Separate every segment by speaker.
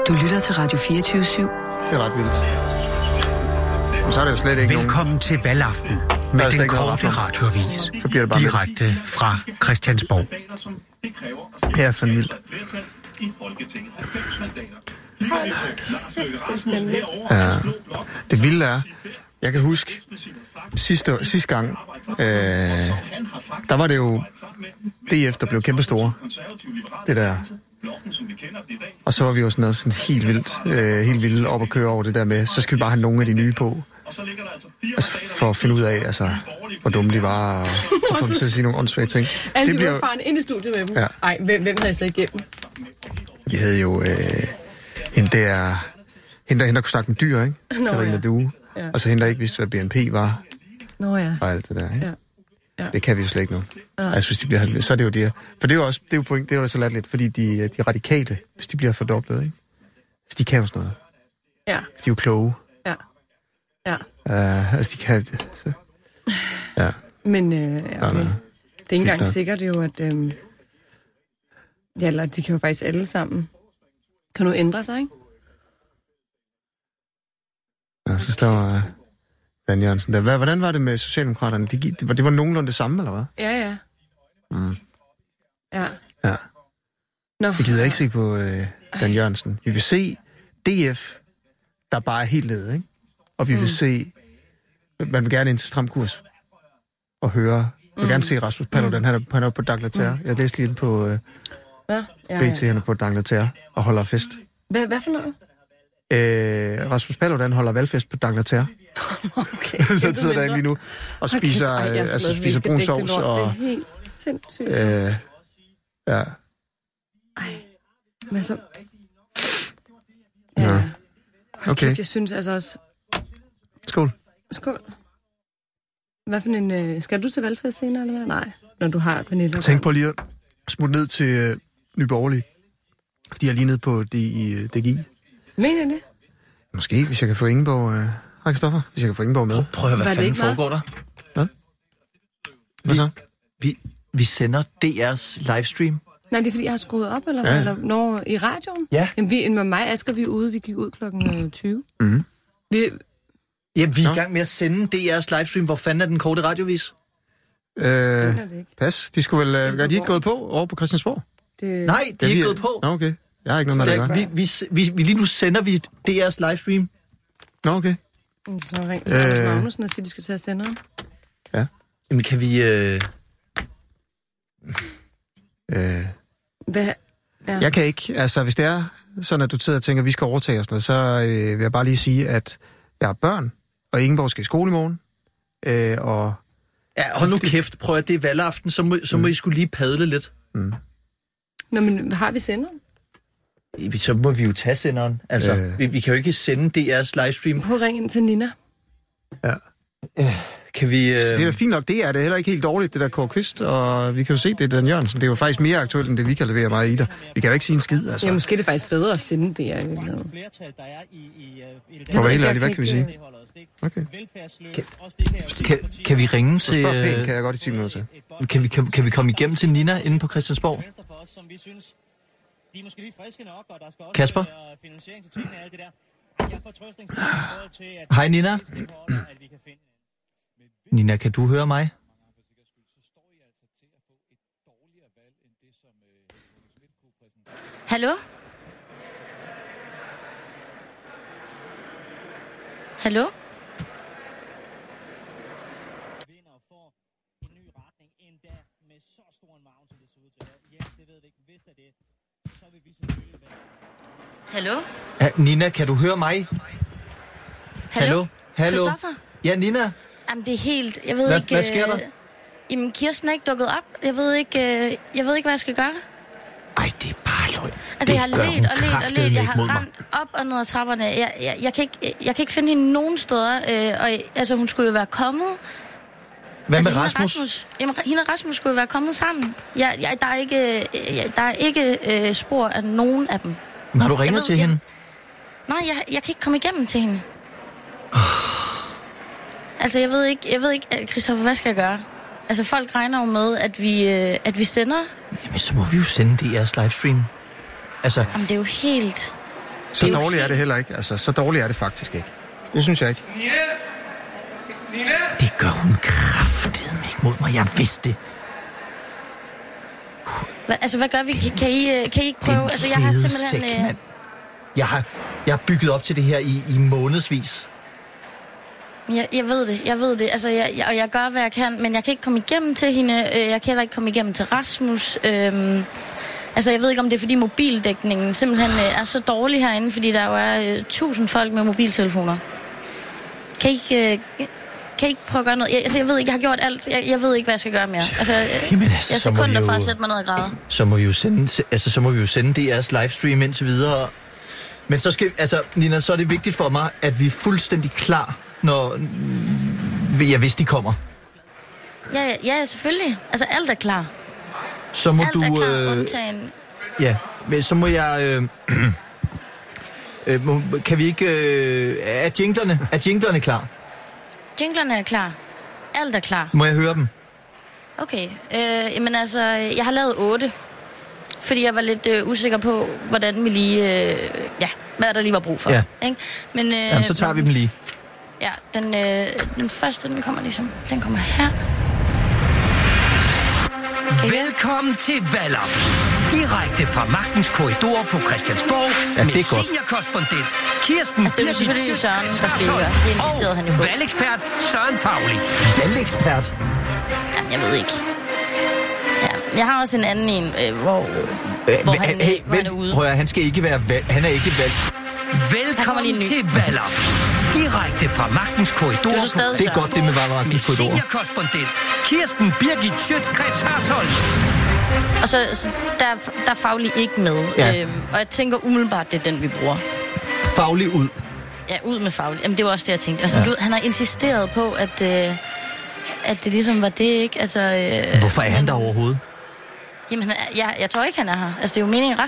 Speaker 1: Du lytter til Radio 24/7.
Speaker 2: Det er ret vildt. Men så er det jo slet ikke
Speaker 3: Velkommen til valgaften med den korte radioavis.
Speaker 2: Så bliver det bare
Speaker 3: direkte fra Christiansborg.
Speaker 2: Her er fandme vildt. Ja. Det vilde er, jeg kan huske sidste gang, der var det jo DF, der blev kæmpestore. Det der. Og så var vi jo sådan noget sådan helt vildt op at køre over det der med, så skal vi bare have nogle af de nye på. Altså for at finde ud af, altså, hvor dumme de var, og få dem til at sige nogle åndssvage ting.
Speaker 4: Alle de var faren ind i studiet med dem.
Speaker 2: Ja.
Speaker 4: Ej, hvem havde så igennem?
Speaker 2: Vi havde jo hende der kunne snakke med dyr, ikke? Karina Due. Ja. Og så hende, der ikke vidste, hvad BNP var.
Speaker 4: Nå ja.
Speaker 2: Og alt det der, ikke?
Speaker 4: Ja. Ja.
Speaker 2: Det kan vi jo slet ikke nu. Ja. Altså, hvis de bliver så er det jo det. For det er jo også, det er jo point, det er jo så latterligt, fordi de radikale, hvis de bliver fordoblet, ikke? Så de kan jo sådan noget.
Speaker 4: Ja.
Speaker 2: Så de er jo kloge.
Speaker 4: Ja. Ja.
Speaker 2: Altså, de kan det. Så. Ja.
Speaker 4: Men okay. Det er ikke engang sikkert jo, at eller de kan jo faktisk alle sammen. Kan nu ændre sig, ikke?
Speaker 2: Ja, så står Dan Jørgensen der. Hvordan var det med Socialdemokraterne? Det var nogenlunde det samme, eller hvad?
Speaker 4: Ja.
Speaker 2: Mm.
Speaker 4: Ja.
Speaker 2: Ja.
Speaker 4: Nå.
Speaker 2: Vi gider ikke se på Dan Jørgensen. Vi vil se DF, der bare er helt nede, ikke? Og vi vil se, man vil gerne ind til stram kurs og høre. Man vil gerne se Rasmus Paludan, han er på Dangleterre. Jeg læste lige på BT, han er på Dangleterre og holder fest.
Speaker 4: Hvad for noget?
Speaker 2: Rasmus Paludan holder valgfest på Dangleterre.
Speaker 4: Okay.
Speaker 2: Så sidder der lige nu og spiser brun sovs og...
Speaker 4: Det er helt sindssygt.
Speaker 2: Ja.
Speaker 4: Ej, men så...
Speaker 2: Ja. Okay.
Speaker 4: Kæft, jeg synes altså også...
Speaker 2: Skål.
Speaker 4: Hvad for en... Skal du til valgfest senere, eller hvad? Nej, når du har Pernille.
Speaker 2: Tænk på lige at smutte ned til Nye Borgerlige. De er lige nede på DGI.
Speaker 4: Mener det?
Speaker 2: Måske, hvis jeg kan få Ingeborg... Hej, Kristoffer. Hvis jeg kan få Ingeborg med.
Speaker 5: Prøv at høre, hvad fanden foregår der?
Speaker 2: Hvad så?
Speaker 5: Vi sender DR's livestream.
Speaker 4: Nej, det er fordi, jeg har skruet op, eller hvad? Eller når i radioen?
Speaker 5: Ja.
Speaker 4: Jamen, med mig, Asger, vi er ude. Vi gik ud klokken 20.
Speaker 2: Mm-hmm.
Speaker 5: Vi er i gang med at sende DR's livestream. Hvor fanden er den korte radiovis?
Speaker 2: Pas. De skulle vel... Er de ikke gået på over på Christiansborg?
Speaker 5: Nej, de er ikke gået på.
Speaker 2: Nå, okay. Jeg har ikke noget med det at gøre.
Speaker 5: Lige nu sender vi DR's livestream.
Speaker 2: Nå, okay.
Speaker 4: Så ring til Magnussen og sige, at de skal tage senderen.
Speaker 2: Ja.
Speaker 5: Jamen, kan vi...
Speaker 4: Hvad? Ja.
Speaker 2: Jeg kan ikke. Altså, hvis det er sådan, at du sidder og tænker, at vi skal overtage os noget, så vil jeg bare lige sige, at jeg har børn, og Ingeborg skal i skole i morgen. Og...
Speaker 5: Ja, hold nu kæft. Prøv at det er valgaften, så må I skulle lige padle lidt.
Speaker 2: Mm.
Speaker 4: Nå, men har vi senderen?
Speaker 5: Så må vi jo tage senderen. Altså, vi kan jo ikke sende DR's livestream.
Speaker 4: Prøv at ringe ind til Nina.
Speaker 2: Ja.
Speaker 5: Kan vi...
Speaker 2: Det er da fint nok. Det er heller ikke helt dårligt, det der Kåre Kvist, og vi kan jo se, det er Dan Jørgensen. Det er jo faktisk mere aktuelt, end det vi kan levere meget i der. Vi kan jo ikke sige en skid, altså.
Speaker 4: Ja, måske er det faktisk bedre at sende det, jeg ikke ved.
Speaker 2: For helt ærligt, hvad kan vi sige? Okay.
Speaker 5: Kan vi ringe til...
Speaker 2: Spørg pænt, kan jeg godt i 10 minutter til.
Speaker 5: Kan vi komme igennem til Nina inde på Christiansborg? Kasper? Hej Nina. Nina, kan du høre mig?
Speaker 6: Hallo? Hallo? Hallo?
Speaker 5: Ja, Nina, kan du høre mig? Hallo?
Speaker 6: Christoffer?
Speaker 5: Ja, Nina?
Speaker 6: Jamen, det er helt... Jeg ved ikke...
Speaker 5: Hvad sker der?
Speaker 6: Jamen, Kirsten er ikke dukket op. Jeg ved ikke, hvad jeg skal gøre.
Speaker 5: Ej, det er bare løgn.
Speaker 6: Altså, jeg har let. Jeg har rendt op og ned ad trapperne. Jeg kan ikke finde hende nogen steder. Og altså, hun skulle jo være kommet.
Speaker 5: Hvad med Rasmus?
Speaker 6: Jamen, hende og Rasmus skulle jo være kommet sammen. Der er ikke spor af nogen af dem.
Speaker 5: Men har du ringet til hende?
Speaker 6: Nej, jeg kan ikke komme igennem til hende. Altså, jeg ved ikke, Christoffer, hvad skal jeg gøre? Altså, folk regner jo med, at vi sender.
Speaker 5: Jamen, så må vi jo sende DR's livestream. Altså...
Speaker 6: Jamen, det er jo helt...
Speaker 2: Så dårligt er det heller ikke. Altså, så dårligt er det faktisk ikke. Det synes jeg ikke.
Speaker 3: Det gør hun kraftedeme ikke mod mig. Jeg vidste det.
Speaker 6: Hvad gør vi? Kan I ikke prøve? Altså, jeg har simpelthen...
Speaker 5: Jeg har bygget op til det her i månedsvis.
Speaker 6: Jeg ved det. Altså, jeg gør, hvad jeg kan, men jeg kan ikke komme igennem til hende. Jeg kan heller ikke komme igennem til Rasmus. Altså, jeg ved ikke, om det er, fordi mobildækningen simpelthen er så dårlig herinde, fordi der jo er 1000 folk med mobiltelefoner. Kan I ikke prøve at gøre noget? Jeg ved ikke, jeg har gjort alt. Jeg ved ikke, hvad jeg skal gøre mere. Altså, jeg er sekunder fra at sætte mig ned og græde.
Speaker 5: Så må vi jo sende DR's livestream indtil videre. Men så skal, Nina, så er det vigtigt for mig, at vi er fuldstændig klar, hvis de kommer.
Speaker 6: Ja, selvfølgelig. Altså, alt er klar.
Speaker 5: Så må
Speaker 6: alt
Speaker 5: du...
Speaker 6: er klar, undtagen...
Speaker 5: Ja, men så må jeg... kan vi ikke... Er jinglerne klar?
Speaker 6: Jinglerne er klar. Alt er klar.
Speaker 5: Må jeg høre dem?
Speaker 6: Okay. Men altså, jeg har lavet 8. Fordi jeg var lidt usikker på, hvordan vi lige... hvad der lige var brug for.
Speaker 5: Ja.
Speaker 6: Ikke? Men,
Speaker 5: jamen, så tager vi dem lige.
Speaker 6: Ja, den første, den kommer ligesom... Den kommer her.
Speaker 3: Okay. Velkommen til Valgaften. Direkte fra Magtens Korridor på Christiansborg med seniorkorrespondent Kirsten
Speaker 6: det er selvfølgelig Søren, der skal gøre. Det insisterede han jo på.
Speaker 3: Valgekspert Søren Fauli.
Speaker 5: Valgekspert?
Speaker 6: Jamen, jeg ved ikke. Ja, jeg har også en anden en, hvor han er ude.
Speaker 5: Prøv at, han skal ikke være han er ikke valgt.
Speaker 3: Velkommen til Valgaften. Direkte fra Magtens Korridor.
Speaker 5: Det er godt, det med Magtens Korridor.
Speaker 3: Med seniorkorrespondent Kirsten Birgit Schøtz-Krets Hørsholm.
Speaker 6: Og så der er Fauli ikke med.
Speaker 5: Ja.
Speaker 6: Og jeg tænker umiddelbart, det er den, vi bruger.
Speaker 5: Fauli ud.
Speaker 6: Ja, ud med Fauli. Jamen, det var også det, jeg tænkte. Altså, han har insisteret på, at det ligesom var det, ikke? Altså,
Speaker 5: hvorfor er han der overhovedet?
Speaker 6: Jamen, jeg tror ikke, han er her. Altså, det er jo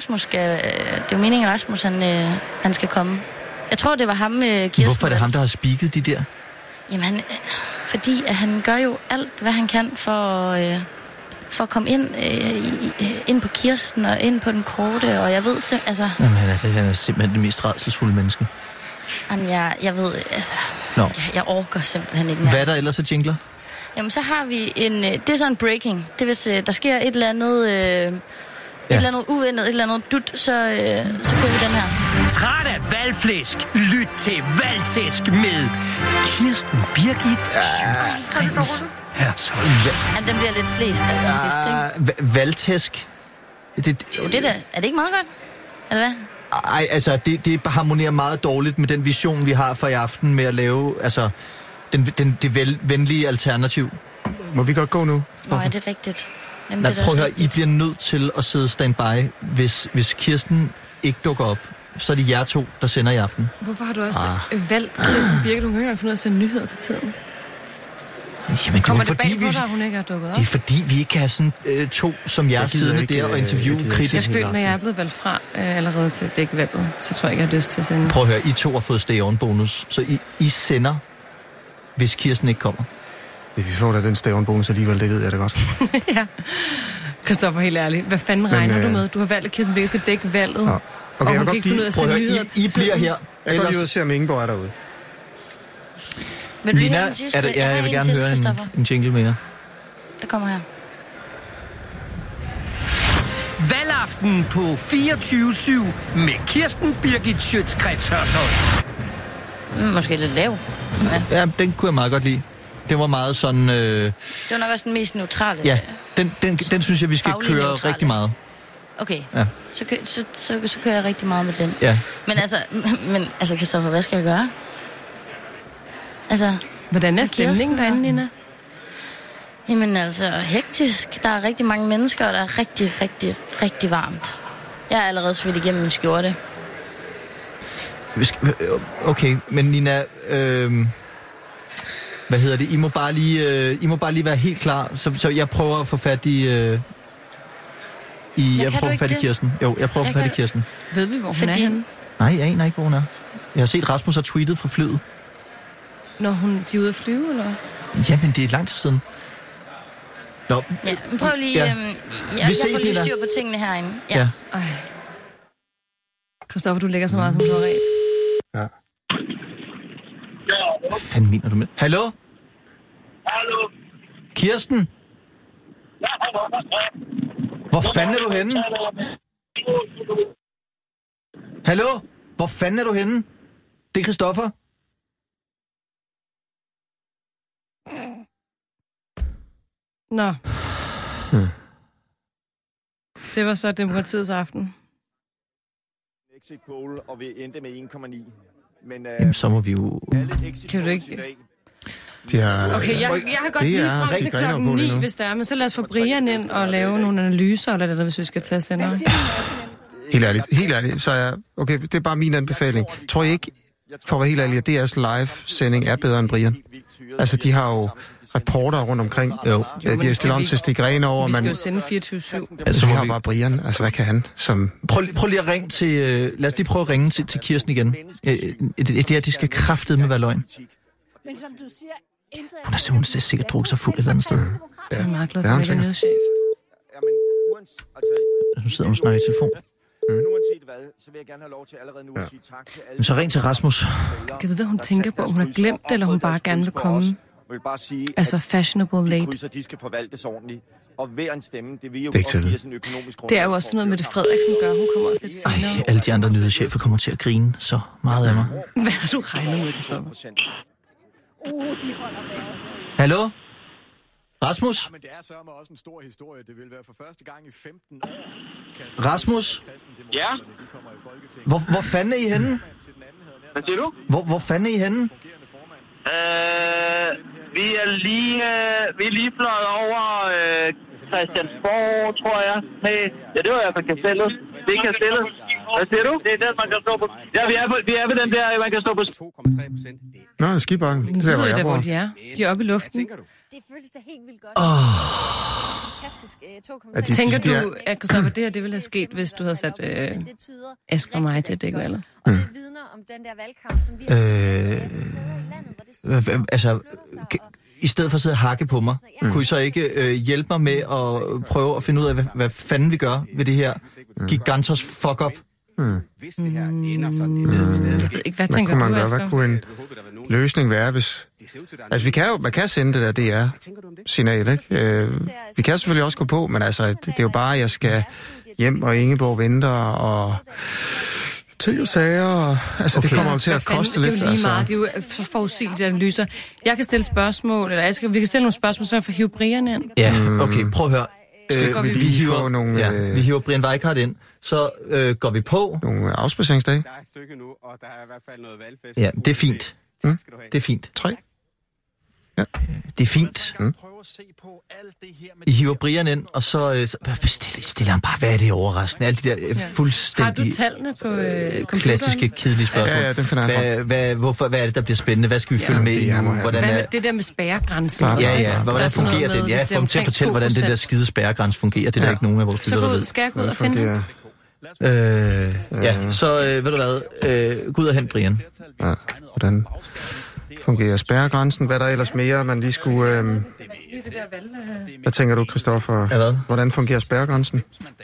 Speaker 6: meningen, Rasmus han skal komme. Jeg tror, det var ham, Kirsten.
Speaker 5: Hvorfor er det ham, der har speaket de der?
Speaker 6: Jamen, fordi at han gør jo alt, hvad han kan for at komme ind på Kirsten og ind på den korte, og jeg ved altså...
Speaker 5: Jamen, han er simpelthen det mest rædselsfulde menneske.
Speaker 6: Jamen, jeg ved, altså... Jeg orker simpelthen ikke mere.
Speaker 5: Hvad er der ellers af jingler?
Speaker 6: Jamen, så har vi det er sådan en breaking. Det hvis der sker et eller andet... Et eller andet uvendet, et eller andet dut, så kører vi den her.
Speaker 3: Træt af valgflæsk. Lyt til Valgtæsk med Kirsten Birgit Schøtz-Krets Hørsholm.
Speaker 6: Jamen, den bliver lidt slæst til sidst, ikke?
Speaker 5: Valgtæsk?
Speaker 6: Jo, det der. Er det ikke meget godt? Eller hvad?
Speaker 5: Ej, altså, det harmonerer meget dårligt med den vision, vi har for i aften med at lave, altså, det venlige alternativ.
Speaker 2: Må vi godt gå nu?
Speaker 6: Nå, er det rigtigt? Jamen,
Speaker 5: prøv at høre, I bliver nødt til at sidde standby. Hvis Kirsten ikke dukker op, så er det jer to, der sender i aften.
Speaker 4: Hvorfor har du også valgt Kirsten Birgit? Hun kan ikke engang finde ud af at sende nyheder til tiden.
Speaker 5: Jamen,
Speaker 4: kommer det bag på dig, hun ikke har dukket op?
Speaker 5: Det er fordi, vi ikke kan have sådan to som jeg siddende der og interviewe kritisk.
Speaker 4: Jeg føler, når jeg er blevet valgt fra allerede til dækvalget, så tror jeg ikke, jeg har lyst til at sende.
Speaker 5: Prøv at høre, I to har fået stay-on-bonus, så I sender, hvis Kirsten ikke kommer.
Speaker 2: Vi får da den stay-on-bonus alligevel, det ved jeg da godt.
Speaker 4: Ja. Christoffer, helt ærligt. Hvad fanden regner du med? Du har valgt, at Kirsten Birgit skal dække valget, og hun kan ikke finde ud af at sende nyheder til
Speaker 5: tiden. I bliver her.
Speaker 2: Jeg går lige ud og ser, om Ingeborg er derude.
Speaker 6: Lina,
Speaker 5: jeg vil gerne høre en jingle mere.
Speaker 6: Der kommer her.
Speaker 3: Valgaften på 24/7 med Kirsten Birgit Schøtz-Krets Hørsholm.
Speaker 6: Måske lidt lav.
Speaker 5: Ja, den kunne jeg meget godt lide. Det var meget sådan... Det
Speaker 6: var nok også den mest neutrale.
Speaker 5: Ja, den synes jeg, vi skal køre neutrale. Rigtig meget.
Speaker 6: Okay, ja. Så kører jeg rigtig meget med den.
Speaker 5: Ja.
Speaker 6: Men altså, Christoffer, hvad skal jeg gøre? Altså...
Speaker 4: Hvordan er stemningen derinde, Nina?
Speaker 6: Jamen altså, hektisk. Der er rigtig mange mennesker, og der er rigtig, rigtig, rigtig varmt. Jeg er allerede svidt igennem min skjorte.
Speaker 5: Okay, men Nina... hvad hedder det? I må bare lige være helt klar. Så jeg prøver at få fat i... jeg prøver at få fat i Kirsten. Jo, jeg prøver at få fat i Kirsten.
Speaker 4: Ved vi, hvor hun er henne?
Speaker 5: Nej, jeg aner ikke, hvor hun er. Jeg har set, Rasmus har tweetet fra flyet.
Speaker 4: Når de er ude at flyve, eller?
Speaker 5: Jamen, det er lang tid siden.
Speaker 6: Nå. Ja, prøv lige... Jeg får lige styr på tingene herinde. Ja.
Speaker 4: Christoffer, du lægger så meget, som du har ret.
Speaker 2: Ja.
Speaker 5: Hvad fanden mener du med? Hallo?
Speaker 1: Hallo?
Speaker 5: Kirsten? Hvor fanden er du henne? Hallo? Hvor fanden er du henne? Det er Christoffer.
Speaker 4: Nå. Det var så demokratiets aften.
Speaker 7: Exit poll, og vi endte med 1,9. Men
Speaker 5: Jamen, så må vi jo...
Speaker 4: Kan du ikke...
Speaker 2: De har...
Speaker 4: Okay, jeg kan godt lige frem til klokken 9, hvis der er, men så lad os få Brian ind og lave nogle analyser, eller det der, hvis vi skal tage sender.
Speaker 2: Helt ærligt, så er okay, det er bare min anbefaling. Tror I ikke, for at være helt ærlig, at DR's live-sending er bedre end Brian? Altså, de har jo reporter rundt omkring. Jo. De har stillet om til Stig Grene over.
Speaker 4: Vi skal jo sende 24/7.
Speaker 2: Altså, vi har bare Brian. Altså, hvad kan han? Som...
Speaker 5: Prøv lige at ringe til... lad os lige prøve at ringe til Kirsten igen. Det her, de skal kraftedeme være løgn.
Speaker 8: Men som du siger,
Speaker 5: Hun er sikkert drukket sig fuld et eller andet sted.
Speaker 4: Så er jeg meget glad for, at jeg er nødchef.
Speaker 5: Nu sidder hun og snakker i telefon.
Speaker 7: Men uanset hvad, så vil jeg gerne have lov til allerede nu at sige tak til alle.
Speaker 5: Men så ring til Rasmus.
Speaker 4: Jeg ved, hvad hun tænker på. Hun har glemt det, eller hun bare gerne vil komme.
Speaker 7: Jeg vil bare sige,
Speaker 4: altså fashionable late.
Speaker 7: Krydser, de skal forvaltes ordentligt. Og hver en stemme, det vil jo også give os en økonomisk grund.
Speaker 4: Det er jo også noget med det, Frederiksen gør. Hun kommer også lidt senere.
Speaker 5: Alle de andre nyhedschefer kommer til at grine så meget af mig.
Speaker 4: Hvad har du regnet med, Christoffer?
Speaker 8: de holder vejret.
Speaker 5: Hallo? Rasmus?
Speaker 9: Ja, men det er sørme også en stor historie. Det vil være for første gang i 15 år.
Speaker 5: Rasmus?
Speaker 1: Ja?
Speaker 5: Hvor fanden er I henne?
Speaker 1: Hvad siger du?
Speaker 5: Hvor fanden er I henne?
Speaker 1: Vi er lige fløjet over Christiansborg, tror jeg. Nej, ja, det var i hvert fald Kastellet. Det er Kastellet. Hvad siger du? Det er den, man kan stå på. Ja, vi er ved den der, man kan stå på.
Speaker 9: 2,3%.
Speaker 2: Nå, skibakken. Det er,
Speaker 4: hvor de er. De er oppe i luften.
Speaker 8: Det føles da helt vildt godt. Fantastisk. 2,3%.
Speaker 4: Tænker du, at Christoffer, det her det ville have sket, hvis du havde sat Asger og mig til at dække valget?
Speaker 8: Og det vidner om den der valgkamp, som vi har
Speaker 5: altså, i stedet for at sidde og hakke på mig, kunne I så ikke hjælpe mig med at prøve at finde ud af, hvad fanden vi gør ved det her gigantos fuck-up?
Speaker 9: Hvis det her ender sådan et sted.
Speaker 4: Jeg ved ikke, hvad tænker du, Asger?
Speaker 2: Hvad kunne en løsning være, hvis... Altså, man kan sende det der DR-signal, ikke? Vi kan selvfølgelig også gå på, men altså, det er jo bare, at jeg skal hjem, og Ingeborg venter, og ting og sager, og... Altså, okay. Det kommer jo til at koste lidt,
Speaker 4: altså. Det er jo lige meget, det er jo så forudsigelige analyser. Jeg kan stille spørgsmål, eller Asger, vi kan stille nogle spørgsmål, så for at hive Brian ind.
Speaker 5: Ja, okay, prøv at høre. Vi hiver Brian Weikart ind, så går vi på.
Speaker 2: Nogle afspaceringsdage.
Speaker 9: Der er et stykke nu, og der er i hvert fald noget valgfest.
Speaker 5: Ja, det er fint. Det er fint.
Speaker 2: 3. Ja.
Speaker 5: Det er fint. I hiver Brian ind, og så stiller han bare, hvad er det overraskende? Alle de der fuldstændig...
Speaker 4: Har du tallene på computeren?
Speaker 5: Klassiske, kedelige spørgsmål.
Speaker 2: Ja, det finder jeg
Speaker 5: frem. Hvad er det, der bliver spændende? Hvad skal vi følge med i nu?
Speaker 4: Hvordan er det der med spærregrænsen?
Speaker 5: Ja. Hvordan fungerer den? Ja, få dem til at fortælle, hvordan den der skide spærregrænse fungerer. Det er der ikke nogen af vores lyttere, der ved.
Speaker 4: Skal jeg gå ud og finde
Speaker 5: ja, så ved du hvad? Gå ud og hent Brian.
Speaker 2: Ja, hvordan fungerer spærregrænsen? Hvad der ellers mere, man lige skulle... Hvad tænker du, Christoffer?
Speaker 5: Ja, hvad?
Speaker 2: Hvordan fungerer spærregrænsen?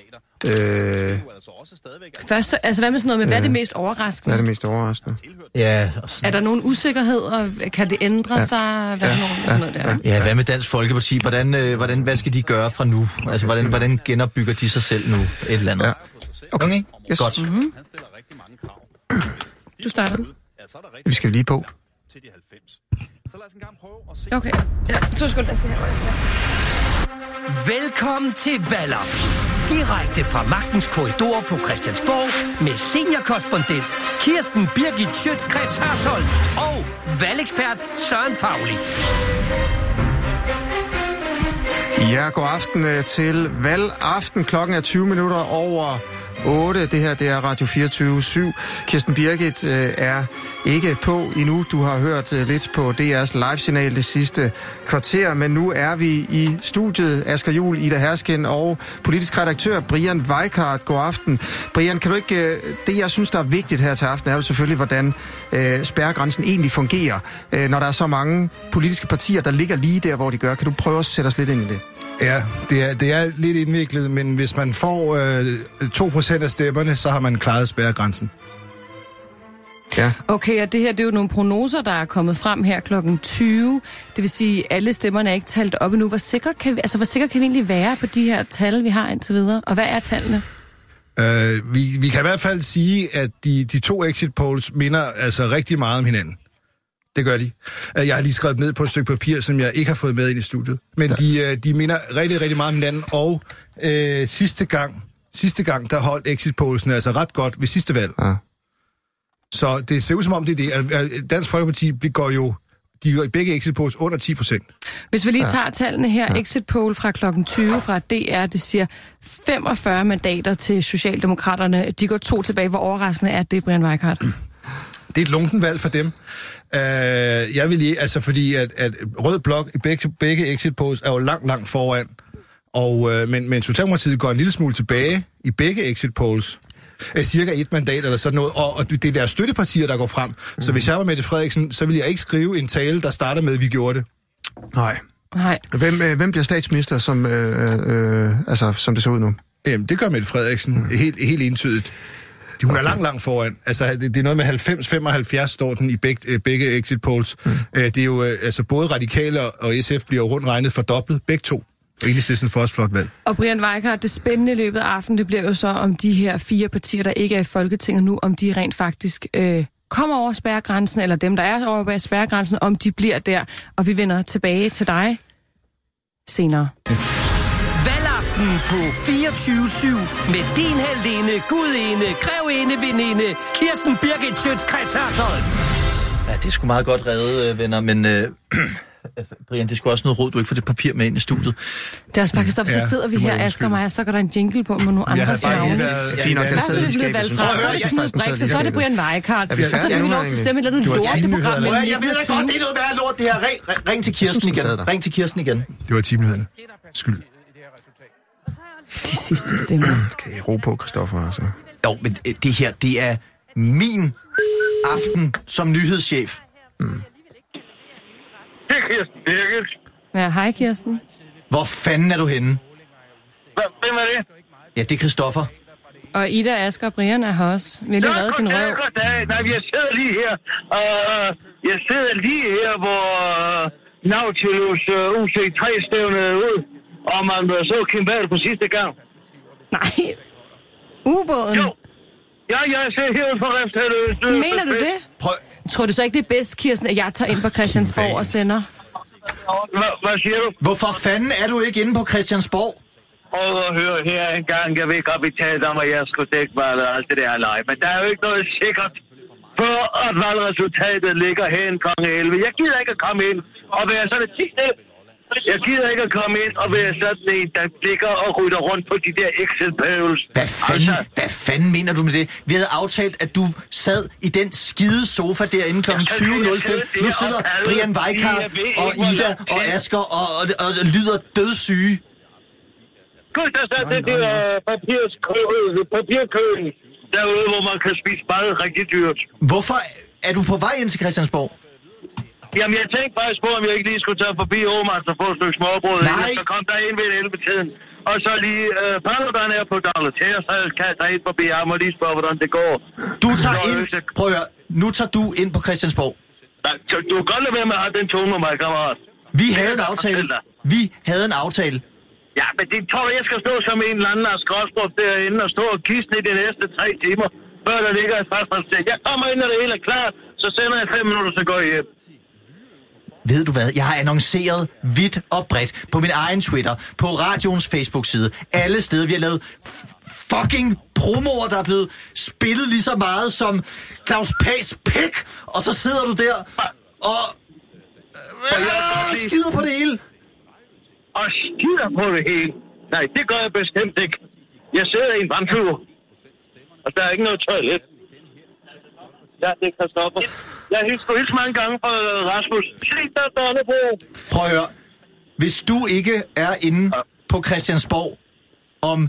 Speaker 4: Først, altså hvad med sådan noget med, hvad er det mest overraskende?
Speaker 2: Hvad er det mest overraskende?
Speaker 5: Ja.
Speaker 4: Er der nogen usikkerhed, og kan det ændre sig? Hvad sådan noget der?
Speaker 5: Ja, hvad med Dansk Folkeparti? Hvad skal de gøre fra nu? Altså, hvordan genopbygger de sig selv nu? Et eller andet. Ja. Okay, yes. Godt.
Speaker 4: Mm-hmm. Du starter.
Speaker 2: Vi skal lige på.
Speaker 4: Okay. Ja, 2 sekunder.
Speaker 3: Velkommen til Wallach. Direkte fra magtens korridor på Christiansborg med seniorkorrespondent Kirsten Birgit Schiøtz-Krebs Hørsholm og valgekspert Søren Fauli.
Speaker 2: Ja, god aften til valgaften. Klokken er 20 minutter over 8. Det her, det er Radio 24/7. Kirsten Birgit er ikke på endnu. Du har hørt lidt på DR's live-signal det sidste kvarter, men nu er vi i studiet. Asger Juhl, Ida Hersken og politisk redaktør Brian Weikart. God aften. Brian, kan du ikke... Det, jeg synes, der er vigtigt her til aften, er jo selvfølgelig, hvordan spærregrænsen egentlig fungerer. Når der er så mange politiske partier, der ligger lige der, hvor de gør. Kan du prøve at sætte os lidt ind i det?
Speaker 10: Ja, det er lidt indviklet, men hvis man får 2% af stemmerne, så har man klaret spærregrænsen.
Speaker 2: Ja.
Speaker 4: Okay, og det her, det er jo nogle prognoser, der er kommet frem her klokken 20. Det vil sige, at alle stemmerne er ikke talt op endnu. Hvor sikre kan vi egentlig være på de her tal, vi har indtil videre? Og hvad er tallene?
Speaker 10: Vi kan i hvert fald sige, at de to exit polls minder altså rigtig meget om hinanden. Det gør de. Jeg har lige skrevet ned på et stykke papir, som jeg ikke har fået med ind i studiet. Men de minder rigtig, rigtig meget om hinanden. Og sidste gang, der holdt exit pollsene altså ret godt ved sidste valg. Ja. Så det ser ud som om, det er det. Dansk Folkeparti går jo i begge exit polls under 10%.
Speaker 4: Hvis vi lige tager tallene her, exit poll fra klokken 20 fra DR, det siger 45 mandater til Socialdemokraterne. De går 2 tilbage. Hvor overraskende er det, Brian Weikart?
Speaker 10: Det er et lunken valg for dem. Jeg vil lige, altså fordi at Rød Blok i begge exit polls er jo langt foran. Men Socialdemokratiet går en lille smule tilbage i begge exit polls. Cirka 1 mandat eller sådan noget, og det er deres støttepartier, der går frem. Så hvis jeg var Mette Frederiksen, så ville jeg ikke skrive en tale, der starter med, at vi gjorde det.
Speaker 2: Nej. Hvem bliver statsminister, som det så ud nu?
Speaker 10: Det gør Mette Frederiksen, helt entydigt. Hun er langt foran. Altså, det er noget med 90-75 står den i begge exit polls. Det er jo, altså både Radikale og SF bliver rundt regnet fordoblet, begge to. Og Enhedslisten får også flot valg. Og
Speaker 4: Brian Weikart, det spændende i løbet af aftenen, det bliver jo så om de her 4 partier, der ikke er i Folketinget nu, om de rent faktisk kommer over spærregrænsen, eller dem, der er over spærregrænsen, om de bliver der. Og vi vender tilbage til dig senere.
Speaker 3: Valgaften på 24/7 med din heldinde, gudinde, grevinde, veninde, Kirsten Birgit Schøtz-Krets Hørsholm.
Speaker 5: Ja, det er sgu meget godt reddet, venner, men... Brian, det er sgu også noget råd, du ikke får det papir med ind i studiet.
Speaker 4: Det er også bare, Kristoffer, så sidder vi her, Asger og mig, og så går der en jingle på med nogle andres navne.
Speaker 2: Fint nok,
Speaker 4: Først er det blevet valgt fra, så er det Knud Brix, og så er det Brian Weikart. Og så får vi lov til at stemme et eller andet lorteprogram.
Speaker 5: Jeg ved da godt, det er noget værd lort, det her. Ring til Kirsten igen.
Speaker 10: Det var timenyhederne. Skyld.
Speaker 4: De sidste stemmer.
Speaker 2: Kan I ro på, Kristoffer? Altså.
Speaker 5: Jo, men det her, det er min aften som nyhedschef.
Speaker 1: Det er Kirsten Birgit.
Speaker 4: Ja, hej Kirsten.
Speaker 5: Hvor fanden er du henne?
Speaker 1: Hvem er det?
Speaker 5: Ja, det er Kristoffer.
Speaker 4: Og Ida, Asger og Brian er her også. Vi har lige reddet din røv.
Speaker 1: Nej, jeg sidder lige her. Jeg sidder lige her, hvor Nautilus UC3-stævnet ud, og man så Kim Wall på sidste gang.
Speaker 4: Nej. Ubåden?
Speaker 1: Jo. Ja, jeg ser herude på Refshaløs.
Speaker 4: Mener du det? Tror du så ikke, det er bedst, Kirsten, at jeg tager ind på Christiansborg og sender?
Speaker 1: Hvad siger du?
Speaker 5: Hvorfor fanden er du ikke inde på Christiansborg?
Speaker 1: Hør her en gang. Jeg ved godt, vi talte om, at jeg skulle dække mig og alt det der leje. Men der er jo ikke noget sikkert, for at valgresultatet ligger hen kl. 11. Jeg gider ikke at komme ind og være sådan et 10. Jeg gider ikke at komme ind og være sådan en, der ligger og rytter rundt på de der Excel-pøvels.
Speaker 5: Hvad fanden mener du med det? Vi havde aftalt, at du sad i den skide sofa derinde kl. 20.05. Nu sidder Brian Weikart og Ida og Asger og lyder dødssyge.
Speaker 1: Gud, der sad det der papirkøen derude, hvor man kan spise meget rigtig dyrt.
Speaker 5: Hvorfor er du på vej ind til Christiansborg?
Speaker 1: Jamen, jeg tænkte faktisk på, om jeg ikke lige skulle tage forbi Omars og få et stykke småbrød.
Speaker 5: Nej!
Speaker 1: Så kom der ind ved 11-tiden. Og så lige Paludan er på Daglitér, så kan jeg tage ind forbi ham og lige spørge, hvordan det går.
Speaker 5: Du tager ind... Prøv at høre. Nu tager du ind på Christiansborg.
Speaker 1: Nej, du kan godt lade være med at have den tone med mig, kammerat.
Speaker 5: Vi havde en aftale.
Speaker 1: Ja, men det tror jeg skal stå som en eller anden af Skråstrup derinde og stå og kiste i de næste 3 timer, før der ligger et fastholdstil. Jeg kommer ind, når det hele er klart, så sender jeg 5 minutter, så går jeg hjem.
Speaker 5: Ved du hvad? Jeg har annonceret vidt og bredt på min egen Twitter, på radioens Facebook-side, alle steder. Vi har lavet fucking promoer, der er blevet spillet lige så meget som Claus Pags pik, og så sidder du der og skider på det hele.
Speaker 1: Og skider på det hele? Nej, det gør jeg bestemt ikke. Jeg sidder i en vandflyver, og der er ikke noget toilet. Ja, det kan stoppe. Jeg har hilst mange gange fra Rasmus. Se, der er Dannebro.
Speaker 5: Prøv at høre. Hvis du ikke er inde på Christiansborg om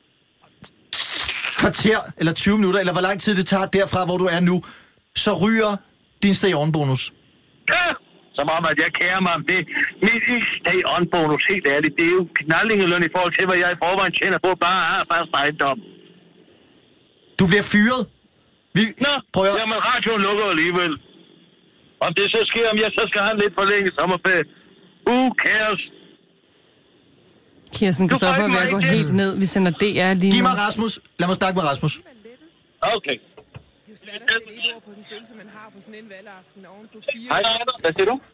Speaker 5: kvarter eller 20 minutter, eller hvor lang tid det tager derfra, hvor du er nu, så ryger din stay-on-bonus.
Speaker 1: Ja, Som om, at jeg kærer mig om det. Mit stay on bonus, helt ærligt, det er jo knaldingeløn i forhold til, hvad jeg i forvejen tjener på bare at have fast ejendom.
Speaker 5: Du bliver fyret.
Speaker 1: Jamen radioen lukker alligevel. Om det så sker, om jeg så skal have lidt for længe sommerferie. Who cares?
Speaker 4: Kirsten Kristoffer vil gå helt ned. Vi sender DR lige nu.
Speaker 5: Giv mig Rasmus. Lad mig snakke med Rasmus.
Speaker 1: Okay.
Speaker 11: Det er jo svært at sætte et ord på den følelse, man har på sådan en valgaften oven på 4.
Speaker 1: Hej, hvad siger du?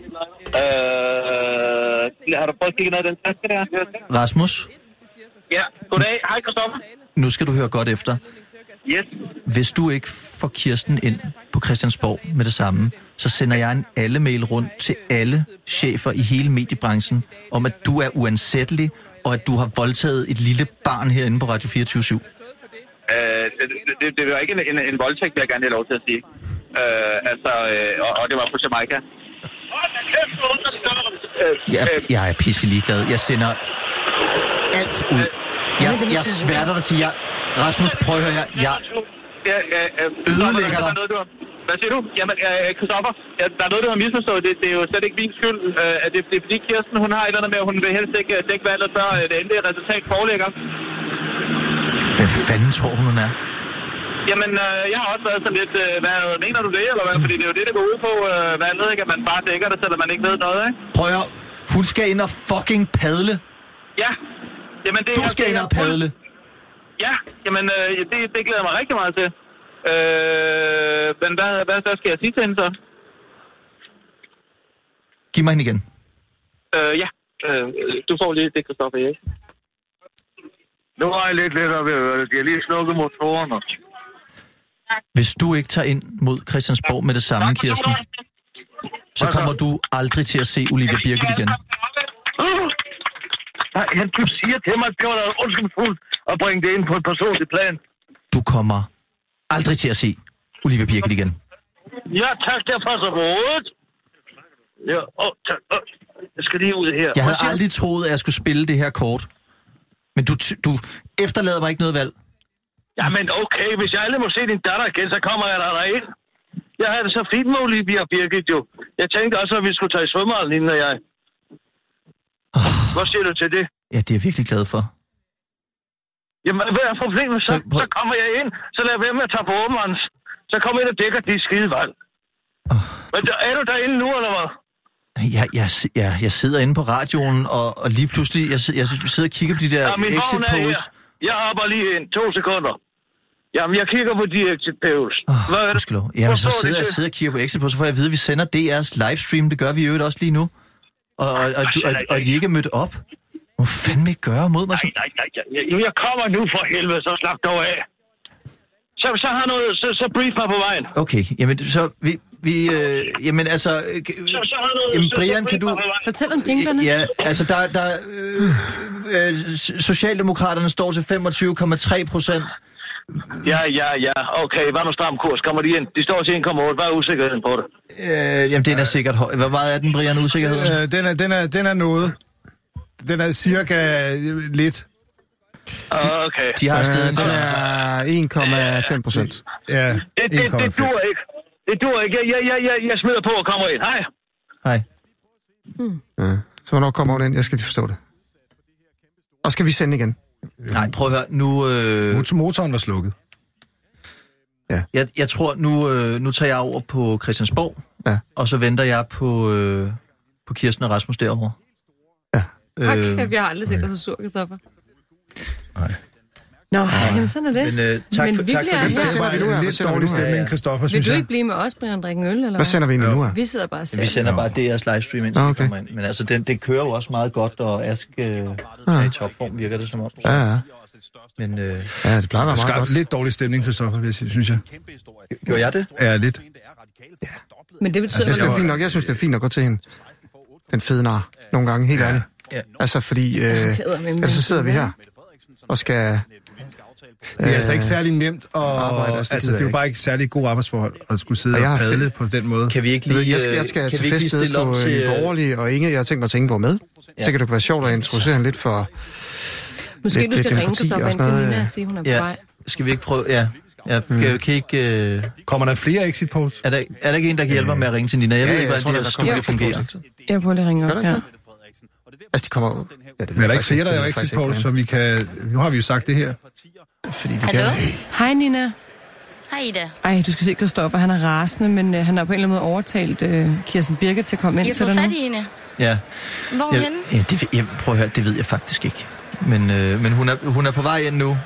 Speaker 1: Har du prøvet at kigge noget af den taske der?
Speaker 5: Rasmus?
Speaker 1: Ja, goddag. Hej, Kristoffer.
Speaker 5: Nu skal du høre godt efter.
Speaker 1: Yes.
Speaker 5: Hvis du ikke får Kirsten ind på Christiansborg med det samme, så sender jeg en alle-mail rundt til alle chefer i hele mediebranchen om, at du er uansættelig, og at du har voldtaget et lille barn herinde på Radio 24/7.
Speaker 1: Det var ikke en voldtægt, vil jeg gerne have lov til at sige. Og det var på Jamaica.
Speaker 5: Jeg er pisse ligeglad. Jeg sender alt ud. Jeg sværter dig til, Rasmus, prøv at høre, jeg ødelægger dig.
Speaker 1: Hvad siger du? Jamen, Kristoffer, der er noget, du har misforstået. Det er jo slet ikke min skyld. Det er fordi Kirsten, hun har et eller andet med, at hun vil helst ikke dække valget, før det endelige resultat foreligger.
Speaker 5: Hvad fanden tror hun er?
Speaker 1: Jamen, jeg har også været sådan lidt, hvad mener du det, eller hvad? Fordi det er jo det går ud på valget, ikke? At man bare dækker det, selvom man ikke ved noget, ikke?
Speaker 5: Prøv at hun skal ind og fucking padle.
Speaker 1: Ja. Jamen, det
Speaker 5: du skal ind og padle.
Speaker 1: Ja, jamen, det glæder mig rigtig meget til. Men hvad skal jeg sige til hende så?
Speaker 5: Giv mig hende igen.
Speaker 1: Ja. Du får lige det, Kristoffer, ikke? Nu har jeg lidt lettere ved at høre det. De har lige slukket motorerne.
Speaker 5: Hvis du ikke tager ind mod Christiansborg med det samme, Kirsten, så kommer du aldrig til at se Olivia Birgit igen.
Speaker 1: Nej, du siger til mig, at det var da ondskabsfuldt at bringe det ind på et personligt plan.
Speaker 5: Du kommer aldrig til at se Olivia Birgit igen.
Speaker 1: Ja, tak derfor så rådet. Ja, tak. Jeg skal lige ud her.
Speaker 5: Jeg havde aldrig troet, at jeg skulle spille det her kort. Men du efterlader mig ikke noget valg.
Speaker 1: Jamen okay, hvis jeg aldrig må se din datter igen, så kommer jeg der ind. Jeg havde det så fint med Olivia Birgit jo. Jeg tænkte også, at vi skulle tage i svømmehallen, inden jeg. Hvad siger du til det?
Speaker 5: Ja, det er jeg virkelig glad for.
Speaker 1: Jamen, hvad er problemet så? Så kommer jeg ind, så lad være med at tage på åbenvands. Så kommer jeg ind og dækker de skidevalg. Men er du derinde nu, eller hvad?
Speaker 5: Jeg sidder inde på radioen, og lige pludselig, jeg sidder og kigger på de der exit polls.
Speaker 1: Jeg hopper lige ind. 2 sekunder. Jamen, jeg kigger på de exit polls. Hvad er det?
Speaker 5: Jamen, så sidder jeg og kigger på exit polls, så får jeg at vide, at vi sender DR's livestream. Det gør vi jo også lige nu. Og de ikke er mødt op. Må fandme ikke gøre mod mig?
Speaker 1: Nej. Jeg kommer nu for helvede, så slap dog af. Så har noget, så brief mig på vejen.
Speaker 5: Okay, jamen så jamen altså... Jamen Brian, kan du...
Speaker 4: Fortæl om jinglerne.
Speaker 5: Ja, altså Socialdemokraterne står til 25,3%.
Speaker 1: Ja. Okay, hvad med stram kurs? Kommer de ind? De står til 1,8. Hvad er usikkerheden på det?
Speaker 5: Jamen, den er sikkert høj. Hvor meget er den, Brian, usikkerheden?
Speaker 10: Den er noget. Den er cirka lidt.
Speaker 1: Okay.
Speaker 5: De har stedet
Speaker 2: den er 1,5%.
Speaker 10: Ja, 1,5.
Speaker 1: Det dur ikke. Det dur ikke. Jeg smider på og kommer ind. Hej.
Speaker 2: Ja. Så hvornår kommer hun ind? Jeg skal lige forstå det. Og skal vi sende igen?
Speaker 5: Nej, prøv at høre. Nu...
Speaker 10: Motoren var slukket.
Speaker 5: Ja. Jeg tror, nu tager jeg over på Christiansborg, og så venter jeg på Kirsten og Rasmus derovre.
Speaker 4: Ja. Vi har aldrig set dig så sur, Kristoffer.
Speaker 10: Nej.
Speaker 4: Nå, jamen sådan er det.
Speaker 5: Men tak for det.
Speaker 2: Så sender vi nu her.
Speaker 10: Lidt dårlig stemning, Kristoffer, synes jeg.
Speaker 4: Vil du ikke blive med os, Brian, og drikke en øl, eller
Speaker 2: hvad sender vi nu her?
Speaker 4: Vi sidder bare og ser.
Speaker 5: Vi sender bare DR's livestream, indtil vi kommer ind. Men altså, det kører jo også meget godt, og Ask er i topform, virker det som om.
Speaker 2: Ja.
Speaker 5: Men,
Speaker 2: ja, det plejer at være meget godt.
Speaker 10: Lidt dårlig stemning, Kristoffer, synes jeg.
Speaker 5: Gjorde jeg det?
Speaker 10: Ja, lidt.
Speaker 4: Ja. Men det betyder...
Speaker 2: Altså, det er fint nok. Jeg synes, det er fint at gå til hende. Den fede nar. Nogle gange, helt ærligt.
Speaker 5: Ja.
Speaker 2: Altså, fordi... så sidder vi her og skal...
Speaker 10: Det er altså ikke særlig nemt, og altså, det er jo bare ikke særlig gode arbejdsforhold at skulle sidde og padle på den måde.
Speaker 5: Kan vi ikke lige...
Speaker 2: Jeg skal til fest nede på Borgerlige, og Inge, jeg har tænkt mig at Ingeborg med. Så kan det være sjovt at introducere hende lidt for...
Speaker 4: Måske du skal ringe Kristoffer ind til Nina og sige, hun er på vej.
Speaker 5: Skal vi ikke prøve... Ja. Jeg kan ikke...
Speaker 10: Kommer der flere exit polls?
Speaker 5: Er der ikke en, der kan hjælpe mig med at ringe til Nina? Jeg ved ikke, hvordan det her studie fungerer.
Speaker 4: Jeg prøver lige at ringe op, ja.
Speaker 2: Altså, de kommer...
Speaker 10: Ja, der er ikke flere, der er exit polls, så vi kan... Nu har vi jo sagt det her.
Speaker 2: Fordi de
Speaker 6: Hallo?
Speaker 4: Hej, Nina.
Speaker 6: Hej, Ida.
Speaker 4: Ej, du skal se, Christoffer, han er rasende, men han har på en eller anden måde overtalt Kirsten Birgit til at komme ind til dig nu.
Speaker 6: Jeg får fat i hende.
Speaker 5: Ja.
Speaker 6: Hvor er hun henne?
Speaker 5: Prøv at høre, det ved jeg faktisk ikke. Men hun er på vej ind nu,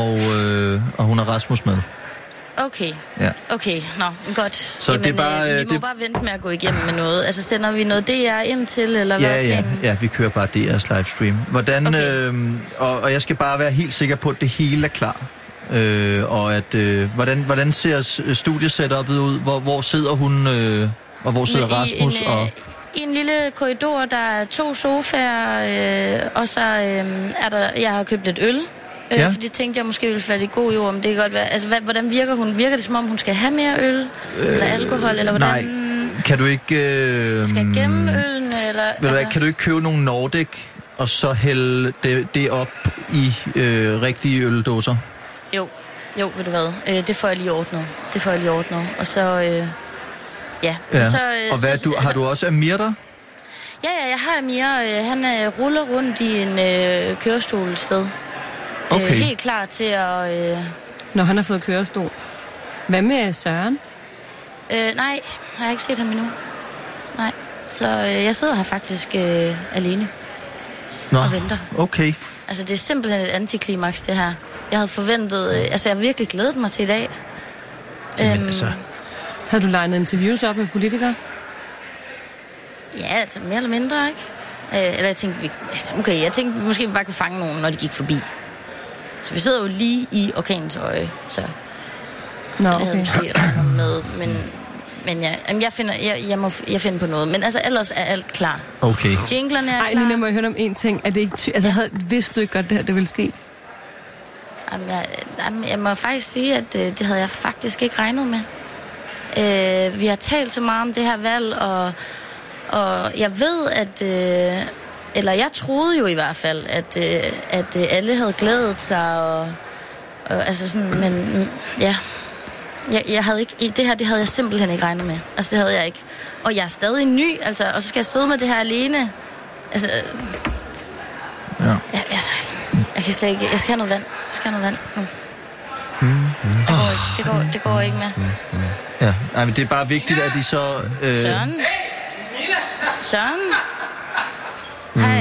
Speaker 5: og hun har Rasmus med.
Speaker 6: Okay.
Speaker 5: Ja.
Speaker 6: Okay, godt.
Speaker 5: Så
Speaker 6: jamen,
Speaker 5: det er bare,
Speaker 6: vi må bare vente med at gå igennem med noget. Altså, sender vi noget DR ind til, eller hvad?
Speaker 5: Ja, vi kører bare DR's livestream. Hvordan, okay. Og jeg skal bare være helt sikker på, at det hele er klar. Og at, hvordan ser studiesetup'et ud? Hvor sidder hun, og hvor sidder Rasmus?
Speaker 6: I en lille korridor, der er 2 sofaer, og så er der... Jeg har købt lidt øl.
Speaker 5: Ja.
Speaker 6: Fordi jeg tænkte, jeg måske ville falde i god jord, men det kan godt være... Altså, hvordan virker hun? Virker det, som om hun skal have mere øl? Eller alkohol? Eller hvordan...
Speaker 5: Nej, kan du ikke...
Speaker 6: Skal jeg gemme øllen, eller...
Speaker 5: Kan du ikke købe nogle Nordic, og så hælde det op i rigtige øldåser?
Speaker 6: Jo, ved du hvad? Det får jeg lige ordnet. Og så... Ja. Så,
Speaker 5: og hvad har du også Amir der?
Speaker 6: Ja, jeg har Amir. Han ruller rundt i en kørestol et sted.
Speaker 5: Okay.
Speaker 6: Helt klar til at...
Speaker 4: Når han har fået kørestol. Hvad med Søren?
Speaker 6: Nej, har jeg ikke set ham endnu. Nej, så jeg sidder her faktisk alene. Og venter.
Speaker 5: Okay.
Speaker 6: Altså, det er simpelthen et antiklimaks, det her. Jeg havde forventet... jeg har virkelig glædet mig til i dag.
Speaker 5: Jamen, altså...
Speaker 4: Har du legnet interviews op med politikere?
Speaker 6: Ja, altså mere eller mindre, ikke? Eller jeg tænkte, måske vi bare kunne fange nogen, når de gik forbi. Så vi sidder jo lige i orkanens øje, så det havde jeg måske regnet med. Men jeg finder på noget. Men altså, ellers er alt klar.
Speaker 5: Okay.
Speaker 6: Jinglerne er klar.
Speaker 4: Ej, Nina, må jeg høre om en ting. Er det ikke vidste du ikke godt, det ville ske?
Speaker 6: Jeg må faktisk sige, at det havde jeg faktisk ikke regnet med. Vi har talt så meget om det her valg, og jeg ved, at... Eller jeg troede jo i hvert fald, at alle havde glædet sig, og altså sådan, men ja... Jeg havde ikke, det havde jeg simpelthen ikke regnet med. Altså, det havde jeg ikke. Og jeg er stadig ny, altså, og så skal jeg sidde med det her alene. Altså...
Speaker 5: Ja.
Speaker 6: Jeg kan slet ikke... Jeg skal have noget vand. Det går ikke med.
Speaker 5: Ja, nej, men det er bare vigtigt, at de så...
Speaker 6: Søren? Hej.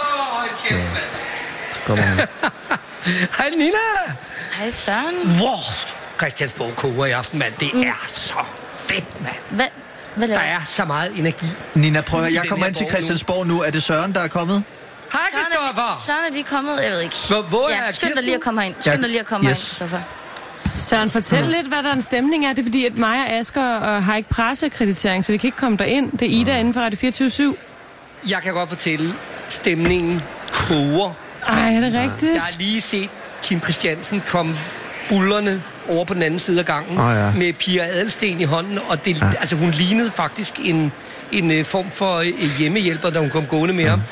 Speaker 3: Hej, Nina!
Speaker 6: Hej, Søren.
Speaker 3: Wow, Christiansborg koger i aften, mand. Det er så fedt, mand.
Speaker 6: Hvad
Speaker 3: der er så meget energi.
Speaker 5: Nina, prøv at jeg kommer ind til Christiansborg nu. Er det Søren, der er kommet?
Speaker 3: Hej, Christoffer!
Speaker 6: Søren er de kommet, jeg ved ikke.
Speaker 3: Hvor er
Speaker 6: Skynd dig lige at komme herind. Christoffer.
Speaker 4: Søren, fortæl lidt, hvad der er en stemning er. Det er fordi, at mig og Asger har ikke presseakkreditering, så vi kan ikke komme derind. Det er Ida inden for Radio 24/7.
Speaker 3: Jeg kan godt fortælle, stemningen koger.
Speaker 4: Ej, er det rigtigt?
Speaker 3: Jeg har lige set Kim Christiansen komme bullerne over på den anden side af gangen med Pia Adelsten i hånden, og altså, hun lignede faktisk en form for hjemmehjælper, da hun kom gående med ham.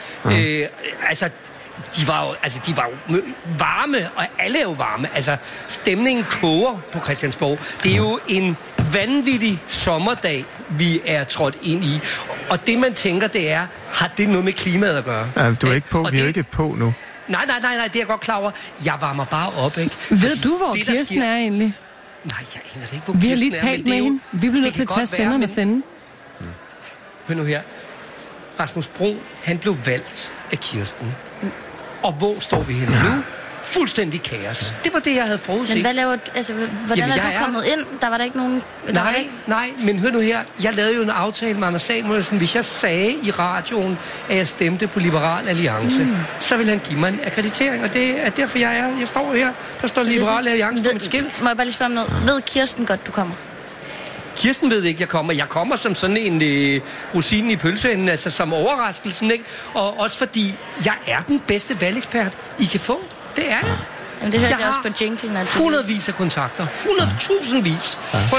Speaker 3: De var jo varme, og alle er jo varme. Altså, stemningen koger på Christiansborg. Det er jo en vanvittig sommerdag, vi er trådt ind i. Og det, man tænker, det er, har det noget med klimaet at gøre?
Speaker 2: Ja, du er ikke på. Vi er jo ikke på nu.
Speaker 3: Nej, det er jeg godt klar over. Jeg varmer bare op, ikke?
Speaker 4: Ved du, hvor Kirsten er egentlig?
Speaker 3: Nej, jeg aner det ikke, hvor Kirsten er.
Speaker 4: Vi har lige talt med hende. Vi bliver nødt til at tage senderne sende.
Speaker 3: Hør nu her. Rasmus Bro, han blev valgt af Kirsten. Og hvor står vi henne nu? Fuldstændig kaos. Det var det, jeg havde forudset.
Speaker 6: Men hvad laver hvordan er du kommet ind? Der var der ikke nogen...
Speaker 3: Nej, men hør nu her. Jeg lavede jo en aftale med Anders Samuelsen. Hvis jeg sagde i radioen, at jeg stemte på Liberal Alliance, så ville han give mig en akkreditering. Og det er derfor, jeg står her. Der står Liberal Alliance på mit skilt.
Speaker 6: Må jeg bare lige spørge om noget? Ved Kirsten godt, du kommer?
Speaker 3: Kirsten ved ikke, jeg kommer. Jeg kommer som sådan en rosinen i pølseenden, altså som overraskelsen, ikke? Og også fordi, jeg er den bedste valgekspert, I kan få. Det er jeg.
Speaker 6: Jamen, det hørte jeg også på jinglen.
Speaker 3: Hundredvis af kontakter. 100.000vis.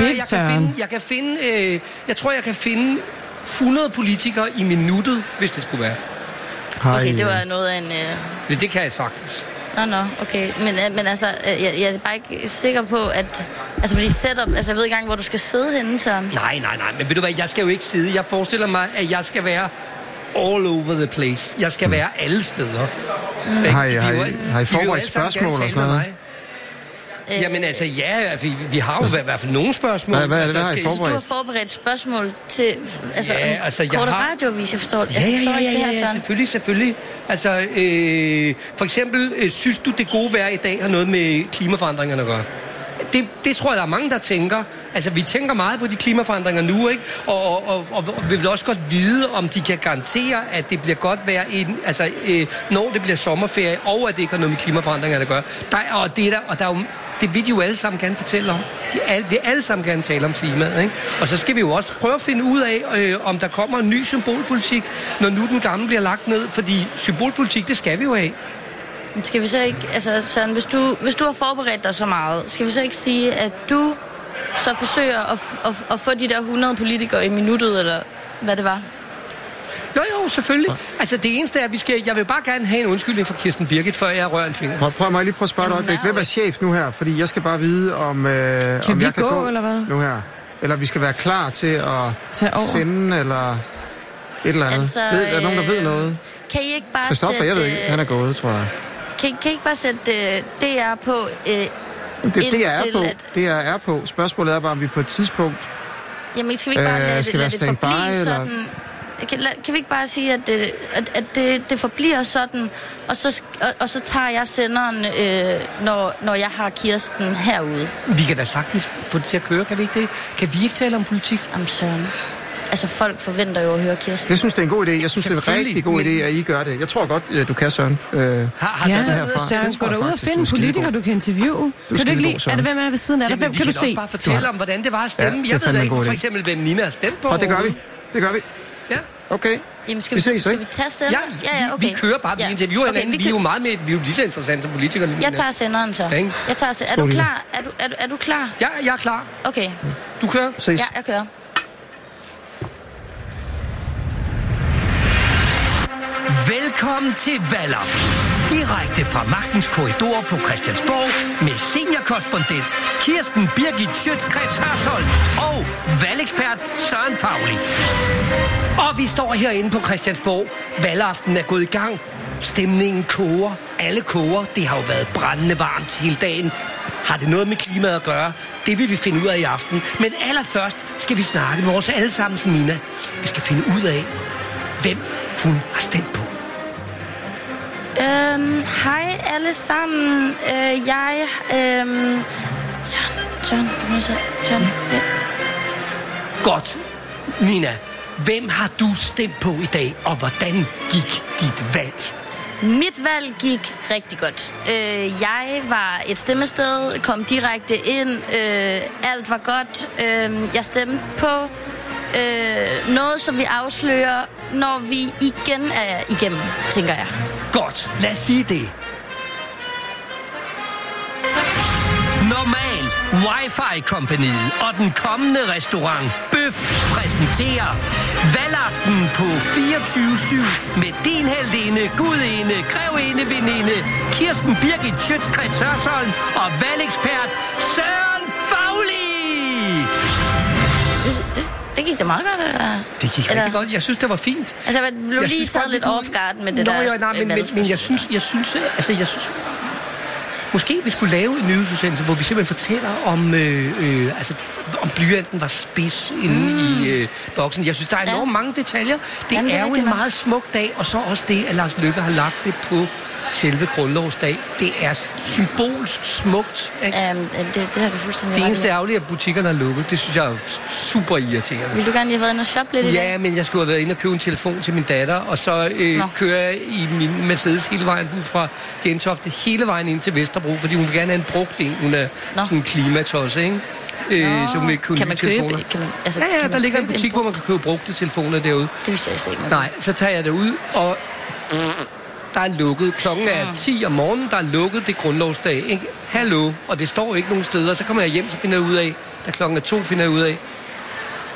Speaker 3: Jeg tror, jeg kan finde 100 politikere i minuttet, hvis det skulle være.
Speaker 6: Okay, det var noget af en...
Speaker 3: Det kan jeg sagtens.
Speaker 6: Nå, okay. Men altså, jeg er bare ikke sikker på, at... Altså, fordi setup... Altså, jeg ved ikke engang, hvor du skal sidde henne, Søren.
Speaker 3: Nej. Men ved du hvad, jeg skal jo ikke sidde. Jeg forestiller mig, at jeg skal være all over the place. Jeg skal være alle steder.
Speaker 2: Har I forberedt spørgsmål og sådan noget?
Speaker 3: Jamen altså, vi har jo i hvert fald nogle spørgsmål.
Speaker 2: Hvad er det, der har I forberedt?
Speaker 6: Du har forberedt spørgsmål til
Speaker 3: korte
Speaker 6: radiovis, jeg forstår.
Speaker 3: Ja, selvfølgelig. Altså, for eksempel, synes du, det gode vejr i dag har noget med klimaforandringerne at gøre? Det tror jeg, der er mange, der tænker. Altså, vi tænker meget på de klimaforandringer nu, ikke? Og vi vil også godt vide, om de kan garantere, at det bliver godt vejr, når det bliver sommerferie, og at det ikke har noget med klimaforandringer at gøre. Det vil de jo alle sammen gerne fortælle om. De vil alle sammen gerne tale om klimaet, ikke? Og så skal vi jo også prøve at finde ud af, om der kommer en ny symbolpolitik, når nu den gamle bliver lagt ned. Fordi symbolpolitik, det skal vi jo have.
Speaker 6: Skal vi så ikke... Altså, Søren, hvis du har forberedt dig så meget, skal vi så ikke sige, at du så forsøger at få de der 100 politikere i minuttet, eller hvad det var?
Speaker 3: Jo, selvfølgelig. Altså, det eneste er, at jeg vil bare gerne have en undskyldning fra Kirsten Birgit, før jeg rører en finger.
Speaker 2: Prøv lige at spørge et øjeblik. Hvem er chef nu her? Fordi jeg skal bare vide, om jeg kan gå
Speaker 4: eller hvad?
Speaker 2: Nu her. Eller vi skal være klar til at sende, eller et eller andet. Altså, er der nogen, der ved noget?
Speaker 6: Kan I ikke bare
Speaker 2: Christoffer, jeg ved ikke. Han er gået, tror jeg.
Speaker 6: Kan I ikke bare sætte DR på...
Speaker 2: Det er på. Spørgsmålet er bare, om vi på et tidspunkt...
Speaker 6: Jamen, skal vi ikke bare lade det forblive sådan... Kan vi ikke bare sige, at det forbliver sådan, og så tager jeg senderen, når jeg har Kirsten herude?
Speaker 3: Vi kan da sagtens få det til at køre, kan vi ikke det? Kan vi ikke tale om politik?
Speaker 6: Jamen, Søren. Altså, folk forventer jo at høre Kirsten.
Speaker 2: Det synes, det er en god idé. Jeg synes, det er en rigtig god idé, at I gør det. Jeg tror godt, du kan, Søren.
Speaker 4: Søren, gå derud og finde en politiker, du kan interviewe. Kan du ikke lide? Er det hvem er ved siden af dig? Hvem kan du se?
Speaker 3: Vi kan også bare fortælle om, hvordan det var at stemme. Jeg ved da ikke, for eksempel, hvem Nina har stemt på.
Speaker 2: Og det gør vi. Ja. Okay.
Speaker 6: Jamen, skal vi tage senderen?
Speaker 3: Ja, okay. Vi kører bare. Vi interviewer hinanden. Vi er jo meget mere... Vi er jo lige så interessante som politikere.
Speaker 6: Jeg tager senderen så. Er du klar? Er du klar?
Speaker 3: Ja, jeg er klar.
Speaker 6: Okay.
Speaker 3: Du kører?
Speaker 6: Ja, jeg kører.
Speaker 3: Velkommen til Valaf. Direkte fra Magtens Korridor på Christiansborg med seniorkorrespondent Kirsten Birgit Schøtz-Krets Hørsholm og valgekspert Søren Fauli. Og vi står herinde på Christiansborg. Valgaften er gået i gang. Stemningen koger. Alle koger. Det har jo været brændende varmt hele dagen. Har det noget med klimaet at gøre? Det vil vi finde ud af i aften. Men allerførst skal vi snakke med vores allesammens Nina. Vi skal finde ud af, hvem hun har stemt på.
Speaker 6: Hej alle sammen. John, ja.
Speaker 3: Godt. Nina, hvem har du stemt på i dag, og hvordan gik dit valg?
Speaker 6: Mit valg gik rigtig godt. Jeg var et stemmested, kom direkte ind. Alt var godt. Jeg stemte på noget, som vi afslører, når vi igen er igennem, tænker jeg.
Speaker 3: Godt, lad os sige det. Normal, Wi-Fi-kompagniet og den kommende restaurant Bøf præsenterer Valgaften på 24/7 med din heldinde, gudinde, grevinde, veninde, Kirsten Birgit Schøtz-Krets Hørsholm og valgekspert Søren Fauli.
Speaker 6: Det gik da meget godt, eller?
Speaker 3: Det gik rigtig godt. Jeg synes, det var fint.
Speaker 6: Altså, jeg blev lige taget lidt off-guard med det der.
Speaker 3: Men jeg synes, måske vi skulle lave en nyhedsudsendelse, hvor vi simpelthen fortæller om blyanten var spids inde i boksen. Jeg synes, der er enormt mange detaljer. Det er jo en meget smuk dag, og så også det, at Lars Løkke har lagt det på selve grundlovsdag. Det er symbolsk smukt.
Speaker 6: Det har du fuldstændig.
Speaker 3: Det eneste ærgerlige, at butikkerne er lukket, det synes jeg er super irriterende.
Speaker 6: Vil du gerne lige have været inde og shoppe lidt i dag?
Speaker 3: Ja, men jeg skulle have været inde og købe en telefon til min datter, og så kører jeg i min Mercedes hele vejen ud fra Gentofte, hele vejen ind til Vesterbro, fordi hun vil gerne have en brugt en. Hun er sådan en klimatosse, ikke? Så hun vil købe
Speaker 6: kan man
Speaker 3: telefoner. Ja, der ligger en butik, hvor man kan købe brugte telefoner derude.
Speaker 6: Det vidste jeg ikke.
Speaker 3: Nej, så tager jeg det ud, og der er lukket. Klokken er 10 om morgenen, der er lukket, det er grundlovsdag, ikke? Hallo, og det står ikke nogen steder. Så kommer jeg hjem, så finder jeg ud af, da klokken er 2, finder jeg ud af,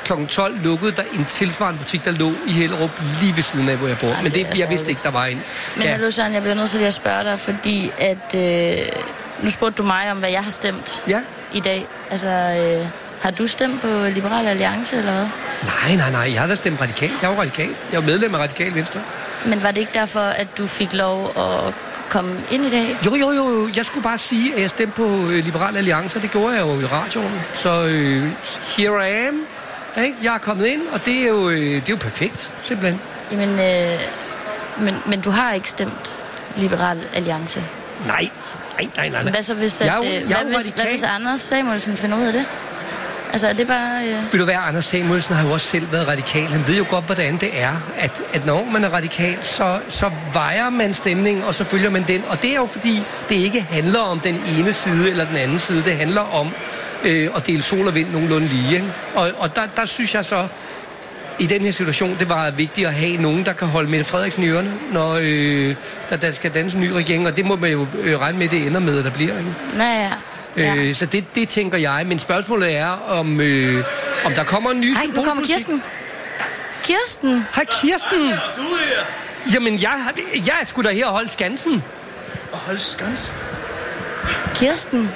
Speaker 3: kl. 12 lukkede der en tilsvarende butik, der lå i Hellerup lige ved siden af, hvor jeg bor. Men jeg vidste ikke, der var en.
Speaker 6: Men hallo Søren, jeg bliver nødt til at spørge dig, fordi at... nu spurgte du mig om, hvad jeg har stemt i dag. Altså, har du stemt på Liberal Alliance, eller hvad?
Speaker 3: Nej. Jeg har da stemt radikal. Jeg er jo radikal. Jeg er jo medlem af Radikal Venstre.
Speaker 6: Men var det ikke derfor, at du fik lov at komme ind i dag?
Speaker 3: Jo. Jeg skulle bare sige, at jeg stemte på Liberal Alliance, det gjorde jeg jo i radioen. Så here I am. Ikke? Jeg er kommet ind, og det er jo perfekt, simpelthen.
Speaker 6: Jamen, men du har ikke stemt Liberal Alliance?
Speaker 3: Nej.
Speaker 6: Hvad så hvis, hvad hvis Anders Samuelsen finder ud af det? Altså, er det bare...
Speaker 3: Vil du være, Anders Samuelsen har jo også selv været radikal. Han ved jo godt, hvordan det er, at når man er radikal, så vejer man stemningen, og så følger man den. Og det er jo fordi, det ikke handler om den ene side eller den anden side. Det handler om at dele sol og vind nogenlunde lige. Ikke? Og der synes jeg så, i den her situation, det var vigtigt at have nogen, der kan holde Mette Frederiksen i ørerne, når der skal danse en ny regering. Og det må man jo regne med, det ender med, at der bliver. Ikke?
Speaker 6: Ja.
Speaker 3: Så det tænker jeg. Men spørgsmålet er, om der kommer en ny symbolpolitik.
Speaker 6: Hej, nu kommer Kirsten.
Speaker 3: Hej, Kirsten.
Speaker 12: Du her?
Speaker 3: Jamen, jeg er sgu da her og holde skansen.
Speaker 12: Og holde skansen?
Speaker 6: Kirsten.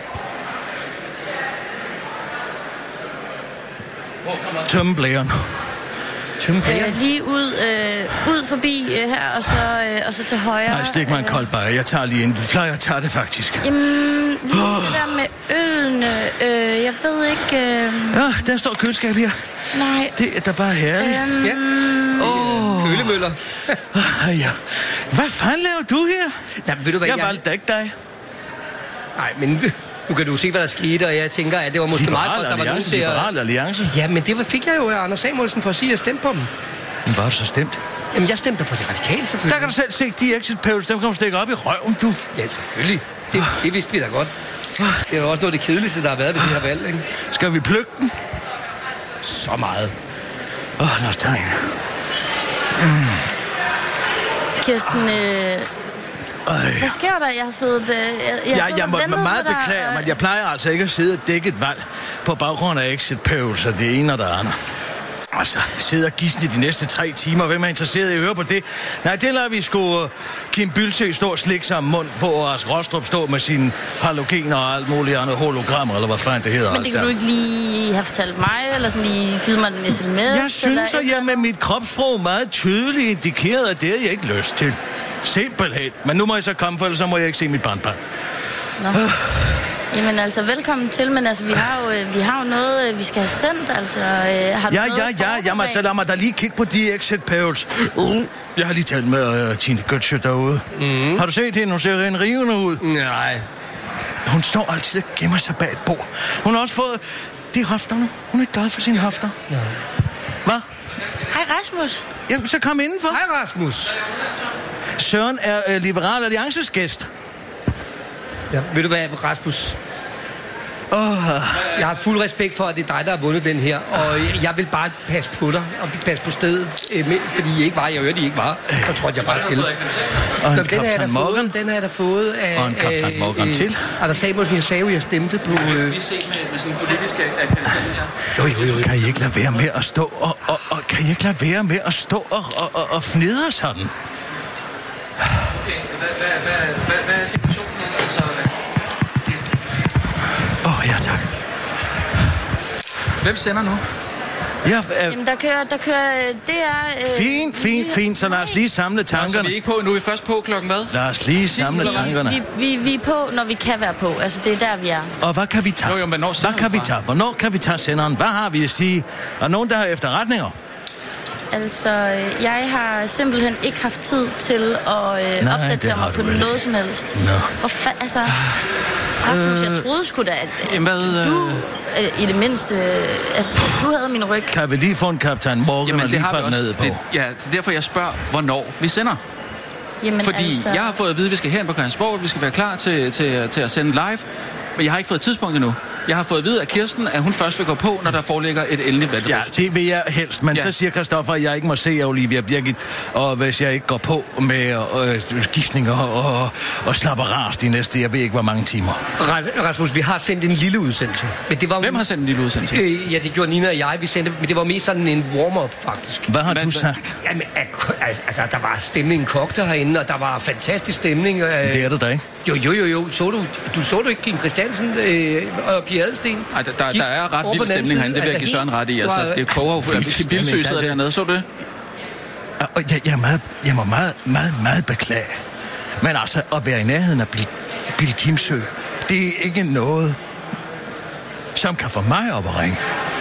Speaker 12: Tømmeblæren.
Speaker 6: Lige ud forbi her, og så til højre.
Speaker 12: Nej, stik mig en kold bajer. Jeg tager lige en. Du plejer at tage det, faktisk.
Speaker 6: Jamen, lige det der med ølene. Jeg ved ikke...
Speaker 12: Ja, der står køleskab her.
Speaker 6: Nej.
Speaker 12: Det er da bare herligt.
Speaker 3: Kølemøller.
Speaker 12: Ja. Hvad fanden laver du her?
Speaker 3: Jamen, ved du hvad,
Speaker 12: jeg valgte ikke dig.
Speaker 3: Nej, men... Nu kan du se, hvad der skete, og jeg tænker, at det var måske meget godt, der var nogen til
Speaker 12: Liberal Alliance?
Speaker 3: Ja, men det fik jeg jo af Anders Samuelsen for at sige, at jeg stemte på dem.
Speaker 12: Men var du så stemt?
Speaker 3: Jamen, jeg stemte på det radikale, selvfølgelig.
Speaker 12: Der kan du selv se, de exit polls, dem kan du stikke op i røven, du.
Speaker 3: Ja, selvfølgelig. Det vidste vi da godt. Det er jo også noget af det kedeligste, der har været ved det her valg, ikke?
Speaker 12: Skal vi plukke den?
Speaker 3: Så meget.
Speaker 12: Lad os tage
Speaker 6: Kirsten, hvad sker der? Jeg har siddet...
Speaker 12: Jeg må meget beklage, men jeg plejer altså ikke at sidde og dække et valg på baggrund af exit polls og det ene og det andet. Altså, sidde og gisne de næste 3 timer. Hvem er interesseret i at høre på det? Nej, det lader vi sgu Kim Bylsø stå og slikke sig om mund på, og Ask Rostrup stå med sine halogener og alt muligt andet hologrammer, eller hvad fanden det hedder.
Speaker 6: Men det kan du ikke lige have fortalt mig, eller sådan lige givet mig den sms?
Speaker 12: Jeg synes, at jeg med mit kropssprog meget tydeligt indikeret, at det har jeg ikke lyst til. Simpelthen. Men nu må jeg så komme, for ellers så må jeg ikke se mit barnbarn.
Speaker 6: Jamen altså, velkommen til, men altså, vi har jo noget, vi skal have sendt, altså, har du noget
Speaker 12: jamen, så lad mig da lige kigge på de exit polls. Jeg har lige talt med Tine Götze derude. Har du set hende? Hun ser rent rivende ud.
Speaker 3: Nej.
Speaker 12: Hun står altid og gemmer sig bag et bord. Hun har også fået de hofter nu. Hun er glad for sine hofter.
Speaker 3: Nej.
Speaker 12: Hvad?
Speaker 6: Hej, Rasmus.
Speaker 12: Jamen, så kom indenfor.
Speaker 3: Hej, Rasmus.
Speaker 12: Søren er Liberal Alliances gæst.
Speaker 3: Ja, ved du hvad, Rasmus? Jeg har fuld respekt for, at det er dig, der har vundet den her, og jeg vil bare passe på dig og passe på stedet, fordi I ikke var. Jeg hørte, I ikke var. Så tror jeg bare til.
Speaker 12: Og en Kaptajn Morgan.
Speaker 3: Den har jeg da fået af...
Speaker 12: Og en Kaptajn Morgan til.
Speaker 3: Anders Samuelsen, jeg sagde jo, jeg stemte på...
Speaker 13: Jeg vil lige se med sådan en politisk akkreditering her.
Speaker 12: Jo. Kan I ikke lade være med at stå kan I ikke lade være med at stå og fnidre sådan?
Speaker 13: Okay, hvad er situationen nu? Altså...
Speaker 12: Ja, tak.
Speaker 13: Hvem sender nu?
Speaker 6: Jamen, der kører... Det er...
Speaker 12: Fint. Så lad os lige samle tankerne.
Speaker 13: Så vi er ikke på. Nu er vi først på klokken hvad?
Speaker 12: Lad os lige samle tankerne.
Speaker 6: Vi er på, når vi kan være på. Altså, det er der, vi er.
Speaker 12: Og hvad kan vi tage? Hvornår kan vi tage senderen? Hvad har vi at sige? Er nogen, der har efterretninger?
Speaker 6: Altså, jeg har simpelthen ikke haft tid til at opdatere mig på noget som helst. Altså... Rasmus, jeg troede sgu da, at du, i det mindste, at du havde min ryg.
Speaker 12: Kan vi lige få en Kaptajn Morgan og lige falde ned på?
Speaker 13: Det er derfor, jeg spørger, hvornår vi sender.
Speaker 6: Jamen,
Speaker 13: fordi
Speaker 6: altså...
Speaker 13: jeg har fået at vide, at vi skal hen på Christiansborg, vi skal være klar til at sende live, men jeg har ikke fået tidspunkt endnu. Jeg har fået at vide af Kirsten, at hun først vil gå på, når der foreligger et endeligt valgresultat.
Speaker 12: Ja, det vil jeg helst, men så siger Christoffer, at jeg ikke må se Olivia Birgit, og hvis jeg ikke går på med giftninger og slapperas de næste, jeg ved ikke, hvor mange timer.
Speaker 3: Rasmus, vi har sendt en lille udsendelse. Men det var,
Speaker 13: hvem har sendt en lille udsendelse?
Speaker 3: Ja, det gjorde Nina og jeg. Vi sendte, men det var mest sådan en warm-up, faktisk.
Speaker 12: Hvad har du sagt?
Speaker 3: Jamen, altså, der var stemning kogt herinde, og der var fantastisk stemning.
Speaker 12: Det er det da ikke.
Speaker 3: Jo. Så du ikke Kim Christiansen og Pia Adelsten?
Speaker 13: Nej, der er ret vild stemning herinde, det vil jeg give Søren ret i. Altså, det koger jo for Bildsø sidder dernede, så det?
Speaker 12: Jeg må meget beklage. Men altså, at være i nærheden af Bill Kimsø, det er ikke noget, som kan få mig op at ringe.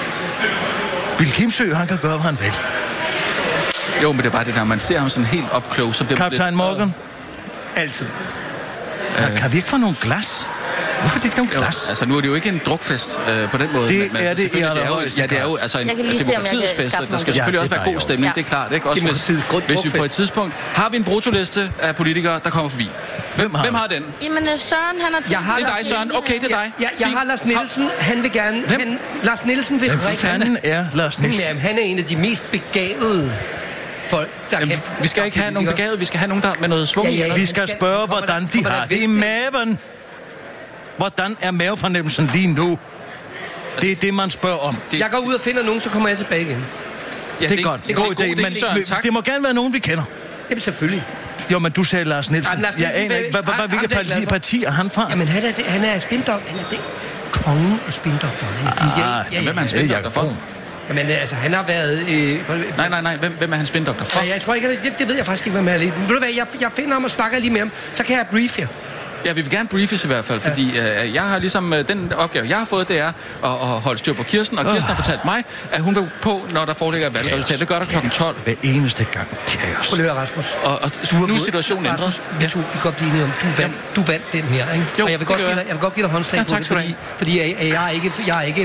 Speaker 12: Bill Kimsø, han kan gøre, hvad han vil.
Speaker 13: Jo, men det er bare det der, man ser ham sådan helt up close. Så
Speaker 12: Kaptajn Morgan?
Speaker 3: Altid.
Speaker 12: Kan vi ikke få nogle glas? Hvorfor er det ikke nogen glas?
Speaker 13: Altså, nu er det jo ikke en drukfest på den måde.
Speaker 12: Det er det i allerhøjeste.
Speaker 13: Ja, det er jo altså en demokratiets fest. Der skal selvfølgelig også være god stemning, det er klart. Ikke? Også hvis vi på et tidspunkt har vi en brutoliste af politikere, der kommer forbi. Hvem har den?
Speaker 6: Jamen, Søren, han har
Speaker 13: det er dig, Søren. Okay, det er dig.
Speaker 3: Jeg har Lars Nielsen. Han vil gerne... Lars Nielsen vil rigtig...
Speaker 12: Hvem fanden er Lars Nielsen?
Speaker 3: Jamen, han er en af de mest begavede folk, der kan...
Speaker 13: Vi skal ikke have nogen begavede, vi skal have nogen, der med noget svung.
Speaker 12: Vi skal spørge, hvordan de har det i maven. Hvordan er mavefornemmelsen lige nu? Det er det, man spørger om.
Speaker 3: Jeg går ud og finder nogen, så kommer jeg tilbage igen.
Speaker 12: Ja, det er godt. Det er god idé, men det må gerne være nogen, vi kender.
Speaker 3: Jamen, selvfølgelig.
Speaker 12: Jo, men du sagde Lars Nielsen. Jeg aner ikke, hvilke partier er han fra?
Speaker 3: Jamen, han er spindoktor. Han er det. Kongen af spindoktoren.
Speaker 13: Hvem er han spindoktor for?
Speaker 3: Jamen, altså, han har været...
Speaker 13: Nej. Hvem er han spindoktor for?
Speaker 3: Jeg tror ikke, det ved jeg faktisk ikke, hvem han er. Ved du hvad, jeg finder ham og snakker lige med ham. Så kan jeg brief jer.
Speaker 13: Ja, vi vil gerne briefes i hvert fald, fordi jeg har ligesom den opgave, jeg har fået, det er at holde styr på Kirsten, og Kirsten har fortalt mig, at hun vil på, når der foreligger et valgresultat. Det gør der klokken 12.
Speaker 12: Hver eneste gang kaos.
Speaker 3: Prøv at høre, Rasmus.
Speaker 13: Og nu er situationen ændret.
Speaker 3: Vi kan godt blive enige om, du vandt den her, ikke?
Speaker 13: Jo,
Speaker 3: og jeg vil godt give dig håndslag på det, fordi jeg er ikke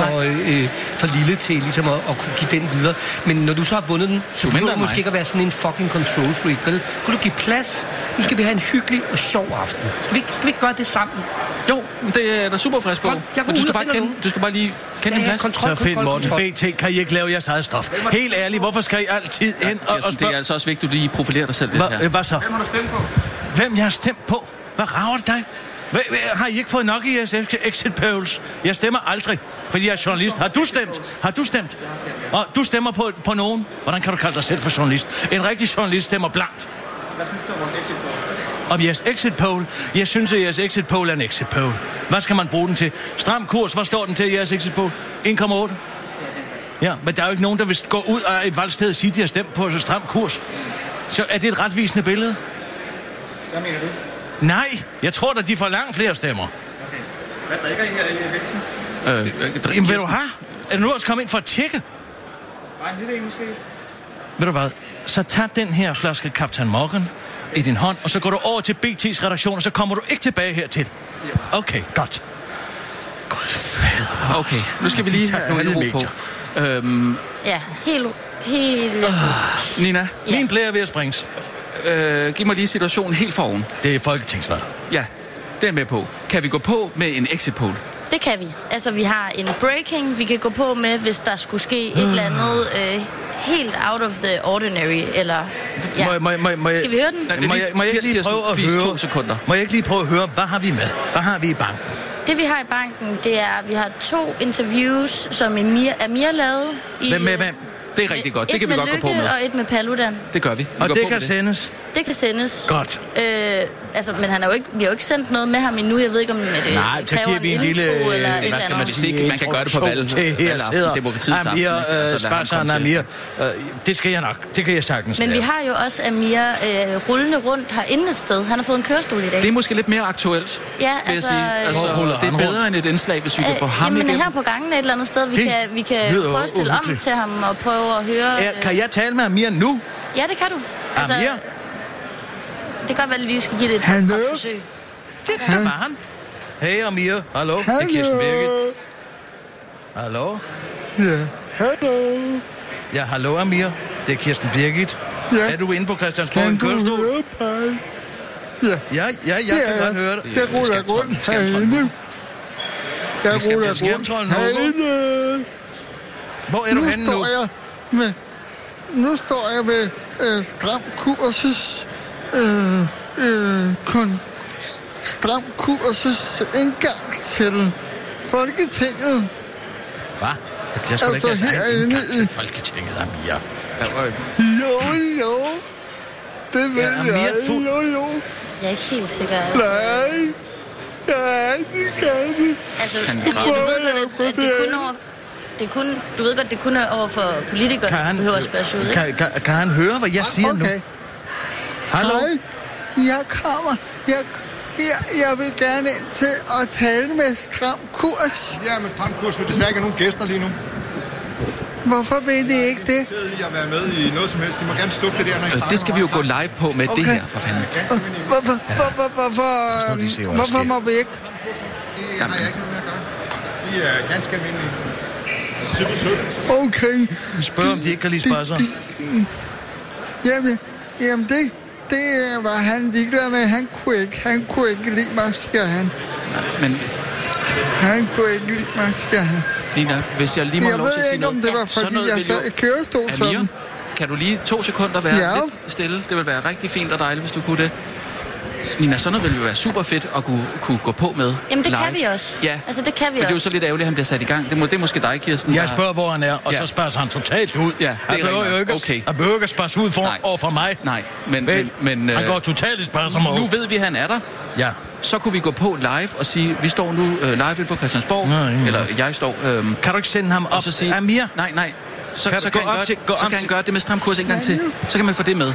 Speaker 3: for lille til ligesom at kunne give den videre. Men når du så har vundet den, så behøver du måske ikke at være sådan en fucking control freak, vel? Kunne du give plads? Nu skal vi have en hyggelig og sjov aften. Skal vi ikke gøre det sammen?
Speaker 13: Jo, det er da super frisk på. Men du skal bare lige kende din plads.
Speaker 12: Så find Morten BT, kan I ikke lave jeres eget stof? Helt ærligt, hvorfor skal I altid hen og spørge?
Speaker 13: Det er altså også vigtigt, at du lige profilerer dig selv.
Speaker 12: Hvad så?
Speaker 13: Hvem har du stemt på?
Speaker 12: Hvem jeg har stemt på? Hvad rager det dig? Har I ikke fået nok i jeres exit polls? Jeg stemmer aldrig, fordi jeg er journalist. Har du stemt? Og du stemmer på nogen? Hvordan kan du kalde dig selv for journalist? En rigtig journalist stemmer blankt.
Speaker 14: Hvad synes du om vores exit poll?
Speaker 12: Om jeres exit poll? Jeg synes, at jeres exit poll er en exit poll. Hvad skal man bruge den til? Stram kurs, hvad står den til, jeres exit poll? 1,8? Ja, men der er jo ikke nogen, der vil gå ud af et valgsted og sige, at de har stemt på så stram kurs. Så er det et retvisende billede?
Speaker 14: Hvad mener du?
Speaker 12: Nej, jeg tror, at de får langt flere stemmer.
Speaker 14: Okay. Hvad drikker I her i væksten?
Speaker 12: Jamen, vil du have? Er du nu også kommet ind for at tjekke?
Speaker 14: Bare en lille en måske.
Speaker 12: Ved du hvad? Så tag den her flaske Kaptajn Morgan i din hånd, og så går du over til BT's redaktion, og så kommer du ikke tilbage hertil. Okay, godt.
Speaker 13: Okay, nu skal vi lige have lidt ro på.
Speaker 6: Ja, helt...
Speaker 13: Nina?
Speaker 6: Ja.
Speaker 12: Min blære er ved at sprænges.
Speaker 13: Giv mig lige situationen helt foroven.
Speaker 12: Det er folketingsvalg.
Speaker 13: Ja, det er med på. Kan vi gå på med en exit poll?
Speaker 6: Det kan vi. Altså, vi har en breaking, vi kan gå på med, hvis der skulle ske et eller andet helt out of the ordinary, eller... Ja. Skal vi høre den?
Speaker 12: Må jeg ikke lige prøve at høre...
Speaker 13: 2 sekunder.
Speaker 12: Må jeg ikke lige prøve at høre, hvad har vi med? Hvad har vi i banken?
Speaker 6: Det, vi har i banken, det er, at vi har 2 interviews, som Amir lavede.
Speaker 12: Hvem med hvem?
Speaker 13: Det er rigtig godt. Det kan vi godt gå på med.
Speaker 6: Og et med Paludan.
Speaker 13: Det gør vi.
Speaker 12: Og det kan sendes?
Speaker 6: Det kan sendes.
Speaker 12: Godt.
Speaker 6: Altså, men han er jo ikke, vi har jo ikke sendt noget med ham endnu. Jeg ved ikke, om det kræver en intro eller et eller andet.
Speaker 13: Hvad skal man sige? Man kan gøre det på valgaften. Demokratiets aften.
Speaker 12: Amir, det skal jeg nok. Det kan jeg sagtens
Speaker 6: lave. Men vi har jo også Amir rullende rundt herinde et sted. Han har fået en kørestol i dag.
Speaker 13: Det er måske lidt mere aktuelt,
Speaker 6: ja,
Speaker 13: vil jeg sige. Det er bedre end et indslag, hvis vi kan få ham
Speaker 6: igennem.
Speaker 13: Jamen
Speaker 6: her på gangen et eller andet sted. Vi kan prøve at stille om til ham og prøve at høre...
Speaker 12: Kan jeg tale med Amir nu?
Speaker 6: Ja, det kan du. Altså,
Speaker 12: Amir?
Speaker 6: Det kan godt være, at vi lige skal give det et forsøg.
Speaker 12: Der var han. Hey Amir, hallo. Det er Kirsten Birgit. Hallo?
Speaker 2: Ja, hallo.
Speaker 12: Ja, hallo Amir. Det er Kirsten Birgit. Ja. Er du inde på Christiansborg i en kørestol?
Speaker 2: Ja,
Speaker 12: jeg kan godt høre det.
Speaker 2: Jeg ruller rundt herinde.
Speaker 12: Vi skal på skærmtrollen nu. Hvor er du henne nu?
Speaker 15: Nu står jeg ved Stram Kurses Stram Kurses indgang til Folketinget.
Speaker 12: Hvad? Jeg skal altså, ikke have indgang til Folketinget, Amir.
Speaker 15: Jo. Det ved jeg. Jo.
Speaker 6: Jeg er ikke helt sikker, altså.
Speaker 15: Nej. Ja, det kan det.
Speaker 6: Altså, du ved godt, at det kun over... Du ved godt, det kun er over for politikere, der behøver at spørge ud, ikke?
Speaker 12: Kan han høre, hvad jeg siger nu? Hallo?
Speaker 15: Hej, jeg kommer. Jeg vil gerne ind til at tale med Stram Kurs.
Speaker 9: Ja, med Stram Kurs vil desværre ikke have nogen gæster lige nu.
Speaker 15: Hvorfor vil de ikke det?
Speaker 9: Jeg er at være med i noget som helst. De må gerne slukke det der, når I starter.
Speaker 13: Det skal vi jo gå live på med det her, for fanden.
Speaker 15: Hvorfor må vi ikke?
Speaker 9: Det har jeg ikke noget med at gøre. Vi er ganske almindelige.
Speaker 15: Okay.
Speaker 12: Spørg om de ikke kan lide spasser.
Speaker 15: Jamen det var han ligeglad med. Han kunne ikke lide mig, siger han.
Speaker 13: Men...
Speaker 15: Han kunne ikke lide mig, siger han.
Speaker 13: Lina, hvis jeg lige må lov til at sige noget.
Speaker 15: Jeg ved ikke, om det var, fordi jeg sad i kørestol sådan.
Speaker 13: Kan du lige 2 sekunder være lidt stille? Det vil være rigtig fint og dejligt, hvis du kunne det. Nina, sådan noget ville jo være super fedt at kunne gå på med.
Speaker 6: Jamen, det
Speaker 13: live.
Speaker 6: Kan vi også.
Speaker 13: Ja.
Speaker 6: Altså, det kan vi
Speaker 13: men
Speaker 6: også.
Speaker 13: det er jo så lidt ærgerligt, at han bliver sat i gang. Det er måske dig, Kirsten.
Speaker 12: Jeg spørger, hvor han er, og så spørger han totalt ud.
Speaker 13: Ja, det er
Speaker 12: okay. Han behøver ikke at spørge ud over for mig.
Speaker 13: Nej, men
Speaker 12: han går totalt i spørgsmål.
Speaker 13: Nu ved vi, at han er der.
Speaker 12: Ja.
Speaker 13: Så kunne vi gå på live og sige, vi står nu live på Christiansborg. Eller jeg står...
Speaker 12: Kan du ikke sende ham op?
Speaker 13: Og så sige,
Speaker 12: Amir?
Speaker 13: Nej. Så kan han gøre det med Stram Kurs en gang til. Så kan man få det med.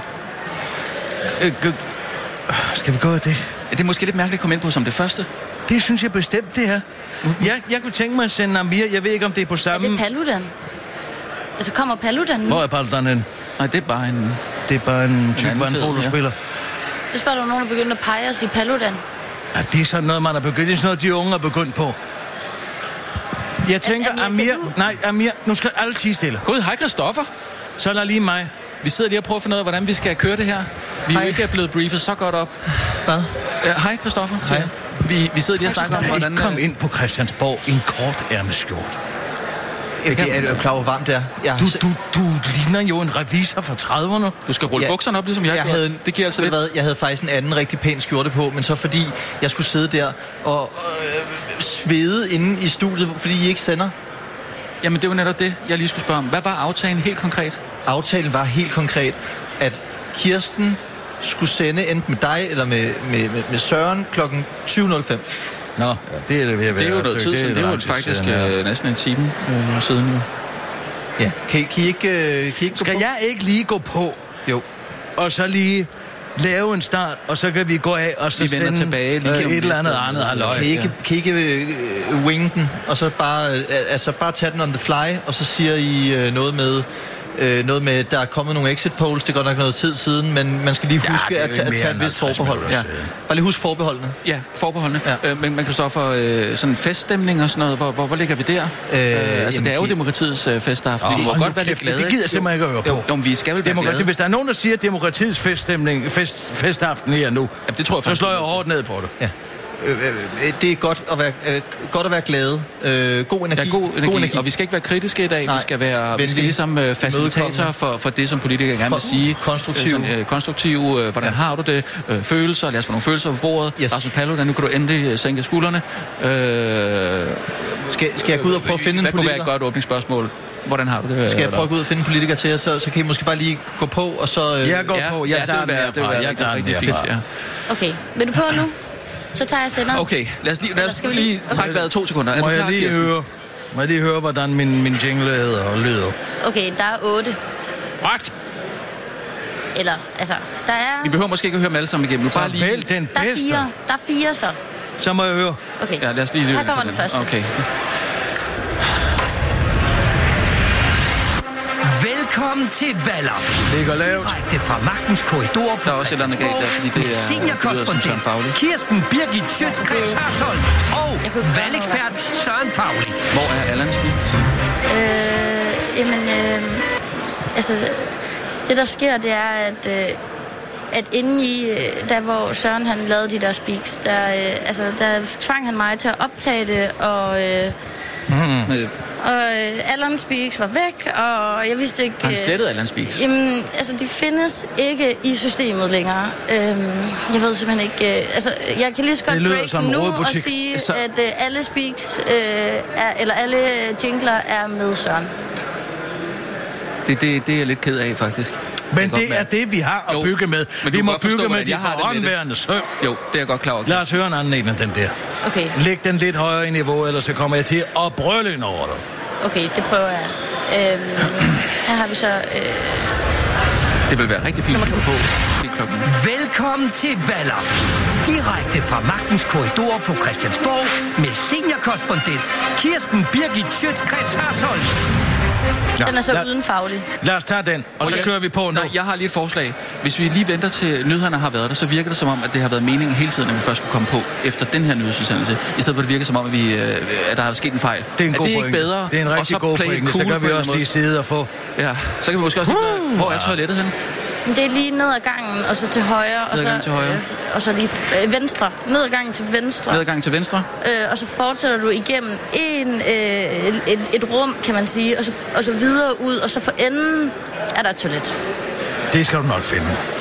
Speaker 12: Skal vi gå af det?
Speaker 13: Det er måske lidt mærkeligt at komme ind på som det første.
Speaker 12: Det synes jeg bestemt, det her. Jeg kunne tænke mig at sende Amir. Jeg ved ikke, om det er på samme...
Speaker 6: Er det Paludan? Altså, kommer Paludan nu?
Speaker 12: Hvor er Paludan hen?
Speaker 13: Nej, det er bare en...
Speaker 12: Det er bare en type vandpolospiller.
Speaker 6: Det spørger der nogen, der begynder at pege os i Paludan.
Speaker 12: Ja, det er sådan noget, man er begyndt. Det er sådan noget, de unge er begyndt på. Jeg tænker, Amir, nu skal alle tige stille.
Speaker 13: Gud, hej Christoffer.
Speaker 12: Så lad lige mig.
Speaker 13: Vi sidder lige og prøver at finde ud af, hvordan vi skal køre det her. Vi er jo ikke blevet briefet så godt op.
Speaker 2: Hvad?
Speaker 13: Hej Christoffer. Hej. Vi sidder lige og snakker om, hvordan...
Speaker 12: Kom ind på Christiansborg i en kort ærmeskjorte.
Speaker 2: Er du klar, hvor varmt det er?
Speaker 12: Du ligner jo en revisor fra 30'erne.
Speaker 13: Du skal rulle bukserne op, ligesom jeg
Speaker 2: havde.
Speaker 13: Det giver altså lidt...
Speaker 2: Jeg havde faktisk en anden rigtig pæn skjorte på, men så fordi jeg skulle sidde der og svede inde i studiet, fordi I ikke sender.
Speaker 13: Jamen, det var netop det, jeg lige skulle spørge om. Hvad var aftalen helt konkret?
Speaker 2: Aftalen var helt konkret, at Kirsten skulle sende enten med dig eller med Søren kl. 20.05.
Speaker 12: Nå, ja, det er det ved at være.
Speaker 13: Det er jo noget tid siden. Det er jo faktisk næsten en time siden nu.
Speaker 2: Ja, kan I ikke
Speaker 12: Skal jeg ikke lige gå på?
Speaker 2: Jo.
Speaker 12: Og så lige lave en start, og så kan vi gå af og så
Speaker 13: vi vender tilbage lige
Speaker 12: et eller andet halløj.
Speaker 2: Kan I ikke winge den, og så bare tage den on the fly, og så siger I noget med, der er kommet nogle exit polls, det er godt nok noget tid siden, men man skal lige huske at tage et vist forbehold. Ja. Bare lige husk forbeholdene.
Speaker 13: Ja, forbeholdene. Ja. Men Christoffer, sådan feststemning og sådan noget, hvor ligger vi der? Altså, det er jo demokratiets festaften. Vi må godt være lidt glade.
Speaker 12: Det gider jeg simpelthen ikke at høre på.
Speaker 13: Jo, vi skal vel være glade.
Speaker 12: Hvis der er nogen, der siger demokratiets festaften her nu,
Speaker 13: det tror jeg
Speaker 12: så slår jeg hårdt ned på det.
Speaker 2: Ja. Det er godt at være glade. God energi.
Speaker 13: Ja, god energi. Og vi skal ikke være kritiske i dag. Nej. Vi skal ligesom facilitator for det, som politikere gerne vil sige. Konstruktiv. Hvordan har du det? Følelser. Lad os få nogle følelser på bordet. Yes. Rasmus Paludan, nu kan du endelig sænke skuldrene.
Speaker 2: Skal jeg gå ud og prøve at finde en politiker?
Speaker 13: Hvad kunne være et godt åbningsspørgsmål? Hvordan har du det?
Speaker 2: Skal jeg prøve at gå ud og finde en politiker til jer, så kan I måske bare lige gå på, og så...
Speaker 12: Jeg går på. Jeg tager den herfra. Jeg tager den herfra.
Speaker 6: Okay. Vil du på nu? Så tager jeg sender.
Speaker 13: Okay, lad os lige trække vejret 2 sekunder.
Speaker 12: Må jeg lige høre, hvordan min jingle hedder og lyder?
Speaker 6: Okay, der er 8.
Speaker 12: What?
Speaker 6: Eller, altså, der er...
Speaker 13: Vi behøver måske ikke at høre dem alle sammen igennem.
Speaker 12: Bare lige... Vælg den bedste.
Speaker 6: Der er 4 så.
Speaker 12: Så må jeg høre.
Speaker 6: Okay,
Speaker 13: ja, lad os lige
Speaker 6: her kommer den første.
Speaker 13: Okay.
Speaker 3: Velkommen til Valder.
Speaker 12: Ligger lavt.
Speaker 3: Direkte fra Magtens Korridor på
Speaker 13: der er også et eller andet galt der, fordi det er
Speaker 3: seniorkorrespondent Kirsten Birgit Schøtz-Krets Hørsholm og valgekspert Søren Fauli.
Speaker 13: Hvor er Allan Spils?
Speaker 6: Altså, det der sker, det er, at at inde i, der hvor Søren han lavede de der speaks, der tvang han mig til at optage det, og Allan Speaks var væk, og jeg vidste ikke...
Speaker 13: Han slettede Allan Speaks?
Speaker 6: Jamen, altså, de findes ikke i systemet længere. Jeg ved simpelthen ikke... jeg kan lige så godt break nu og sige, at alle Speaks, eller alle jingler er med Søren.
Speaker 13: Det er jeg lidt ked af, faktisk.
Speaker 12: Men det er det, vi har at bygge med. Vi må bygge med de foranværende søm.
Speaker 13: Jo, det er jeg godt klar over.
Speaker 12: Lad os høre en anden en end den der.
Speaker 6: Okay.
Speaker 12: Læg den lidt højere i niveau, ellers så kommer jeg til at brøle ind over dig.
Speaker 6: Okay, det prøver jeg. Her har vi så...
Speaker 13: Det vil være rigtig fint at på i klokken.
Speaker 3: Velkommen til Valaf. Direkte fra Magtens Korridor på Christiansborg med seniorkorrespondent Kirsten Birgit Schøtz-Krets Hørsholm.
Speaker 6: Den er så uden faglig.
Speaker 12: Lad os tage den, og så kører vi på nu.
Speaker 13: Nej, jeg har lige et forslag. Hvis vi lige venter til nyhederne har været der, så virker det som om, at det har været meningen hele tiden, at vi først skulle komme på efter den her nyhedsudsendelse. I stedet for det virker som om, at der har sket en fejl.
Speaker 12: Det er en god
Speaker 13: det
Speaker 12: pointe.
Speaker 13: ikke bedre?
Speaker 12: Det er en rigtig god pointe. Så kan vi også lige sidde og få...
Speaker 13: Ja, så kan vi måske også lige... Hvor er toilettet henne?
Speaker 6: Det er lige ned ad gangen, og så til højre, og så lige venstre. Ned ad gangen til venstre.
Speaker 13: Ned ad gangen til venstre.
Speaker 6: Og så fortsætter du igennem et rum, kan man sige, og så videre ud, og så for enden er der et toilet.
Speaker 12: Det skal du nok finde.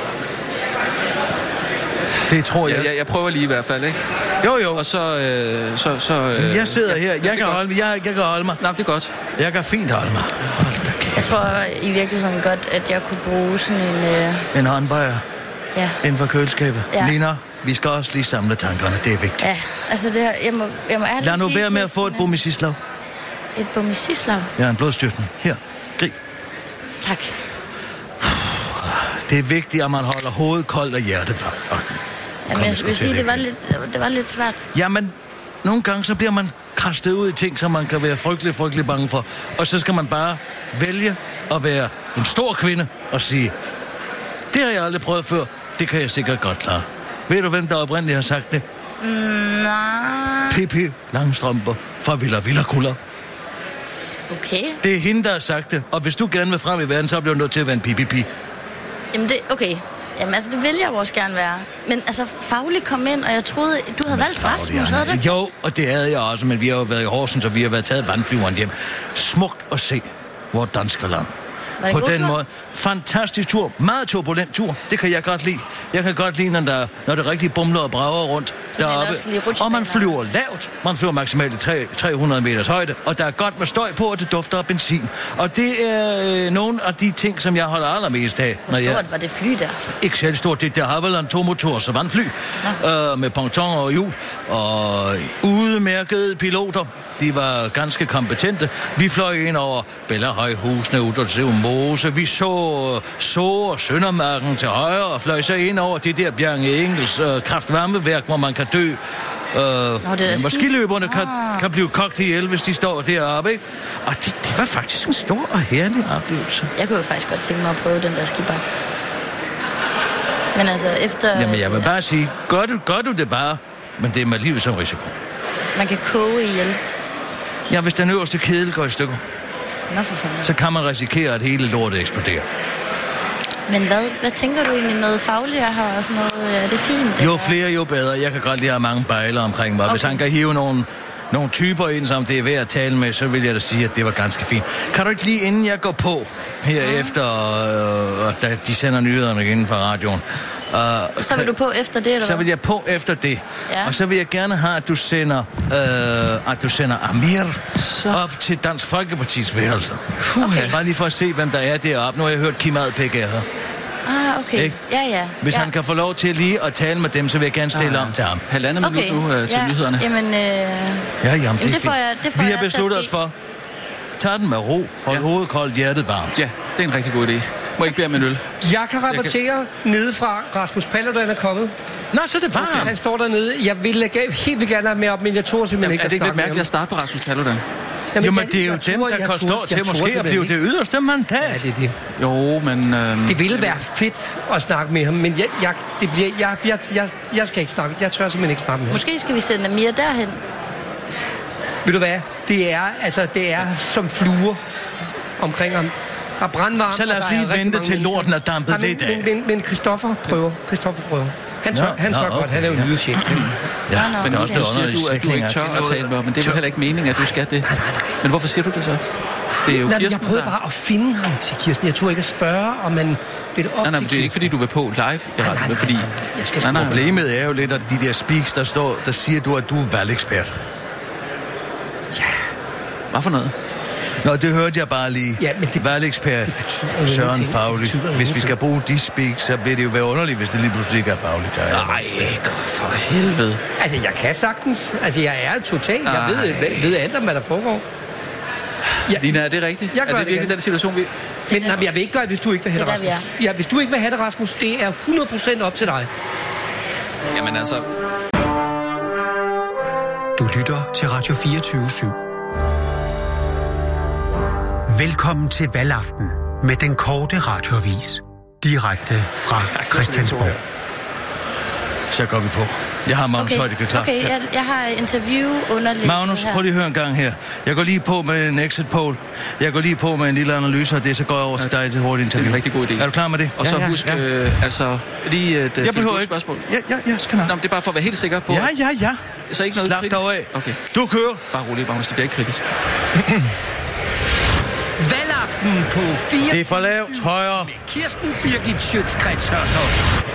Speaker 12: Det tror jeg.
Speaker 13: Jeg prøver lige i hvert fald, ikke?
Speaker 12: Jo.
Speaker 13: Og så
Speaker 12: jeg sidder her. Jeg kan holde mig.
Speaker 13: Nej, det er godt.
Speaker 12: Jeg kan fint holde mig.
Speaker 6: Jeg tror i virkeligheden godt, at jeg kunne bruge sådan en...
Speaker 12: En håndbøjer?
Speaker 6: Ja.
Speaker 12: Inden for køleskabet?
Speaker 6: Ja.
Speaker 12: Lina, vi skal også lige samle tankerne. Det er vigtigt.
Speaker 6: Ja, altså det her... Jeg må
Speaker 12: lad nu være med at få et bomicislav.
Speaker 6: Et bomicislav?
Speaker 12: Ja, en blodstyrtning. Her, grib.
Speaker 6: Tak.
Speaker 12: Det er vigtigt, at man holder hovedet koldt og hjertet varmt.
Speaker 6: Jamen, jeg skulle sige, det var lidt svært.
Speaker 12: Jamen, nogle gange så bliver man kastet ud i ting, som man kan være frygtelig bange for. Og så skal man bare vælge at være en stor kvinde og sige, det har jeg aldrig prøvet før, det kan jeg sikkert godt klare. Ved du, hvem der oprindeligt har sagt det?
Speaker 6: Nej.
Speaker 12: Pippi Langstrømper fra Villa Kuller.
Speaker 6: Okay.
Speaker 12: Det er hende, der har sagt det. Og hvis du gerne vil frem i verden, så bliver du nødt til at være en pipi.
Speaker 6: Jamen det, okay. Jamen altså, det vil jeg også gerne være. Men altså, fagligt kom ind, og jeg troede, du havde valgt Rasmus, havde det?
Speaker 12: Jo, og det havde jeg også, men vi har jo været i Horsens, og vi har været taget vandflyveren hjem. Smukt at se vores danske land. På den måde. Fantastisk tur. Meget turbulent tur. Det kan jeg godt lide. Jeg kan godt lide, når det rigtig bumler og brager rundt deroppe. Og man flyver lavt. Man flyver maksimalt i 300 meters højde. Og der er godt med støj på, og det dufter af benzin. Og det er nogle af de ting, som jeg holder allermest af.
Speaker 6: Hvor stort var det fly der?
Speaker 12: Ikke særlig stort. Det der har vel en 2-motors vandfly. Med ponton og hjul. Og udmærkede piloter. De var ganske kompetente. Vi fløj ind over Bellahøjhusene, Uderslev Mose. Vi så Søndermarken til højre og fløj så ind over det der Bjarne Engels kraftvarmeværk, hvor man kan dø. Hvor skiløberne kan blive kogt ihjel, hvis de står deroppe. Ikke? Og det var faktisk en stor og herlig oplevelse.
Speaker 6: Jeg kunne jo faktisk godt tænke mig at prøve den der skibak. Men altså efter...
Speaker 12: Jamen jeg vil bare sige, gør du det bare, men det er med livet som risiko.
Speaker 6: Man kan koge ihjel.
Speaker 12: Ja, hvis den øverste kedel går i stykker, så kan man risikere, at hele lortet eksploderer.
Speaker 6: Men hvad tænker du egentlig noget fagligt her og sådan noget? Er det fint?
Speaker 12: Jo flere, jo bedre. Jeg kan godt lide at have mange bejler omkring mig. Okay. Hvis han kan hive nogle typer ind, som det er værd at tale med, så vil jeg da sige, at det var ganske fint. Kan du ikke lige, inden jeg går på herefter, og da de sender nyhederne inden for radioen,
Speaker 6: så vil du på efter det, eller
Speaker 12: så vil jeg på efter det.
Speaker 6: Ja.
Speaker 12: Og så vil jeg gerne have, at du sender Amir op til Dansk Folkepartis værelse. Okay. Bare lige for at se, hvem der er deroppe. Nu har jeg hørt Kim Adbæk er her.
Speaker 6: Okay. Ikke? Ja.
Speaker 12: Hvis han kan få lov til lige at tale med dem, så vil jeg gerne stille om til ham.
Speaker 13: Halvandet minut nu til nyhederne.
Speaker 6: Jamen,
Speaker 12: jamen det får jeg. Vi har besluttet os for. Tag den med ro. Hold hovedet koldt, hjertet varmt.
Speaker 13: Ja, det er en rigtig god idé. Må ikke bære med øl.
Speaker 16: Jeg kan rapportere nede fra Rasmus Paludan er kommet.
Speaker 12: Nå, så er det varmt.
Speaker 16: Han står dernede. Jeg ville helt vildt gerne have med op, men jeg tror simpelthen ikke,
Speaker 13: er det ikke lidt mærkeligt at starte på Rasmus Paludan?
Speaker 12: Jamen, det er jo dem, der kan stå til måske at blive det yderste mandat.
Speaker 16: Ja, det er det.
Speaker 13: Jo, men...
Speaker 16: det ville være fedt at snakke med ham, men jeg skal ikke snakke. Jeg tør simpelthen ikke snakke med ham.
Speaker 6: Måske skal vi sende Amir derhen.
Speaker 16: Ved du hvad? Det er som fluer omkring ham. er brandvarmt.
Speaker 12: Så lad os lige vente til lorten er dampet lidt af.
Speaker 16: Men Christoffer prøver. Han tør godt, han er jo lydechef.
Speaker 12: Ja, men det er også noget
Speaker 13: siger du, at du ikke tør at tale med, men det er jo heller ikke meningen, at du skal det. Men hvorfor siger du det så? Det er jo Kirsten,
Speaker 16: jeg prøvede bare at finde ham til Kirsten. Jeg turde ikke at spørge, om man lidt op
Speaker 13: nej, men det er ikke, fordi du vil på live. Nej, fordi...
Speaker 12: Problemet er jo lidt, at de der speaks, der siger du, at du er valgekspert.
Speaker 16: Ja.
Speaker 13: Hvad for noget?
Speaker 12: Nå, det hørte jeg bare lige.
Speaker 16: Ja, men
Speaker 12: valgekspert Søren Faglig. Hvis vi skal bruge de speaks, så bliver det jo være underligt, hvis det lige pludselig ikke er fagligt.
Speaker 13: Nej, for helvede.
Speaker 16: Altså, jeg kan sagtens. Altså, jeg er totalt. Jeg ved alt om, hvad der foregår.
Speaker 13: Ja. Dina, er det rigtigt? Er det virkelig den situation, vi...
Speaker 16: Men jeg vil ikke gøre det, hvis du ikke vil have det, Rasmus. Ja, hvis du ikke vil have det, Rasmus, det er 100% op til dig.
Speaker 13: Jamen altså...
Speaker 17: Du lytter til Radio 24/7. Velkommen til valgaften med den korte radioavis. Direkte fra Christiansborg.
Speaker 12: Så går vi på. Jeg har Magnus Heunicke klar.
Speaker 6: Okay, jeg har interview underlæg.
Speaker 12: Magnus, prøv lige at høre en gang her. Jeg går lige på med en exit poll. Jeg går lige på med en lille analyse, og det så går jeg over til dig til hurtigt interview.
Speaker 13: Det er en rigtig god idé.
Speaker 12: Er du klar med det?
Speaker 13: Og så husk, altså, lige et spørgsmål.
Speaker 12: Ja, skal nok.
Speaker 13: Nå, det er bare for at være helt sikker på...
Speaker 12: Ja.
Speaker 13: Så ikke noget
Speaker 12: slap
Speaker 13: kritisk?
Speaker 12: Slap dig af.
Speaker 13: Okay.
Speaker 12: Du kører.
Speaker 13: Bare rolig, Magnus, det bliver ikke kritisk.
Speaker 3: Valgaften på 4.
Speaker 12: Det er for lavt. Højere.
Speaker 3: Med Kirsten Birgit Schøtz-Krets Hørsholm.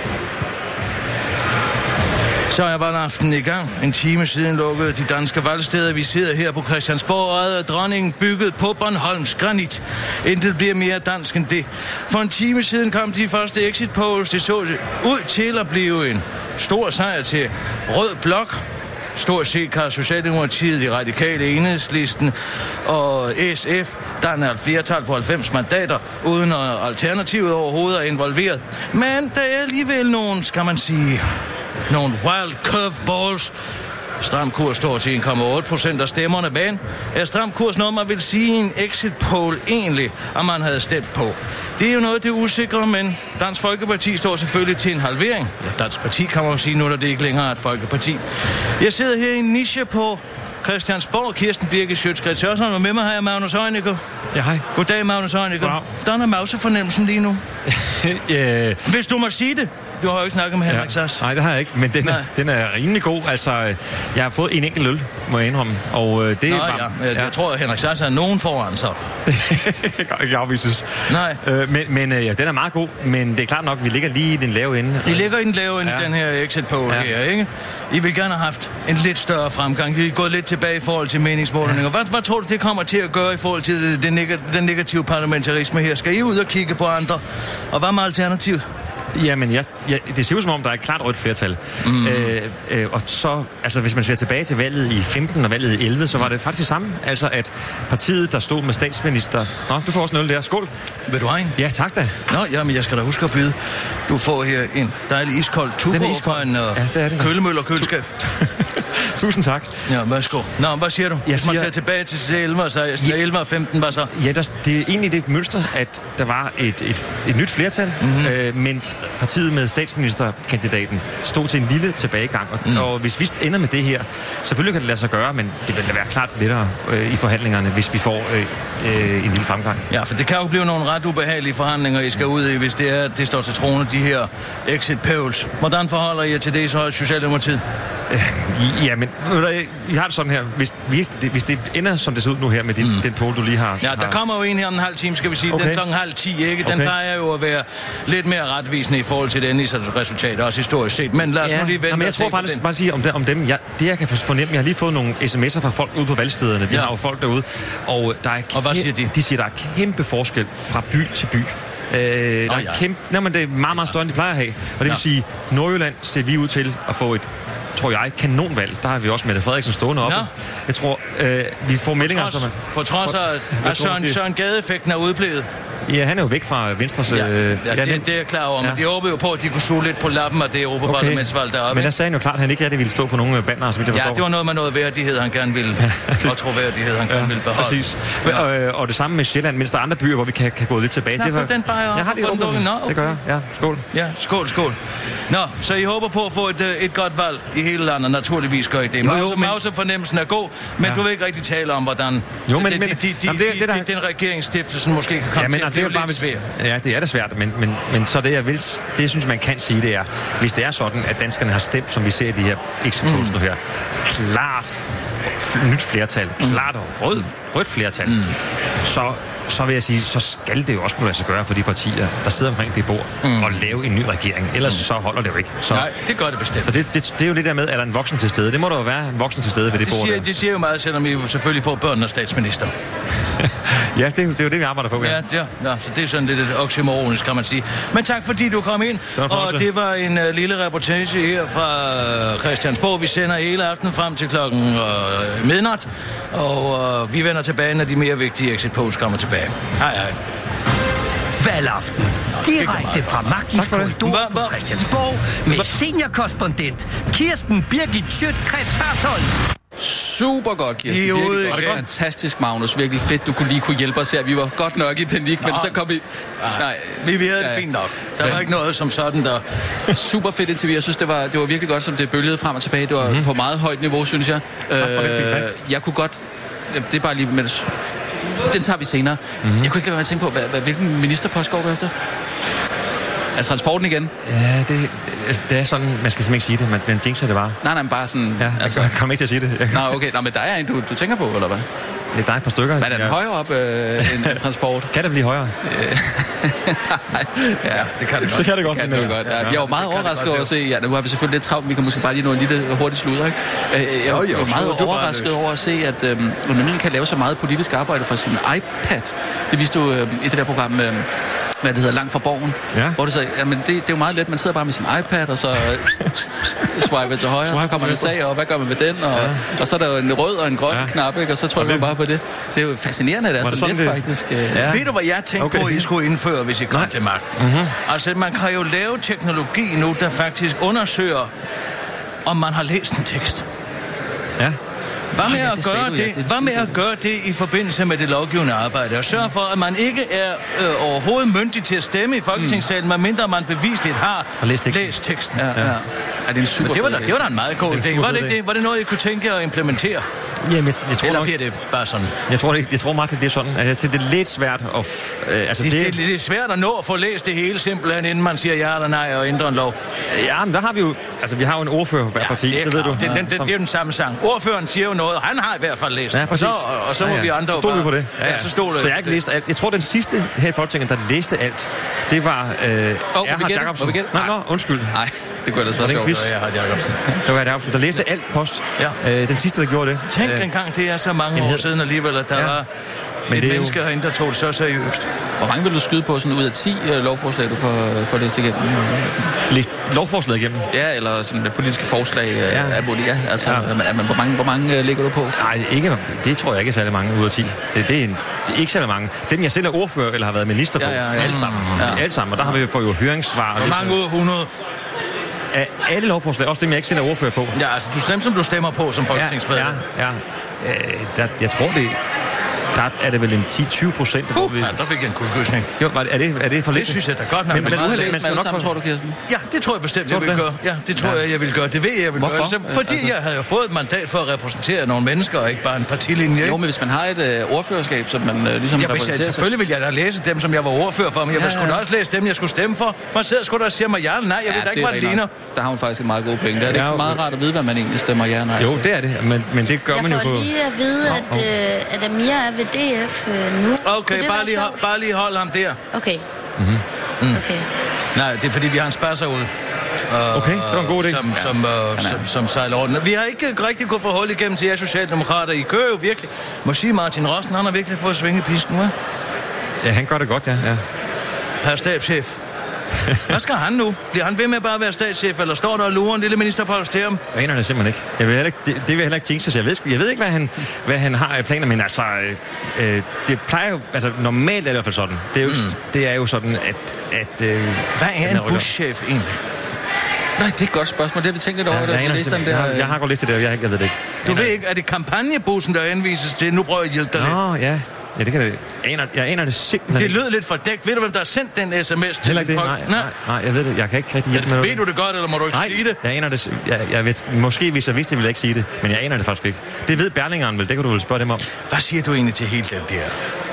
Speaker 12: Så er valgaften i gang. En time siden lukkede de danske valgsteder. Vi sidder her på Christiansborg, og er dronningen bygget på Bornholms granit. Intet bliver mere dansk end det. For en time siden kom de første exit polls. Det så ud til at blive en stor sejr til Rød Blok. Stort set kan Socialdemokratiet, de radikale, Enhedslisten og SF danner et flertal på 90 mandater, uden at alternativet overhovedet er involveret. Men der er alligevel nogle, skal man sige, nogle wild curveballs. Stram kurs står til 1,8% af stemmerne, men er stram kurs noget, man vil sige en exit poll egentlig, at man havde stemt på. Det er jo noget, det er usikre, men Dansk Folkeparti står selvfølgelig til en halvering. Ja, Dansk Parti kan man jo sige nu, da det ikke længere er et folkeparti. Jeg sidder her i en niche på Christiansborg. Kirsten Birgit Schøtz-Krets Hørsholm, og med mig har jeg Magnus Heunicke.
Speaker 18: Ja, hej.
Speaker 12: Goddag, Magnus Heunicke. Wow. Der er mausefornemmelsen lige nu. Hvis du må sige det. Du har jo ikke snakket med Henrik Sass.
Speaker 18: Nej, det har jeg ikke, men den er rimelig god. Altså, jeg har fået en enkelt øl, må jeg indrømme. Og det er bare...
Speaker 12: Jeg tror, at Henrik Sass er nogen foran så.
Speaker 18: Det kan ikke afvises.
Speaker 12: Nej.
Speaker 18: Men den er meget god, men det er klart nok, at vi ligger lige i den lave ende.
Speaker 12: Vi ligger i den lave ende, den her exit poll her, ikke? I vil gerne have haft en lidt større fremgang. Vi er gået lidt tilbage i forhold til meningsmålinger. Hvad tror du, det kommer til at gøre i forhold til den negative parlamentarisme her? Skal I ud og kigge på andre? Og hvad med alternativet?
Speaker 18: Jamen, det ser ud som om, der er et klart rødt flertal. Og så, altså hvis man ser tilbage til valget i 15 og valget i 11, så var det faktisk det samme. Altså at partiet, der stod med statsminister... Nå, du får også en øl der. Skål.
Speaker 12: Vil du have en?
Speaker 18: Ja, tak da.
Speaker 12: Nå, jamen jeg skal da huske at byde. Du får her en dejlig iskold tubo fra en kølemøller køleskab.
Speaker 18: Tusind tak.
Speaker 12: Ja, værsgo. Nå, hvad siger du? Man ser tilbage til 11 og 15, hvad så?
Speaker 18: Ja, det er egentlig det mønster, at der var et nyt flertal, men partiet med statsministerkandidaten stod til en lille tilbagegang. Og hvis vi ender med det her, selvfølgelig kan det lade sig gøre, men det vil da være klart lettere i forhandlingerne, hvis vi får en lille fremgang.
Speaker 12: Ja, for det kan jo blive nogle ret ubehagelige forhandlinger, I skal ud i, hvis det er, det står til troende, de her exit polls. Hvordan forholder I til det så Socialdemokratiet?
Speaker 18: Ja, men I har det sådan her. Hvis det ender, som det ser ud nu her med den poll, du lige har...
Speaker 12: Ja, der kommer jo en her om en halv time, skal vi sige. Okay. Den klokken 9:30, ikke? Den plejer jo at være lidt mere retvisende i forhold til det endelige resultat, også historisk set. Men lad os nu lige vente.
Speaker 18: Men jeg tror faktisk bare sige om dem. Det jeg kan fornemme, jeg har lige fået nogle sms'er fra folk ude på valgstederne. Vi har jo folk derude. Og
Speaker 12: hvad siger de?
Speaker 18: De siger, der er kæmpe forskel fra by til by. Der er kæmpe... men det er meget, meget større, end de plejer at have. Og det vil sige, Nordjylland ser vi ud til at få et, tror jeg, kanonvalg. Der har vi også Mette Frederiksen stående oppe. Jeg tror, vi får meldinger...
Speaker 12: På trods af, at Søren Gade-effekten er udblevet.
Speaker 18: Ja, han er jo væk fra Venstres...
Speaker 12: det er jeg klar over, men de håbede jo på, at de kunne suge lidt på lappen af det Europaparlamentsvalg deroppe.
Speaker 18: Men der sagde han jo klart, at han ikke rigtig ville stå på nogle banner, så vidt jeg forstår.
Speaker 12: Ja, det var noget med noget værdighed, han gerne ville, og troværdighed, han gerne ville beholde.
Speaker 18: Præcis. Og det samme med Sjælland, mens der er andre byer, hvor vi kan gå lidt tilbage til.
Speaker 12: Den bare
Speaker 18: jeg har det okay. Det gør jeg. Ja, skål.
Speaker 12: Ja, skål. Nå, så I håber på at få et godt valg i hele landet. Naturligvis gør I det. Mausefornemmelsen er god, men du vil ikke rigtig tale om, hvordan den regeringsstiftelsen måske kan komme til at
Speaker 18: det er jo bare svært. Ja, det er da svært, men så det, jeg vil, det synes man kan sige, det er, hvis det er sådan, at danskerne har stemt, som vi ser i de her exit polls nu her, klart nyt flertal, klart rødt flertal, så vil jeg sige, så skal det jo også kunne lade sig gøre for de partier, der sidder omkring det bord, og lave en ny regering. Ellers så holder det jo ikke. Så,
Speaker 12: nej, det gør det bestemt.
Speaker 18: Så det er jo det der med, at der er en voksen til stede. Det må der jo være en voksen til stede ved det bord.
Speaker 12: Det siger jo meget, selvom I selvfølgelig får børn og statsminister.
Speaker 18: Ja, det er jo det, vi arbejder på.
Speaker 12: Ja, så det er sådan lidt et oxymoronisk, kan man sige. Men tak, fordi du kom ind. Og det var en lille reportage her fra Christiansborg. Vi sender hele aftenen frem til klokken midnat. Og vi vender tilbage, når de mere vigtige exit polls kommer tilbage. Hej.
Speaker 3: Valgaften. Direkte fra magtens korridor på Christiansborg med seniorkorrespondent Kirsten Birgit Schøtz-Krets Hørsholm.
Speaker 13: Super godt, Kirsten. Virkelig godt. Fantastisk, Magnus. Virkelig fedt, du kunne lige hjælpe os her. Vi var godt nok i panik, men så kom vi...
Speaker 12: Nej, vi havde det fint nok. Der var ikke noget som sådan, der...
Speaker 13: Super fedt interview. Jeg synes, det var virkelig godt, som det bølgede frem og tilbage. Det var på meget højt niveau, synes jeg. Jeg kunne godt... Det er bare lige... Den tager vi senere. Jeg kunne ikke lade være med at tænke på, hvilken ministerpost går du efter? Er transporten igen?
Speaker 18: Ja, det er sådan, man skal simpelthen ikke sige det, men jinxer det bare.
Speaker 13: Nej, bare sådan...
Speaker 18: Ja, jeg kommer ikke til at sige det.
Speaker 13: Nej, okay. Nå, men der er en, du tænker på, eller hvad?
Speaker 18: Det er et par stykker.
Speaker 13: Men er den højere op end transport?
Speaker 18: Kan det blive højere?
Speaker 12: Ja, det kan det godt.
Speaker 18: Det kan det godt.
Speaker 13: Ja. Jeg var meget overrasket over at se... Ja, nu har vi selvfølgelig lidt travlt. Vi kan måske bare lige nå en lille hurtigt sludder, ikke? Jeg var meget overrasket over at se, at man kan lave så meget politisk arbejde fra sin iPad. Det viste du i det der program... hvad det hedder, Langt fra Borgen. Ja. Hvor det så, jamen det er jo meget let, man sidder bare med sin iPad, og så swiper til højre, og så kommer der en sag, og hvad gør man med den? Og så er der jo en rød og en grøn knap, ikke? Og så trykker man bare på det. Det er jo fascinerende, at det er så let, faktisk.
Speaker 12: Ja. Ved du, hvad jeg tænkte på, I skulle indføre, hvis I kom til magten? Altså, man kan jo lave teknologi nu, der faktisk undersøger, om man har læst en tekst.
Speaker 18: Ja.
Speaker 12: Hvad med at gøre det i forbindelse med det lovgivende arbejde, og sørge for, at man ikke er overhovedet myndig til at stemme i Folketingssalen, medmindre man bevisligt har læst teksten.
Speaker 13: Ja, det er en super
Speaker 12: det var da en meget god idé. Var det noget, I kunne tænke at implementere?
Speaker 18: Jamen, jeg tror
Speaker 12: eller bliver det bare sådan?
Speaker 18: Jeg tror meget, det er sådan. Altså, det er lidt svært at...
Speaker 12: det er svært at nå at få læst det hele simpelthen, inden man siger ja eller nej og ændrer en lov.
Speaker 18: Ja, men der har vi jo... Altså, vi har jo en ordfører for hver parti, det ved du.
Speaker 12: Det er jo den samme sang. Ordføreren siger jo noget, han har i hvert fald læst.
Speaker 18: Ja, præcis.
Speaker 12: Og så må vi andre...
Speaker 18: Så stod vi på det.
Speaker 12: Ja, så stod det.
Speaker 18: Så jeg har ikke læst alt. Jeg tror, den sidste her i Folketinget, der læste alt, det var Erhard Jacobsen. Nej, undskyld.
Speaker 13: Nej, det kunne ellers være sjovt.
Speaker 12: Det var Erhard Jacobsen.
Speaker 18: Det var Erhard Jacobsen, der læste alt post. Ja. Den sidste, der gjorde det.
Speaker 12: Tænk engang, det er så mange år siden alligevel, at der var... Men et menneske herinde, der tog det så seriøst.
Speaker 13: Hvor mange vil du skyde på sådan ud af 10 lovforslag, du får læst igennem?
Speaker 18: Læst lovforslaget igennem?
Speaker 13: Ja, eller sådan politiske forslag af muligt. Ja, altså, hvor mange ligger du på?
Speaker 18: Nej, ikke, det tror jeg ikke er særlig mange ud af 10. Det er ikke særlig mange. Dem, jeg selv er ordfører eller har været minister på, alle sammen. Alt sammen, og der har vi jo høringssvar.
Speaker 12: Hvor mange ud af 100?
Speaker 18: Af alle lovforslag, også dem, jeg ikke selv er ordfører på.
Speaker 12: Ja, altså du stemmer, som du stemmer på som folketingsmedlem.
Speaker 18: Ja. Jeg tror det... Der er det vel en 10-20%.
Speaker 12: Ja, der fik jeg en kuldkysning.
Speaker 18: Jo, er det for lidt?
Speaker 12: Det synes jeg da godt nok.
Speaker 13: Men du har læst dem alle sammen, tror du, Kirsten?
Speaker 12: Ja, det tror jeg bestemt, jeg vil gøre. Ja, det tror jeg vil gøre. Det ved jeg vil gøre.
Speaker 13: Hvorfor?
Speaker 12: Fordi jeg havde jo fået et mandat for at repræsentere nogle mennesker, og ikke bare en partilinje.
Speaker 13: Jo, men hvis man har et ordførerskab, som man ligesom repræsenterer...
Speaker 12: Selvfølgelig vil jeg da læse dem, som jeg var ordfører for, men jeg vil sgu da også læse dem, jeg skulle stemme for. Man sidder sgu da og siger mig ja eller nej. Jeg ved da ikke, hvad det ligner.
Speaker 13: Der har hun faktisk en meget god pointe. Det er ikke så meget rart at vide, hvad man egentlig stemmer ja eller nej.
Speaker 18: Jo, det er det, men det gør man jo på...
Speaker 6: Jeg får lige at vide, at Amir er ved DF nu.
Speaker 12: Okay, bare lige hold ham der.
Speaker 6: Okay.
Speaker 12: Okay. Nej, det er fordi, vi har en spasser ud.
Speaker 18: Okay, det var en god idé.
Speaker 12: Som sejler rundt. Vi har ikke rigtig kunnet få hul igennem til jer socialdemokrater. I kører jo virkelig. Må sige, Martin Rossen, han har virkelig fået svingepisken, hva'?
Speaker 18: Ja, han gør det godt, ja.
Speaker 12: Herr stabschef. Hvad skal han nu? Bliver han ved med bare at være statschef, eller står der og lurer en lille ministerpost til ham?
Speaker 18: Jeg aner det simpelthen ikke. Det vil jeg heller ikke jinxes. Jeg ved ikke, hvad han har i planer, men altså, det plejer jo, altså normalt er det i hvert fald sådan. Det er jo sådan, at
Speaker 12: hvad er en buschef egentlig?
Speaker 13: Nej, det er et godt spørgsmål. Det har vi tænkt lidt over.
Speaker 18: Jeg har godt læst det der, jeg ved det ikke.
Speaker 12: Du ved ikke, er det kampagnebussen, der anvises til? Nu prøver jeg at hjælpe dig lidt.
Speaker 18: Nå, ja. Ja, det kan det. Jeg aner det simpelthen.
Speaker 12: Det lød lidt fordækt. Ved du, hvem der har sendt den sms til?
Speaker 18: Heller ikke det. Nej, jeg ved det. Jeg kan ikke rigtig hjælpe med
Speaker 12: det. Ved du det godt, eller må du ikke sige det?
Speaker 18: Jeg aner det. Jeg ved, måske hvis jeg vidste det, ville jeg ikke sige det. Men jeg aner det faktisk ikke. Det ved Berlingeren vel. Det kan du vel spørge dem om.
Speaker 12: Hvad siger du egentlig til hele den der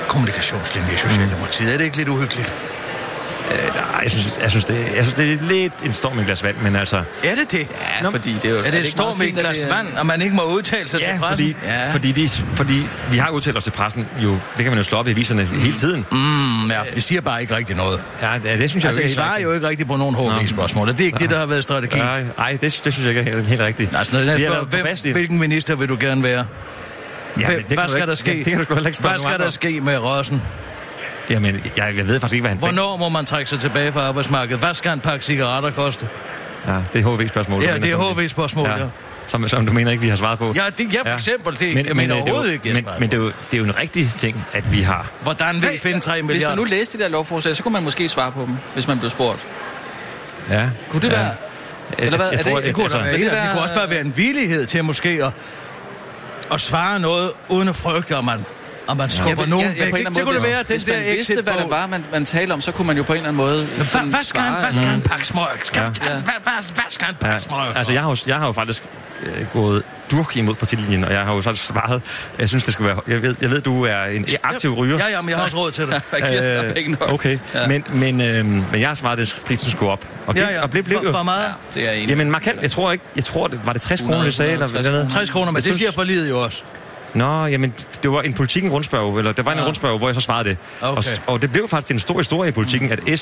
Speaker 12: kommunikationslinje i Socialdemokratiet. Er det ikke lidt uhyggeligt?
Speaker 18: Nej, jeg synes, det er lidt en storm i et glas vand, men altså...
Speaker 12: Er det det?
Speaker 13: Ja, fordi det er jo...
Speaker 12: Er det en storm i et glas vand, og man ikke må udtale sig til pressen?
Speaker 18: Fordi vi har udtalt os til pressen, jo, det kan man jo slå op i aviserne hele tiden.
Speaker 12: Vi siger bare ikke rigtig noget.
Speaker 18: Ja, det synes jeg
Speaker 12: altså,
Speaker 18: ikke.
Speaker 12: I svarer jo ikke rigtig på nogen HV-spørgsmål. Det er ikke det, der har været strategi.
Speaker 18: Nej, det synes jeg ikke er helt rigtigt.
Speaker 12: Altså, når jeg spørger, hvilken minister vil du gerne være? Hvad skal der ske? Hvad skal der ske med Rossen?
Speaker 18: Jamen, jeg ved faktisk ikke, hvad han...
Speaker 12: Hvornår må man trække sig tilbage fra arbejdsmarkedet? Hvad skal en pakke cigaretter koste?
Speaker 18: Ja, det er HV-spørgsmål.
Speaker 12: Ja, det er HV-spørgsmål, ja.
Speaker 18: Som du mener ikke, vi har svaret på.
Speaker 12: Ja, for eksempel. Jeg mener overhovedet ikke,
Speaker 18: men det er jo en rigtig ting, at vi har...
Speaker 12: Hvordan vil I finde 3 milliarder?
Speaker 13: Hvis man nu læste det der lovforslag, så kunne man måske svare på dem, hvis man blev spurgt.
Speaker 18: Ja.
Speaker 13: Kunne det være... Eller hvad?
Speaker 12: Det kunne også bare være en villighed til måske at svare noget, uden at frygte, om man skubber nogen væk. Det kunne det være,
Speaker 13: hvis man vidste, hvad det var, man taler om, så kunne man jo på en eller anden måde...
Speaker 12: Hvad skal en pakke smøg? Hvad skal en pakke smøg?
Speaker 18: Altså, jeg har jo faktisk gået durk imod partilinjen, og jeg har jo faktisk svaret, jeg synes, det skal være... Jeg ved du er en aktiv ryger.
Speaker 12: Ja, men jeg har også råd til det.
Speaker 18: Okay, men jeg har svaret, det prisen skulle op. Og blev jo...
Speaker 12: Hvor meget?
Speaker 13: Det er enig.
Speaker 18: Jamen, markant. Jeg tror, var det 60 kroner, det sagde?
Speaker 12: 60 kroner, men det siger forliget jo også.
Speaker 18: Nå, jamen, det var en politikken rundspørg, eller der var en rundspørg, hvor jeg så svarede det. Okay. Og det blev faktisk en stor historie i politikken, at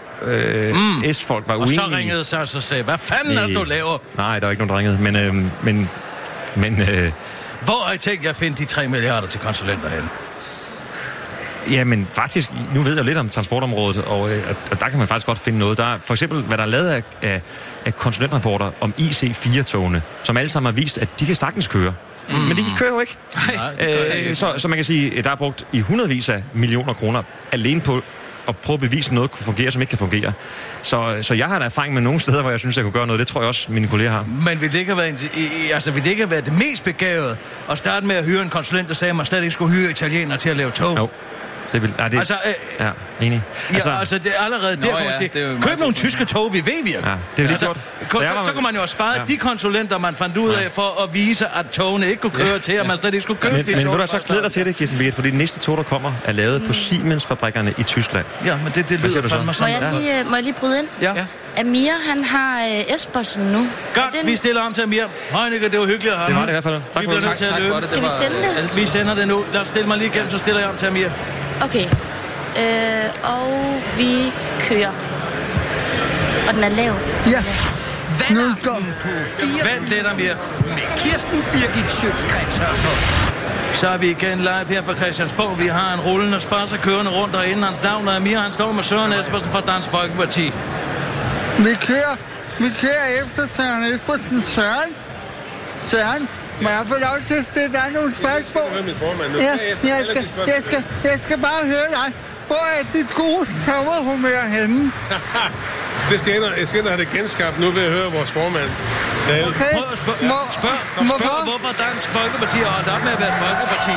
Speaker 18: S-folk var uenige.
Speaker 12: Og så ringede så sagde, hvad fanden er det, du laver?
Speaker 18: Nej, der var ikke nogen, der ringede, men
Speaker 12: hvor har I tænkt jer at finde de 3 milliarder til konsulenter hen?
Speaker 18: Jamen, faktisk, nu ved jeg lidt om transportområdet, og der kan man faktisk godt finde noget. Der er for eksempel, hvad der er lavet af konsulentrapporter om IC4-togene, som alle sammen har vist, at de kan sagtens køre. Men de kører jo ikke. Så man kan sige, at der er brugt i hundredvis af millioner kroner alene på at prøve at bevise, at noget kunne fungere, som ikke kan fungere. Så jeg har da erfaring med nogle steder, hvor jeg synes, jeg kunne gøre noget. Det tror jeg også, mine kolleger har.
Speaker 12: Men vil det ikke have været det mest begavede at starte med at hyre en konsulent, der sagde, at man slet ikke skulle hyre italienere til at lave tog?
Speaker 18: Jo. Ja, enig.
Speaker 12: Altså, det er allerede der, hvor man siger, køb nogle tyske tog, vi ved virkelig.
Speaker 18: Ja, det er lige gjort.
Speaker 12: Så kunne man jo have sparet de konsulenter, man fandt ud af, for at vise, at togene ikke kunne køre til, at man slet ikke skulle købe de tog.
Speaker 18: Men vil du så glæde dig til det, Kirsten Birgit, fordi de næste tog, der kommer, er lavet på Siemens-fabrikkerne i Tyskland.
Speaker 12: Ja, men det lyder fandme sådan.
Speaker 6: Må jeg lige bryde ind?
Speaker 12: Ja.
Speaker 6: Amir, han har Espersen nu.
Speaker 12: Godt, vi stiller om til Amir. Heunicke, det var hyggeligt at have.
Speaker 18: Det var det i hvert fald. Tak for det.
Speaker 6: Skal vi sende det?
Speaker 12: Vi sender det nu. Lad os stille mig lige igennem, så stiller jeg om til Amir.
Speaker 6: Okay. Og vi kører. Og den er lav.
Speaker 15: Ja.
Speaker 3: Valgaften på 4.
Speaker 12: Vent lidt, Amir.
Speaker 3: Med Kirsten Birgit Schøtz-Krets Hørsholm.
Speaker 12: Så er vi igen live her fra Christiansborg. Vi har en rullende spasser kørende rundt derinde. Hans navn er Amir. Han står med Søren Espersen fra Dansk Folkeparti.
Speaker 15: Vi kører efter Søren Espersen. Søren, må jeg få lov til at stille dig nogle spørgsmål? Ja, jeg skal bare høre dig. Hvor er dit gode sommerhumør henne?
Speaker 19: Jeg skal ind og have det genskabt nu ved at høre vores formand tale.
Speaker 15: Okay.
Speaker 12: Prøv at spørg, hvorfor Dansk Folkeparti har holdt op med at være et folkeparti?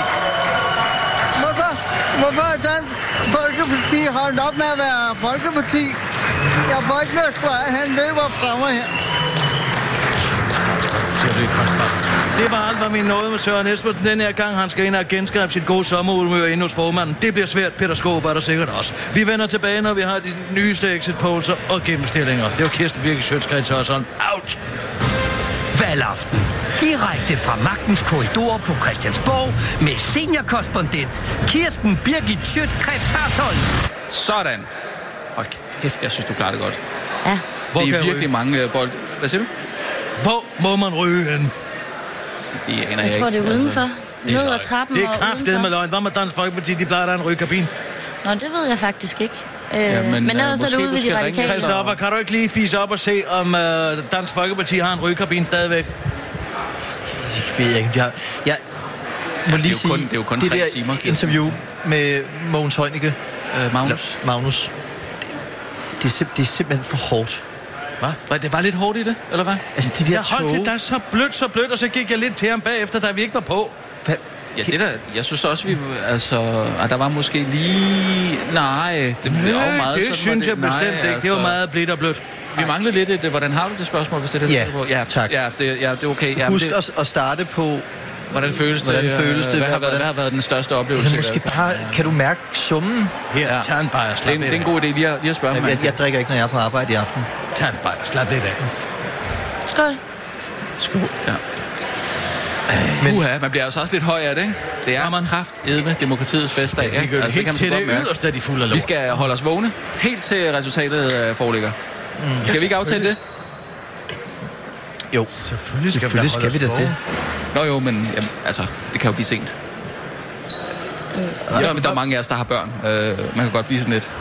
Speaker 15: Hvorfor er Dansk Folkeparti holdt op med at være folkeparti? Jeg får ikke noget svar, han løber frem og her.
Speaker 12: Det var alt, hvad vi nåede med Søren Espersen den her gang. Han skal ind og genskabe sit gode sommerhumør inde hos formanden. Det bliver svært. Peter Skåb er der sikkert også. Vi vender tilbage, når vi har de nyeste exit polls og gennemstillinger. Det var Kirsten Birgit Schøtz-Krets Hørsholm. Out!
Speaker 3: Valgaften. Direkte fra magtens korridor på Christiansborg med seniorkorrespondent Kirsten Birgit Schøtz-Krets Hørsholm.
Speaker 13: Sådan. Hold kæft, jeg synes, du klarer det godt.
Speaker 6: Ja.
Speaker 13: Det er virkelig mange bold. Hvad siger du?
Speaker 12: Hvor må man ryge hen?
Speaker 6: Jeg tror, det er udenfor. Ned ad trappen.
Speaker 12: Det er kraftedet med løgn. Hvad med Dansk Folkeparti? De plejer der en rygekabine.
Speaker 6: Nå, det ved jeg faktisk ikke. Men ellers er det ude ved de radikale.
Speaker 12: Christoffer, kan du ikke lige fise op og se, om Dansk Folkeparti har en rygekabine stadigvæk?
Speaker 5: Det ved jeg ikke. Jeg må lige sige,
Speaker 13: det er jo kun 3 timer.
Speaker 5: Interview med Mogens Heunicke.
Speaker 13: Magnus.
Speaker 5: Det er simpelthen for hårdt.
Speaker 13: Hvad? Det var lidt hårdt i det, eller hvad?
Speaker 12: Altså, de der tog... det der så blødt, og så gik jeg lidt til ham bagefter, da vi ikke var på.
Speaker 13: Ja, det der, jeg synes også, der var måske lige... Nej, det var jo meget...
Speaker 12: det synes jeg bestemt ikke. Det var meget blidt og blødt.
Speaker 13: Vi manglede lidt hvordan har du det spørgsmål, hvis det er det,
Speaker 5: ja, tak.
Speaker 13: Ja, det er okay.
Speaker 5: Husk at starte på
Speaker 13: Hvordan føles det? Hvad har været den største oplevelse?
Speaker 5: Eller måske bare, kan du mærke summen?
Speaker 12: Her, tag en bajer, slap lidt af.
Speaker 13: Det er en god idé lige at spørge mig.
Speaker 5: Jeg drikker ikke, når jeg er på arbejde i aften.
Speaker 12: Tag en bajer, slap lidt af.
Speaker 6: Skål.
Speaker 5: Skål.
Speaker 13: Ja. Man bliver altså også lidt høj af det, ikke? Det er kraftedme demokratiets festdag.
Speaker 12: Ja, de gør det helt til det yderste, de fulde af lov.
Speaker 13: Vi skal holde os vågne, helt til resultatet foreligger. Skal vi ikke aftale det?
Speaker 5: Jo, selvfølgelig skal vi da det.
Speaker 13: Nå jo, men jamen, altså, det kan jo blive sent. Ja, men der er mange af os, der har børn. Man kan godt blive sådan lidt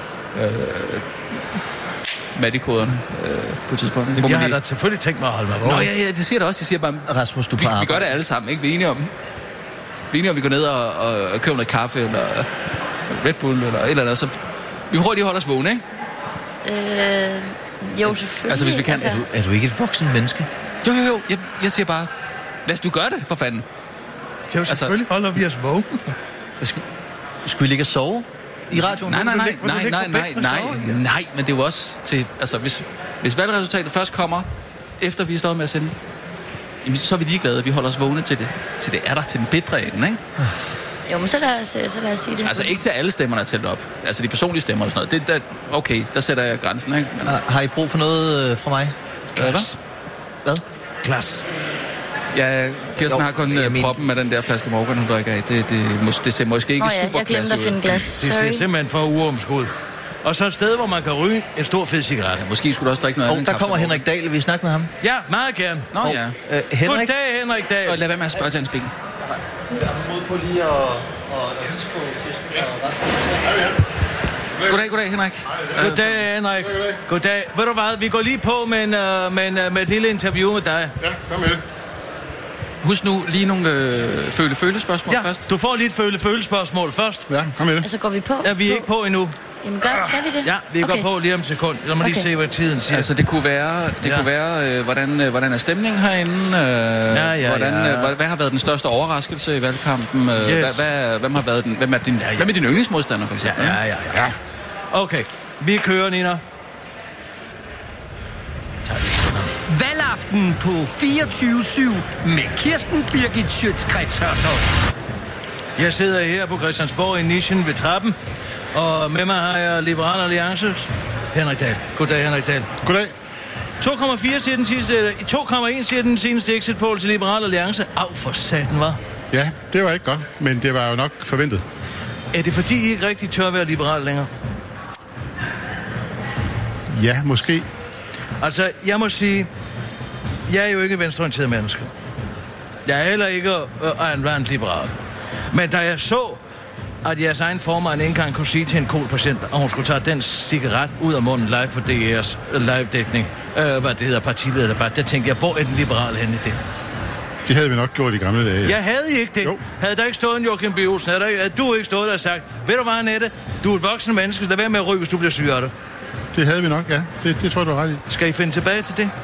Speaker 13: mat i koderne på et tidspunkt.
Speaker 12: Jeg har da selvfølgelig tænkt mig at holde mig vågen.
Speaker 13: Nå ja, det siger der også. Jeg siger bare,
Speaker 5: Rasmus, du
Speaker 13: vi gør det alle sammen, ikke? Vi er enige om vi går ned og køber noget kaffe, eller Red Bull, eller et eller andet. Så vi prøver lige at holde os vågne, ikke?
Speaker 6: Jo, selvfølgelig.
Speaker 13: Altså, hvis vi kan.
Speaker 6: Altså...
Speaker 5: Er du ikke et voksen menneske?
Speaker 13: Jo. Jeg siger bare, lad os du gøre det, for fanden.
Speaker 12: Jo, selvfølgelig holder vi os vågne.
Speaker 5: Skulle vi ligge og sove i radioen?
Speaker 13: Nej, men det er jo også til... Altså, hvis valgresultatet først kommer, efter vi er stået med at sende, så er vi ligeglade, at vi holder os vågne til det er der, til den bedre ende, ikke?
Speaker 6: Jo, men så lad os sige det.
Speaker 13: Altså ikke til alle stemmerne er tælt op. Altså de personlige stemmer og sådan noget. Det, okay, der sætter jeg grænsen, ikke? Men...
Speaker 5: Har I brug for noget fra mig? Hvad?
Speaker 12: Glas.
Speaker 13: Ja, Kirsten har kun proppen med den der flaske Morgan, hun drikker af. Det ser måske ikke super klasse ud.
Speaker 6: Jeg glemte at finde glas.
Speaker 12: Det ser simpelthen for uomskud. Og så et sted, hvor man kan ryge en stor fed cigaret.
Speaker 13: Ja, måske skulle du også drikke noget andet.
Speaker 5: Der kommer Henrik Dahl. Vil vi snakke med ham?
Speaker 12: Ja, meget gerne.
Speaker 13: Nå ja.
Speaker 5: Henrik?
Speaker 12: Goddag, Henrik Dahl.
Speaker 13: Og lad være med at spørge til hans bil.
Speaker 5: Jeg har mod på lige at hilse på Kirsten og Rasmus.
Speaker 13: Goddag, Henrik.
Speaker 12: Goddag, Henrik. Goddag. Ved du hvad, vi går lige på med et lille interview med dig.
Speaker 19: Ja, kom med det.
Speaker 13: Husk nu lige nogle føle-spørgsmål først.
Speaker 12: Du får lige et føle-spørgsmål først.
Speaker 19: Ja, kom med det.
Speaker 6: Altså, går vi på?
Speaker 12: Ja, vi er ikke på endnu.
Speaker 6: Jamen, skal vi det?
Speaker 12: Ja, vi går på lige om et sekund. Lad mig lige se, hvad tiden siger.
Speaker 13: Altså, det kunne være hvordan er stemningen herinde? Hvad har været den største overraskelse i valgkampen? Hvem er din yndlingsmodstander, for eksempel?
Speaker 12: Ja. Okay, vi kører, Nina.
Speaker 3: Valgaften på 24/7 med Kirsten Birgit Schøtz-Krets Hørsholm.
Speaker 12: Jeg sidder her på Christiansborg i nichen ved trappen, og med mig har jeg Liberal Alliances Henrik Dahl. Goddag, Henrik Dahl.
Speaker 19: Goddag.
Speaker 12: 2,4 siger den sidste, 2,1 siger den seneste exit poll til Liberal Alliance. Au, for satan, hva'?
Speaker 19: Ja, det var ikke godt, men det var jo nok forventet.
Speaker 12: Er det fordi, I ikke rigtig tør være liberal længere?
Speaker 19: Ja, måske.
Speaker 12: Altså, jeg må sige, jeg er jo ikke venstreorienteret menneske. Jeg er heller ikke en liberal. Men da jeg så, at jeres egen formand ikke engang kunne sige til en KOL-patient, at hun skulle tage den cigaret ud af munden live på DR's live-dækning, hvad det hedder, partilederdebat, der tænkte jeg, hvor er den liberale henne i det?
Speaker 19: Det havde vi nok gjort i gamle dage.
Speaker 12: Ja, havde I ikke det? Jo. Havde der ikke stået en Joachim B. Olsen, havde du ikke stået der og sagt, ved du hvad, Annette, du er et voksen menneske, så lad være med at ryge, hvis du bliver syg af det.
Speaker 19: Det havde vi nok, ja. Det tror jeg, du har ret i.
Speaker 12: Skal I finde tilbage til det?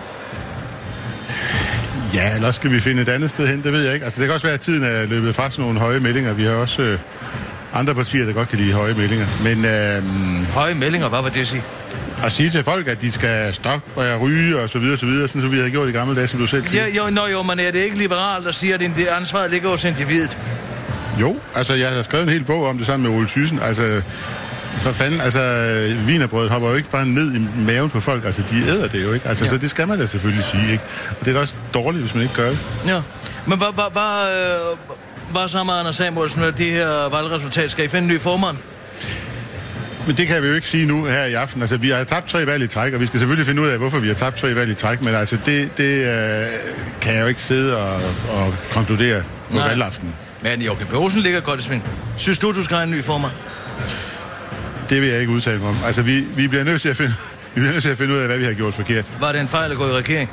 Speaker 19: Ja, eller skal vi finde et andet sted hen, det ved jeg ikke. Altså, det kan også være, at tiden er løbet fra sådan nogle høje meldinger. Vi har også andre partier, der godt kan lide høje meldinger. Men,
Speaker 12: høje meldinger, hvad var det at sige?
Speaker 19: At sige til folk, at de skal stoppe og ryge og så videre, sådan som vi havde gjort i gamle dage, som du selv siger.
Speaker 12: Ja, men er det ikke liberalt, der siger, at det ansvaret ligger hos individet?
Speaker 19: Jo, altså jeg har skrevet en hel bog om det sammen med Ole Thyssen. Altså, for fanden, altså wienerbrødet hopper jo ikke bare ned i maven på folk, altså de æder det jo ikke. Altså, så det skal man da selvfølgelig sige, ikke? Og det er da også dårligt, hvis man ikke gør det.
Speaker 12: Ja, men hvad så med Anders Samuelsen med det her valgresultat? Skal I finde en ny formand?
Speaker 19: Men det kan vi jo ikke sige nu her i aften. Altså, vi har tabt 3 valg i træk, og vi skal selvfølgelig finde ud af, hvorfor vi har tabt 3 valg i træk. Men altså, det kan jeg jo ikke sidde og konkludere på valgaften.
Speaker 12: Men Joachim B. Olsen ligger godt i sving. Synes du skal have en ny formand?
Speaker 19: Det vil jeg ikke udtale mig om. Altså, vi bliver nødt til at finde ud af, hvad vi har gjort forkert.
Speaker 12: Var det en fejl at gå i regering?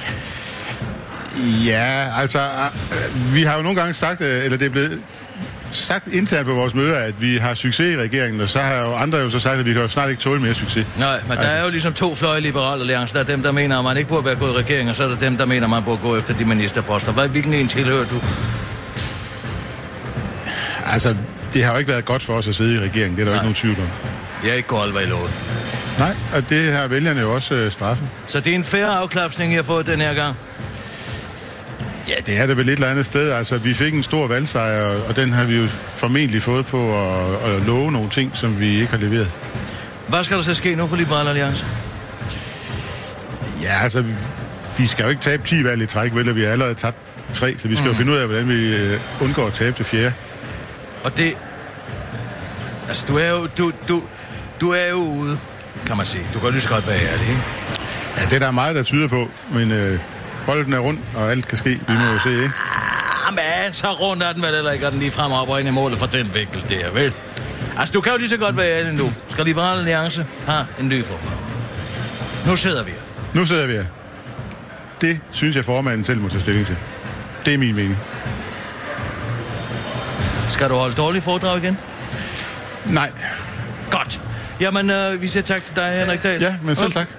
Speaker 19: Ja, altså, vi har jo nogle gange sagt, eller det er blevet sagt internt på vores møder, at vi har succes i regeringen, og så har jo andre jo så sagt, at vi kan jo snart ikke tåle mere succes. Nej,
Speaker 12: men der er jo ligesom 2 fløje i Liberal Alliance. Der er dem, der mener, at man ikke burde være gået i regering, og så er der dem, der mener, at man burde gå efter de ministerposter. Hvilken en tilhører du?
Speaker 19: Altså, det har jo ikke været godt for os at sidde i regeringen. Det er der ikke nogen tvivl om.
Speaker 12: Jeg er ikke gået hvad I lovede.
Speaker 19: Nej, og det har vælgerne jo også straffet.
Speaker 12: Så det er en fair afklapsning, I har fået den her gang?
Speaker 19: Ja, det er det vel et eller andet sted. Altså, vi fik en stor valgsejr, og den har vi jo formentlig fået på at love nogle ting, som vi ikke har leveret.
Speaker 12: Hvad skal der så ske nu for Liberal Alliance?
Speaker 19: Ja, altså, vi skal jo ikke tabe 10 valg i træk, vel, og vi har allerede tabt 3, så vi skal jo finde ud af, hvordan vi undgår at tabe det 4.
Speaker 12: Og det... Altså, du er jo ude, kan man sige. Du kan lige så godt være ærlig, ikke?
Speaker 19: Ja, det er der meget, der tyder på, men bolden er rundt, og alt kan ske. Vi må jo se, ikke?
Speaker 12: Men så rundt er den vel heller ikke, og den lige frem op og ind i målet for den vinkel der, vel? Altså, du kan jo lige så godt være ærlig nu. Skal Liberal Alliance have en ny form? Nu sidder vi her.
Speaker 19: Nu sidder vi her. Det synes jeg, formanden selv må tage stilling til. Det er min mening.
Speaker 12: Skal du holde dårlig foredrag igen?
Speaker 19: Nej.
Speaker 12: Godt. Jamen, vi siger tak til dig, Henrik Dahl.
Speaker 19: Ja, men selv tak.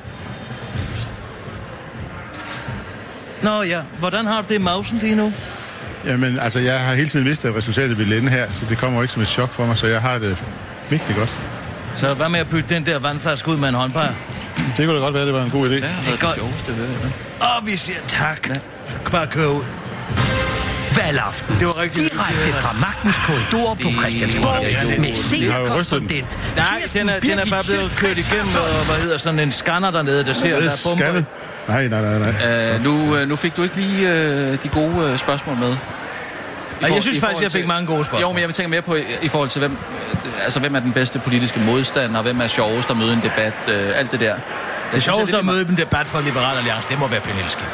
Speaker 12: Nå ja, hvordan har du det i mausen lige nu?
Speaker 19: Jamen, altså, jeg har hele tiden vidst, at resultatet ville ende her, så det kommer jo ikke som et chok for mig, så jeg har det virkelig godt.
Speaker 12: Så hvad med at bytte den der vandflaske ud med en håndbajer?
Speaker 19: Det kunne da godt være, det var en god idé.
Speaker 12: Ja, det er godt. Og vi siger tak. Ja. Bare kør ud.
Speaker 3: Valgaften.
Speaker 12: Det var rigtig
Speaker 3: direkte fra magtens korridor på Christiansborg med seniorkorrespondent.
Speaker 12: Nej, den er bare blevet kørt igennem, og hvad hedder sådan en scanner dernede, der ser, der er bomber.
Speaker 19: Nej.
Speaker 13: Nu fik du ikke lige de gode spørgsmål med.
Speaker 12: Jeg synes faktisk, jeg fik mange gode spørgsmål.
Speaker 13: Jo, men jeg tænker mere på i forhold til, hvem er den bedste politiske modstander, hvem er sjovest at møde en debat, alt det der.
Speaker 12: Det sjoveste at møde en debat for Liberal Alliance, det må være Pernille Skipper.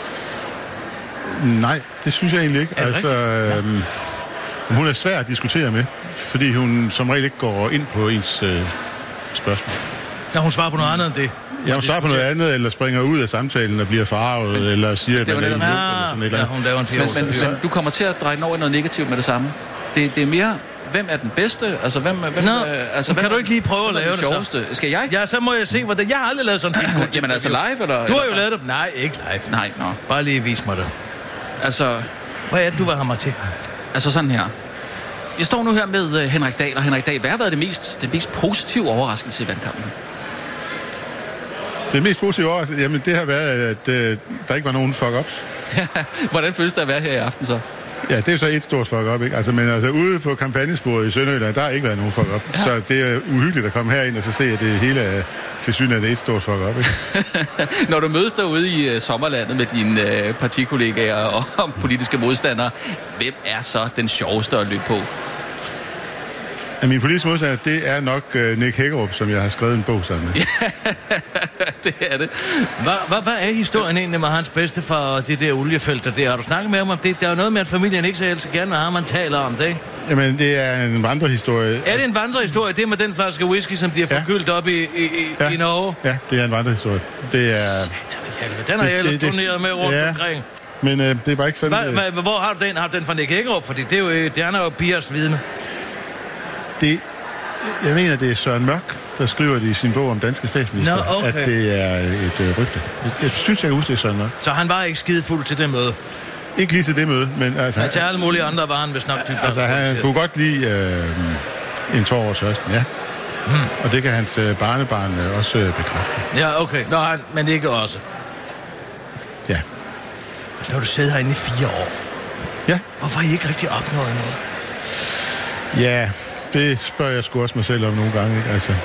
Speaker 19: Nej, det synes jeg egentlig ikke. Altså, hun er svær at diskutere med, fordi hun som regel ikke går ind på ens spørgsmål.
Speaker 12: Når hun svarer på noget andet end det.
Speaker 19: Ja, hun svarer på noget andet, eller springer ud af samtalen og bliver farvet, eller siger, at man er
Speaker 12: sådan et eller andet.
Speaker 13: Men du kommer til at dreje den over i noget negativt med det samme. Det er mere, hvem er den bedste? Altså, hvem
Speaker 12: kan du ikke lige prøve at lave det
Speaker 13: sjoveste? Skal jeg?
Speaker 12: Ja, så må jeg se, hvordan... Jeg har aldrig lavet sådan en
Speaker 13: Jamen altså live, eller?
Speaker 12: Du har jo lavet det. Nej, ikke live.
Speaker 13: Nej, nå.
Speaker 12: Bare lige vis mig det.
Speaker 13: Altså...
Speaker 12: Hvad er det, du vil have mig til?
Speaker 13: Altså sådan her. Jeg står nu her med Henrik Dahl, og Henrik Dahl, hvad har været den mest positive overraskelse i valgkampen?
Speaker 19: Det mest positive overraskelse, jamen det har været, at der ikke var nogen fuck-ups.
Speaker 13: Hvordan føles det at være her i aften så?
Speaker 19: Ja, det er jo så et stort fuck-up, ikke? Altså, men altså ude på kampagnesporet i Sønderjylland, der har ikke været nogen fuck-up. Ja. Så det er uhyggeligt at komme herind og så se, at det hele er til synligheden et stort fuck-up, ikke?
Speaker 13: Når du mødes derude i sommerlandet med dine partikollegaer og politiske modstandere, hvem er så den sjoveste at løbe på?
Speaker 19: Min politiske modstander, det er nok Nick Hækkerup, som jeg har skrevet en bog sammen med.
Speaker 13: Det er det.
Speaker 12: Hvad er historien egentlig med hans bedstefar og det der oliefelter der? Har du snakket med ham om det? Der er jo noget med, at familien ikke så helst gerne har, man taler om det, ikke?
Speaker 19: Jamen, det er en vandrehistorie.
Speaker 12: Er det en vandrehistorie? Det med den flaske whisky, som de har forgyldt op i Norge?
Speaker 19: Ja, det er en vandrehistorie. Det er...
Speaker 12: Den har jeg ellers turneret med rundt omkring.
Speaker 19: Men det var ikke sådan...
Speaker 12: Hvor har du den? Har du den fra Nick Hækkerup? Fordi det er jo, det er jo Biers vidne.
Speaker 19: Jeg mener, det er Søren Mørk, der skriver det i sin bog om danske statsminister, at det er et rygte. Jeg synes, jeg kan huske, det er Søren Mørk.
Speaker 12: Så han var ikke skidefuld til det møde?
Speaker 19: Ikke lige til det møde, men altså...
Speaker 12: Ja, til alle mulige andre var han vist nok...
Speaker 19: Altså, han kunne godt lide en tår over Søsten, ja. Og det kan hans barnebarn også bekræfte.
Speaker 12: Ja, okay. Nå, men ikke også.
Speaker 19: Ja.
Speaker 12: Altså, når du sidder herinde i 4 år.
Speaker 19: Ja.
Speaker 12: Hvorfor har I ikke rigtig opnået noget?
Speaker 19: Ja... Det spørger jeg sgu også mig selv om nogle gange, ikke? Altså,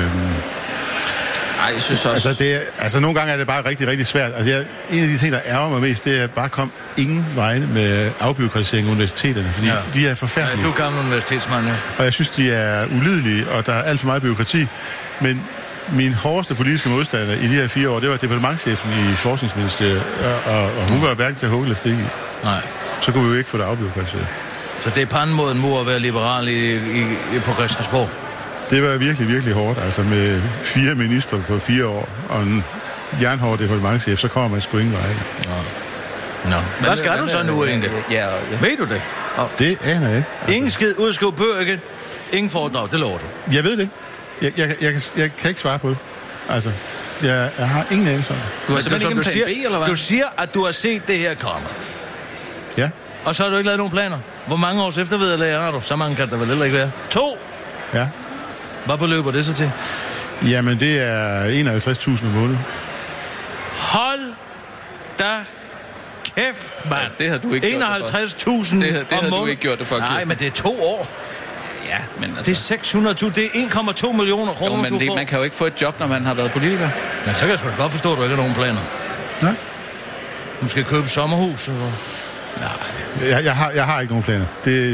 Speaker 13: Nej, jeg synes også...
Speaker 19: Altså, nogle gange er det bare rigtig, rigtig svært. Altså, en af de ting, der ærger mig mest, det er bare kom ingen vegne med afbureaukratisering af universiteterne, fordi de er forfærdelige.
Speaker 12: Ja, du er gammel universitetsmand, ja.
Speaker 19: Og jeg synes, de er ulidelige, og der er alt for meget bureaukrati. Men min hårdeste politiske modstander i de her 4 år, det var departementschefen i Forskningsministeriet, og hun var hverken til at hugge stik i.
Speaker 12: Nej.
Speaker 19: Så kunne vi jo ikke få det afbureaukratiseret.
Speaker 12: Så det er panden mod en mur at være liberal på Christiansborg?
Speaker 19: Det var virkelig, virkelig hårdt. Altså med 4 ministre på 4 år og en jernhård departementschef, så kommer man sgu ingen vej.
Speaker 12: Nå. Hvad skal du så nu egentlig?
Speaker 13: Ja.
Speaker 12: Ved du det?
Speaker 19: Det aner jeg ikke. Altså.
Speaker 12: Ingen skid, udskrive bøger igen. Ingen foredrag, det lover du.
Speaker 19: Jeg ved det. Jeg kan ikke svare på det. Altså, jeg har ingen anelse om det.
Speaker 13: Du har simpelthen ikke en plan B, eller hvad?
Speaker 12: Du siger, at du har set det her komme.
Speaker 19: Ja.
Speaker 12: Og så har du ikke lavet nogen planer? Hvor mange års eftervederlag har du? Så mange kan der vel heller ikke være. 2?
Speaker 19: Ja.
Speaker 12: Hvad beløber det så til?
Speaker 19: Jamen, det er 51.000 om måneden.
Speaker 12: Hold da kæft, mand.
Speaker 13: Ja, det har du ikke
Speaker 12: 51.000
Speaker 13: det har du ikke gjort det for,
Speaker 12: Nej, men det er 2 år.
Speaker 13: Ja, men altså...
Speaker 12: Det er 600.000, det er 1,2 millioner kroner,
Speaker 13: jo, men man kan jo ikke få et job, når man har været politiker.
Speaker 12: Men så kan jeg sgu da godt forstå, at du ikke har nogen planer.
Speaker 19: Nej.
Speaker 12: Du skal købe et sommerhus, eller...
Speaker 19: Nej. Jeg har ikke nogen planer.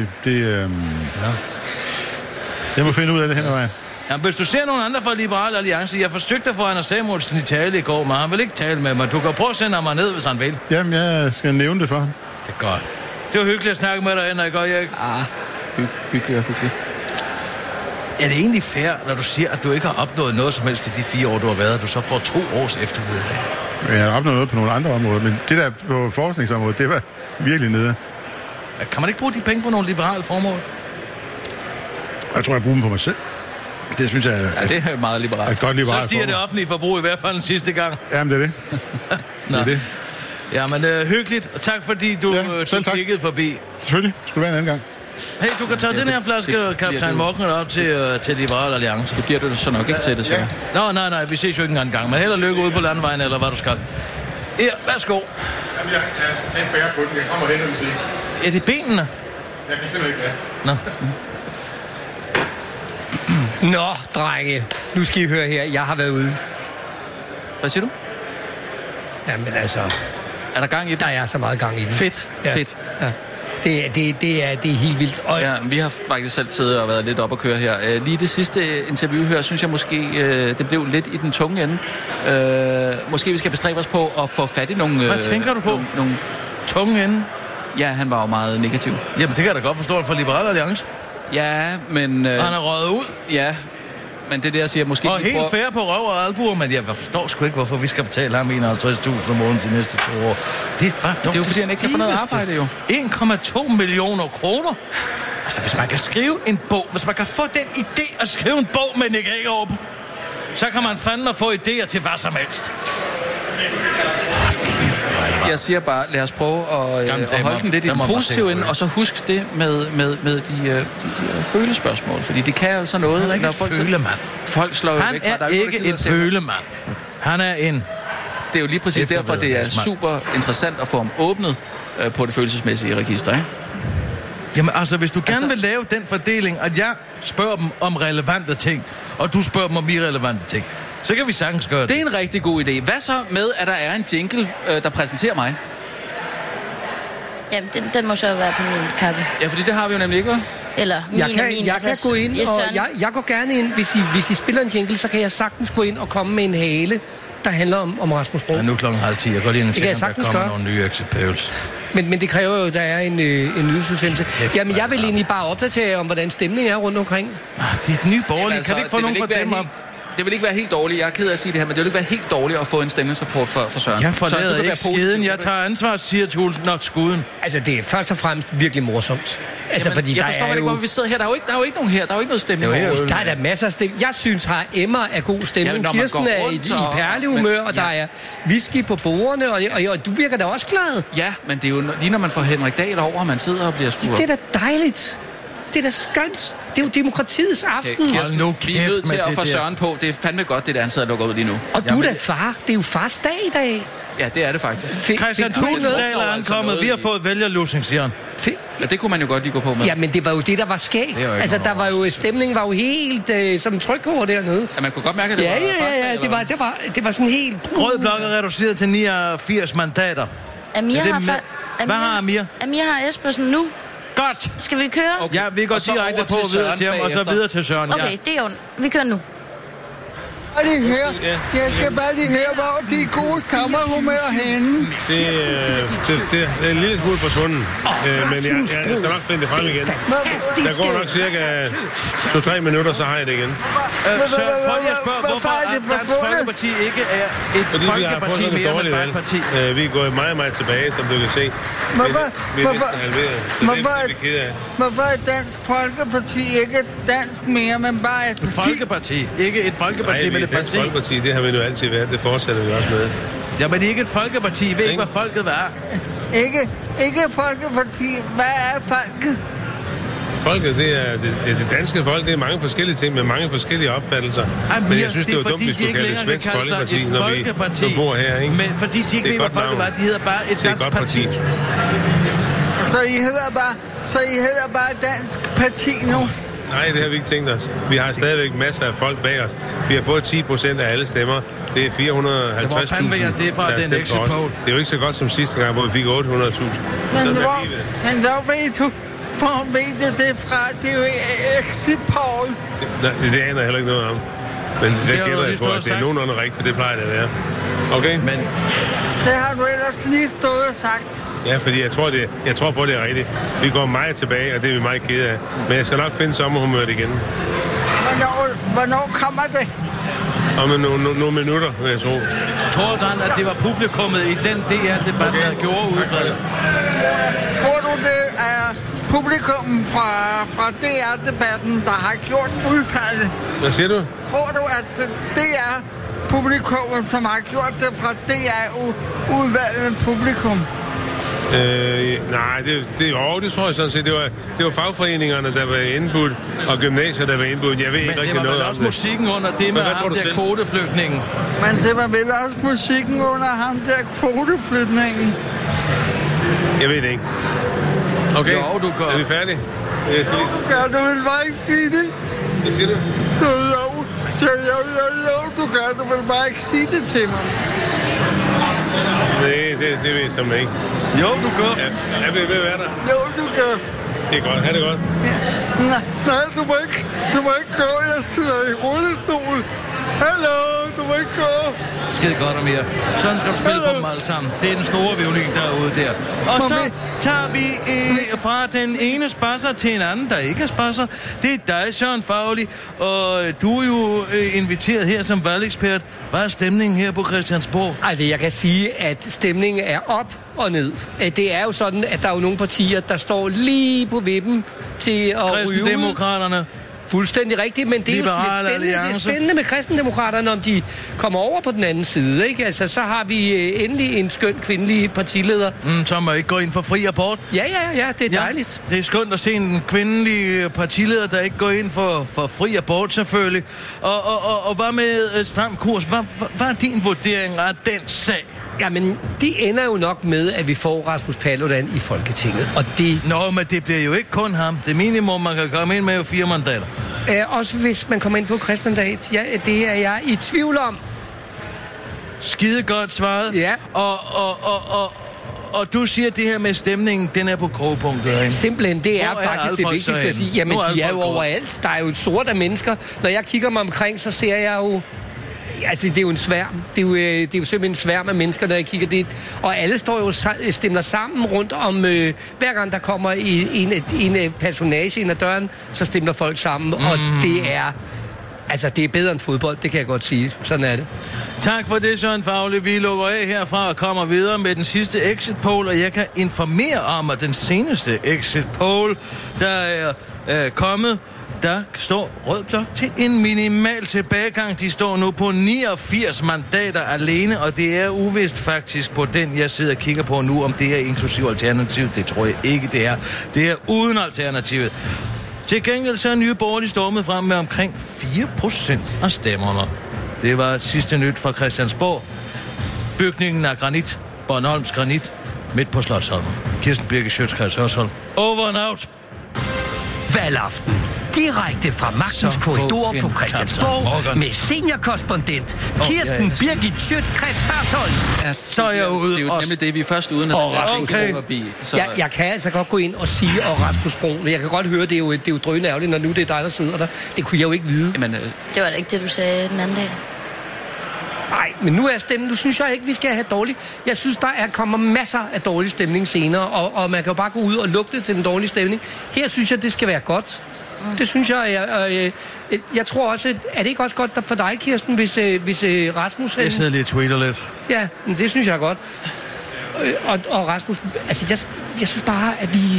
Speaker 19: Jeg må finde ud af det hen ad vejen.
Speaker 12: Ja, hvis du ser nogen andre fra Liberal Alliance, jeg forsøgte at få Anders Samuelsen i tale i går, men han vil ikke tale med mig. Du kan prøve at sende mig ned, hvis han vil.
Speaker 19: Jamen, jeg skal nævne det for ham.
Speaker 12: Det er godt. Det var hyggeligt at snakke med dig, Henrik, og jeg...
Speaker 13: Hyggeligt.
Speaker 12: Er det egentlig fair, når du siger, at du ikke har opnået noget som helst i de 4 år, du har været, at du så får 2 års eftervederlag?
Speaker 19: Jeg har opnået noget på nogle andre områder, men det der på forskningsområdet, det var virkelig nede.
Speaker 12: Kan man ikke bruge de penge på nogle liberale formål?
Speaker 19: Jeg tror, jeg bruger dem på mig selv. Det synes jeg
Speaker 13: ja, det er meget liberalt.
Speaker 19: Godt liberalt.
Speaker 12: Så stiger det offentlige forbrug i hvert fald den sidste gang.
Speaker 19: Jamen, det er det. Det er det.
Speaker 12: Jamen, hyggeligt. Og tak, fordi du kiggede forbi.
Speaker 19: Selvfølgelig. Skulle være en anden gang.
Speaker 12: Hey, du kan tage den her flaske Kaptajn Morgan op til Liberal Alliance.
Speaker 13: Det giver du det så nok ikke til, desværre.
Speaker 12: Ja. Nej, vi ses jo ikke engang gang. Men held og lykke ude på landvejen, eller hvad du skal. Her, værsgo.
Speaker 19: Jamen, jeg kan ikke bære på den. Jeg kommer hen og sige.
Speaker 12: Er det benene?
Speaker 19: Jeg kan simpelthen ikke bære.
Speaker 16: Nå, drenge. Nu skal I høre her. Jeg har været ude.
Speaker 13: Hvad siger du?
Speaker 16: Jamen altså...
Speaker 13: Er der gang i det?
Speaker 16: Der er så meget gang i den.
Speaker 13: Fedt.
Speaker 16: Ja. Det er helt vildt. Og...
Speaker 13: Ja, vi har faktisk selv siddet og været lidt op at køre her. Lige det sidste interview her, synes jeg måske, det blev lidt i den tunge ende. Måske vi skal bestræbe os på at få fat i nogle...
Speaker 12: Hvad tænker du på?
Speaker 13: Nogle
Speaker 12: tunge ende?
Speaker 13: Ja, han var jo meget negativ.
Speaker 12: Jamen, det kan jeg da godt forstå for Liberal Alliance.
Speaker 13: Ja, men...
Speaker 12: han er røget ud?
Speaker 13: Ja, men det er det, jeg siger, måske...
Speaker 12: Og helt fair på røv og albuer, men jeg forstår sgu ikke, hvorfor vi skal betale ham 51.000 om måneden de næste 2 år. Det er faktisk...
Speaker 13: Det er jo fordi, han ikke kan få noget arbejde, jo.
Speaker 12: 1,2 millioner kroner? Altså, hvis man kan skrive en bog, hvis man kan få den idé at skrive en bog med Nick Hagerup, så kan man fandme få idéer til hvad som helst.
Speaker 13: Jeg siger bare, lad os prøve at holde den lidt i den positive ende, og så husk det med de følespørgsmål, fordi det kan altså noget.
Speaker 12: Han er ikke en følemand.
Speaker 13: Folk slår jo væk fra,
Speaker 12: han er ikke en følemand. Han er en...
Speaker 13: Det er jo lige præcis derfor, det er super interessant at få ham åbnet på det følelsesmæssige register, ikke?
Speaker 12: Jamen altså, hvis du gerne vil lave den fordeling, at jeg spørger dem om relevante ting, og du spørger dem om irrelevante ting, så kan vi sagtens gøre det.
Speaker 13: Det er en rigtig god idé. Hvad så med, at der er en jingle, der præsenterer mig?
Speaker 6: Jamen, den må så være på min kappe.
Speaker 13: Ja, fordi det har vi jo nemlig ikke, hva'?
Speaker 6: Eller
Speaker 16: jeg kan gå ind, og jeg går gerne ind. Hvis I spiller en jingle, så kan jeg sagtens gå ind og komme med en hale, der handler om Rasmus Bro.
Speaker 12: Ja, nu klokken 9:30. Jeg går lige ind og tjekker, om der kommer nogle nye exit polls.
Speaker 16: Men det kræver jo, at der er en nyhedsudsendelse. Jamen, jeg vil egentlig bare opdatere om, hvordan stemningen er rundt omkring.
Speaker 12: Det er et nye borgerlige. Altså, kan vi ikke få nogen for dem op?
Speaker 13: Det vil ikke være helt dårligt. Jeg er ked af at sige det her, men det vil ikke være helt dårligt at få en stemningsrapport for Søren.
Speaker 12: Jeg forlader ikke skeden. Jeg tager ansvar, siger Tulsen nok skuden.
Speaker 16: Altså, det er først og fremmest virkelig morsomt. Altså,
Speaker 13: fordi jeg forstår ikke, hvorfor vi sidder her. Der er jo ikke nogen her. Der er jo ikke noget stemning.
Speaker 16: Der er der masser af stemning. Jeg synes, har Emma er god stemning. Ja, Kirsten er i perlehumør, og der er whisky på bordene, og du virker da også glad.
Speaker 13: Ja, men det er jo lige når man får Henrik Dahl over, og man sidder og bliver skudt.
Speaker 16: Det er da dejligt. Det er da skønt. Det er jo demokratiets aften.
Speaker 13: Kirsten, vi er nødt til at få Søren på. Det er fandme godt, det der han sidder og lukker ud lige nu.
Speaker 16: Og du er da far. Det er jo fars dag i dag.
Speaker 13: Ja, det er det faktisk.
Speaker 12: Christian Tulsendal er ankommet. Vi har fået vælgerlusing, siger han.
Speaker 13: Ja, det kunne man jo godt lige gå på med.
Speaker 16: Ja, men det var jo det, der var skægt. Altså, der var jo, stemningen var jo helt som trykhår dernede.
Speaker 13: Ja, man kunne godt mærke, at det
Speaker 16: var det var sådan helt...
Speaker 12: Rød blok er reduceret til 89 mandater. Hvad har Amir?
Speaker 6: Amir har Espersen nu.
Speaker 12: Godt.
Speaker 6: Skal vi køre?
Speaker 12: Okay. Ja, vi går direkte på videre til ham, og så videre til Søren.
Speaker 6: Okay, det er jo... Vi kører nu.
Speaker 15: Jeg skal bare lige høre, hvor de gode sommerhumør henne.
Speaker 20: Det er en lille smule forsvundet, men jeg skal nok finde det frem igen. Der går nok cirka 2-3 minutter, så har jeg det igen.
Speaker 12: Så prøv lige at spørge, hvorfor Dansk Folkeparti ikke er et folkeparti mere end et parti?
Speaker 20: Vi er gået meget, meget tilbage, som du kan se.
Speaker 15: Hvorfor er Dansk Folkeparti ikke dansk mere, men bare et parti?
Speaker 12: Folkeparti, ikke et folkeparti, men et parti.
Speaker 20: Dansk Folkeparti, det har vi jo altid været, det fortsætter vi også med.
Speaker 12: Ja, men ikke et folkeparti, ved ikke, hvad folket er.
Speaker 15: Ikke folkeparti, hvad er folket?
Speaker 20: Folket, det er det danske folk, det er mange forskellige ting med mange forskellige opfattelser. Men jeg synes, det var dumt, hvis du kalder det Svensk Folkeparti, når vi bor her, ikke?
Speaker 12: Men fordi de ikke ved, hvad folket var, de hedder bare et dansk parti.
Speaker 15: Så I hedder bare Dansk Parti nu?
Speaker 20: Nej, det har vi ikke tænkt os. Vi har stadigvæk masser af folk bag os. Vi har fået 10% af alle stemmer. Det er 450.000,
Speaker 12: det fra den exit poll.
Speaker 20: Det er jo ikke så godt som sidste gang, hvor vi fik 800.000.
Speaker 15: Men hvor ved du? Hvor ved du det fra? Det er jo exit poll.
Speaker 20: Det aner jeg heller ikke noget om. Men det gætter jeg på, at det er nogenlunde rigtigt. Det plejer det at være. Okay? Men
Speaker 15: det har du ellers lige stået og sagt.
Speaker 20: Ja, fordi jeg tror på, det er rigtigt. Vi går meget tilbage, og det er vi meget kede af. Men jeg skal nok finde sommerhumøret igen.
Speaker 15: Hvornår kommer det?
Speaker 20: Om nogle minutter, vil jeg tro.
Speaker 12: Tror du, at det var publikummet i den DR-debat, der gjorde udfaldet?
Speaker 15: Tror du, det er publikum fra DR-debatten, der har gjort udfaldet?
Speaker 20: Hvad siger du?
Speaker 15: Tror du, at det er publikummet, som har gjort det fra DR-udvalget publikum?
Speaker 20: Nej, det tror jeg sådan set. Det var fagforeningerne, der var indbudt, og gymnasier, der var indbudt. Jeg ved ikke rigtig noget om det.
Speaker 12: Men det var vel også musikken under det med ham der kvoteflygtningen?
Speaker 15: Men det var vel også musikken under ham der kvoteflygtningen?
Speaker 20: Jeg ved det ikke. Okay,
Speaker 12: jo, du gør.
Speaker 20: Er vi færdige?
Speaker 15: Jo, du gør. Du vil bare ikke sige det.
Speaker 20: Hvad siger du?
Speaker 15: Jo, du gør. Du vil bare ikke sige det til mig.
Speaker 20: Nej, det ved jeg simpelthen ikke.
Speaker 12: Jo, du gør.
Speaker 20: Jeg vil være der.
Speaker 15: Jo, du gør.
Speaker 20: Det er godt. Ha' det godt.
Speaker 15: Ja. Nej, du må ikke gå. Jeg sidder i rullestol. Hallo, du må ikke gå.
Speaker 12: Skide godt, Amir. Sådan skal du spille på dem alle sammen. Det er den store violin derude der. Og så tager vi fra den ene spasser til en anden, der ikke er spasser. Det er dig, Søren Fauli. Og du er jo inviteret her som valgekspert. Hvad er stemningen her på Christiansborg?
Speaker 16: Altså, jeg kan sige, at stemningen er op og ned. Det er jo sådan, at der er jo nogle partier, der står lige på vippen til at ryge ud.
Speaker 12: Kristendemokraterne.
Speaker 16: Fuldstændig rigtigt, men det er jo spændende, det er spændende med kristendemokraterne, om de kommer over på den anden side, ikke? Altså, så har vi endelig en skøn kvindelig partileder.
Speaker 12: Som må ikke gå ind for fri abort.
Speaker 16: Ja, det er dejligt.
Speaker 12: Det er skønt at se en kvindelig partileder, der ikke går ind for fri abort, selvfølgelig. Og hvad med stram kurs? Hvad er din vurdering af den sag?
Speaker 16: Jamen, det ender jo nok med, at vi får Rasmus Paludan i Folketinget, og det...
Speaker 12: Nå, men det bliver jo ikke kun ham. Det minimum, man kan komme ind med, er jo 4 mandater.
Speaker 16: Også hvis man kommer ind på et krigsmandat. Ja, det er jeg i tvivl om.
Speaker 12: Skide godt svaret.
Speaker 16: Ja.
Speaker 12: Og du siger, at det her med stemningen, den er på krogepunktet.
Speaker 16: Simpelthen, det er faktisk det vigtigste at sige. Jamen, de er jo overalt. Der er jo et sort af mennesker. Når jeg kigger mig omkring, så ser jeg jo... Altså, det er jo en sværm. Det er jo simpelthen en sværm af mennesker, når jeg kigger det. Og alle står jo stemmer sammen rundt om... hver gang der kommer en personage ind ad døren, så stemmer folk sammen. Og det er... Altså, det er bedre end fodbold, det kan jeg godt sige. Sådan er det.
Speaker 12: Tak for det, Søren Fauli. Vi lukker af herfra og kommer videre med den sidste exit poll, og jeg kan informere om, at den seneste exit poll, der er kommet... Der står Rød Blok til en minimal tilbagegang. De står nu på 89 mandater alene, og det er uvist faktisk på den, jeg sidder og kigger på nu, om det er inklusiv alternativ. Det tror jeg ikke, det er. Det er uden alternativet. Til gengæld så er Nye Borgerlige stormet frem med omkring 4% af stemmerne. Det var sidste nyt fra Christiansborg. Bygningen af granit, Bornholms granit, midt på Slotsholmen. Kirsten Birgit Schiøtz-Krets Hørsholm. Over and out.
Speaker 3: Valgaften. Direkte fra Magtens Korridor på Christiansborg med seniorkorrespondent Kirsten Birgit Schiøtz-Krets Hørsholm.
Speaker 12: Ja, så er jeg ude.
Speaker 13: Det er jo nemlig det, vi er først ude, når
Speaker 16: okay. Forbi. Jeg kan altså godt gå ind og sige, og Rasmus Broen, men jeg kan godt høre, det er jo drønende ærgerligt, når nu det er dig, der sidder der. Det kunne jeg jo ikke vide.
Speaker 13: Jamen,
Speaker 6: det var da ikke det, du sagde den anden dag.
Speaker 16: Nej, men nu er stemmen. Nu synes jeg ikke, vi skal have dårligt. Jeg synes, kommer masser af dårlig stemning senere, og man kan jo bare gå ud og lugte til den dårlige stemning. Her synes jeg, det skal være godt. Det synes jeg tror også, er det ikke også godt for dig, Kirsten, hvis Rasmus...
Speaker 12: Jeg sidder lige og tweeter lidt.
Speaker 16: Ja, men det synes jeg er godt. Og Rasmus, altså jeg synes bare, at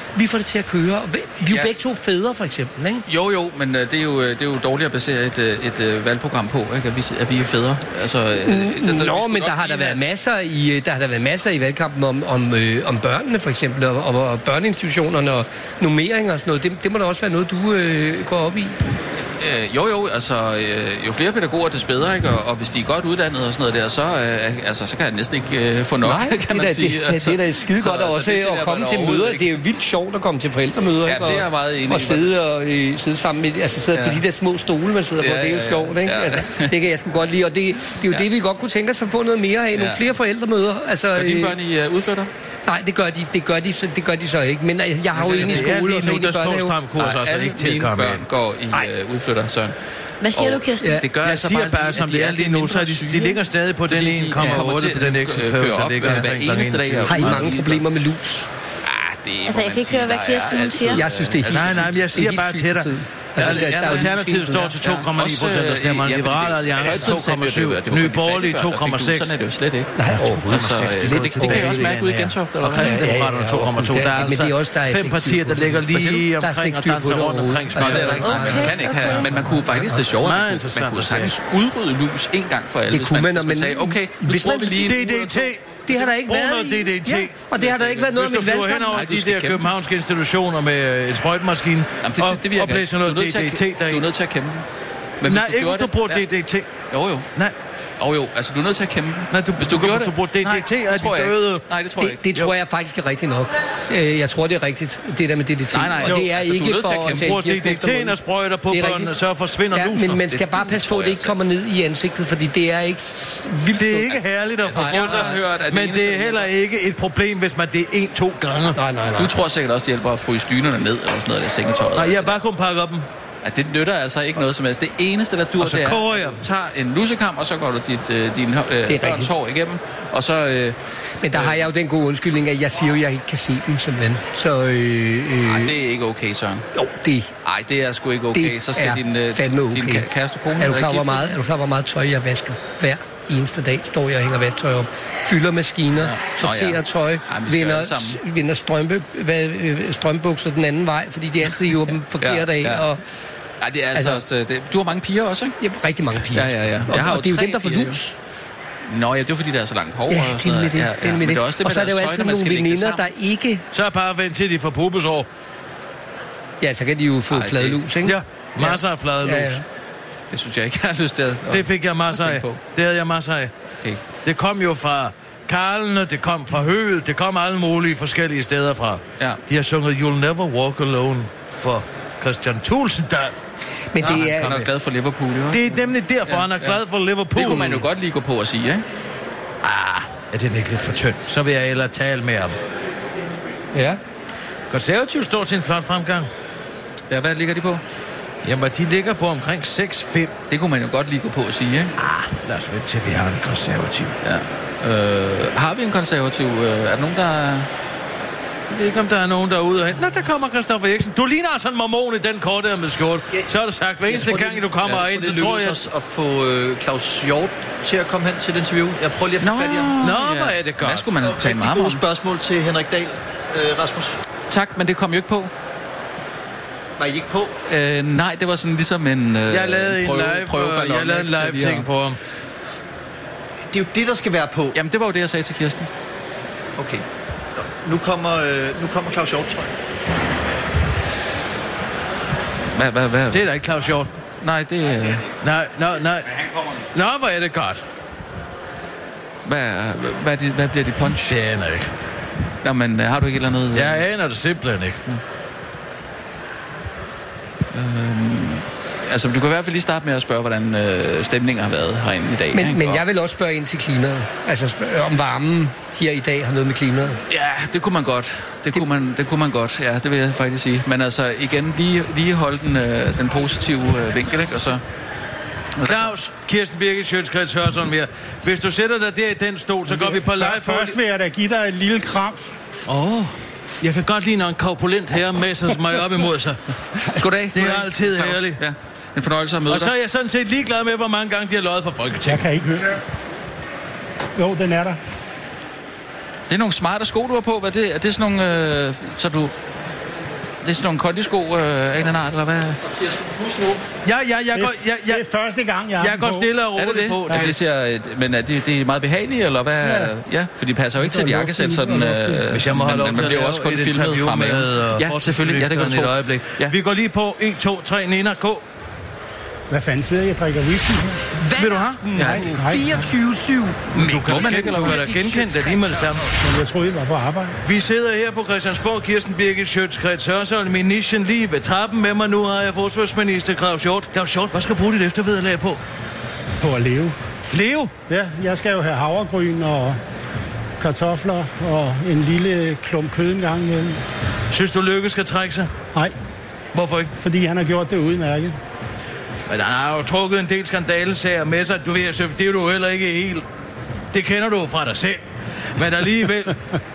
Speaker 16: Vi får det til at køre. Vi er jo begge to fædre, for eksempel, ikke?
Speaker 13: Jo, men det er jo dårligt at basere et valgprogram på, ikke? At vi er fædre. Altså,
Speaker 16: men der har der været masser i valgkampen om børnene, for eksempel, og børneinstitutionerne og nummeringer og sådan noget. Det må da også være noget, du går op i. Jo flere pædagoger, des bedre, ikke? Og hvis de er godt uddannet og sådan noget der, så kan jeg næsten ikke få nok, kan man sige. Det er da skide godt også at komme til møder. Det er jo vildt sjovt at komme til forældremøder, ikke?
Speaker 13: Ja, det er jeg meget enig
Speaker 16: i. Og sidde sammen med, sidde på de der små stole, man sidder på. Det er jo sjovt, ikke?
Speaker 13: Ja.
Speaker 16: Altså, det kan jeg sgu godt lide, og det er jo det, vi godt kunne tænke os at få noget mere af. Nogle flere forældremøder. Altså,
Speaker 13: gør dine børn i udflytter?
Speaker 16: Nej, det gør de så ikke. Men jeg har jo en i skole og så en i børnehave.
Speaker 12: Nej, alle mine
Speaker 13: børn går i udflytter, Søren.
Speaker 6: Hvad siger du, Kirsten?
Speaker 12: Det gør jeg siger bare, som det er lige nu, så de ligger stadig på den 1,8 på den exit-pøl, der ligger
Speaker 13: hver eneste dag.
Speaker 16: Har I mange problemer med lus?
Speaker 6: Altså, jeg kan ikke høre, hvad Kirsten siger.
Speaker 16: Jeg synes, det er helt...
Speaker 12: Nej, men jeg siger bare til dig. Alternativet står til 2,9% af stemmerne. Liberale Alliance 2,7%. Nye Borgerlige 2,6%.
Speaker 13: Sådan er det jo slet ikke.
Speaker 12: Nej,
Speaker 13: det kan jeg også mærke ude i Gentofte.
Speaker 12: Og Kristendemokraterne 2,2%. Der er altså 5 partier, der ligger lige omkring og danser rundt omkring spørgsmålet.
Speaker 13: Man kan ikke have, men man kunne faktisk det sjove. Man kunne sagtens udrydde lus en gang for alle.
Speaker 16: Det kunne man,
Speaker 13: men sagde, okay, nu tror vi lige...
Speaker 12: DDT.
Speaker 16: Det har der ikke været
Speaker 12: DDT.
Speaker 16: Ja, og det har der ikke været noget med valgkamp.
Speaker 12: Hvis du flyver hen over de der københavnske institutioner med en sprøjtemaskine og blæser noget DDT derind.
Speaker 13: Du er nødt til at kæmpe.
Speaker 12: Nej, ikke hvis du bruger DDT.
Speaker 13: Jo.
Speaker 12: Nej.
Speaker 13: Jo, altså du er nødt til at kæmpe.
Speaker 12: Nej, hvis du bruger DDT, er de døde.
Speaker 13: Nej, det tror jeg ikke.
Speaker 16: Det tror jeg faktisk er rigtigt nok. Jeg tror, det er rigtigt, det der med DDT.
Speaker 13: Nej,
Speaker 16: og det er
Speaker 13: altså,
Speaker 16: ikke for
Speaker 12: at bruge DDT'en og sprøjter på børnene, så forsvinder lusen.
Speaker 16: Men man skal bare passe på, at det ikke kommer ned i ansigtet, fordi det er ikke vildt.
Speaker 12: Det er ikke herligt at få men det er heller ikke et problem, hvis man det er 1-2 gange.
Speaker 16: Nej.
Speaker 13: Du tror sikkert også, det hjælper at fryse dynerne ned, eller sådan noget af sengetøjet.
Speaker 12: Nej, jeg bare kun pakke op dem.
Speaker 13: Ja, det nytter altså ikke noget som helst. Det eneste, der dur, det er, at du tager en lusekam, og så går du din børns hår igennem, og så...
Speaker 16: Men der har jeg jo den gode undskyldning, at jeg siger jo, at jeg ikke kan se dem som ven. Så...
Speaker 13: Nej, det er ikke okay, Søren.
Speaker 16: Jo, det...
Speaker 13: Nej, det er sgu ikke okay.
Speaker 16: Det
Speaker 13: så skal din kæreste kone...
Speaker 16: Er du klar, hvor meget tøj jeg vasker? Eneste dag står jeg og hænger vasketøj op, fylder maskiner, sorterer tøj, vinder strømbukser den anden vej, fordi de altid hiver dem forkert af. Og,
Speaker 13: ja, det er altså du har mange piger også, ikke?
Speaker 16: Ja, rigtig mange piger.
Speaker 13: Ja.
Speaker 16: Og det er jo dem, der får lus.
Speaker 13: Nå ja, det er fordi, der er så langt hår.
Speaker 16: Ja, det er med det. Og så er der jo altid nogle veninder, der ikke...
Speaker 12: Så bare vent til de får pubesår.
Speaker 16: Ja, så kan de jo få fladlus, ikke?
Speaker 12: Ja, masser af fladlus. Ja.
Speaker 13: Det synes jeg ikke, jeg har lyst til at
Speaker 12: det fik jeg masser af. Det havde jeg masser af.
Speaker 13: Okay.
Speaker 12: Det kom jo fra Karlene, det kom fra Høget, det kom alle mulige forskellige steder fra.
Speaker 13: Ja.
Speaker 12: De har sunget You'll Never Walk Alone for Christian Tulsendal.
Speaker 16: Men det er...
Speaker 13: Han er glad for Liverpool, jo.
Speaker 12: Det er nemlig derfor, han er glad for Liverpool.
Speaker 13: Det kunne man jo godt lige gå på at sige, ikke?
Speaker 12: Er den ikke lidt for tynd? Så vil jeg ellers tale med ham.
Speaker 16: Ja.
Speaker 12: Konservativ står til en flot fremgang.
Speaker 13: Ja, hvad ligger de på?
Speaker 12: Jamen, de ligger på omkring 6-5.
Speaker 13: Det kunne man jo godt lige gå på at sige, ikke?
Speaker 12: Lad os vente til, vi har en konservativ.
Speaker 13: Ja. Har vi en konservativ? Er der nogen, der...
Speaker 12: Jeg ved ikke, om der er nogen, der er ude og hen. Nå, der kommer Christoffer Eriksen. Du ligner altså en mormon i den korte med skjort. Ja. Så har du sagt, hver eneste gang, du kommer ind, så tror jeg...
Speaker 5: at få Claus Hjort til at komme hen til et interview. Jeg prøver lige at få fat i ham.
Speaker 12: Hvor er det godt.
Speaker 13: Hvad skulle man tale meget om?
Speaker 5: Rigtig gode spørgsmål til Henrik Dahl, Rasmus.
Speaker 13: Tak, men det kom jo ikke på.
Speaker 5: Var I ikke på?
Speaker 13: Nej, det var sådan ligesom en
Speaker 12: jeg lavede en live ting på ham.
Speaker 5: Det er jo det, der skal være på.
Speaker 13: Jamen, det var jo det, jeg sagde til Kirsten.
Speaker 5: Okay. Nu kommer Claus Hjort, tror
Speaker 13: jeg. Hvad?
Speaker 12: Det er da ikke Claus Hjort.
Speaker 13: Nej, det er...
Speaker 12: Nej. Nå, hvor er det godt.
Speaker 13: Hvad bliver dit punch?
Speaker 12: Det aner jeg ikke.
Speaker 13: Nå, men har du ikke et eller andet...
Speaker 12: Jeg aner det simpelthen ikke.
Speaker 13: Altså, du kan i hvert fald lige starte med at spørge, hvordan stemningen har været herinde i dag.
Speaker 16: Men jeg vil også spørge ind til klimaet. Altså, om varmen her i dag har noget med klimaet.
Speaker 13: Ja, det kunne man godt. Det kunne man godt, ja, det vil jeg faktisk sige. Men altså, igen, lige holde den positive vinkel, ikke? Og så...
Speaker 12: Claus, Kirsten Birgit Sjøtskreds Hørsholm mere. Hvis du sætter dig der i den stol, så går vi på live.
Speaker 15: Først vil jeg da give dig et lille kram.
Speaker 12: Jeg kan godt lide, når en korpulent herre messer mig op imod sig.
Speaker 13: Goddag.
Speaker 12: Det er altid herligt.
Speaker 13: Ja. En fornøjelse at møde dig.
Speaker 12: Og så er jeg sådan set ligeglad med, hvor mange gange de har løjet for Folketinget.
Speaker 15: Jeg kan ikke høre. Jo, den er der.
Speaker 13: Det er nogle smarte sko, du har på. Hvad er det? Er det sådan nogle... så du... det sådan nogle kondisko af en art, eller hvad?
Speaker 12: Ja,
Speaker 21: det er første gang, jeg
Speaker 12: går stille og roligt på.
Speaker 13: Ja. Det ser, men er det meget behageligt, eller hvad? Ja, for de passer jo ikke til et jakkesæt, sådan...
Speaker 12: Hvis jeg må have lov til at lave også kun et interview med...
Speaker 13: Ja, selvfølgelig. Ja, det kan du tro.
Speaker 12: Øjeblik. Ja. Vi går lige på 1, 2, 3, Nina, gå.
Speaker 21: Hvad fanden sidder jeg og drikker whisky her?
Speaker 12: Vil du have?
Speaker 21: Nej.
Speaker 12: 24/7. Du kan ikke gøre dig genkendt af lige med det samme.
Speaker 21: Men jeg troede, jeg var på arbejde.
Speaker 12: Vi sidder her på Christiansborg, Kirsten Birgit Schiøtz-Krets Hørsholm, Ministeren lige ved trappen med mig. Nu har jeg forsvarsminister Claus Hjort. Claus Hjort, hvad skal du bruge dit eftervederlag på?
Speaker 21: På at leve.
Speaker 12: Leve?
Speaker 21: Ja, jeg skal jo have havregryn og kartofler og en lille klump kød en gang imellem.
Speaker 12: Synes du, Løkke skal trække sig?
Speaker 21: Nej.
Speaker 12: Hvorfor ikke?
Speaker 21: Fordi han har gjort det udmærket.
Speaker 12: Men han har jo trukket en del skandalesager med sig. Du ved, det er du heller ikke helt... Det kender du fra dig selv. Men alligevel...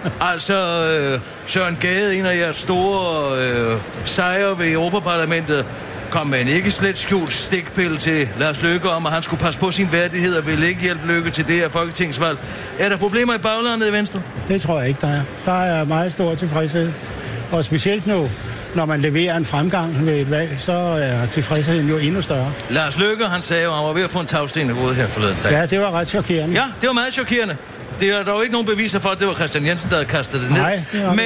Speaker 12: Søren Gade, en af jeres store sejre ved Europaparlamentet, kom med en ikke slet skjult stikpille til Lars Løkke om, at han skulle passe på sin værdighed og ville ikke hjælpe Løkke til det her folketingsvalg. Er der problemer i baglandet i Venstre?
Speaker 21: Det tror jeg ikke, der er. Der er meget stor tilfredshed. Og specielt nu, når man leverer en fremgang ved et valg, så er tilfredsheden jo endnu større.
Speaker 12: Lars Løkke, han sagde jo, at han var ved at få en tagsten i hovedet her forleden dag.
Speaker 21: Ja, det var ret chokerende.
Speaker 12: Ja, det var meget chokerende. Det er dog ikke nogen beviser for, at det var Christian Jensen, der havde kastet det ned.
Speaker 21: Nej, det var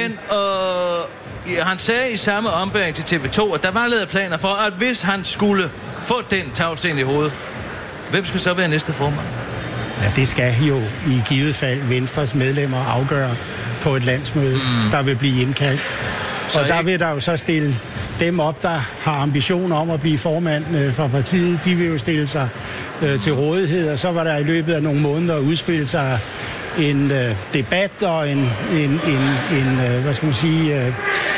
Speaker 12: men han sagde i samme ombæring til TV2, at der var lavet planer for, at hvis han skulle få den tagsten i hovedet, hvem skal så være næste formand?
Speaker 21: Ja, det skal jo i givet fald Venstres medlemmer afgøre på et landsmøde, der vil blive indkaldt. Så og der vil der jo så stille dem op, der har ambitioner om at blive formand for partiet. De vil jo stille sig til rådighed, og så var der i løbet af nogle måneder udspille sig en debat og en hvad skal man sige,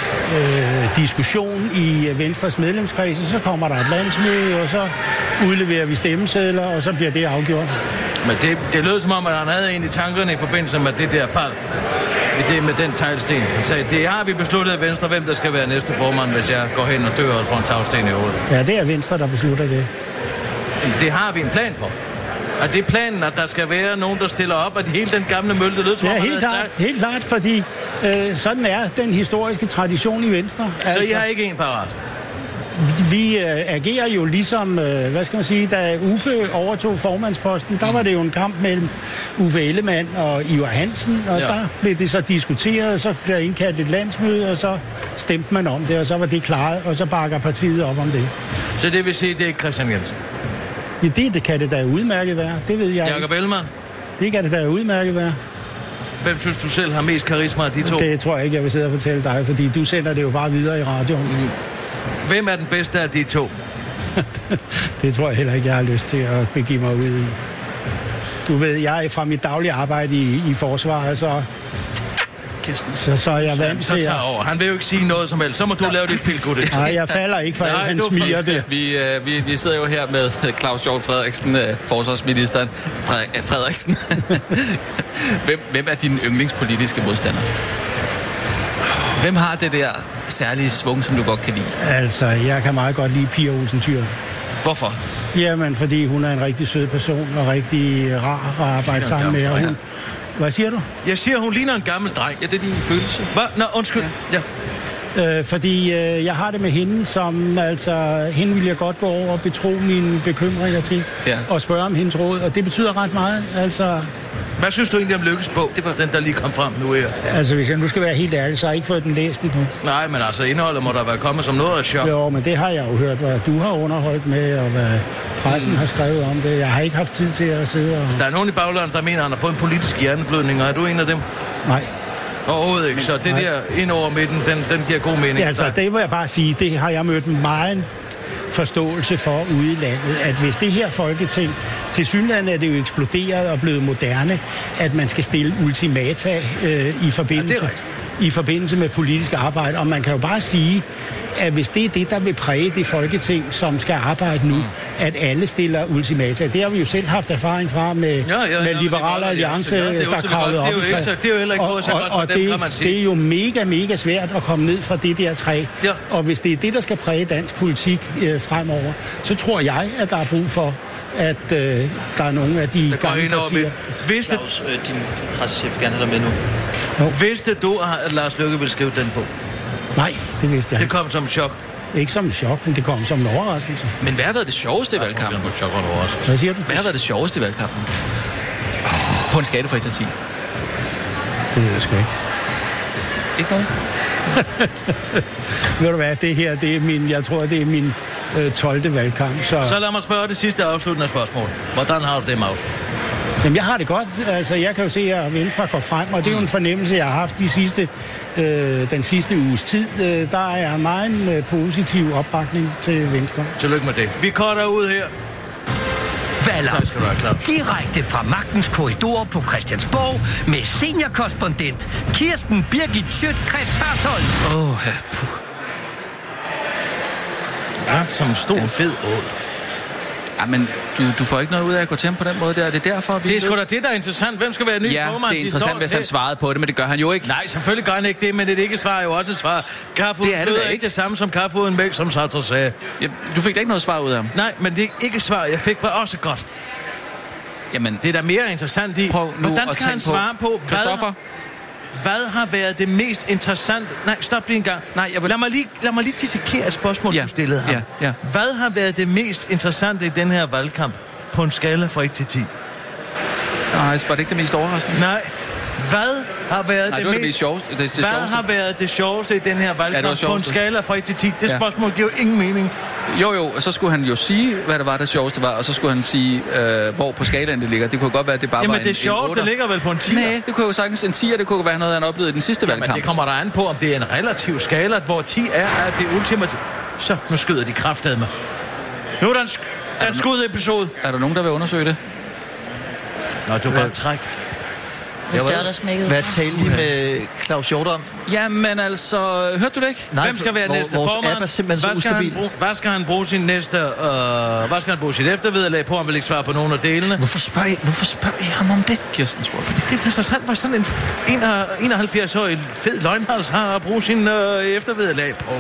Speaker 21: diskussion i Venstres medlemskreds, og så kommer der et landsmøde, og så udleverer vi stemmesedler, og så bliver det afgjort.
Speaker 12: Men det lød som om, at han havde egentlig tankerne i forbindelse med det der fald. Det med den teglsten. Han sagde, det har vi besluttet af Venstre, hvem der skal være næste formand, hvis jeg går hen og dør og får en tagsten i hovedet.
Speaker 21: Ja, det er Venstre, der beslutter det.
Speaker 12: Det har vi en plan for. Og det er planen, at der skal være nogen, der stiller op, at hele den gamle mølle, det lød som om,
Speaker 21: helt klart, fordi sådan er den historiske tradition i Venstre.
Speaker 12: Så I har ikke en parat?
Speaker 21: Vi agerer jo ligesom, hvad skal man sige, da Uffe overtog formandsposten, der var det jo en kamp mellem Uffe Ellemann og Ivar Hansen, og der blev det så diskuteret, så blev der indkaldt et landsmøde, og så stemte man om det, og så var det klaret, og så bakker partiet op om det.
Speaker 12: Så det vil sige, det er ikke Christian Jensen?
Speaker 21: Ja, det kan det da udmærket være, det ved jeg.
Speaker 12: Jakob Ellemann?
Speaker 21: Det kan det da udmærket være.
Speaker 12: Hvem synes du selv har mest karisma af de to?
Speaker 21: Det tror jeg ikke, jeg vil sidde og fortælle dig, fordi du sender det jo bare videre i radioen.
Speaker 12: Hvem er den bedste af de to?
Speaker 21: Det tror jeg heller ikke, jeg har lyst til at begive mig ud i. Du ved, jeg er fra mit daglige arbejde i forsvaret, så er jeg vant til...
Speaker 12: Han vil jo ikke sige noget som helst. Så må du lave det feel-good.
Speaker 21: Nej, jeg falder ikke for alt, han smiger det.
Speaker 13: Vi sidder jo her med Claus Hjort Frederiksen, forsvarsministeren. Frederiksen. Hvem er din yndlingspolitiske modstander? Hvem har det der særlige svung, som du godt kan lide?
Speaker 21: Altså, jeg kan meget godt lide Pia Olsen Dyhr.
Speaker 13: Hvorfor?
Speaker 21: Jamen, fordi hun er en rigtig sød person og rigtig rar at arbejde sammen med. Hun... Hvad siger du?
Speaker 12: Jeg siger, hun ligner en gammel dreng.
Speaker 13: Ja, det er din følelse.
Speaker 12: Hvad? Nå, undskyld. Ja.
Speaker 21: Fordi jeg har det med hende, som altså, hende vil jeg godt gå over og betro mine bekymringer til, og spørge om hendes råd, og det betyder ret meget, altså...
Speaker 12: Hvad synes du egentlig om Lykkes bog? Det var den, der lige kom frem nu her.
Speaker 21: Altså, hvis jeg nu skal være helt ærlig, så har jeg ikke fået den læst endnu.
Speaker 12: Nej, men altså, indholdet må der være kommet som noget af chok.
Speaker 21: Jo, men det har jeg jo hørt, hvad du har underholdt med, og hvad pressen har skrevet om det. Jeg har ikke haft tid til at sidde og...
Speaker 12: Der er nogen i baglandet, der mener, at han har fået en politisk hjerneblødning, og er du en af dem?
Speaker 21: Nej.
Speaker 12: Overhovedet ikke, så det der ind over midten, den giver god mening.
Speaker 21: Ja, altså, det må jeg bare sige, det har jeg mødt meget forståelse for ude i landet, at hvis det her Folketing, til synligheden er det jo eksploderet og blevet moderne, at man skal stille ultimata i forbindelse med politisk arbejde. Og man kan jo bare sige, at hvis det er det, der vil præge det Folketing, som skal arbejde nu, at alle stiller ultimata. Det har vi jo selv haft erfaring fra med Liberale Alliance, der kravlede op i træ.
Speaker 12: Det er jo heller ikke på så godt for dem, kan man sige.
Speaker 21: Det er jo mega svært at komme ned fra det der træ. Ja. Og hvis det er det, der skal præge dansk politik fremover, så tror jeg, at der er brug for, at der er nogle af de gamle partier.
Speaker 5: Claus, din pressechef gerne have dig med nu.
Speaker 12: Vidste du, at Lars Løkke ville skrive den bog?
Speaker 21: Nej, det vidste jeg
Speaker 12: Det kom som chok.
Speaker 21: Ikke som en chok, men det kom som en overraskelse.
Speaker 13: Men hvad har været det sjoveste i valgkampen?
Speaker 21: Hvad siger du?
Speaker 13: Hvad har været det sjoveste i valgkampen? På en skattefri til 10.
Speaker 21: Det ved jeg sgu ikke.
Speaker 13: Ikke noget?
Speaker 21: Ved du hvad, det her, det er min, jeg tror, det er min 12. valgkamp.
Speaker 12: Så lad mig spørge det sidste afsluttende spørgsmål. Hvordan har du det, Maus?
Speaker 21: Jamen, jeg har det godt. Altså, jeg kan jo se, at Venstre går frem, og det er jo en fornemmelse, jeg har haft den sidste uges tid. Der er meget positiv opbakning til Venstre.
Speaker 12: Tillykke med det. Vi korter ud her.
Speaker 3: Valgaften. Direkte fra magtens korridor på Christiansborg med seniorkorrespondent Kirsten Birgit Schøtz-Krets Hørsholm.
Speaker 12: Ja, som en stor fed ål.
Speaker 13: Ja, men du får ikke noget ud af at gå til på den måde der. Det er derfor, vi...
Speaker 12: Det er sgu da det, der er interessant. Hvem skal være ny formand?
Speaker 13: Ja, det er interessant, hvis han svarede på det, men det gør han jo ikke.
Speaker 12: Nej, selvfølgelig gør han ikke det, men et ikke-svar er jo også et svar. Kaffe uden fløde er ikke det samme som kaffe uden mælk, som Sartre sagde.
Speaker 13: Ja, du fik da ikke noget svar ud af ham?
Speaker 12: Nej, men det ikke-svar, jeg fik, var også godt.
Speaker 13: Jamen,
Speaker 12: det er da mere interessant i... Hvordan skal han svare på, hvad har været det mest interessante... Nej, stop lige en gang.
Speaker 13: Nej,
Speaker 12: lad mig lige dissekere et spørgsmål, du stillede ham.
Speaker 13: Ja.
Speaker 12: Hvad har været det mest interessante i den her valgkamp på en skala fra 1 til 10?
Speaker 13: Nej, var det ikke det mest overraskende?
Speaker 12: Nej. Hvad har været
Speaker 13: det mest sjoveste?
Speaker 12: Hvad har været det sjoveste i den her valgkamp på en skala fra 1 til 10? Det spørgsmål giver jo ingen mening.
Speaker 13: Jo, og så skulle han jo sige, hvad det var, det sjoveste var, og så skulle han sige, hvor på skalaen det ligger. Det kunne godt være, at det bare var en 8'er.
Speaker 12: Jamen det sjoveste ligger vel på en 10'er?
Speaker 13: Nej, det kunne jo sagtens en 10'er, det kunne være noget, han oplevede i den sidste valgkamp.
Speaker 12: Men det kommer der an på, om det er en relativ skala, hvor 10 er det ultimative. Så, nu skyder de kraftedme. Nu er der en skudepisode.
Speaker 13: Er der nogen, der vil undersøge det?
Speaker 12: Nå, du bare træk.
Speaker 5: Hvad talte de med Claus Hjort om?
Speaker 13: Jamen altså, hørte du det ikke?
Speaker 12: Nej, hvem skal være næste formand? Hvad skal han bruge sin næste... hvad skal han bruge sit eftervederlag på? Han vil ikke svare på nogen af delene.
Speaker 5: Hvorfor spørger I ham om det?
Speaker 12: Kirsten spurgte. Fordi det er så sandt, hvad sådan en 71-årig fed løgnhals har at bruge sin eftervederlag på.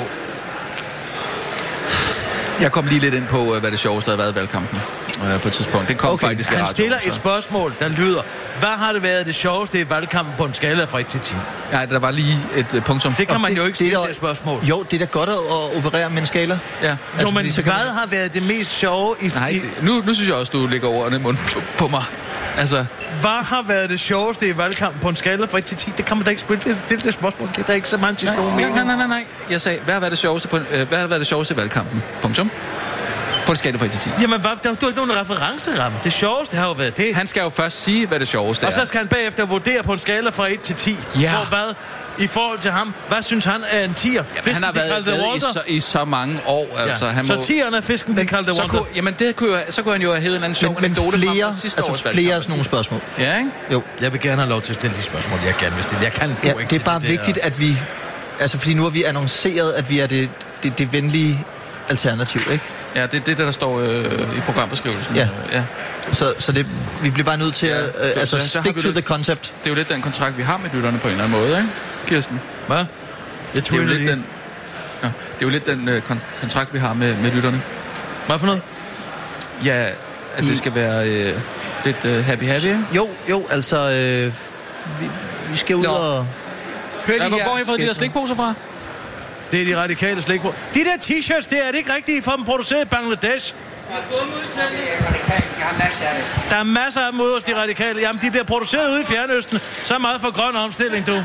Speaker 13: Jeg kom lige lidt ind på, hvad det sjoveste har været i valgkampen på et tidspunkt. Det kom faktisk i radioen.
Speaker 12: Han stiller et spørgsmål, der lyder, hvad har det været det sjoveste i valgkampen på en skala fra 1 til 10?
Speaker 13: Ja, der var lige et punktum.
Speaker 12: Det kan man jo ikke stille det spørgsmål.
Speaker 5: Jo, det er da godt at operere med en skala.
Speaker 13: Ja.
Speaker 12: Jo, altså, men hvad har været det mest sjove i...
Speaker 13: Nej, nu synes jeg også, du lægger ordene i munden på mig. Altså...
Speaker 12: Hvad har været det sjoveste i valgkampen på en skala fra 1 til 10? Det kan man da ikke spille. Det spørgsmål giver der ikke så mange mening.
Speaker 13: Nej. Jeg sagde, hvad har været det sjoveste i valgkampen? Punktum. På en skala fra 1 til 10.
Speaker 12: Jamen, du har ikke nogen referenceramme. Det sjoveste har jo været det.
Speaker 13: Han skal jo først sige, hvad det sjoveste er.
Speaker 12: Og så skal han bagefter vurdere på en skala fra 1 til 10.
Speaker 13: Ja.
Speaker 12: Hvor hvad? I forhold til ham, hvad synes han er en 10'er?
Speaker 13: Jamen, han har været i så mange år. Altså,
Speaker 12: ja. Så 10'erne er fisken, de kaldte Walter.
Speaker 13: Jamen, så kunne han jo have hævet en anden sjov anekdote fra sidste års valgkamp.
Speaker 5: Flere af sådan nogle spørgsmål.
Speaker 13: Ja, ikke?
Speaker 5: Jo.
Speaker 12: Jeg vil gerne have lov til at stille de spørgsmål, jeg gerne vil stille. Jeg kan ikke
Speaker 5: det er bare vigtigt, at vi... Altså, fordi nu har vi annonceret, at vi er det venlige alternativ, ikke?
Speaker 13: Ja, det er det, der står i programbeskrivelsen.
Speaker 5: Ja. Så vi bliver bare nødt til at stick to the concept.
Speaker 13: Det er jo lidt den kontrakt, vi har med lytterne på en eller anden måde, ikke, Kirsten?
Speaker 12: Hvad?
Speaker 13: Det er jo lidt den kontrakt, vi har med lytterne.
Speaker 12: Hvad for noget?
Speaker 13: Ja, at det skal være lidt happy.
Speaker 5: Jo, altså... vi skal ud og...
Speaker 13: Hvor har I fået de der slikposer fra?
Speaker 12: Det er de radikale slikposer. De der t-shirts, det er det ikke rigtigt, I får dem produceret i Bangladesh.
Speaker 7: Jeg har fået dem ud i Italien. Jeg har masser af det.
Speaker 12: Der er masser af dem ude hos de radikale. Jamen, de bliver produceret ude i Fjernøsten. Så meget for grøn omstilling, du.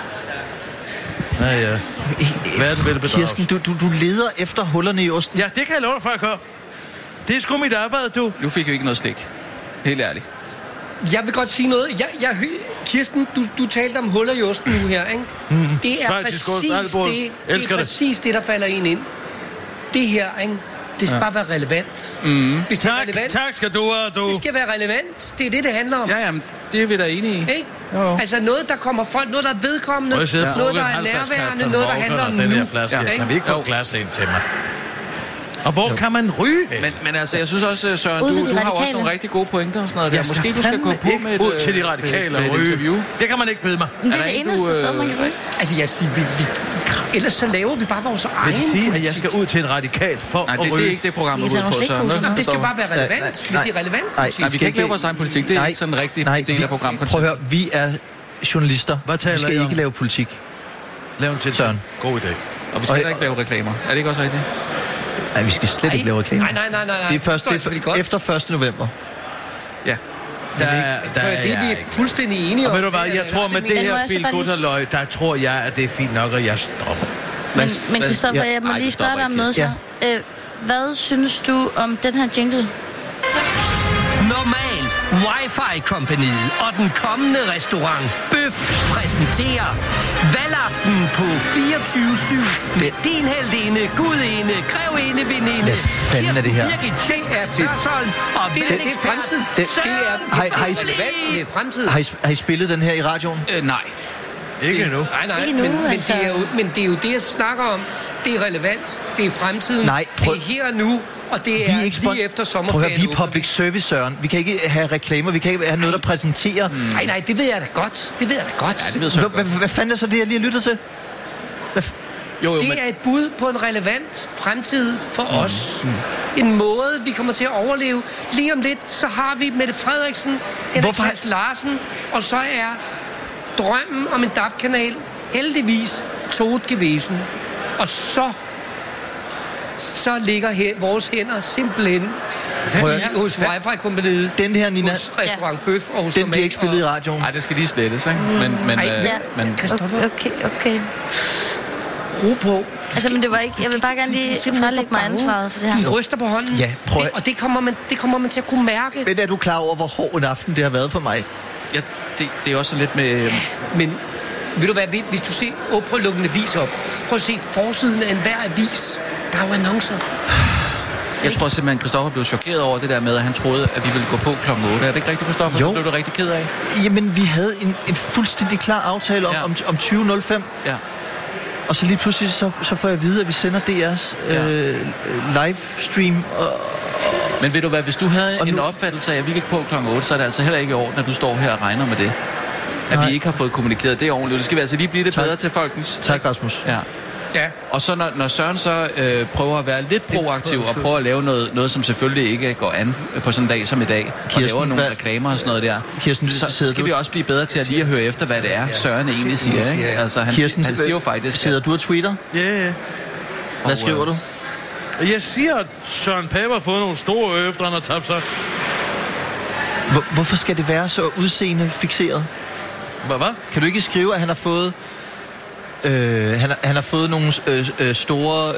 Speaker 12: Ja. Verden vil bedrages.
Speaker 5: Kirsten, du leder efter hullerne i osten.
Speaker 12: Ja, det kan jeg love dig for, at gøre. Det er sgu mit arbejde, du.
Speaker 13: Nu fik vi ikke noget slik. Helt ærligt.
Speaker 16: Jeg vil godt sige noget. Kirsten, du talte om huller i osten nu her, ikke? Det er præcis det, der falder ind. Det her, ikke? Det skal bare være relevant. Hvis det er relevant,
Speaker 12: tak skal du have, du.
Speaker 16: Det skal være relevant. Det er det handler om.
Speaker 13: Ja, jamen, det er vi da enige i.
Speaker 16: Ikke? Altså noget, der kommer folk, noget, der er vedkommende, noget, der er nærværende, noget, der handler om nu.
Speaker 12: Kan vi ikke få glas ind til mig? Og hvor kan man ryge?
Speaker 13: Men altså, jeg synes også, Søren, du har også nogle rigtig gode pointer og sådan noget. Måske du skal gå på med et
Speaker 12: ud til de radikale og ryge. Det kan man ikke bede mig.
Speaker 6: Det er det eneste sted, man kan ryge.
Speaker 16: Altså, jeg siger, ellers så laver vi bare vores egen
Speaker 12: politik. Vil sige, at jeg skal ud til en radikal for at ryge?
Speaker 13: Nej, det er ikke det program, du går på, Søren.
Speaker 16: Det skal bare være relevant, hvis det er relevant.
Speaker 13: Nej, vi kan ikke lave vores egen politik. Det er ikke sådan en rigtig del af programmet.
Speaker 5: Prøv at høre, vi er journalister. Vi skal ikke lave politik.
Speaker 12: Lav en til Søren. God idé.
Speaker 13: Og vi skal da ikke lave reklamer. Er det ikke også rigtigt?
Speaker 5: Nej, vi skal slet ikke lave reklamer.
Speaker 16: Nej.
Speaker 5: Det er først efter 1. november.
Speaker 13: Ja.
Speaker 16: Det er vi fuldstændig enige om.
Speaker 12: Og ved du hvad, jeg tror med det her Feel Good Halløj, der tror jeg, at det er fint nok, at jeg stopper.
Speaker 6: Men Christoffer, jeg må lige spørge dig om noget så. Hvad synes du om den her jingle?
Speaker 3: Normal, Wi-Fi-kompaniet og den kommende restaurant Bøf præsenterer valgaften på 24/7 med din heldinde, gudinde, grevinde, veninde.
Speaker 5: Hvad fanden er det her?
Speaker 3: Birgit Søholm og valgekspert
Speaker 16: Det er fremtiden.
Speaker 5: Har I spillet den her i radioen?
Speaker 12: Nej. Ikke endnu.
Speaker 16: Nej, men det er jo det, jeg snakker om. Det er relevant. Det er fremtiden.
Speaker 5: Nej,
Speaker 16: det er her og nu. Og det er lige efter sommerferien.
Speaker 5: Prøv at høre, vi er public service, Søren. Vi kan ikke have reklamer, vi kan ikke have noget, der præsenterer.
Speaker 16: Nej, det ved jeg da godt. Ja,
Speaker 5: det ved hvad fanden er så det, jeg lige har lyttet til?
Speaker 16: Det er et bud på en relevant fremtid for os. En måde, vi kommer til at overleve. Lige om lidt, så har vi Mette Frederiksen, Henrik Larsen, og så er drømmen om en DAB-kanal heldigvis tot gewesen. Og så ligger vores hænder simpelthen hos Wi-Fi-kompaniet,
Speaker 5: den her, Nina,
Speaker 16: hos restaurant Bøf og hos
Speaker 5: den bliver ikke spillet i radioen.
Speaker 13: Nej, det skal lige slettes, ikke? Men
Speaker 6: Christoffer. Okay.
Speaker 16: Ro på.
Speaker 6: Altså, men det var ikke... Jeg vil bare gerne lige fralægge mig ansvaret for det her.
Speaker 16: De ryster på hånden.
Speaker 5: Ja,
Speaker 16: og det kommer man til at kunne mærke.
Speaker 5: Men er du klar over, hvor hård en aften det har været for mig?
Speaker 13: Ja, det er også lidt med...
Speaker 16: Men ved du hvad, hvis du ser... prøv at lukke en avis op. Prøv at se forsiden af enhver avis. Der er jo annoncer.
Speaker 13: Jeg tror simpelthen, Christoffer blev chokeret over det der med, at han troede, at vi ville gå på klokken 8. Er det ikke rigtigt, Christoffer?
Speaker 5: Jo.
Speaker 13: Så blev du rigtig ked af?
Speaker 5: Jamen, vi havde en fuldstændig klar aftale om 20.05.
Speaker 13: Ja.
Speaker 5: Og så lige pludselig, så får jeg at vide, at vi sender DR's livestream.
Speaker 13: Men ved du hvad, hvis du havde en opfattelse af, at vi gik på klokken 8, så er det altså heller ikke i orden, når du står her og regner med det. At vi ikke har fået kommunikeret det ordentligt. Det skal vi altså lige blive det bedre til folkens.
Speaker 5: Tak, Rasmus.
Speaker 13: Ja. Og så når Søren så prøver at være lidt proaktiv og prøver at lave noget som selvfølgelig ikke går an på sådan en dag som i dag, og laver nogle reklamer og sådan noget der,
Speaker 5: Kirsten,
Speaker 13: så skal vi også blive bedre til at lige at høre efter, hvad det er, Søren egentlig siger. Ikke? Altså, han siger jo faktisk...
Speaker 5: Sidder du og tweeter?
Speaker 12: Ja.
Speaker 5: Hvad skriver du?
Speaker 12: Jeg siger, at Søren Pape har fået nogle store efter, han har tabt sig.
Speaker 5: Hvorfor skal det være så udseende fikseret?
Speaker 12: Hvad?
Speaker 5: Kan du ikke skrive, at han har fået... Han har fået nogle store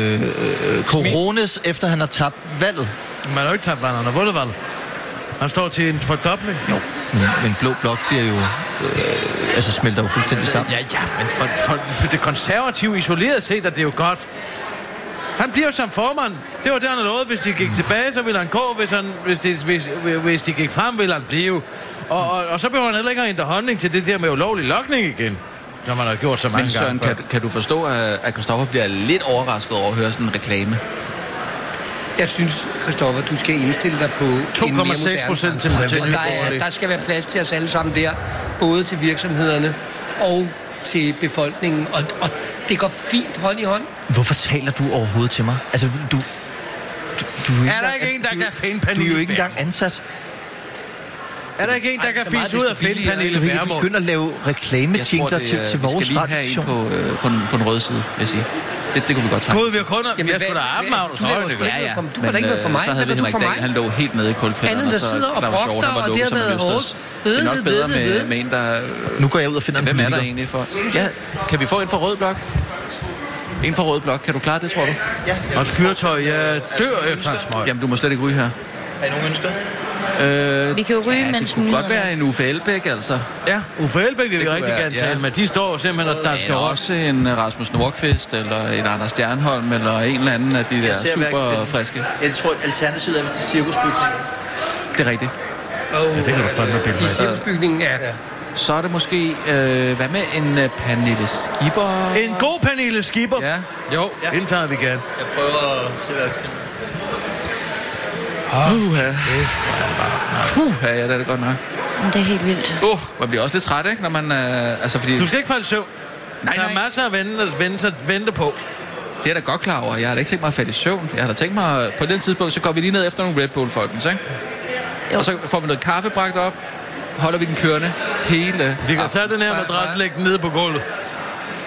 Speaker 5: coronas, efter han har tabt valget.
Speaker 12: Man har jo ikke tabt valget, han har vundet valget. Han står til en fordobling.
Speaker 5: Jo, men Blå Blok bliver jo... smelter jo fuldstændig sammen.
Speaker 12: Ja, men for det konservative isoleret set, at det er jo godt. Han bliver jo som formand. Det var det, han havde lovet. Hvis de gik tilbage, så ville han gå. Hvis de gik frem, ville han blive. Og så behøver han heller ikke at ændre holdning til det der med ulovlig lokning igen. Når man har gjort så mange gange.
Speaker 13: Men Søren, kan du forstå, at Christoffer bliver lidt overrasket over at høre sådan en reklame?
Speaker 16: Jeg synes, Christoffer, du skal indstille dig på
Speaker 12: 2,6% til
Speaker 16: der skal være plads til os alle sammen der. Både til virksomhederne og til befolkningen. Og det går fint hånd i hånd.
Speaker 5: Hvorfor taler du overhovedet til mig? Altså, du
Speaker 12: er der ikke en, der kan finde Pernille?
Speaker 5: Du er jo ikke engang ansat.
Speaker 12: Er der ikke en, der kan finde ud af at finde Pernille Vermund?
Speaker 5: Vi begynder at lave reklamejingler til vores
Speaker 13: radio. Vi skal lige have en på den røde side, vil jeg sige. Det kunne vi godt tage.
Speaker 12: Gud, vi har kunder. Vi har sgu da Arbenhavns højde.
Speaker 16: Ja. Du kan da ikke noget for mig.
Speaker 13: Så havde vi Henrik Dahl, han lå helt nede i kulkælderen.
Speaker 16: Der sidder og brokter, og det har været hårdt.
Speaker 13: Det er nok bedre med en, der...
Speaker 5: Nu går jeg ud og finder en
Speaker 13: politiker. Hvem er der egentlig for? Ja, kan vi få en fra Rød Blok? En fra Rød Blok. Kan du klare det, tror du?
Speaker 12: Ja. Og et fyrtøj, jeg dør efter en smøg.
Speaker 13: Jamen, du må slet ikke ryge her.
Speaker 5: Har I nogen ønsker?
Speaker 6: Vi kan jo ryge, mens
Speaker 13: det kunne godt være en Uffe Elbæk, altså.
Speaker 12: Ja, Uffe Elbæk vil vi rigtig gerne tale med. De står simpelthen, og der skal
Speaker 13: også en Rasmus Nordqvist, eller en Anders Stjernholm, eller en eller anden af de der super friske.
Speaker 5: Jeg tror, alternativet er, hvis det er cirkusbygningen.
Speaker 13: Det er rigtigt.
Speaker 12: Ja, det kan du fandme billede.
Speaker 16: I cirkusbygningen, ja.
Speaker 13: Så er det måske, hvad med en Pernille Skipper?
Speaker 12: En god Pernille Skipper?
Speaker 13: Ja.
Speaker 12: Jo, indtager vi gerne.
Speaker 5: Jeg prøver at se, hvad jeg kan finde.
Speaker 13: Ja, det er det godt nok.
Speaker 6: Det er helt vildt.
Speaker 13: Man bliver også lidt træt, ikke? Når man, fordi...
Speaker 12: Du skal ikke falde i søvn.
Speaker 13: Nej.
Speaker 12: Der er masser at vente på.
Speaker 13: Det er da godt klar over. Jeg har da ikke tænkt mig at falde i søvn. Jeg har da tænkt mig, på den tidspunkt, så går vi lige ned efter nogle Red Bull-folkens, ikke? Jo. Og så får vi noget kaffe bragt op, holder vi den kørende hele...
Speaker 12: Vi kan tage den her madras, lægge den nede på gulvet.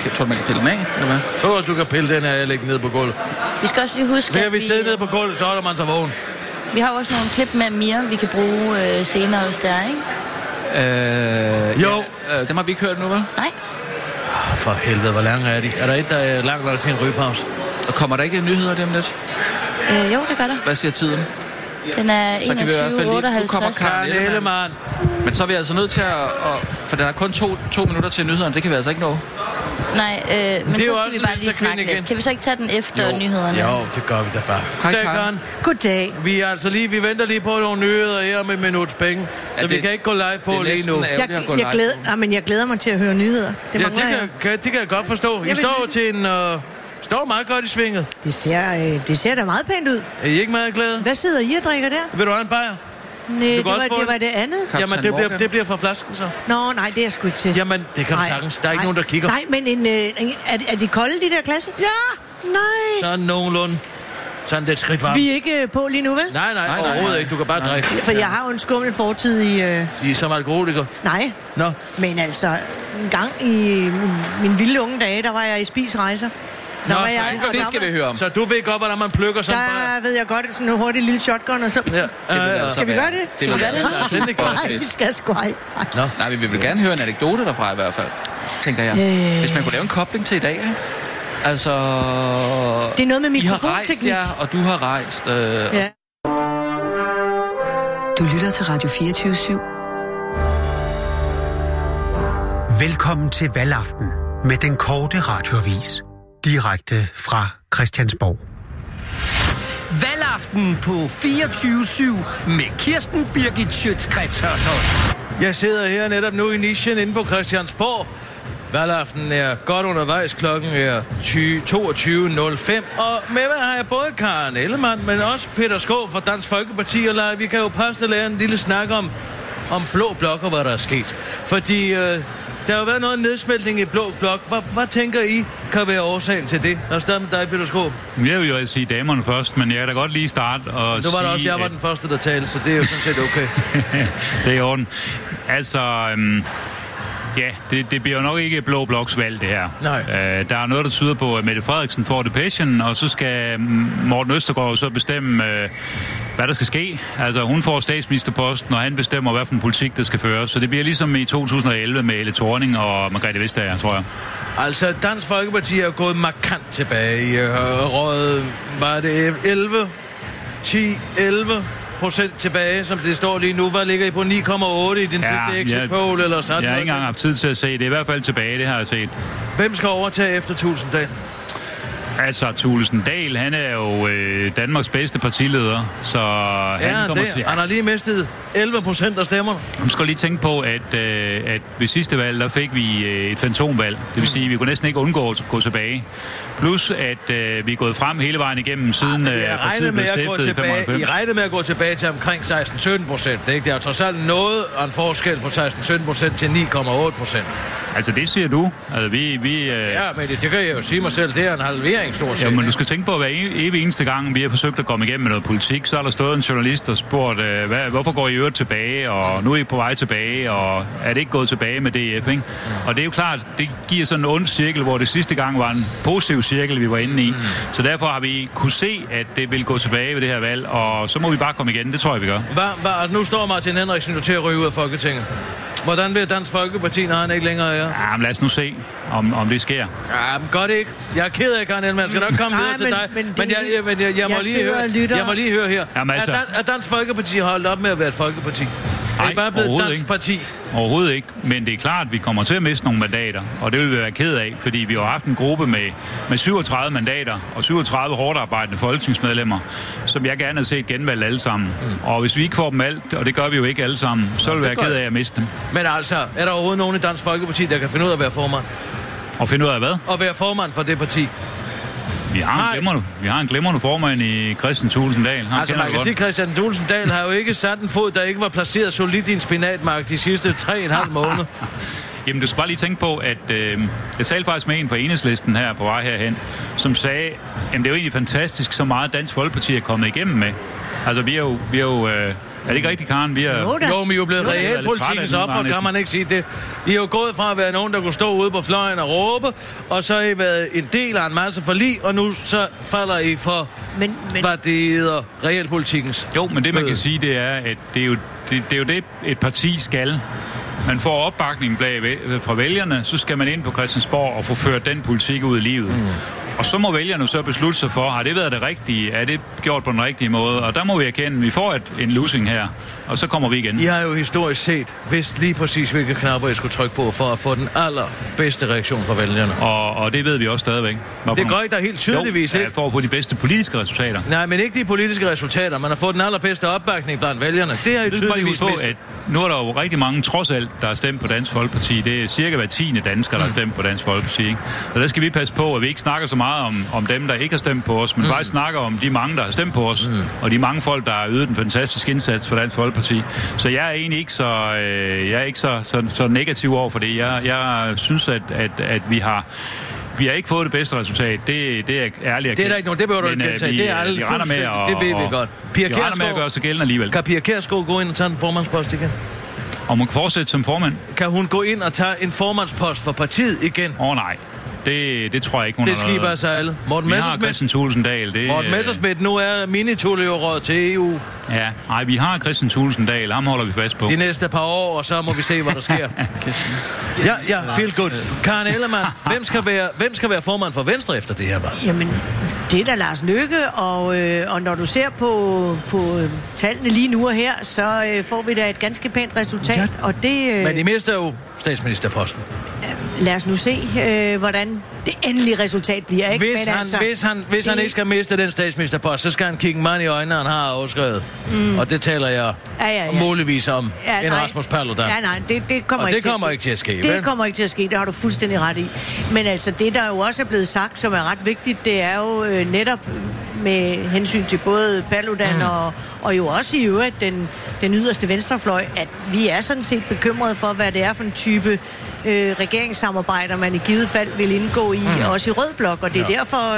Speaker 13: Tror du, man kan pille den af, eller hvad?
Speaker 12: Tror du kan pille den af og lægge ned på gulvet?
Speaker 6: Vi skal også lige huske,
Speaker 12: at vi sidder nede på gulvet, så holder man sig vågen.
Speaker 6: Vi har også nogle klip med Mia, vi kan bruge senere, hvis det er, ikke?
Speaker 12: Jo.
Speaker 13: Ja, dem har vi ikke hørt nu, vel?
Speaker 6: Nej.
Speaker 12: For helvede, hvor lange er de? Er der et, der er langt nok til en rygepause?
Speaker 13: Og kommer der ikke nyheder dem lidt?
Speaker 6: Jo, det gør der.
Speaker 13: Hvad siger tiden?
Speaker 6: Den er 21:58.
Speaker 13: Nu kommer Karen Ellemann. Men så er vi altså nødt til at... For der er kun to minutter til nyhederne. Det kan vi altså ikke nå.
Speaker 6: Nej, men så skal vi bare lige snakke lidt. Kan vi så ikke tage den efter nyhederne?
Speaker 12: Jo, det gør vi da bare.
Speaker 13: Hej, Karen.
Speaker 8: Goddag.
Speaker 12: Vi venter lige på nogle nyheder her med minuts penge. Så vi kan ikke gå live på lige nu.
Speaker 8: Jeg glæder mig til at høre nyheder.
Speaker 12: Det kan jeg godt forstå. I står til en... står meget godt i svinget.
Speaker 8: Det ser da meget pænt ud.
Speaker 12: Er I ikke meget glade?
Speaker 8: Hvad sidder I og drikker der?
Speaker 12: Vil du have en bajer?
Speaker 8: Nej, det var det andet.
Speaker 12: Jamen, det bliver fra flasken så.
Speaker 8: Nå, nej, det er jeg sgu ikke til.
Speaker 12: Jamen, det kan du sagtens. Der er ikke nogen, der kigger.
Speaker 8: Nej, men er de kolde, de der klasser? Ja, nej.
Speaker 12: Sådan nogenlunde. Sådan lidt skridt varmt.
Speaker 8: Vi er ikke på lige nu, vel?
Speaker 12: Nej, overhovedet ikke. Du kan bare drikke.
Speaker 8: For jeg har jo en skummel fortid i...
Speaker 12: I som alkoholiker?
Speaker 8: Nej.
Speaker 12: Nå.
Speaker 8: Men altså, en gang i min vilde unge dage, der var jeg i spisrejser.
Speaker 13: Det skal vi høre om.
Speaker 12: Så du ved godt, hvordan man plukker sådan
Speaker 8: bare... Der ved jeg godt, sådan en hurtig lille shotgun, og så...
Speaker 12: Ja.
Speaker 8: Skal vi gøre det?
Speaker 13: Det vil være
Speaker 8: Nej, vi skal sgu ej.
Speaker 13: Nej, vi vil gerne høre en anekdote derfra i hvert fald, tænker jeg. Hvis man kunne lave en kobling til i dag, ikke? Altså...
Speaker 8: Det er noget med mikrofonteknik.
Speaker 13: I har rejst jer, og du har rejst...
Speaker 8: Ja.
Speaker 22: Du lytter til Radio 24/7.
Speaker 17: Velkommen til valgaften med den korte radioavis. Direkte fra Christiansborg.
Speaker 3: Valgaften på 24/7 med Kirsten Birgit Schøtz-Krets Hørsholm.
Speaker 12: Jeg sidder her netop nu i nichen inde på Christiansborg. Valgaften er godt undervejs. Klokken er 22:05. Og med mig har jeg både Karen Ellemann, men også Peter Skov fra Dansk Folkeparti. Og vi kan jo passende lære en lille snak om Blå Blok og hvad der er sket. Fordi der har jo været noget nedsmeltning i Blå Blok. Hvad tænker I kan være årsagen til det? Lad os starte med dig, Peter Skov.
Speaker 23: Jeg vil jo sige damerne først, men jeg kan da godt lige starte og
Speaker 12: nu var det også, jeg var den første, der talte, så det er jo sådan set okay.
Speaker 23: Det er i orden. Altså... Ja, det bliver jo nok ikke Blå Bloks valg, det her.
Speaker 12: Nej.
Speaker 23: Der er noget, der tyder på, at Mette Frederiksen får depression, og så skal Morten Østergaard så bestemme, hvad der skal ske. Altså, hun får statsministerposten, og han bestemmer, hvad for en politik, der skal føres. Så det bliver ligesom i 2011 med Helle Thorning og Margrethe Vestager, tror jeg.
Speaker 12: Altså, Dansk Folkeparti er gået markant tilbage i rådet. Var det 11% tilbage, som det står lige nu. Hvad ligger I på 9,8 i den sidste exit poll, eller sådan?
Speaker 23: Jeg har ikke engang haft tid til at se. Det er i hvert fald tilbage, det har jeg set.
Speaker 12: Hvem skal overtage efter Thulesen
Speaker 23: Altså, Thulesen Dahl, han er jo Danmarks bedste partileder, så han kommer til...
Speaker 12: Han har lige mistet 11% af stemmerne.
Speaker 23: Man skal lige tænke på, at ved sidste valg, der fik vi et fantomvalg. Det vil sige, at vi kunne næsten ikke undgå at gå tilbage. Plus, at vi er gået frem hele vejen igennem siden partiet blev stiftet i 95.
Speaker 12: I regnede med at gå tilbage til omkring 16-17%. Det er trods alt noget af en forskel på 16-17% til 9,8%.
Speaker 23: Altså, det siger du. Altså,
Speaker 12: ja, men det kan jeg jo sige mig selv. Det er en halvering, stort set.
Speaker 23: Ja, men du skal tænke på, at hver evig eneste gang, vi har forsøgt at komme igennem med noget politik, så er der stået en journalist og spurgt, hvorfor går I øvrigt tilbage, og nu er I på vej tilbage, og er det ikke gået tilbage med DF, ikke? Og det er jo klart, det giver sådan en ond cirkel, hvor det sidste gang var en positiv cirkel, vi var inde i. Så derfor har vi kunne se, at det vil gå tilbage ved det her valg, og så må vi bare komme igen. Det tror jeg, vi gør.
Speaker 12: Nu står Martin Henriksen til at ryge ud af Folketinget. Hvordan vil Dansk Folkeparti, når han ikke længere er?
Speaker 23: Ja, men lad os nu se, om det sker.
Speaker 12: Ja, men godt ikke. Jeg er ked af, Karen Ellemann. Jeg skal nok komme videre til dig. Jeg må lige høre her.
Speaker 23: Jamen, altså...
Speaker 12: Er Dansk Folkeparti holdt op med at være et folkeparti?
Speaker 23: Nej,
Speaker 12: er I bare blevet Dansk Parti?
Speaker 23: Overhovedet ikke, men det er klart, at vi kommer til at miste nogle mandater, og det vil vi være ked af, fordi vi har haft en gruppe med 37 mandater og 37 hårdt arbejdende folketingsmedlemmer, som jeg gerne havde set genvalgt alle sammen. Og hvis vi ikke får dem alt, og det gør vi jo ikke alle sammen, så vil vi være ked af at miste dem.
Speaker 12: Men altså, er der overhovedet nogen i Dansk Folkeparti, der kan finde ud af at være formand?
Speaker 23: Og finde ud af hvad?
Speaker 12: At være formand for det parti.
Speaker 23: Vi har en glimrende formand i Christian Thulesen Dahl.
Speaker 12: Altså man kan sige, at Christian Thulesen Dahl har jo ikke sat en fod, der ikke var placeret solidt i en spinatmark de sidste 3,5 måneder.
Speaker 23: Jamen, du skal bare lige tænke på, at jeg talte faktisk med en fra Enhedslisten her på vej herhen, som sagde, at det er jo egentlig fantastisk, så meget Dansk Folkeparti er kommet igennem med. Altså, vi har jo Er det ikke rigtigt, Karen? Vi er...
Speaker 12: Jo, men I er jo blevet realpolitikens offer, kan man ikke sige det. I er jo gået fra at være nogen, der kunne stå ude på fløjen og råbe, og så har I været en del af en masse forlig, og nu så falder I for, hvad det hedder, realpolitikens.
Speaker 23: Jo, men det man kan sige, det er, at det er jo det, et parti skal. Man får opbakning fra vælgerne, så skal man ind på Christiansborg og få ført den politik ud i livet. Og så må vælgerne så beslutte sig for, har det været det rigtige? Er det gjort på den rigtige måde? Og der må vi erkende, at vi får en losing her, og så kommer vi igen.
Speaker 12: I har jo historisk set vidst lige præcis, hvilke knapper jeg skulle trykke på, for at få den allerbedste reaktion fra vælgerne.
Speaker 23: Og det ved vi også stadigvæk.
Speaker 12: Det gør ikke der helt tydeligvis, ikke?
Speaker 23: For at få de bedste politiske resultater.
Speaker 12: Nej, men ikke de politiske resultater. Man har fået den allerbedste opbakning blandt vælgerne. Det har I tydeligvis
Speaker 23: på, at nu er der jo rigtig mange, trods alt, der har stemt på Dansk Folkeparti. Det er cirka hver 10. dansker, der har stemt på Dansk Folkeparti. Ikke? Og der skal vi passe på, at vi ikke snakker så meget om dem, der ikke har stemt på os, men bare snakker om de mange, der har stemt på os, og de mange folk, der har ydet en fantastisk indsats for Dansk Folkeparti. Så jeg er egentlig ikke så negativ over for det. Jeg synes, at vi har ikke fået det bedste resultat. Det er ærligt.
Speaker 12: Det er der ikke nogen. Det behøver du ikke gentage. Det er alle fuldstændig. Det ved vi godt.
Speaker 23: Vi regner med at gøre sig gældende alligevel.
Speaker 12: Kan Pia Kjærsgaard gå ind og tage en formandspost igen?
Speaker 23: Og hun kan fortsætte som formand.
Speaker 12: Kan hun gå ind og tage en formandspost for partiet igen?
Speaker 23: Nej. Det tror jeg ikke, hun
Speaker 12: det skiber altså alle. Morten
Speaker 23: Messerschmidt.
Speaker 12: Morten Messerschmidt, nu er minitolioråd til EU.
Speaker 23: Ja, nej, vi har Christian Thulesen Dahl. Ham holder vi fast på.
Speaker 12: De næste par år, og så må vi se, hvad der sker. Ja, feel good. Karen Ellemann, hvem skal være formand for Venstre efter det her valg?
Speaker 8: Jamen, det er da Lars Løkke, og når du ser på tallene lige nu og her, så får vi da et ganske pænt resultat. Ja. Og det,
Speaker 12: men de mister jo statsministerposten.
Speaker 8: Lad os nu se, hvordan det endelige resultat bliver, ikke?
Speaker 12: Hvis han ikke skal miste den statsministerpost, så skal han kigge mig i øjnene, han har afskrevet. Og det taler jeg muligvis om en Rasmus Paludan.
Speaker 8: Det kommer
Speaker 12: ikke til at ske.
Speaker 8: Det kommer ikke til at ske, det har du fuldstændig ret i. Men altså, det der jo også er blevet sagt, som er ret vigtigt, det er jo netop med hensyn til både Paludan og jo også i øvrigt den yderste venstrefløj, at vi er sådan set bekymrede for, hvad det er for en type regeringssamarbejder, man i givet fald vil indgå i, også i Rød Blok, og det er derfor,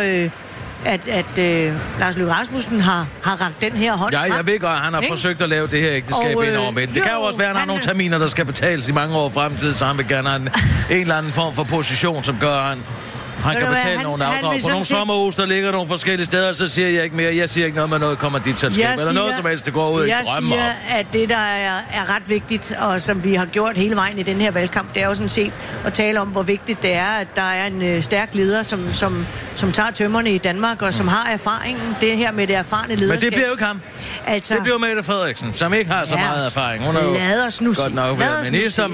Speaker 8: at Lars Løkke Rasmussen har rakt den her hånd frem.
Speaker 12: Jeg ved godt, at han har forsøgt at lave det her ægteskab ind over midten. Det kan jo også være, at han har nogle terminer, der skal betales i mange år fremtid, så han vil gerne have en eller anden form for position, som gør, han kan betale nogle afdrag. På nogle sommerhus, der ligger nogle forskellige steder, så siger jeg ikke mere. Jeg siger ikke noget med noget kommanditselskab, eller noget som helst, det går ud i drømmer.
Speaker 8: Jeg siger, at det, der er ret vigtigt, og som vi har gjort hele vejen i den her valgkamp, det er jo sådan set at tale om, hvor vigtigt det er, at der er en stærk leder, som tager tømmerne i Danmark, og som har erfaringen. Det her med det erfarne lederskab.
Speaker 12: Men det bliver jo ikke ham. Altså, det bliver Mette Frederiksen, som ikke har så meget erfaring. Hun er jo godt nok været minister,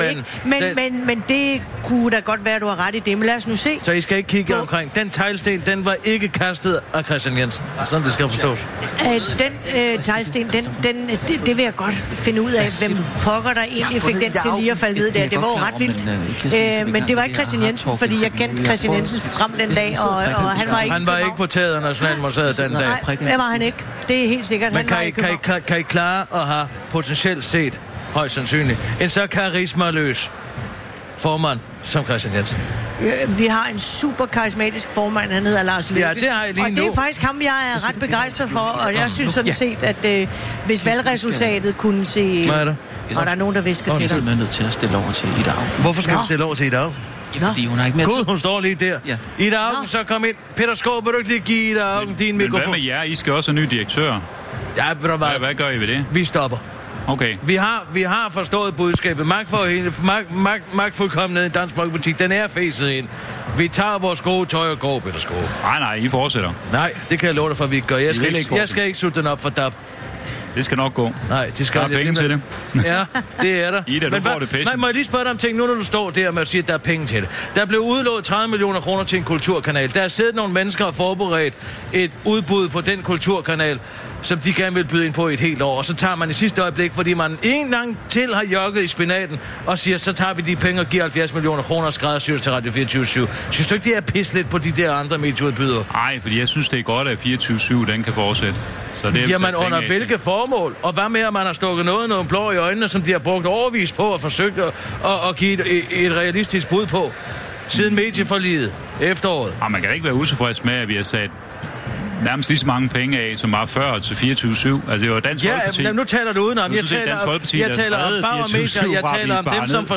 Speaker 8: men det kunne da godt være, at du har ret i det. Men lad os nu se.
Speaker 12: Så I skal ikke kigge omkring. Den teglsten, den var ikke kastet af Christian Jensen. Sådan det skal forstås.
Speaker 8: Den teglsten, det vil jeg godt finde ud af, hvem pokker der egentlig fik den til lige at falde ned der. Det var jo ret vildt. Men det var ikke Christian Jensen, fordi jeg kendte Christian Jensens program den dag, og han var ikke
Speaker 12: på taget af Nationalmuseet den dag.
Speaker 8: Nej, det var han ikke. Det er helt sikkert.
Speaker 12: Men kan I klare at have potentielt set, højst sandsynligt, en så karismaløs formand som Christian Jensen?
Speaker 8: Vi har en super karismatisk formand, han hedder Lars Løkke.
Speaker 12: Ja, det har jeg lige
Speaker 8: og det er faktisk ham, jeg er ret begejstret for, og jeg synes sådan set, at hvis valgresultatet kunne se...
Speaker 12: Hvad er det?
Speaker 8: Og der er nogen, der visker til dig.
Speaker 13: Jeg er nødt til at stille over til Ida Auken.
Speaker 12: Hvorfor skal du stille over til Ida Auken?
Speaker 13: Ja, fordi hun er ikke med
Speaker 12: til... hun står lige der. Ja. Ida Auken, så kom ind. Peter Skov, vil du ikke lige give Ida Auken din mikrofon?
Speaker 23: Men hvad med jer? I skal også have ny direktør.
Speaker 12: Ja,
Speaker 23: hvad gør I ved det?
Speaker 12: Vi stopper.
Speaker 23: Okay.
Speaker 12: Vi har forstået budskabet. Magtfuldkommenhed i Dansk Folkeparti, den er fæset ind. Vi tager vores gode tøj og går, Peter Skov.
Speaker 23: Nej, I fortsætter.
Speaker 12: Nej, det kan jeg love dig for, at vi ikke gør. Jeg skal ikke sutte den op for DAP.
Speaker 23: Det skal nok gå.
Speaker 12: Nej, det skal
Speaker 23: der er penge til det.
Speaker 12: Ja, det er der.
Speaker 23: Ida, du får det pisse.
Speaker 12: Må jeg lige spørge dig om ting, nu når du står der med at sige, at der er penge til det. Der blev udlovet 30 millioner kroner til en kulturkanal. Der er siddet nogle mennesker og forberedt et udbud på den kulturkanal, som de gerne vil byde ind på i et helt år. Og så tager man i sidste øjeblik, fordi man en gang til har jokket i spinaten, og siger, så tager vi de penge og giver 70 millioner kroner og skræddersyr til Radio 24/7. Synes du ikke, det er pis lidt på de der andre medieudbydere?
Speaker 23: Nej, fordi jeg synes, det er godt, at 24/7 den kan fortsætte. Så det
Speaker 12: jamen under hvilke formål? Og hvad med, at man har stukket nogle blå i øjnene, som de har brugt overvis på og forsøgt at give et realistisk bud på siden medieforliget efteråret?
Speaker 23: Man kan ikke være utilfreds med, at vi har sat nærmest lige så mange penge af, som var før til 24/7. Altså, det var Dansk Folkeparti.
Speaker 12: Ja, nu taler du udenom. Jeg taler om Bauer Media. Jeg taler om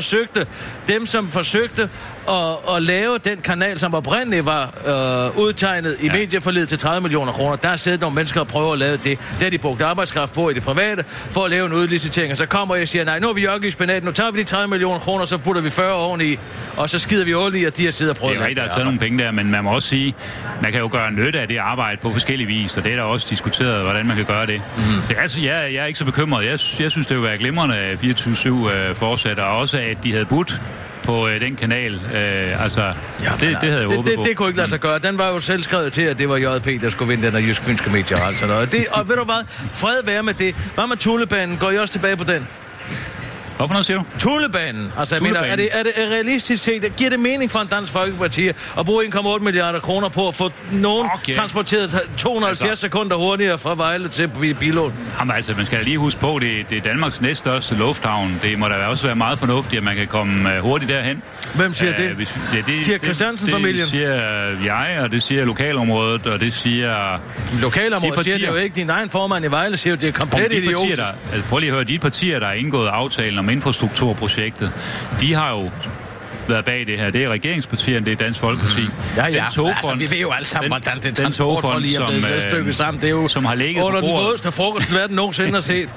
Speaker 12: dem, som forsøgte at lave den kanal, som oprindeligt var udtegnet i medieforliget til 30 millioner kroner. Der er siddet nogle mennesker og prøver at lave det. Det har de brugt arbejdskraft på i det private for at lave en udlicitering. Og så kommer jeg og siger, nej, nu er vi jokket i spinat. Nu tager vi de 30 millioner kroner, så putter vi 40 oveni, og så skider vi olie i, at de har siddet og prøvet.
Speaker 23: Det er rigtigt, der er taget nogle penge der, men man må også sige, man kan jo gøre nytte af det arbejde på forskellige vis, og det er der også diskuteret, hvordan man kan gøre det. Så altså, jeg er ikke så bekymret. Jeg synes, det vil være glimrende, at 24/7 fortsætter, og også at de havde budt på den kanal. Det havde jeg håbet på.
Speaker 12: Det kunne ikke lade sig gøre. Den var jo selv skrevet til, at det var JP, der skulle vinde den af Jysk Fynske Medier og alt sådan noget. Og ved du hvad? Fred være med det. Hvad med Thulebanen? Går I også tilbage på den?
Speaker 23: Hvorfor noget siger du?
Speaker 12: Thulebanen. Altså, jeg mener, er det realistisk set? Giver det mening for en Dansk Folkeparti at bruge 1,8 milliarder kroner på at få nogen transporteret 270 sekunder hurtigere fra Vejle til Billund?
Speaker 23: Jamen altså, man skal lige huske på, det er Danmarks næststørste lufthavn. Det må da også være meget fornuftigt, at man kan komme hurtigt derhen.
Speaker 12: Hvem siger det? Kirk Christiansen-familien?
Speaker 23: Det siger jeg, og det siger lokalområdet, og det siger...
Speaker 12: Lokalområdet siger det jo ikke. Din egen formand i Vejle siger jo, det er komplet idiotisk.
Speaker 23: Prøv lige at høre, de partier, der har indgået aftalen om infrastrukturprojektet, de har jo været bag det her. Det er regeringspartierne, det er Dansk Folkeparti.
Speaker 12: Ja. Altså, vi ved jo alle sammen, hvordan det transportforlig er blevet stykket sammen. Det er jo
Speaker 23: som har ligget
Speaker 12: under
Speaker 23: på bordet.
Speaker 12: Den vådeste frokost, verden nogensinde har set.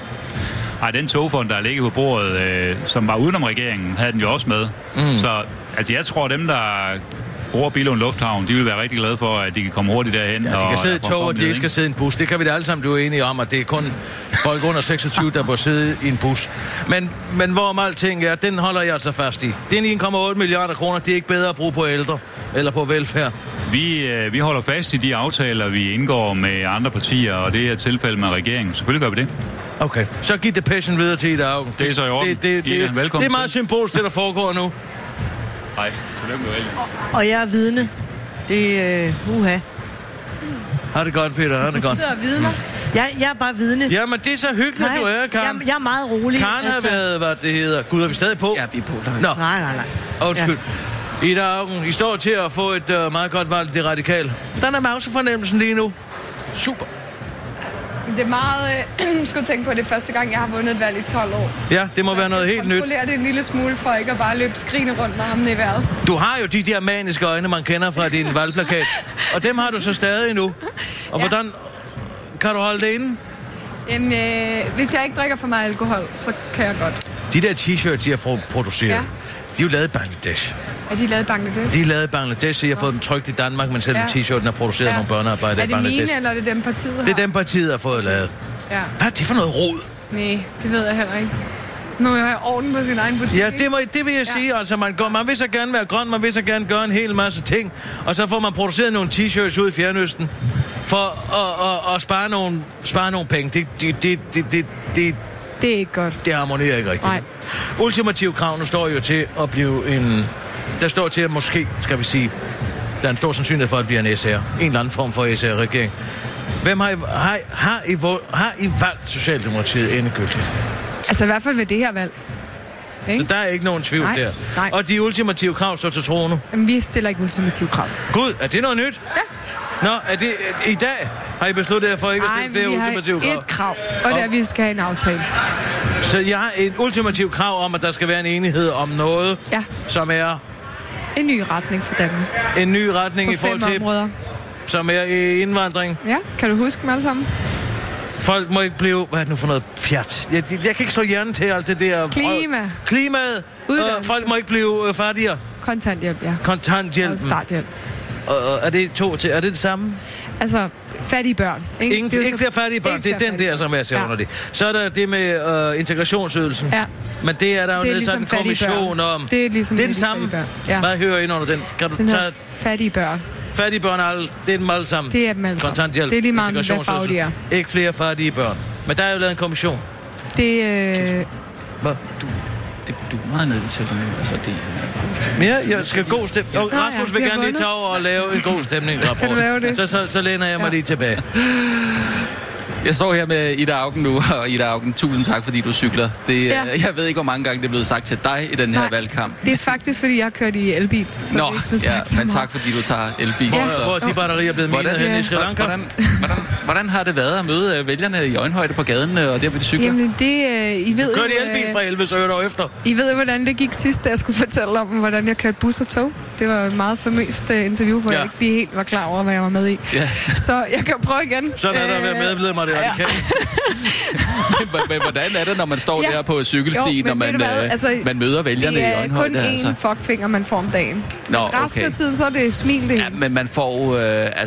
Speaker 23: Ej, den togfond, der ligger på bordet, som var udenom regeringen, havde den jo også med. Så altså, jeg tror, dem, der bruger Billund Lufthavn, de vil være rigtig glade for, at de kan komme hurtigt derhen.
Speaker 12: Ja, de kan sidde i tog, og de ikke skal sidde i en bus. Det kan vi da alle sammen blive enige om, at det er kun folk under 26, der bør sidde i en bus. Men hvorom alting er, den holder jeg altså fast i. Det er 1,8 milliarder kroner, det er ikke bedre at bruge på ældre eller på velfærd.
Speaker 23: Vi holder fast i de aftaler, vi indgår med andre partier, og det er tilfældet med regeringen. Selvfølgelig gør vi det.
Speaker 12: Okay, så giv Depression videre til Ida Auken.
Speaker 23: Det er så i orden.
Speaker 12: Det er meget symbolsk, det der foregår nu.
Speaker 23: Nej, tillykke med vælgen.
Speaker 8: Og jeg er vidne. Det er uha.
Speaker 12: Har det godt, Peter, har det godt.
Speaker 1: Du sidder vidner.
Speaker 8: Jeg er bare vidne.
Speaker 12: Jamen, det er så hyggeligt, du er, Karen.
Speaker 8: Jeg er meget rolig.
Speaker 12: Karen har været, hvad det hedder. Gud, er vi stadig på?
Speaker 16: Ja, vi er på.
Speaker 12: Nå.
Speaker 8: Nej.
Speaker 12: Undskyld. Ja. Ida Auken, I står til at få et meget godt valg, det radikale. Hvordan er mausefornemmelsen lige nu? Super.
Speaker 1: Det er meget... skulle tænke på, at det er første gang, jeg har vundet et valg i 12 år.
Speaker 12: Ja, det må være noget helt nyt.
Speaker 1: Jeg kontrollerer det en lille smule, for ikke at bare løbe skrigende rundt med ham i vejret.
Speaker 12: Du har jo de der maniske øjne, man kender fra din valgplakat. Og dem har du så stadig nu. Og hvordan kan du holde det inde?
Speaker 1: Jamen, hvis jeg ikke drikker for meget alkohol, så kan jeg godt.
Speaker 12: De der t-shirts, de har produceret, de er jo lavet i Bangladesh.
Speaker 1: Er de lavet i Bangladesh?
Speaker 12: De er lavet i Bangladesh, så jeg har fået dem trykt i Danmark, men selv t-shirten er produceret nogle børnearbejde i Bangladesh.
Speaker 1: Er det mine, eller er det dem partiet har?
Speaker 12: Det er dem partiet har fået lavet.
Speaker 1: Ja.
Speaker 12: Hvad er det for noget rod?
Speaker 1: Nej, det ved jeg heller ikke. Nu må jeg have orden på sin egen butik.
Speaker 12: Ja, det vil jeg sige. Altså, man vil så gerne være grøn, man vil så gerne gøre en hel masse ting, og så får man produceret nogle t-shirts ud i Fjernøsten for at spare nogle penge.
Speaker 1: Det er ikke godt.
Speaker 12: Det harmonerer ikke rigtigt.
Speaker 1: Nej.
Speaker 12: Ultimativ krav nu står jo til at blive en... Der står til at måske, skal vi sige, der er en stor sandsynlighed for, at det bliver en SR. En eller anden form for SR-regering. Hvem har I valgt Socialdemokratiet endegyldigt?
Speaker 1: Altså i hvert fald ved det her valg.
Speaker 12: Så der er ikke nogen tvivl der.
Speaker 1: Nej.
Speaker 12: Og de ultimative krav står til troende?
Speaker 1: Jamen, vi stiller ikke ultimative krav.
Speaker 12: Gud, er det noget nyt?
Speaker 1: Ja.
Speaker 12: Nå, er det i dag har I besluttet jer for ikke at stille flere ultimative krav?
Speaker 1: Nej, vi har et krav, og det er, at vi skal have en aftale.
Speaker 12: Så jeg har et ultimativt krav om, at der skal være en enighed om noget, som er...
Speaker 1: En ny retning for Danmark.
Speaker 12: En ny retning i forhold til...
Speaker 1: områder.
Speaker 12: Som er indvandring.
Speaker 1: Ja, kan du huske dem alle sammen?
Speaker 12: Folk må ikke blive... Hvad er det nu for noget pjat? Jeg kan ikke slå hjernen til alt det der... Klimaet. Folk må ikke blive fattigere.
Speaker 1: Kontanthjælp, ja.
Speaker 12: Kontanthjælp.
Speaker 1: Og starthjælp.
Speaker 12: Er det er det det samme?
Speaker 1: Altså, fattige børn.
Speaker 12: Ikke flere fattige børn. Det er den der, som jeg ser under det. Så er der det med integrationsydelsen.
Speaker 1: Ja.
Speaker 12: Men det er der jo nedsat
Speaker 1: ligesom
Speaker 12: en kommission om.
Speaker 1: Det er ligesom
Speaker 12: det er den samme.
Speaker 1: Ja.
Speaker 12: Hvad hører ind under den? Kan du tage...
Speaker 1: Fattige børn.
Speaker 12: Fattige børn, det er dem alle sammen.
Speaker 1: Det er dem alle sammen.
Speaker 12: Kontanthjælp.
Speaker 1: Det er lige meget, hvad farve de er.
Speaker 12: Ikke flere fattige børn. Men der er jo lavet en kommission.
Speaker 1: Det
Speaker 12: Hvad?
Speaker 13: Du er meget nede i detaljen. Altså, det
Speaker 12: Ja, jeg skal god stemning. Og Rasmus vil gerne lige tage over og lave en god stemning.
Speaker 1: Kan du lave det?
Speaker 12: Så læner jeg mig lige tilbage.
Speaker 13: Jeg står her med Ida Auken nu, og Ida Auken, tusind tak, fordi du cykler. Jeg ved ikke, hvor mange gange det er blevet sagt til dig i den her valgkamp.
Speaker 1: Det er faktisk, fordi jeg har kørt i elbil.
Speaker 13: Nå, men tak, fordi du tager elbil.
Speaker 12: Hvor de batterier er blevet minet hen i Sri Lanka.
Speaker 13: Hvordan har det været at møde vælgerne i øjenhøjde på gaden, og der, hvor de cykler?
Speaker 1: Jamen, I ved
Speaker 12: jo... Kørte i elbil fra 11, så år efter.
Speaker 1: I ved jo, hvordan det gik sidst, da jeg skulle fortælle om, hvordan jeg kørte bus og tog. Det var et meget famøst interview, hvor jeg ikke lige helt var klar over, hvad jeg var med i. Ja. Så jeg kan prøve igen.
Speaker 12: Sådan er der at være medlem af det radikale.
Speaker 13: Men hvordan er det, når man står der på cykelstien, når man møder vælgerne i øjenhøjde?
Speaker 1: Det er kun én fuckfinger, man får om dagen. Resten af tiden, så er det smil det.
Speaker 13: Ja, men man får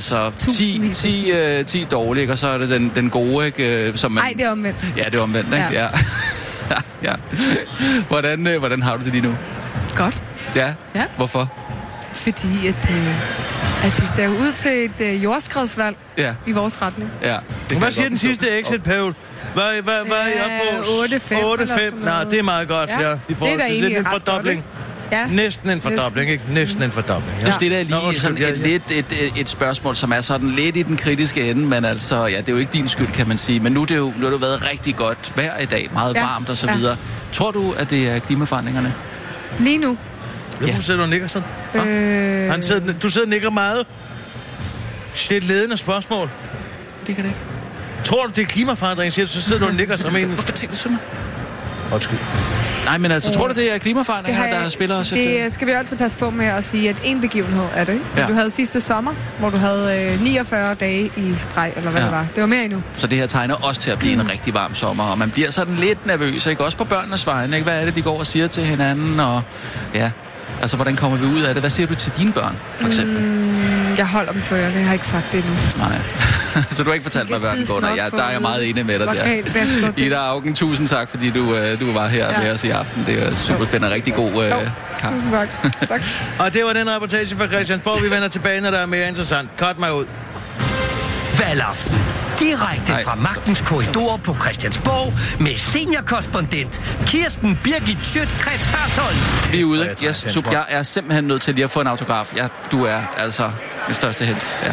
Speaker 13: 10 dårlige, og så er det den gode, ikke?
Speaker 1: Nej, det er omvendt.
Speaker 13: Ja, det er omvendt, ikke? Ja. Hvordan har du det lige nu?
Speaker 1: Godt.
Speaker 13: Ja? Hvorfor?
Speaker 1: Fordi at det ser ud til et jordskredsvalg i vores retning.
Speaker 12: Ja. Hvad siger den sidste exit-poll? Hvad er I oppe på? 8-5. Nej, det er meget godt, i forhold til en fordobling. Ja. Næsten en fordobling, ikke? Næsten en fordobling.
Speaker 13: Ja. Det er lige sådan et spørgsmål, som er sådan lidt i den kritiske ende, men altså, det er jo ikke din skyld, kan man sige. Men nu har det jo været rigtig godt vejr i dag, meget varmt og så videre. Tror du, at det er klimaforandringerne?
Speaker 1: Lige nu.
Speaker 12: Hvorfor sidder du og nikker sådan? Du sidder og nikker meget. Det er et ledende spørgsmål.
Speaker 13: Det kan det ikke.
Speaker 12: Tror du, det er klimaforandring, siger du, så sidder du og nikker som en...
Speaker 13: Hvorfor tænker du sådan?
Speaker 12: Undskyld.
Speaker 13: Nej, men altså, tror du, det er klimaforandringer, der spiller os?
Speaker 1: Det skal vi altid passe på med at sige, at en begivenhed er det, ikke? Ja. Du havde sidste sommer, hvor du havde 49 dage i streg, eller hvad det var. Det var mere endnu.
Speaker 13: Så det her tegner også til at blive en rigtig varm sommer, og man bliver sådan lidt nervøs, ikke? Også på børnenes vegne, ikke? Hvad er det, de går og siger til hinanden, og altså, hvordan kommer vi ud af det? Hvad siger du til dine børn, for eksempel?
Speaker 1: Jeg holder dem for jer, det har jeg ikke sagt det endnu.
Speaker 13: Nej. Så du har ikke fortalt mig, hvad den går der. Der er jeg meget enig med dig der. Ida Auken, tusind tak, fordi du var her med os i aften. Det er super spændende, rigtig god kamp.
Speaker 1: Tusind tak.
Speaker 12: Og det var den reportage fra Christiansborg. Vi vender tilbage, når der er mere interessant. Cut mig ud.
Speaker 3: Valgaften. Direkte fra magtens korridor på Christiansborg med seniorkorrespondent Kirsten Birgit Schøtz-Krets Hørsholm.
Speaker 13: Vi er ude. Yes, super. Jeg er simpelthen nødt til lige at få en autograf. Ja, du er altså den største helt. Ja.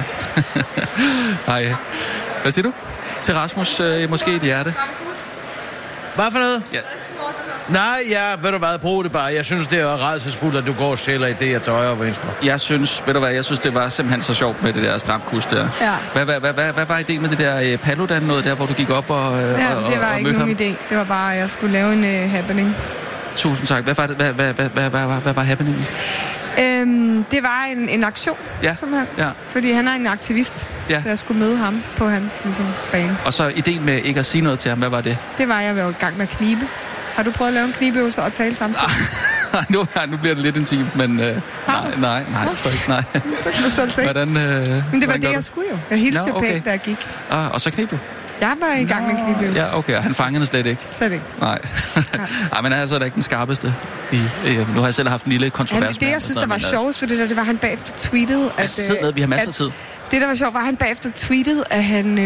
Speaker 13: Hej. Hvad siger du? Til Rasmus, måske et hjerte.
Speaker 12: Hvad for noget?
Speaker 13: Ja.
Speaker 12: Nej, ved du hvad, brug det bare. Jeg synes, det er rædselsfuldt, at du går og stjæler idéer til højre og venstre.
Speaker 13: Jeg synes, det var simpelthen så sjovt med det der stramkus der.
Speaker 1: Ja.
Speaker 13: Hvad var idéen med det der Paludan noget der, hvor du gik op og
Speaker 1: det var ikke nogen idé. Det var bare, at jeg skulle lave en happening.
Speaker 13: Tusind tak. Hvad var happeningen?
Speaker 1: Det var en aktion, simpelthen. Ja. Fordi han er en aktivist, så jeg skulle møde ham på hans bane.
Speaker 13: Og så ideen med ikke at sige noget til ham, hvad var det?
Speaker 1: Det var, jeg var i gang med at knibe. Har du prøvet at lave en knibeøvelse og tale samtidig?
Speaker 13: Nu bliver det lidt intimt, men nej, det tror jeg ikke, nej.
Speaker 1: Det kan du selv se. Men det var det, jeg skulle jo. Jeg hilste jo pænt, da jeg gik.
Speaker 13: Og så knib du?
Speaker 1: Jeg var i gang med en knibeøvelse.
Speaker 13: Ja, okay, og han fangede slet ikke?
Speaker 1: Slet ikke.
Speaker 13: Nej. Ej, men han er så da ikke den skarpeste. Nu har jeg selv haft en lille kontrovers.
Speaker 1: Det, jeg synes, der var sjovest for det var han bagefter tweetede,
Speaker 13: vi har masser af tid.
Speaker 1: Det, der var sjovt, var, han bagefter tweetede, at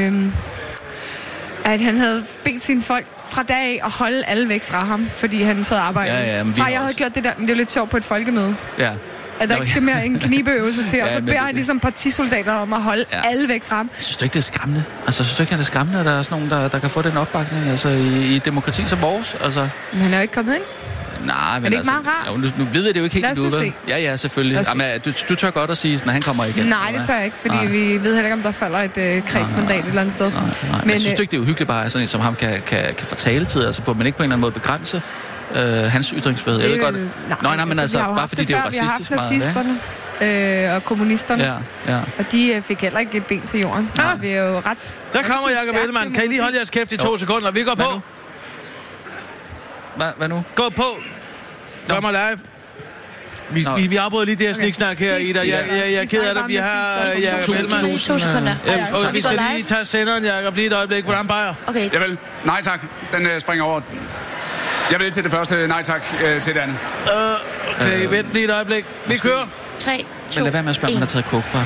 Speaker 1: han havde bedt sine folk fra dag af at holde alle væk fra ham, fordi han sad og arbejdede. Jeg havde gjort det der, men det var lidt sjovt på et folkemøde. Ja. At der ikke skal mere en knibeøvelse til, og så beder han ligesom partisoldater om at holde alle væk fra ham.
Speaker 13: Synes du ikke, det er skræmmende? Altså, synes du ikke, det er skræmmende, at der er sådan nogen, der kan få den opbakning altså, i et demokrati som vores? Altså.
Speaker 1: Men han er jo ikke kommet ind.
Speaker 13: Nej, men
Speaker 1: er det ikke meget rart?
Speaker 13: Nu ved jeg det jo ikke helt.
Speaker 1: Lad os se.
Speaker 13: Ja, selvfølgelig. Jamen, du tør godt at sige, når han kommer igen.
Speaker 1: Nej, det tør jeg ikke, fordi vi ved heller ikke, om der falder et kredsmandat et eller andet sted.
Speaker 13: Nej. Men synes du ikke, det er uhyggeligt bare, at sådan en som ham kan få taletid, altså på, men ikke på en eller anden måde begrænse hans ytringsfrihed? Jeg ved godt. Nej, men altså, bare fordi det er jo racistisk meget.
Speaker 1: Vi har haft nazisterne og kommunisterne, og de fik heller ikke et ben til jorden. Vi er jo ret...
Speaker 12: Der kommer Jacob Ellemann. Kan I lige holde jeres kæft i 2 sekunder? Vi går på.
Speaker 13: Hvad nu?
Speaker 12: Gå på. Gør mig live. Vi afbryder lige det her sniksnak her, Ida. Jeg er ked af det. Vi har Jacob Ellemann.
Speaker 6: 2 sekunder.
Speaker 12: Og vi skal lige tage senderen, Jacob. Lige et øjeblik. Hvordan bajer?
Speaker 6: Okay.
Speaker 4: Jeg vil. Nej tak. Den springer over. Jeg vil til det første. Nej tak til det andet.
Speaker 12: Okay, vent lige et øjeblik. Vi kører.
Speaker 6: 3, 2,
Speaker 13: Men lad være med at spørge, om han har taget coke bare.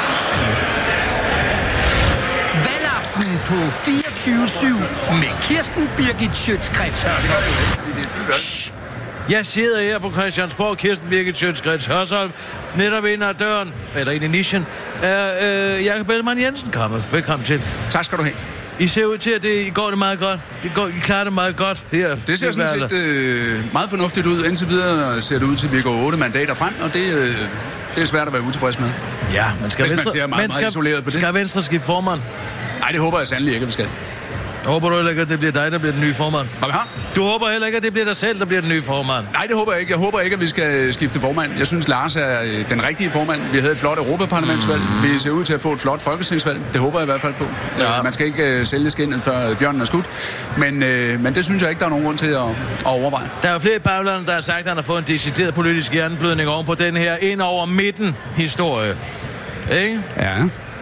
Speaker 3: Valgaften på 24/7 med Kirsten Birgit Schøtz-Krets Hørsholm.
Speaker 12: Jeg sidder her på Christiansborg, Kirsten Birgit Schøtz-Krets Hørsholm. Netop ind ad døren, eller ind i nichen, er Jacob Ellemann Jensen kommet. Velkommen til.
Speaker 4: Tak skal du have.
Speaker 12: I ser ud til, at I går det meget godt. I klarer det meget godt her.
Speaker 4: Det ser sådan set meget fornuftigt ud. Indtil videre ser det ud til, at vi går 8 mandater frem, og det er svært at være utilfreds med.
Speaker 12: Ja, men skal
Speaker 4: Venstre,
Speaker 12: man
Speaker 4: ser meget isoleret på det.
Speaker 12: Skal Venstre skifte formand?
Speaker 4: Nej, det håber jeg sandelig ikke, at vi skal.
Speaker 12: Håber du heller ikke, at det bliver dig, der bliver den nye formand?
Speaker 4: Hvad har?
Speaker 12: Du håber heller ikke, at det bliver dig selv, der bliver den nye formand?
Speaker 4: Nej, det håber jeg ikke. Jeg håber ikke, at vi skal skifte formand. Jeg synes, Lars er den rigtige formand. Vi havde et flot Europaparlamentsvalg. Vi ser ud til at få et flot folketingsvalg. Det håber jeg i hvert fald på. Ja. Man skal ikke sælge skinnet, før bjørnen er skudt. Men det synes jeg ikke, der er nogen grund til at overveje.
Speaker 12: Der er jo flere i baglandet, der har sagt, at han har fået en decideret politisk hjerneblødning oven på den her ind over midten historie. Ikke?
Speaker 4: Ja.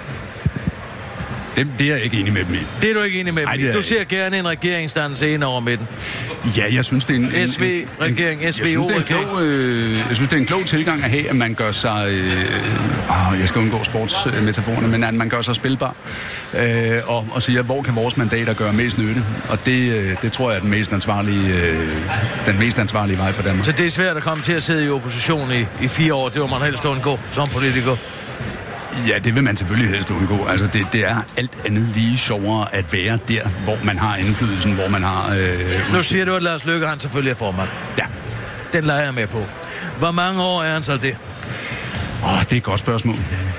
Speaker 4: Det er jeg ikke enig med dem i.
Speaker 12: Det er du ikke enig med dem i? Du ser gerne en regeringsdannelse ind over midten.
Speaker 4: Ja, jeg synes, det er en
Speaker 12: SV-regering, SVO-regering.
Speaker 4: Jeg synes, det er en klog tilgang at have, at man gør sig... jeg skal undgå sportsmetaforerne, men at man gør sig spilbar. Og siger, hvor kan vores mandater gøre mest nytte? Og det tror jeg er den mest ansvarlige vej for Danmark.
Speaker 12: Så det er svært at komme til at sidde i opposition i 4 år. Det var man helst undgå som politiker.
Speaker 4: Ja, det vil man selvfølgelig helst undgå. Altså, det er alt andet lige sjovere at være der, hvor man har indflydelsen, hvor man har...
Speaker 12: Nu siger du, at Lars Løkke, han selvfølgelig er formand.
Speaker 4: Ja.
Speaker 12: Den leger jeg med på. Hvor mange år er han så det?
Speaker 4: Det er et godt spørgsmål.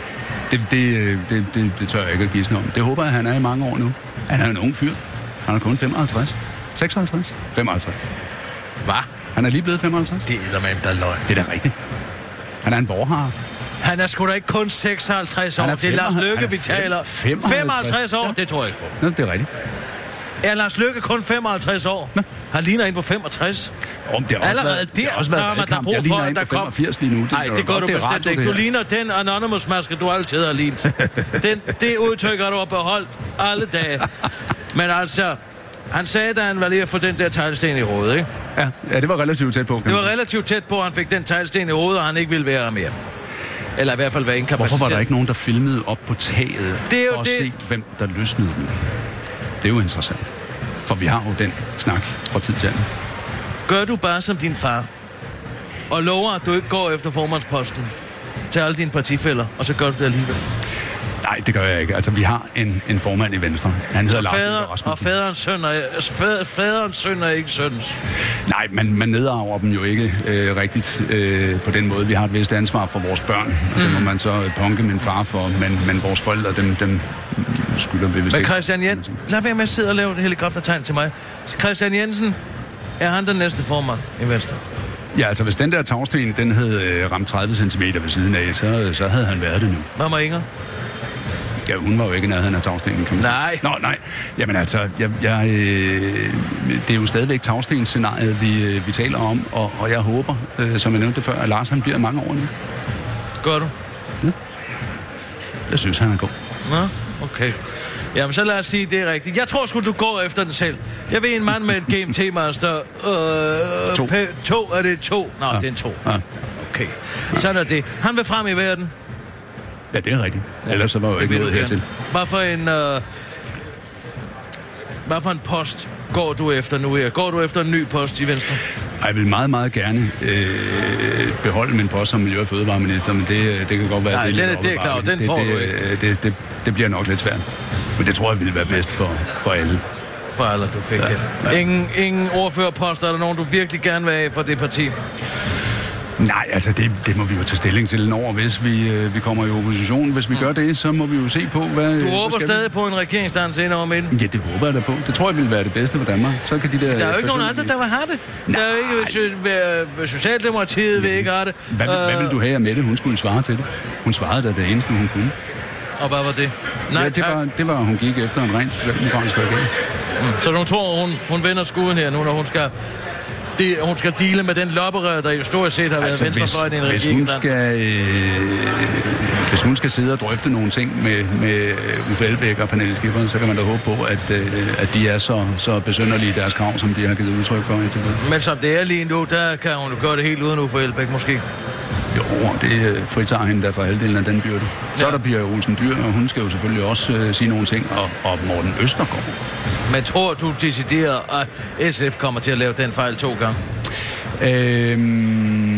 Speaker 4: Det tør jeg ikke at gisne om. Det håber jeg, han er i mange år nu. Han er en ung fyr. Han er kun 55. 56? 55.
Speaker 12: Hvad?
Speaker 4: Han er lige blevet 55.
Speaker 12: Det er med, der er løgn.
Speaker 4: Det er da rigtigt. Han er en vorhar.
Speaker 12: Han er sgu da ikke kun 56 år. Det er Lars Løkke, vi taler. 55 år, det tror jeg ikke på.
Speaker 4: Nå, det er rigtigt.
Speaker 12: Er Lars Løkke kun 55 år? Nå. Han ligner en på 65. Allerede der har der brug for, at der kommer...
Speaker 4: 85 lige nu.
Speaker 12: Nej, det gør du bestemt ikke. Du ligner den Anonymous-maske, du altid har lignet. Det udtryk har du beholdt alle dage. Men altså, han sagde, da han var lige at få den der teglsten i hovedet, ikke?
Speaker 4: Ja, det var relativt tæt på.
Speaker 12: Det var relativt tæt på, at han fik den teglsten i hovedet, og han ikke ville være mere. Eller i hvert fald være inkapaciteret.
Speaker 4: Hvorfor var der ikke nogen, der filmede op på taget for at se, hvem der løsnede dem? Det er jo interessant. For vi har jo den snak fra tid til anden.
Speaker 12: Gør du bare som din far, og lover, at du ikke går efter formandsposten til alle dine partifæller, og så gør du det alligevel?
Speaker 4: Nej, det gør jeg ikke. Altså, vi har en formand i Venstre. Han hedder Lars Løkke Rasmussen.
Speaker 12: Og faderens søn er ikke søns.
Speaker 4: Nej, man nedarver dem jo ikke rigtigt på den måde. Vi har et vist ansvar for vores børn, og det må man så punke min far for. Men vores forældre, dem skylder vi vist ikke.
Speaker 12: Men Christian Jensen, lad være med at sidde og lave et helikoptertegn til mig. Christian Jensen, er han den næste formand i Venstre?
Speaker 4: Ja, altså hvis den der tagsten, den havde ramt 30 cm ved siden af, så havde han været det nu.
Speaker 12: Hvad med Inger?
Speaker 4: Ja, hun var jo ikke nærheden af tagstenen, kan man sige.
Speaker 12: Nej.
Speaker 4: Nå, nej. Jamen altså, det er jo stadigvæk tagstensscenariet, vi taler om, og jeg håber, som jeg nævnte før, at Lars han bliver mange år nu.
Speaker 12: Gør du?
Speaker 4: Ja. Jeg synes, han er god.
Speaker 12: Nå, okay. Jamen, så lad os sige, det er rigtigt. Jeg tror sgu, du går efter den selv. Jeg ved en mand med et GMT-master. 2. Er det 2? Nå, ja. Det er en 2. Ja. Okay. Sådan er det. Han vil frem i verden.
Speaker 4: Ja, det er rigtigt. Ellers så var jo ikke noget hertil.
Speaker 12: Hvad for en post går du efter nu her? Går du efter en ny post i Venstre?
Speaker 4: Jeg vil meget, meget gerne beholde min post som miljø- og fødevareminister, men det kan godt være...
Speaker 12: Nej, det er klart, den får du ikke.
Speaker 4: Det bliver nok lidt svært. Men det tror jeg ville være bedst for alle.
Speaker 12: For alle, du fik det. Ja. Ingen ordførerposter, er der nogen, du virkelig gerne vil have for det parti?
Speaker 4: Nej, altså det må vi jo tage stilling til når, hvis vi kommer i opposition. Hvis vi gør det, så må vi jo se på, hvad...
Speaker 12: Du håber stadig på en regeringsdannelse ind over midten?
Speaker 4: Ja, det håber jeg da på. Det tror jeg ville være det bedste for Danmark. Så kan de der...
Speaker 12: Der er jo ikke nogen andre, der vil have det. Nej. Der er jo ikke... Socialdemokratiet vil ikke have det.
Speaker 4: Hvad vil du have af Mette? Hun skulle svare til det. Hun svarede da det eneste, hun kunne.
Speaker 12: Og hvad var det?
Speaker 4: Nej, det var, hun gik efter en rent socialdemokratisk regering.
Speaker 12: Så du tror, hun vender skuden her nu, når hun skal deale med den lopperør, der jo stort set har været venstrefløjen i en regeringsdans.
Speaker 4: Hvis hun skal sidde og drøfte nogle ting med Uffe Elbæk og Pernille Skipper, så kan man da håbe på, at de er så besynderlige i deres krav, som de har givet udtryk for indtil videre.
Speaker 12: Men som det er lige nu, der kan hun jo gøre det helt uden Uffe Elbæk måske.
Speaker 4: Jo, det fritager hende der for halvdelen af den byrde. Så er der Pia Olsen Dyhr, og hun skal jo selvfølgelig også sige nogle ting, og Morten Østergaard.
Speaker 12: Men tror du deciderer, at SF kommer til at lave den fejl 2 gange?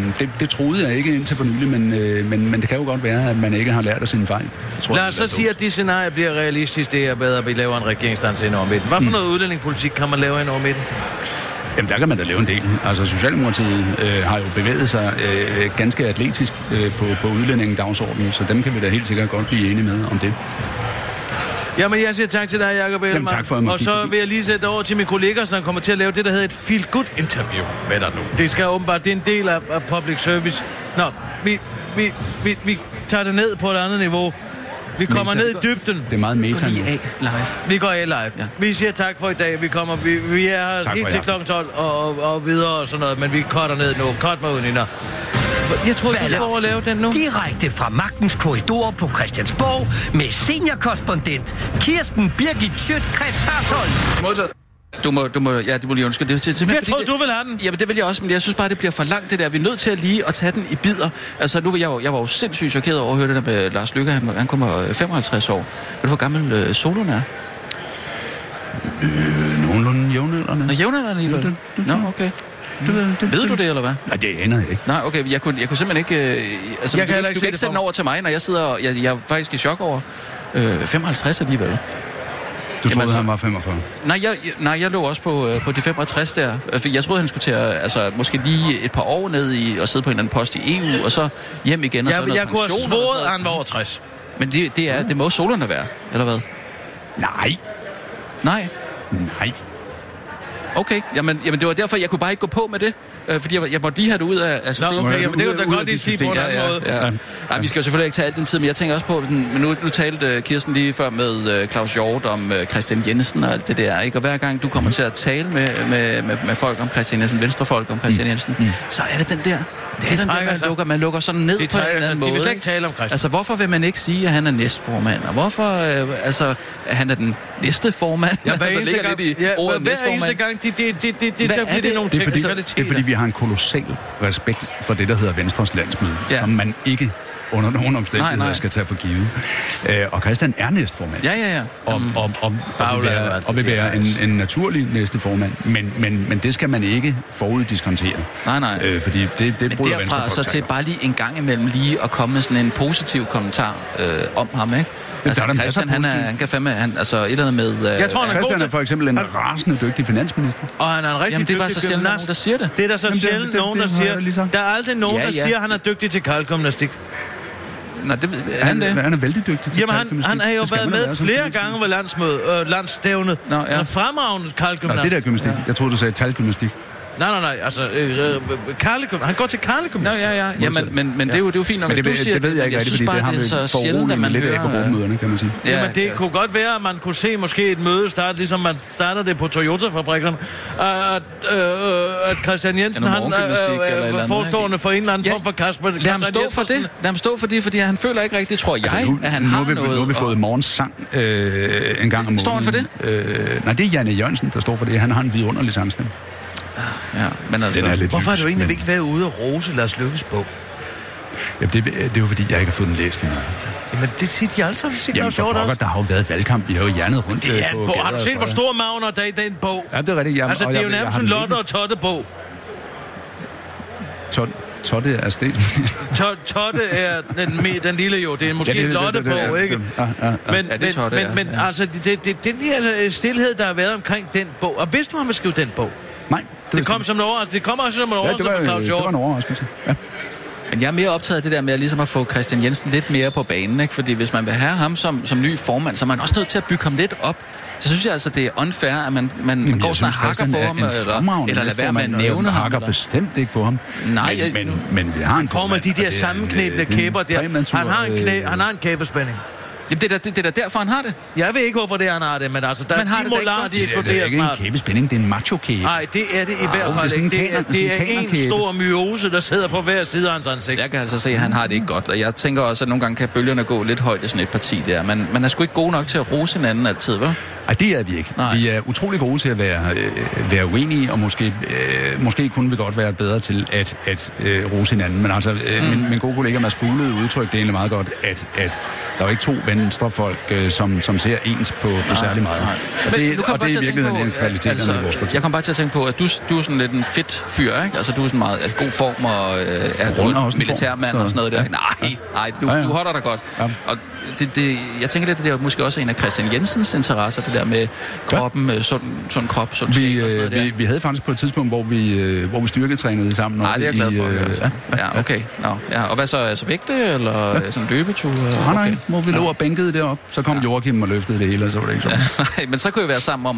Speaker 4: Det troede jeg ikke indtil for nylig, men det kan jo godt være, at man ikke har lært af sine fejl.
Speaker 12: Lad os så sige, at de scenarier bliver realistisk. Det er bedre, at vi laver en regeringsdans ind over midten. Hvad for noget udlændingepolitik kan man lave ind over midten?
Speaker 4: Jamen, der kan man da lave en del. Altså, Socialdemokratiet har jo bevæget sig ganske atletisk på udlændingedagsordenen, så dem kan vi da helt sikkert godt blive enige med om det.
Speaker 12: Jamen, jeg siger tak til dig, Jacob Ellemann.
Speaker 4: Jamen, tak for
Speaker 12: og så vil jeg lige sætte over til min kollega, som kommer til at lave det, der hedder et feel-good-interview med dig nu. Det skal åbenbart, det er en del af public service. Nå, vi tager det ned på et andet niveau. Vi kommer ned i dybden.
Speaker 4: Det er meget meta nu.
Speaker 12: Vi går live. Ja. Vi siger tak for i dag. Vi er her helt til kl. 12 og videre og sådan noget, men vi cutter ned nu. Cut mig ud, Nina. Jeg tror, du skal over og lave den nu.
Speaker 3: Direkte fra magtens korridor på Christiansborg med seniorkorrespondent Kirsten Birgit Schøtz-Krets Hørsholm.
Speaker 13: Modtaget. Du må lige undskylde.
Speaker 12: Jeg tror, du vil have den.
Speaker 13: Jamen, det vil jeg også, men jeg synes bare, det bliver for langt, det der. Vi er nødt til at lige at tage den i bidder. Altså, nu jeg var jo sindssygt chokeret over at høre det der med Lars Løkke. Han kommer 55 år. Ved du, hvor gammel Solon er?
Speaker 4: Nogenlunde jævnaldrende.
Speaker 13: Nå, jævnaldrende alligevel? Nå, okay. Ved du det, eller hvad?
Speaker 4: Nej, det aner jeg ikke.
Speaker 13: Nej, okay, jeg kunne simpelthen ikke... altså, du kan ikke sende den over til mig, når jeg sidder... Jeg er faktisk i chok over 55 alligevel.
Speaker 4: Du troede, han var 45?
Speaker 13: Nej, jeg lå også på de 65 der. For jeg troede, han skulle til at måske lige et par år ned i og sidde på en eller anden post i EU, og så hjem igen. Og så
Speaker 12: jeg kunne have svoret, at han var over 60.
Speaker 13: Men det må Solon der være, eller hvad? Nej. Okay, jamen det var derfor, jeg kunne bare ikke gå på med det. Fordi jeg måtte lige have det ud af systemet.
Speaker 12: Nå, okay, men det kan du da godt lige sige på en anden måde.
Speaker 13: Ja. Nej, vi skal jo selvfølgelig ikke tage alt den tid, men jeg tænker også på, men nu talte Kirsten lige før med Claus Hjort om Christian Jensen og alt det der, ikke? Og hver gang du kommer til at tale med folk om Christian Jensen, venstrefolk om Christian Jensen, så er det den der. Det er den der, man lukker sådan ned på en eller anden måde.
Speaker 12: De vil slet ikke tale om Christian.
Speaker 13: Altså, hvorfor vil man ikke sige, at han er næstformand? Og hvorfor, at han er den næste formand?
Speaker 12: Ja, hver eneste gang, det er nogle teknikaliteter.
Speaker 4: Det er fordi, vi har en kolossal respekt for det, der hedder Venstres landsmøde, som man ikke under nogen omstændigheder skal tage for givet. Og Christian er næstformand.
Speaker 13: Ja.
Speaker 4: Og vil være en naturlig næsteformand. Men det skal man ikke foruddiskontere.
Speaker 13: Nej.
Speaker 4: Fordi det bryder
Speaker 13: derfra så til bare lige en gang imellem lige at komme med sådan en positiv kommentar om ham, ikke? Altså, Christian, han kan fandme... altså, et eller andet med...
Speaker 12: Jeg tror,
Speaker 4: Christian er for eksempel en rasende dygtig finansminister.
Speaker 12: Og han er en rigtig
Speaker 13: det er bare så sjældent nogen, der siger det.
Speaker 12: Det er der så sjældent nogen, der siger... Der er aldrig nogen, der siger, at han er dygtig til kaldgymnastik.
Speaker 4: Nej, han er vældig dygtig til
Speaker 12: Jamen, han har jo været med flere gange ved landsstævnet. Han er fremragende kaldgymnastik.
Speaker 4: Det der gymnastik. Jeg troede, du sagde talgymnastik.
Speaker 12: Nej, altså, han går til karlegymnastik.
Speaker 13: Ja, men det er jo fint nok, at du siger
Speaker 4: det. Det ved jeg ikke rigtig, fordi det har vi så sjældent, at man lidt af på gruppemøderne, kan man sige.
Speaker 12: Jamen, det kunne godt være, at man kunne se måske et møde starte, ligesom man starter det på Toyota-fabrikkerne, at Christian Jensen, han er forestående for en eller anden form for Kasper.
Speaker 13: Lad ham stå for det, fordi han føler ikke rigtigt, tror jeg, at han har noget.
Speaker 4: Nu har vi fået morgens sang en gang om måneden.
Speaker 13: Står han for det?
Speaker 4: Nej, det er Janne Jørgensen, der står for det. Han har en vidunderlig sangstemme.
Speaker 13: Ja, men altså...
Speaker 12: Hvorfor har du egentlig ikke været ude og rose Lars Løkkes bog?
Speaker 4: Jamen, det er jo fordi, jeg ikke har fået den læst endnu.
Speaker 12: Jamen, det siger de altså.
Speaker 4: Jamen, for pokker, der har jo været valgkamp. Vi har jo hjernet rundt
Speaker 12: det er en bog. Har du set, hvor stor magner der er i den bog?
Speaker 4: Ja, det er rigtigt. Jamen,
Speaker 12: altså, det er jo nærmest en Lotte og Totte-bog.
Speaker 4: Totte er statsminister.
Speaker 12: Totte er den lille jo. Det er måske en Lotte-bog, ikke? Men altså, den her stillhed, der har været omkring den bog. Og vidste du, han vil skrive den bog?
Speaker 4: Nej.
Speaker 12: Det kom som en overraskelse. Det kommer også som en overraskelse for Claus Hjort.
Speaker 4: Det var en overraskelse, ja.
Speaker 13: Men jeg er mere optaget af det der med at, ligesom at få Christian Jensen lidt mere på banen, ikke? Fordi hvis man vil have ham som ny formand, så er man også nødt til at bygge ham lidt op. Så synes jeg altså, det er unfair, at man går sådan og hakker på ham, eller lader være med at nævne ham.
Speaker 4: Hakker bestemt ikke på ham.
Speaker 13: Nej,
Speaker 4: men vi har en
Speaker 12: formand. Kommer de der sammenknæbne kæber der. Han har en kæbespænding.
Speaker 13: Det er da derfor, han har det.
Speaker 12: Jeg ved ikke, hvorfor det han har det, men altså, de molar, de eksploderer snart.
Speaker 4: Det er ikke en kæbespænding, det er en macho-kæbe.
Speaker 12: Nej, det er det i hvert fald ikke. Det er en stor myose, der sidder på hver side af hans ansigt.
Speaker 13: Jeg kan altså se, at han har det ikke godt, og jeg tænker også, at nogle gange kan bølgerne gå lidt højt i sådan et parti der. Man er sgu ikke god nok til at rose hinanden altid, vel?
Speaker 4: Nej, det er vi ikke. Nej. Vi er utrolig gode til at være uenige, og måske kunne vi godt være bedre til at rose hinanden. Men altså, min gode kollega Mads Fugle udtrykte det egentlig meget godt, at der er jo ikke to venstrefolk, som ser ens på særlig meget. Nej. Og det er i virkeligheden en kvalitet altså, i vores parti.
Speaker 13: Jeg kom bare til at tænke på, at du er sådan lidt en fedt fyr, ikke? Altså, du er sådan meget god form og er militærmand og sådan noget der. Nej, du holder dig godt. Ja. Og jeg tænker lidt, at det er måske også en af Christian Jensens interesser, det der med kroppen, sund krop, sund ting og sådan noget.
Speaker 4: Vi havde faktisk på et tidspunkt, hvor vi styrketrænede sammen.
Speaker 13: Nej, det er jeg glad for. Ja, okay. Ja. Og hvad så? Altså vægte, eller sådan løbetur?
Speaker 4: Nej, hvor vi lå og bænkede det op. Så kom Joachim og løftede det hele, og så var det ikke så.
Speaker 13: Nej, men så kunne vi være sammen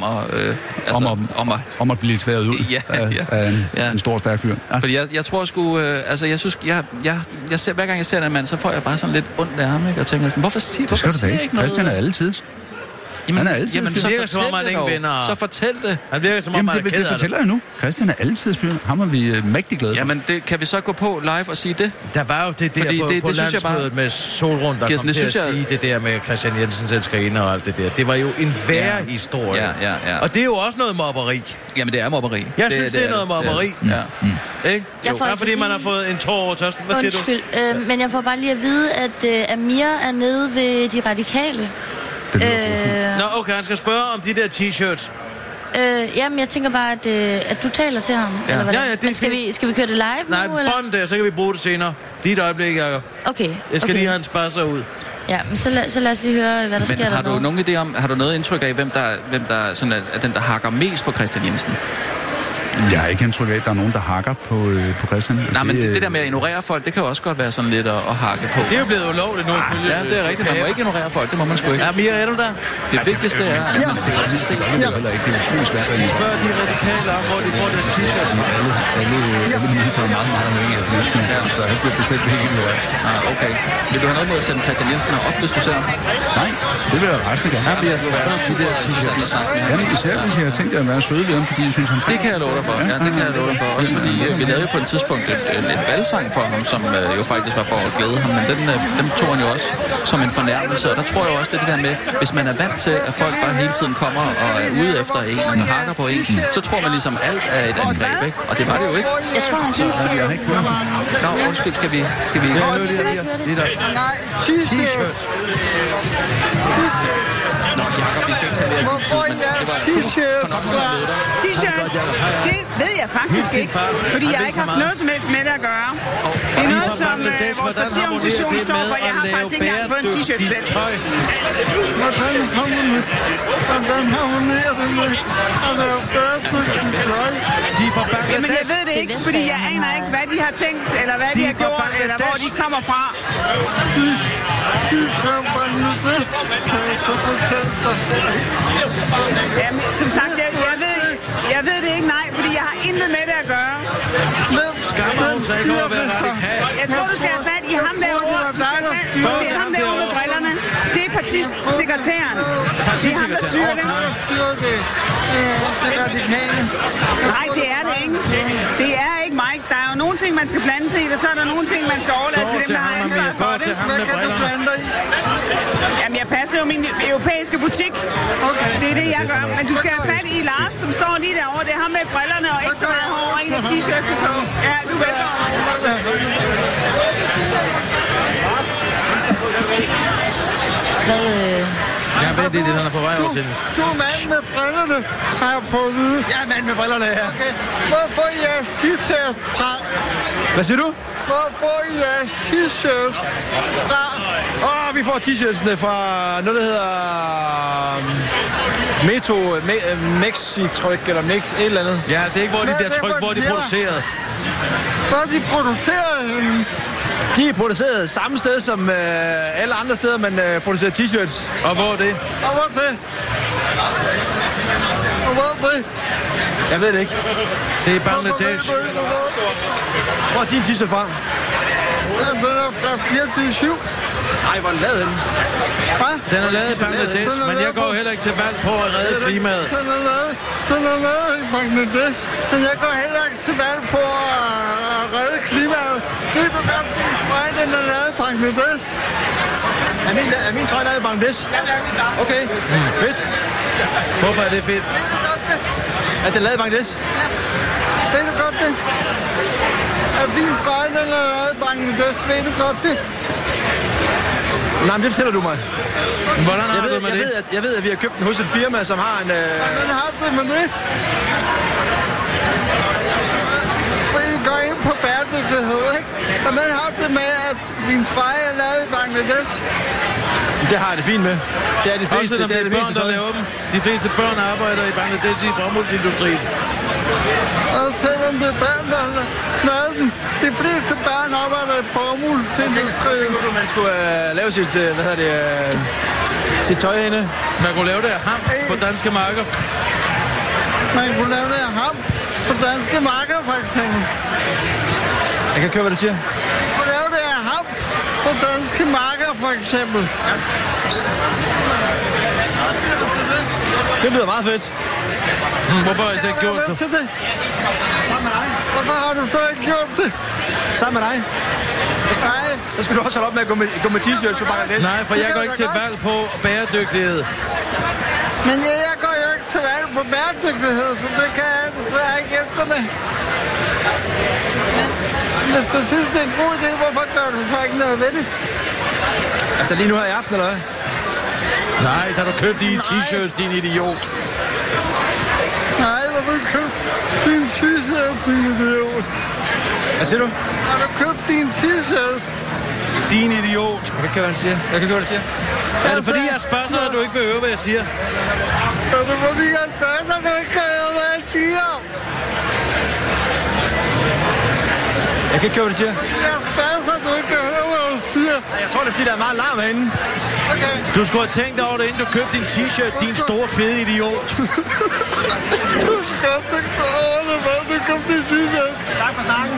Speaker 4: om at blive tværet ud af en stor stærk fyr.
Speaker 13: Ja. Fordi jeg tror sgu, jeg synes, jeg ser, hver gang jeg ser den mand, så får jeg bare sådan lidt ondt af ham, ikke? Og tænker sådan, hvorfor siger ikke noget?
Speaker 4: Christian er altid.
Speaker 13: Jamen,
Speaker 12: han er altid
Speaker 13: så
Speaker 12: virker som om, han ikke vinder.
Speaker 13: Så fortæl det.
Speaker 12: Han virker som om, han er ked af det.
Speaker 4: Det fortæller jeg nu. Christian er altid fyr. Ham er vi mægtig glade.
Speaker 13: Jamen, kan vi så gå på live og sige det?
Speaker 12: Der var jo det der på landsmødet med Solrund, der kom til at sige det der med Christian Jensen elskerinde og alt det der. Det var jo en værre historie.
Speaker 13: Ja.
Speaker 12: Og det er jo også noget mobberi.
Speaker 13: Jamen, det er mobberi.
Speaker 12: Jeg synes, det er noget mobberi. Ja. Ikke? Jo, fordi man har fået en tår over tørsten. Hvad siger
Speaker 6: du? Men jeg får bare lige at vide, at Amir er nede ved de radikale.
Speaker 12: Nå, okay, han skal spørge om de der t-shirts.
Speaker 6: Jamen, jeg tænker bare, at du taler til ham.
Speaker 12: Ja.
Speaker 6: Eller hvad?
Speaker 12: Ja,
Speaker 6: men skal vi køre det live
Speaker 12: nu? Nej, bånd der, så kan vi bruge det senere. Lige et øjeblik, Jacob.
Speaker 6: Okay.
Speaker 12: Jeg skal lige have en spasser ud.
Speaker 6: Ja, men så lad os lige høre, hvad der sker der.
Speaker 13: Men har du nogen idé om, har du noget indtryk af, hvem der sådan er den, der hakker mest på Christian Jensen?
Speaker 4: Jeg har ikke indtryk af, at der er nogen, der hakker på Christian.
Speaker 13: Nej, men det der med at ignorere folk, det kan jo også godt være sådan lidt at hakke på.
Speaker 12: Det er jo blevet ulovligt nu.
Speaker 13: Ja, det er rigtigt. Man må ikke ignorere folk. Det må man sgu ikke.
Speaker 12: Ja, Mia, er du der?
Speaker 13: Det vigtigste er, at man får også se.
Speaker 4: Det er heller ikke. Det er utroligt svært.
Speaker 12: Vi spørger de radikale om, hvor de får deres t-shirts.
Speaker 4: Alle minister er meget afhængige af finansministeren, så jeg bliver bestemt ikke ignoreret.
Speaker 13: Ah, okay. Vil du have noget med at sende Christian Jensen op, hvis du ser ham?
Speaker 4: Nej, det vil jeg resten gerne.
Speaker 13: Ja, du spørger de der t-shirts.
Speaker 4: Jamen, især hvis jeg har tænkt at være søde ved ham, fordi jeg synes, han
Speaker 13: det kan jeg love dig for. Ja, det kan jeg love dig for. Også fordi vi lavede jo på et tidspunkt en valgsang for ham, som jo faktisk var for at glæde ham, men den tog han jo også som en fornærmelse, og der tror jeg også, det der med, hvis man er vant til, at folk bare hele tiden kommer og er ude efter en, og hakker på en, så tror man ligesom alt er et angreb, ikke? Og det var det jo ikke.
Speaker 6: Jeg tror, han synes,
Speaker 4: jeg har ikke hørt.
Speaker 13: Nå, undskyld, skal vi...
Speaker 12: T-shirts.
Speaker 13: Nå, Jacob, vi skal ikke tage mere tid, men det var
Speaker 15: t-shirts.
Speaker 10: T-shirts, det ved jeg faktisk ikke, fordi jeg ikke har haft noget som helst med det at gøre. Det er noget, som vores partiorganisation står for. Jeg har faktisk ikke engang fået en t-shirt selv.
Speaker 15: Hvordan harmonerer det med at lave bæredygtigt tøj?
Speaker 12: De er fra Bangladesh.
Speaker 10: Jamen, jeg ved det ikke, fordi jeg aner ikke, hvad de har tænkt, eller hvad de har gjort, eller hvor de kommer fra.
Speaker 15: De er fra Bangladesh, kan jeg så fortælle dig.
Speaker 10: Jamen, som sagt, jeg ved det ikke, nej, fordi jeg har intet med det at gøre.
Speaker 12: Skammer hun sig ikke over at være radikal?
Speaker 10: Jeg tror, du skal have fat i ham derovre. Se ham derovre med brillerne. Det er partisekretæren. Det er ham, der styrer det. Nej, det er det ikke. Det er ikke mig. Der er jo nogle ting, man skal blande sig i, og så er der nogle ting, man skal overlade til dem, der har ansvar for det.
Speaker 15: Hvad kan du blande dig i?
Speaker 10: Jamen, jeg passer jo min europæiske butik. Det er det, jeg gør. Men du skal have fat i Lars, som står lige derovre. Det er ham med brillerne og ikke så meget hår og en af t-shirts på. Ja, du velkommen.
Speaker 12: Ja, hvad er det, han er på vej over til?
Speaker 15: Du er mand med brillerne, har jeg fået at vide.
Speaker 12: Jeg er mand med brillerne her.
Speaker 15: Okay. Hvor får I jeres t-shirts fra?
Speaker 12: Hvad siger du?
Speaker 15: Hvor får I jeres t-shirts fra?
Speaker 12: Vi får t-shirtsene fra noget, der hedder Mexitryk, eller et eller andet. Ja, det er ikke, hvor de der tryk, hvor de er produceret.
Speaker 15: Hvor er de produceret?
Speaker 12: De er produceret samme sted som alle andre steder, man producerer t-shirts. Og hvor er det? Jeg ved det ikke. Det er Bangladesh. Hvor er din t-shirt fra?
Speaker 15: Den er fra 24/7.
Speaker 12: Nej, hvor er den lavet den?
Speaker 15: Hvad?
Speaker 12: Den er lavet i Bangladesh, men jeg går heller ikke til valg på at redde klimaet.
Speaker 15: Den er lavet i Bangladesh, men jeg går heller ikke til valg på at redde klimaet. Det er godt, din trøje, den er lavet i Bangladesh.
Speaker 12: Er min trøje lavet i Bangladesh? Okay, fedt. Hvorfor er det fedt? Er det lavet i Bangladesh?
Speaker 15: Ja. Ved du godt det? Er din trøje, den er lavet i Bangladesh? Ved du godt det?
Speaker 12: Nej, men det fortæller du mig. Hvordan har du med det? Jeg ved, at vi har købt den hos et firma, som har en...
Speaker 15: Hvordan har du det med det? I går ind på bæredygtighed, ikke? Hvordan har du det med, at din trøje er lavet i Bangladesh?
Speaker 12: Det har jeg det fint med. Det er de fleste,
Speaker 9: det er de børn, der laver dem. De fleste børn arbejder i Bangladesh i bomuldsindustrien.
Speaker 15: Og selvom det er børn, der har lavet dem. De fleste børn arbejder i bomuldsindustrien.
Speaker 12: Tænker du, man skulle lave sit, sit tøj inde?
Speaker 9: Man kunne lave det af hamp på danske marker.
Speaker 15: Man kunne lave det af hamp på danske marker, for eksempel.
Speaker 12: Jeg kan køre, hvad du siger.
Speaker 15: Man kunne lave det af hamp på danske marker, for eksempel.
Speaker 12: Det lyder meget fedt.
Speaker 9: Hvorfor har I så ikke gjort det?
Speaker 15: Hvorfor har du så ikke gjort det?
Speaker 12: Sammen med dig. Så skal du også holde op med at gå med t-shirts for Bangladesh.
Speaker 9: Nej, for jeg går ikke til valg på bæredygtighed.
Speaker 15: Men jeg går jo ikke til valg på bæredygtighed, så det kan jeg desværre ikke hjælpe dig med. Hvis du synes, det er en god idé, hvorfor gør du så ikke noget ved det?
Speaker 12: Altså lige nu her i aften, eller hvad?
Speaker 9: Nej, der har du købt dine t-shirts, din idiot.
Speaker 15: Nej, der har du købt din t-shirt, din idiot.
Speaker 12: Hvad siger du?
Speaker 15: Har du købt din t-shirt?
Speaker 9: Din idiot.
Speaker 12: Jeg kan høre, hvad du siger.
Speaker 9: Er det fordi, jeg spørger sig, at du ikke vil høre, hvad jeg siger?
Speaker 15: Er det fordi, jeg spørger sig, at du ikke kan høre, hvad jeg siger?
Speaker 12: Jeg kan ikke høre, hvad du siger.
Speaker 15: Jeg spørger sig, at du ikke kan høre, hvad jeg siger.
Speaker 12: Jeg tror, det er fordi, der er meget larm herinde.
Speaker 15: Okay.
Speaker 9: Du skulle have tænkt over det, inden du købte din t-shirt, din store fede idiot.
Speaker 15: Du skal tænke over det, hvad du købte din t-shirt.
Speaker 12: Tak for snakken.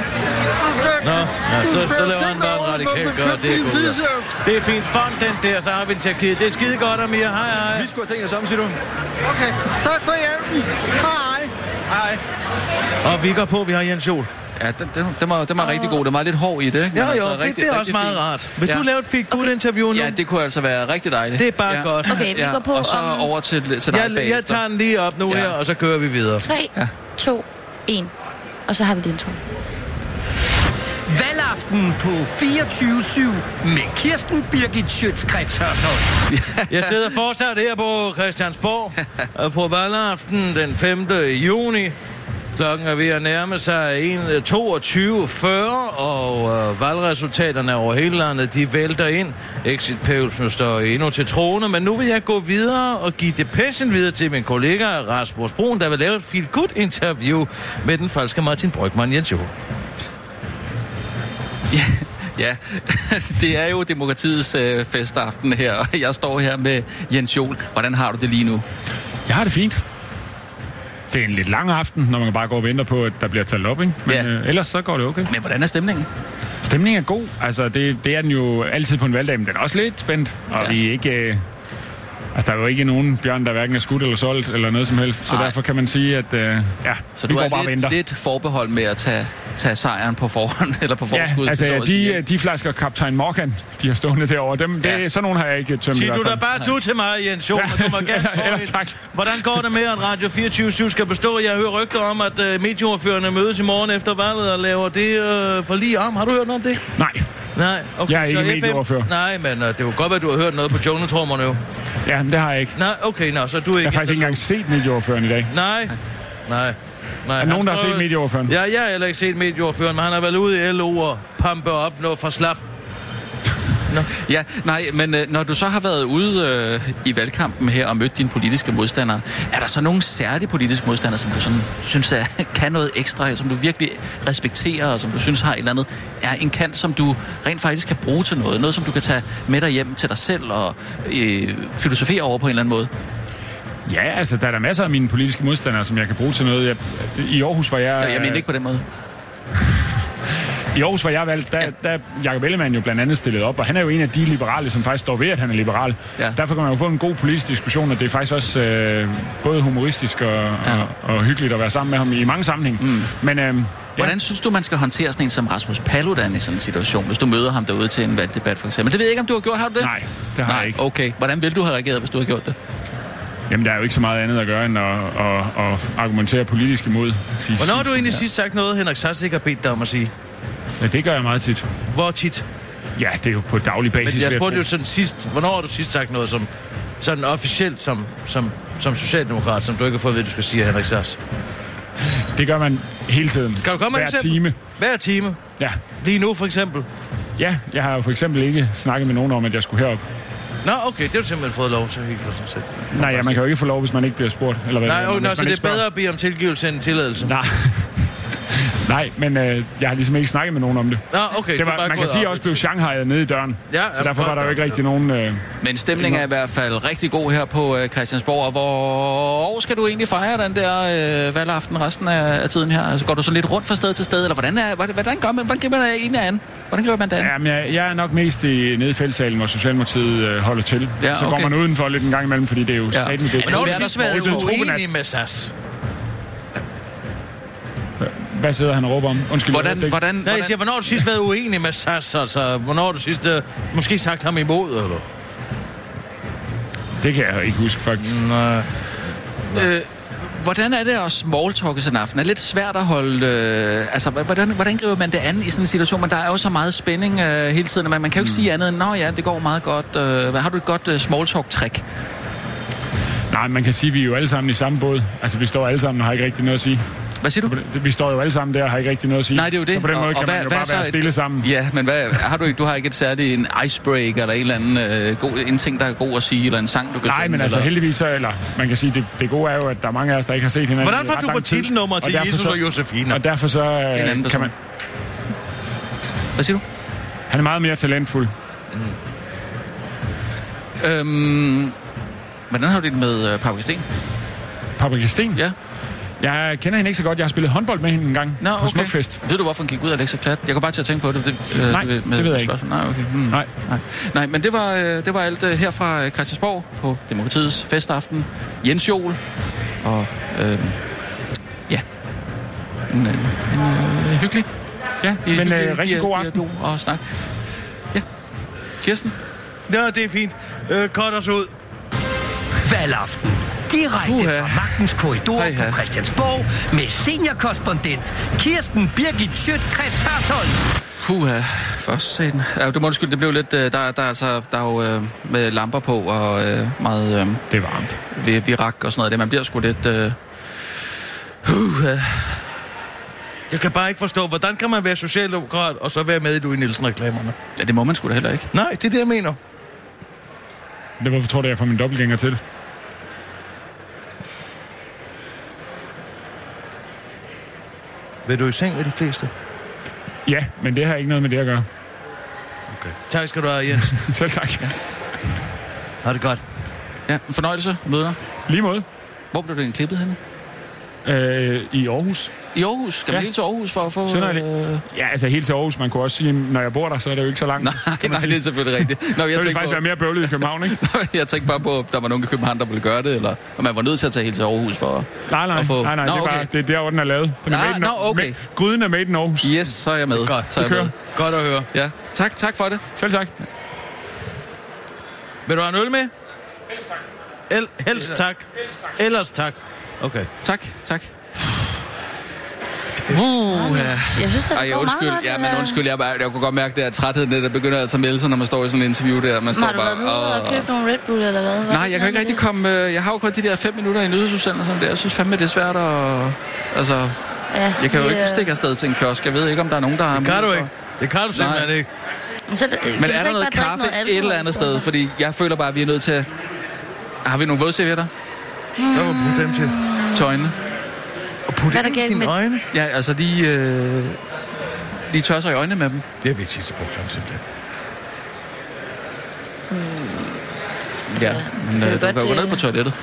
Speaker 9: Så laver han bare en radikal gør, det er godt. Det er fint. Bånd den der, så har vi en Tjekkiet. Det er skide godt, Amir. Hej.
Speaker 12: Vi skulle have tænkt os om, siger du.
Speaker 15: Okay, tak for hjælpen. Hej.
Speaker 12: Hej.
Speaker 9: Og vi går på, vi har Jens Jol.
Speaker 13: Ja, den var rigtig god. Den var lidt hård i det, ikke?
Speaker 9: Jo,
Speaker 13: altså,
Speaker 9: det er også meget rart. Vil du lave et feel-good-interview nu?
Speaker 13: Ja, det kunne altså være rigtig dejligt.
Speaker 9: Det er bare godt.
Speaker 6: Okay, vi går på
Speaker 13: og så over til dig bagefter.
Speaker 9: Jeg tager den lige op nu her, og så kører vi videre.
Speaker 6: 3, 2, 1. Og så har vi din intro.
Speaker 3: Valgaften på 24/7 med Kirsten Birgit Schøtz-Krets Hørsholm.
Speaker 9: Jeg sidder fortsat her på Christiansborg på valgaften den 5. juni. Klokken er ved at nærme sig 22:40, og valgresultaterne over hele landet, de vælter ind. Exit-pævelsen står endnu til trone, men nu vil jeg gå videre og give depechen videre til min kollega Rasmus Brun, der vil lave et feel-good-interview med den falske Martin Brygmann Jens Jol.
Speaker 13: Ja, det er jo demokratiets festaften her, og jeg står her med Jens Jol. Hvordan har du det lige nu?
Speaker 23: Jeg har det fint. Det er en lidt lang aften, når man bare går og venter på, at der bliver talt op, ikke? Men ellers så går det okay.
Speaker 13: Men hvordan er stemningen?
Speaker 23: Stemningen er god. Altså, det er den jo altid på en valgdag, men den er også lidt spændt. Og vi er ikke... Altså, der er jo ikke nogen bjørn, der hverken er skudt eller solgt eller noget som helst. Så derfor kan man sige, at
Speaker 13: så
Speaker 23: vi
Speaker 13: går
Speaker 23: bare og venter.
Speaker 13: Lidt forbehold med at tage sejren på forhånd, eller på forskud.
Speaker 23: Ja, altså de flasker Kaptajn Morgan, de har stående derovre, sådan nogen har jeg ikke tømt.
Speaker 9: Sig du da bare du til mig, Jens Jol, du må gerne
Speaker 23: tak.
Speaker 9: Hvordan går det med, at Radio 24/7 skal bestå? Jeg hører rygter om, at medieordførerne mødes i morgen efter valget og laver det for lige om. Har du hørt noget om det?
Speaker 23: Nej,
Speaker 9: okay.
Speaker 23: Jeg er ikke medieordfører.
Speaker 9: Nej, men det er jo godt, at du har hørt noget på jungletrommerne jo.
Speaker 23: Ja, men det har jeg ikke.
Speaker 9: Nej, okay, så du er ikke...
Speaker 23: Jeg har faktisk ikke engang set medieordføreren i dag.
Speaker 9: Nej.
Speaker 23: Er nogen, der har set medieordføreren?
Speaker 9: Ja, jeg har heller ikke set medieordføreren, men han har været ude i LO og pumpe op noget for slap.
Speaker 13: Ja, nej, men når du så har været ude i valgkampen her og mødt dine politiske modstandere, er der så nogle særlige politiske modstandere, som du sådan synes kan noget ekstra, som du virkelig respekterer, og som du synes har et eller andet, er en kant, som du rent faktisk kan bruge til noget som du kan tage med dig hjem til dig selv og filosofere over på en eller anden måde?
Speaker 23: Ja, altså, der er der masser af mine politiske modstandere, som jeg kan bruge til noget. I Aarhus var jeg...
Speaker 13: Jeg mener ikke på den måde.
Speaker 23: I Aarhus var jeg valgt, der Jakob Ellemann jo blandt andet stillet op, og han er jo en af de liberale, som faktisk står ved, at han er liberal. Ja. Derfor kan man jo få en god politisk diskussion, og det er faktisk også både humoristisk og hyggeligt at være sammen med ham i mange sammenhæng. Men
Speaker 13: hvordan synes du, man skal håndtere sådan en som Rasmus Paludan i sådan en situation, hvis du møder ham derude til en valgdebat for eksempel? Det ved jeg ikke, om du har gjort. Har du det?
Speaker 23: Nej, det har jeg ikke.
Speaker 13: Okay. Hvordan ville du have reageret, hvis du havde gjort det?
Speaker 2: Jamen, der er jo ikke så meget andet at gøre, end at argumentere politisk imod.
Speaker 12: Hvornår har du egentlig sidst sagt noget, Henrik Sass ikke har bedt dig om at sige?
Speaker 2: Ja, det gør jeg meget tit.
Speaker 12: Hvor tit?
Speaker 2: Ja, det er jo på daglig basis.
Speaker 12: Men jeg spurgte jo sådan sidst, hvornår har du sidst sagt noget som sådan officielt som socialdemokrat, som du ikke har fået at vide, du skal sige, Henrik Sass?
Speaker 2: Det gør man hele tiden.
Speaker 12: Kan du komme med
Speaker 2: hver time.
Speaker 12: Hver time?
Speaker 2: Ja.
Speaker 12: Lige nu for eksempel?
Speaker 2: Ja, jeg har jo for eksempel ikke snakket med nogen om, at jeg skulle herop.
Speaker 12: Nå, okay, det har du simpelthen fået lov til helt for sig selv.
Speaker 2: Nej, ja, man kan jo ikke få lov, hvis man ikke bliver spurgt. Eller hvad,
Speaker 12: nej, så det er bedre at bede om tilgivelse end tilladelse?
Speaker 2: Nej. Nej, men jeg har ligesom ikke snakket med nogen om det.
Speaker 12: Okay.
Speaker 2: Det var, man kan sige, at jeg også blev shanghaiet nede i døren. Ja, så derfor var der jo ikke rigtig nogen...
Speaker 13: Men stemningen er i hvert fald rigtig god her på Christiansborg. Og hvor skal du egentlig fejre den der valgaften resten af tiden her? Altså, går du så lidt rundt fra sted til sted, eller hvordan gør man? Hvordan griber man egentlig an? Hvordan griber man det an?
Speaker 2: Jamen, jeg er nok mest nede i fællessalen, hvor Socialdemokratiet holder til. Ja, så går man udenfor lidt en gang imellem, fordi det er jo sat med det.
Speaker 12: Men har du sidst været uenig med Sass?
Speaker 2: Hvad sidder han og råber om? Undskyld.
Speaker 12: Hvordan? Jeg siger, hvornår har du sidst været uenig med Sass? Altså, hvornår har du sidst måske sagt ham imod, eller?
Speaker 2: Det kan jeg ikke huske, faktisk.
Speaker 12: Nej.
Speaker 13: Hvordan er det at smalltalke sådan en aften? Er det lidt svært at holde... altså, hvordan griber man det an i sådan en situation? Men der er jo så meget spænding hele tiden. Man kan jo ikke sige andet end, nå ja, det går meget godt. Har du et godt smalltalk-trick?
Speaker 2: Nej, man kan sige, at vi er jo alle sammen i samme båd. Altså, vi står alle sammen og har ikke rigtig noget at sige.
Speaker 13: Hvad siger du?
Speaker 2: Vi står jo alle sammen der og har ikke rigtig noget at sige.
Speaker 13: Nej, det er jo det.
Speaker 2: Så på den måde kan man jo bare være stille sammen.
Speaker 13: Ja, men du har ikke et særligt en icebreaker eller en eller anden en ting, der er god at sige, eller en sang, du kan synge?
Speaker 2: Nej, men altså heldigvis så, eller man kan sige, det gode er jo, at der er mange af os, der ikke har set hinanden.
Speaker 12: Hvordan får du på titelnummer til Jesus og Josefine?
Speaker 2: Og derfor så kan man...
Speaker 13: Hvad siger du?
Speaker 2: Han er meget mere talentfuld.
Speaker 13: Hvordan har du det med Paprika Steen?
Speaker 2: Paprika Steen?
Speaker 13: Ja.
Speaker 2: Jeg kender hende ikke så godt. Jeg har spillet håndbold med hende en gang på Smukfest.
Speaker 13: Ved du, hvorfor hun gik ud af Alexa Klat? Jeg går bare til at tænke på det.
Speaker 2: Nej, det ved jeg ikke.
Speaker 13: Nej, okay. Nej, men det var alt her fra Christiansborg på Demokratiets festaften. Jens Joel og en hyggelig.
Speaker 2: Ja, men rigtig god aften.
Speaker 13: Og snak. Ja. Kirsten?
Speaker 12: Ja, det er fint. Kort os ud.
Speaker 3: Valgaften. Direkte fra magtens korridor på Christiansborg med seniorkorrespondent Kirsten Birgit Schøtz-Krets Hørsholm.
Speaker 13: Først sagde ja, du må undskylde, det blev lidt... Der er jo med lamper på og meget...
Speaker 2: det er varmt.
Speaker 13: Virak og sådan noget. Man bliver sgu lidt...
Speaker 12: Jeg kan bare ikke forstå, hvordan kan man være socialdemokrat og så være med i Louis Nielsen-reklamerne?
Speaker 13: Ja, det må man sgu da heller ikke.
Speaker 12: Nej, det er det, jeg mener.
Speaker 2: Hvorfor tror du, jeg får min dobbeltgænger til?
Speaker 12: Vil du i seng med de fleste?
Speaker 2: Ja, men det har ikke noget med det at gøre.
Speaker 12: Okay. Tak skal du have, Jens.
Speaker 2: Selv tak. Ja.
Speaker 12: Ha' det godt.
Speaker 13: Ja, en fornøjelse at møde dig.
Speaker 2: Lige måde.
Speaker 13: Hvor blev det klippet henne?
Speaker 2: I Aarhus.
Speaker 13: I Aarhus? Skal man helt til Aarhus for at få...
Speaker 2: Ja, altså helt til Aarhus. Man kunne også sige, når jeg bor der, så er det jo ikke så langt.
Speaker 13: Nej, det er selvfølgelig rigtigt.
Speaker 2: Så ville det faktisk være mere bøvlet i København, ikke?
Speaker 13: Jeg tænkte bare på, der var nogen i København, der ville gøre det, eller om man var nødt til at tage helt til Aarhus for
Speaker 2: at få... Nej, det er der, hvor den er lavet. Den er
Speaker 13: okay.
Speaker 2: Gryden er made in Aarhus.
Speaker 13: Yes, så er jeg med.
Speaker 12: Godt,
Speaker 13: så er jeg med.
Speaker 12: Godt at høre.
Speaker 13: Ja, tak for det.
Speaker 2: Selv tak.
Speaker 12: Vil du have en øl med?
Speaker 2: Helst tak.
Speaker 12: Helst tak. Ellers tak. Okay.
Speaker 13: Tak.
Speaker 6: Jeg synes, det går
Speaker 13: undskyld.
Speaker 6: meget
Speaker 13: Ja, men undskyld, jeg kunne godt mærke, at trætheden der begynder altså at melde sig, når man står i sådan en interview der. Man står
Speaker 6: har du været ude og købt nogle Red Bull, eller hvad?
Speaker 13: Nej, jeg kan ikke rigtig komme... Jeg har jo kun de der 5 minutter i nyhedsudsendelsen der. Jeg synes fandme, det er svært at... Altså... Ja, jeg kan jo ikke stikke afsted til en kiosk. Jeg ved ikke, om der er nogen, der har...
Speaker 12: Det kan du ikke. Det kan du simpelthen ikke.
Speaker 13: Men er der noget kaffe et eller andet sted? Fordi jeg føler bare, at vi er nødt til... Har vi nogle vådservietter?
Speaker 12: Hvad må du bruge dem til?
Speaker 13: Til øjnene.
Speaker 12: Og putte det i dine øjne?
Speaker 13: Ja, altså lige tørser i øjnene med dem.
Speaker 12: Det er vi tidspunkt, simpelthen.
Speaker 13: Ja, men du kan gå ned på toilettet.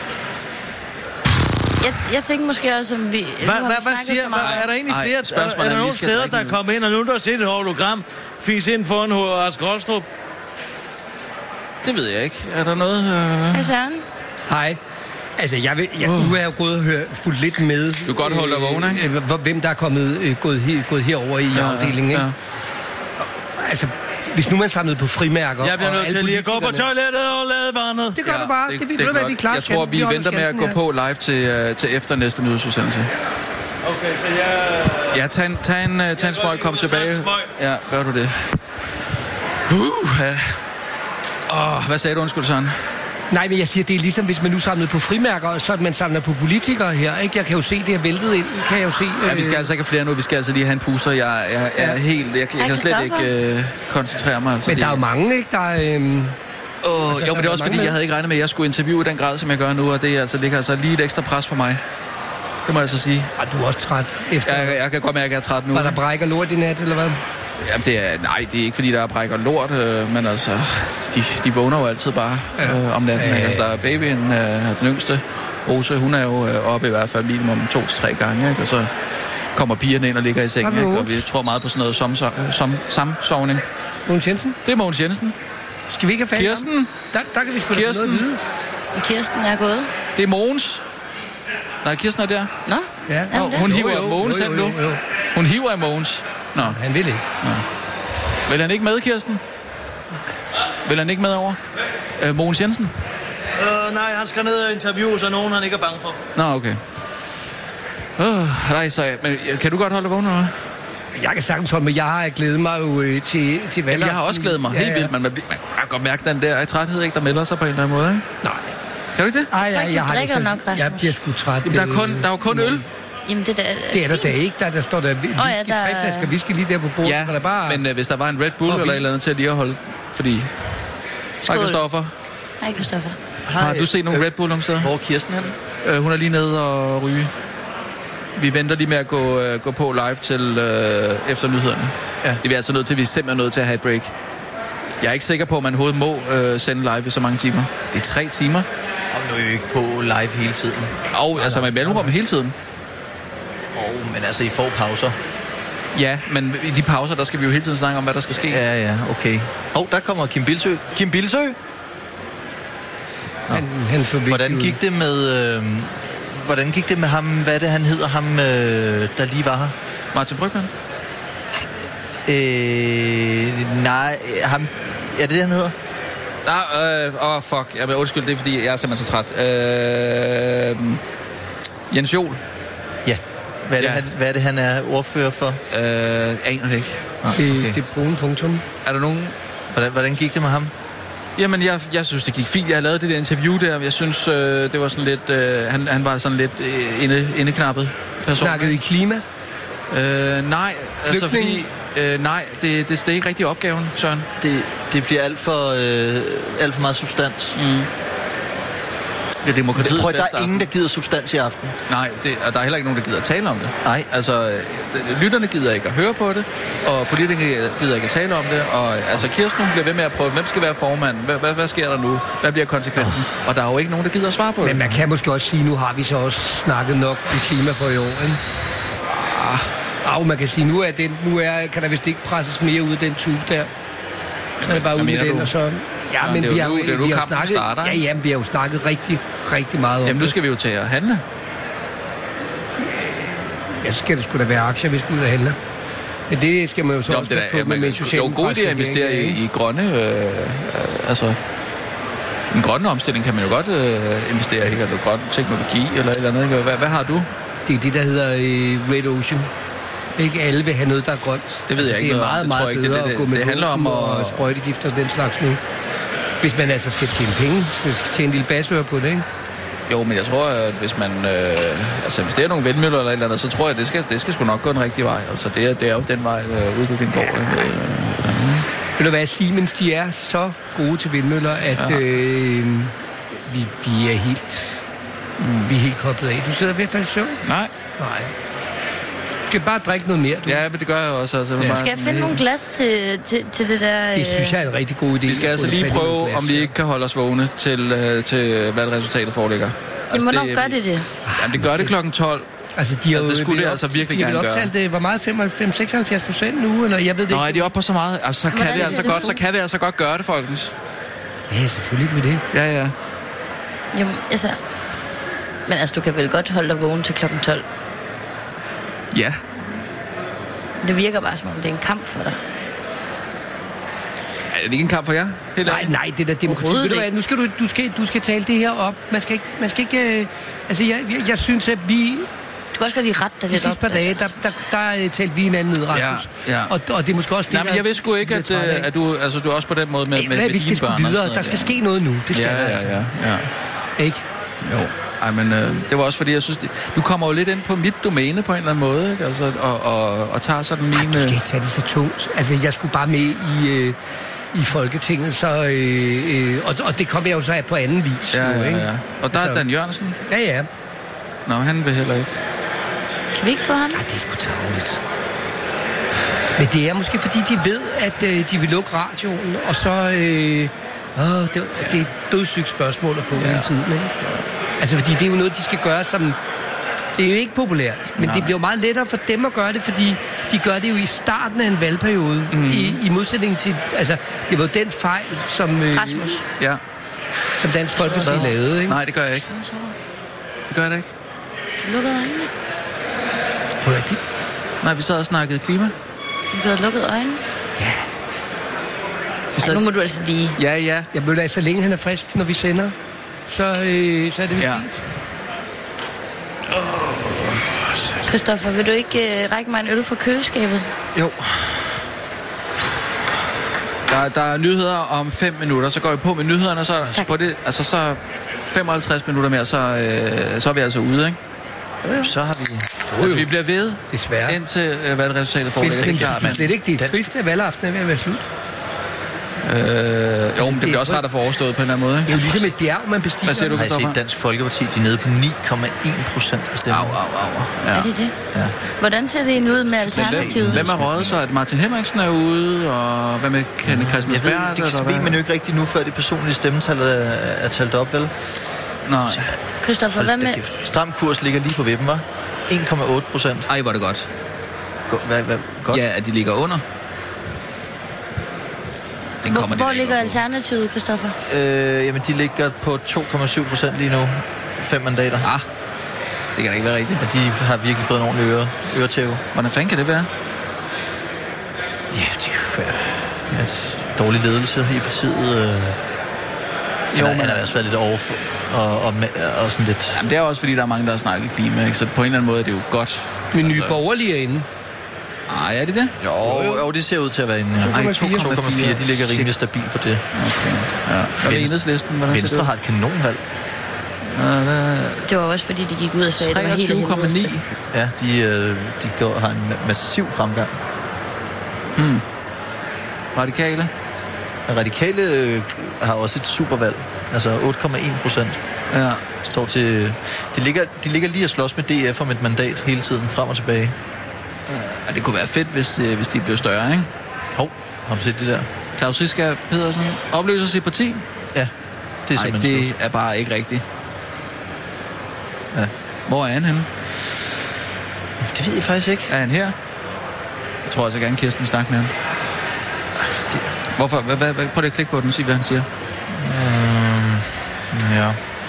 Speaker 6: Jeg tænker måske også, om vi...
Speaker 12: Hvad siger... Er der egentlig flere... Er der nogle steder, der er kommet ind, og nu der har set et hologram fise ind foran H.R. Rostrup?
Speaker 13: Det ved jeg ikke. Er der noget...
Speaker 6: Hej Søren.
Speaker 16: Hej. Altså, nu er jeg jo gået og fulgt lidt med...
Speaker 13: Du kan godt holde dig vågen, ikke?
Speaker 16: Hvem der er gået herover i afdelingen, ikke? Ja. Altså, Hvis nu man samlede på frimærker...
Speaker 9: Jeg bliver nødt til lige at gå på toilettet og lade vandet.
Speaker 16: Det gør du bare. Det vil være de klart.
Speaker 13: Jeg tror, vi venter med at gå på live til efter næste nyhedsudsendelse.
Speaker 9: Okay, så jeg...
Speaker 13: Ja, tag en smøg, kom tilbage. Ja, gør du det. Hvad sagde du, undskyld, Søren?
Speaker 16: Nej, men jeg siger, det er ligesom, hvis man nu samlede på frimærker, så at man samler på politikere her, ikke? Jeg kan jo se, det er væltet ind, kan jeg jo se.
Speaker 13: Ja, vi skal altså ikke have flere nu, vi skal altså lige have en puster. Jeg er helt... Jeg kan slet ikke koncentrere mig. Altså,
Speaker 16: men der er jo mange, ikke? Der er...
Speaker 13: jo, men det er også fordi, jeg havde ikke regnet med, at jeg skulle interviewe i den grad, som jeg gør nu, og det altså, ligger altså lige et ekstra pres på mig. Det må jeg så sige.
Speaker 16: Du er også træt efter...
Speaker 13: Jeg kan godt mærke, at jeg er træt nu.
Speaker 16: Var der brækker lort i nat, eller hvad?
Speaker 13: Jamen, det er ikke fordi, der er brækker lort, men altså, de vågner jo altid bare om natten. Altså, der er babyen, den yngste, Rose, hun er jo oppe i hvert fald minimum 2 til 3 gange, ikke? Og så kommer pigerne ind og ligger i sengen, ikke? Og vi tror meget på sådan noget samsovning.
Speaker 16: Mogens Jensen?
Speaker 13: Det er Mogens Jensen.
Speaker 16: Skal vi ikke have fat?
Speaker 13: Kirsten?
Speaker 16: Der kan vi sgu noget at vide.
Speaker 6: Kirsten er gået.
Speaker 13: Det er Mogens. Nej, Kirsten er der.
Speaker 6: Nå?
Speaker 13: Ja. Hun hiver Mogens hen nu. Hun hiver af Mogens. Nå.
Speaker 16: Han vil ikke.
Speaker 13: Nå. Vil han ikke med, Kirsten? Vil han ikke med over? Mogens Jensen?
Speaker 9: Nej, han skal ned og interviewe, så nogen han ikke er bange for.
Speaker 13: Nå, okay. Nej, så... Men kan du godt holde dig vågen, eller hvad?
Speaker 16: Jeg kan sagtens holde, men jeg har glædet mig jo til valgaften.
Speaker 13: Jeg har også glædet mig helt vildt, men man kan godt mærke den der træthed, ikke, der melder sig på en eller anden måde, ikke?
Speaker 16: Nej.
Speaker 13: Kan du ikke det?
Speaker 6: Jeg drikker nok, Rasmus.
Speaker 16: Jeg bliver sgu træt.
Speaker 13: Jamen, der er jo kun øl.
Speaker 6: Jamen, det
Speaker 16: er der da ikke. Der står der whisky, 3 flasker whisky lige der på bordet.
Speaker 13: Ja, der bare... men hvis der var en Red Bull eller et eller andet til at lige at holde... Fordi... Hej, Christoffer.
Speaker 6: Hej, Christoffer.
Speaker 13: Har du set nogle Red Bull nogle steder?
Speaker 5: Hvor er Kirsten hen?
Speaker 13: Hun er lige nede og ryge. Vi venter lige med at gå på live til efter nyhederne. Ja. Det er altså nødt til, vi er simpelthen nødt til at have et break. Jeg er ikke sikker på, at man overhovedet må sende live i så mange timer. Det er 3 timer.
Speaker 5: Og nu er jo ikke på live hele tiden.
Speaker 13: Altså med mellemrum hele tiden.
Speaker 5: Men altså, I får pauser.
Speaker 13: Ja, men i de pauser, der skal vi jo hele tiden snakke om, hvad der skal ske.
Speaker 5: Ja, okay. Der kommer Kim Bilsø. Kim Bilsø? Hvordan gik det med ham? Hvad er det, han hedder? Ham, der lige var her?
Speaker 13: Martin Brygmann?
Speaker 5: Nej, ham... Er det han hedder?
Speaker 13: Fuck. Jeg vil undskylde, det er fordi, jeg er simpelthen så træt. Jens Joel.
Speaker 5: Ja. Hvad er det, han er ordfører for?
Speaker 13: Aner det ikke.
Speaker 16: Det er brune punktum.
Speaker 13: Er der nogen...
Speaker 5: Hvordan gik det med ham?
Speaker 13: Jamen, jeg synes, det gik fint. Jeg har lavet det der interview der. Jeg synes, det var sådan lidt... Han var sådan lidt indeknappet person.
Speaker 16: Snakkede I klima?
Speaker 13: Nej, altså fordi... nej, det er ikke rigtig opgaven, Søren.
Speaker 5: Det bliver alt for meget substans.
Speaker 13: Det er demokratiets
Speaker 5: bedste aften. Der er ingen, der gider substans i aften.
Speaker 13: Nej, og der er heller ikke nogen, der gider at tale om det.
Speaker 5: Nej.
Speaker 13: Altså, lytterne gider ikke at høre på det, og politikerne gider ikke at tale om det, og altså, Kirsten bliver ved med at prøve, hvem skal være formand? Hvad sker der nu? Hvad bliver konsekvensen? Og der er jo ikke nogen, der gider at svare på det.
Speaker 16: Men man kan måske også sige, nu har vi så også snakket nok om klima for i år, ikke? Man kan sige, kan der vist ikke presses mere ud af den tube der. Så er det bare ud med den, og så... Ja, men vi har jo snakket rigtig, rigtig meget om.
Speaker 13: Jamen, nu skal vi jo tage og handle.
Speaker 16: Ja, så skal det sgu da være aktier, vi skal ud og handle. Men det skal man jo så også på med en social...
Speaker 13: Det er jo god idé at investere i grønne... en grønne omstilling kan man jo godt investere i. Altså grøn teknologi eller et eller andet. Hvad har du?
Speaker 16: Det er det, der hedder Red Ocean. Ikke alle vil have noget, der er grønt.
Speaker 13: Det ved jeg ikke.
Speaker 16: Det er meget, meget bedre at gå med
Speaker 13: det handler om
Speaker 16: at sprøjtegifter og den slags nu. Hvis man altså skal tjene penge, skal tjene en lille basør på det, ikke?
Speaker 13: Jo, men jeg tror, at hvis man... hvis det er nogle vindmøller eller et eller andet, så tror jeg, at det skal sgu nok gå den rigtige vej. Altså, det er jo den vej, udviklingen går.
Speaker 16: Ved du hvad, Siemens, de er så gode til vindmøller, at vi er helt koblet af. Du sidder i hvert fald i søvn?
Speaker 13: Nej.
Speaker 16: Du skal bare drikke noget mere.
Speaker 13: Ja, men det gør jeg også. Altså,
Speaker 6: skal jeg finde nogle glas til det der...
Speaker 16: Det synes jeg er en rigtig god idé.
Speaker 13: Vi skal altså lige prøve, om vi ikke kan holde os vågne til valgresultatet foreligger.
Speaker 6: Altså, hvornår gør det?
Speaker 13: Jamen, det gør det klokken 12.
Speaker 16: Altså, de har
Speaker 13: det skulle det altså virkelig gerne gøre.
Speaker 16: De har hvor meget? 75% nu? Eller jeg ved det ikke.
Speaker 13: Nej, de er oppe på så meget. Altså, så kan vi altså godt gøre det, folkens.
Speaker 16: Ja, selvfølgelig vil det.
Speaker 13: Ja.
Speaker 6: Jo, altså... Men altså, du kan vel godt holde dig vågen til klokken 12?
Speaker 13: Ja.
Speaker 6: Det virker bare som om, det er en kamp for dig.
Speaker 13: det ikke en kamp for jer?
Speaker 16: Nej, det er demokrati. Ved du hvad, nu du skal tale det her op. Man skal ikke altså, jeg synes, at vi...
Speaker 6: Du kan også godt lide ret, der
Speaker 16: de sidste par dage, der talte vi hinanden ned, Rasmus.
Speaker 13: Ja.
Speaker 16: Og det er måske også det,
Speaker 13: men jeg vidste sgu ikke, at du er også på den måde med
Speaker 16: vi skal sgu videre. Der skal ske noget nu. Det skal der altså.
Speaker 13: Ja. Ikke? Jo. Ej, men det var også fordi, jeg synes, du kommer jo lidt ind på mit domæne på en eller anden måde, ikke? Altså, og tager sådan mine...
Speaker 16: Du skal ikke tage det så tungt. Altså, jeg skulle bare med i Folketinget, så... og det kom jeg jo så af på anden vis.
Speaker 13: Ja. Og der er Dan Jørgensen.
Speaker 16: Ja.
Speaker 13: Nå, han vil heller ikke.
Speaker 6: Kan vi ikke få ham?
Speaker 16: Nej, det er sgu tarveligt. Men det er måske, fordi de ved, at de vil lukke radioen, og så... det er et dødssygt spørgsmål at få hele tiden, ikke? Altså, fordi det er jo noget, de skal gøre som... Det er jo ikke populært, men det bliver jo meget lettere for dem at gøre det, fordi de gør det jo i starten af en valgperiode, i modsætning til... Altså, det var jo den fejl, som...
Speaker 6: Rasmus.
Speaker 16: Som Dansk Folkeparti lavede, ikke?
Speaker 13: Nej, det gør jeg ikke. Det gør jeg da ikke.
Speaker 6: Du lukkede øjnene.
Speaker 16: Prøv at
Speaker 13: Nej, vi sad og snakkede klima.
Speaker 6: Du har lukket øjnene?
Speaker 16: Ja.
Speaker 6: Nu må du altså lige...
Speaker 13: Ja.
Speaker 16: Jeg vil da, så længe han er frisk, når vi sender, så er det fint.
Speaker 6: Christoffer, vil du ikke række mig en øl fra køleskabet?
Speaker 13: Jo. Der er nyheder om 5 minutter, så går vi på med nyhederne, og så på det, altså så 55 minutter mere, så er vi altså ude, ikke?
Speaker 5: Så har vi...
Speaker 13: Altså, vi bliver ved,
Speaker 16: desværre,
Speaker 13: indtil valgresultatet foreligger.
Speaker 16: Det er slet ikke det triste, at valgaftenen er ved at være slut.
Speaker 13: Jo, men det bliver også ret at få overstået på en eller anden måde, ikke?
Speaker 16: Det er jo ligesom et bjerg, man bestiger.
Speaker 13: Hvad siger du,
Speaker 5: Christoffer? Har I set Dansk Folkeparti? De er nede på 9,1% af stemmen.
Speaker 13: Ja.
Speaker 6: Er det? Ja. Hvordan ser det ud med Alternativet?
Speaker 13: Hvem er røget så? At Martin Henriksen er ude, og hvad med Kenneth Christensen Berth?
Speaker 5: Det ved man jo ikke rigtigt nu, før det personlige stemmetal er talt op, vel?
Speaker 13: Nej.
Speaker 6: Christoffer, hvad med...
Speaker 5: Stram kurs ligger lige på vippen, var? 1,8%.
Speaker 13: Ej, hvor er det godt.
Speaker 5: Hvad godt?
Speaker 13: Ja, at de ligger under.
Speaker 6: Hvor ligger Alternativet, Christoffer?
Speaker 5: Jamen, de ligger på 2,7% lige nu. 5 mandater.
Speaker 13: Det kan da ikke være rigtigt.
Speaker 5: Og de har virkelig fået en ordentlig øretæve.
Speaker 13: Hvordan fanden kan det være?
Speaker 5: Ja, det er jo dårlig ledelse i partiet. Jo, men der har også været lidt over og sådan lidt...
Speaker 13: Jamen, det er også fordi, der er mange, der har snakket klima, ikke? Så på en eller anden måde er det jo godt.
Speaker 16: Men Nye Borgerlige er inde.
Speaker 13: Nej, er det det?
Speaker 5: Jo, det ser ud til at være inde. 2,4. De ligger rimelig stabilt på det.
Speaker 13: Okay. Ja. Hvad er Enhedslisten?
Speaker 5: Venstre har et kanonvalg.
Speaker 6: Det var også fordi, de gik ud og sagde, at det var helt
Speaker 5: 23,9. Ja, de har en massiv fremgang.
Speaker 13: Radikale?
Speaker 5: Radikale har også et supervalg. Altså 8,1%.
Speaker 13: Ja.
Speaker 5: Står til... De ligger lige at slås med DF om et mandat hele tiden, frem og tilbage.
Speaker 13: Ja, det kunne være fedt, hvis de blev større, ikke?
Speaker 5: Har du set det der?
Speaker 13: Claus Riskær Pedersen opløser sit parti?
Speaker 5: Ja, det er simpelthen
Speaker 13: det er bare ikke rigtigt.
Speaker 5: Ja.
Speaker 13: Hvor er han henne?
Speaker 5: Det ved jeg faktisk ikke.
Speaker 13: Er han her? Jeg tror altså gerne, Kirsten snakke med ham. Hvorfor? Prøv lige at klikke på den og sige, hvad han siger.
Speaker 5: Ja.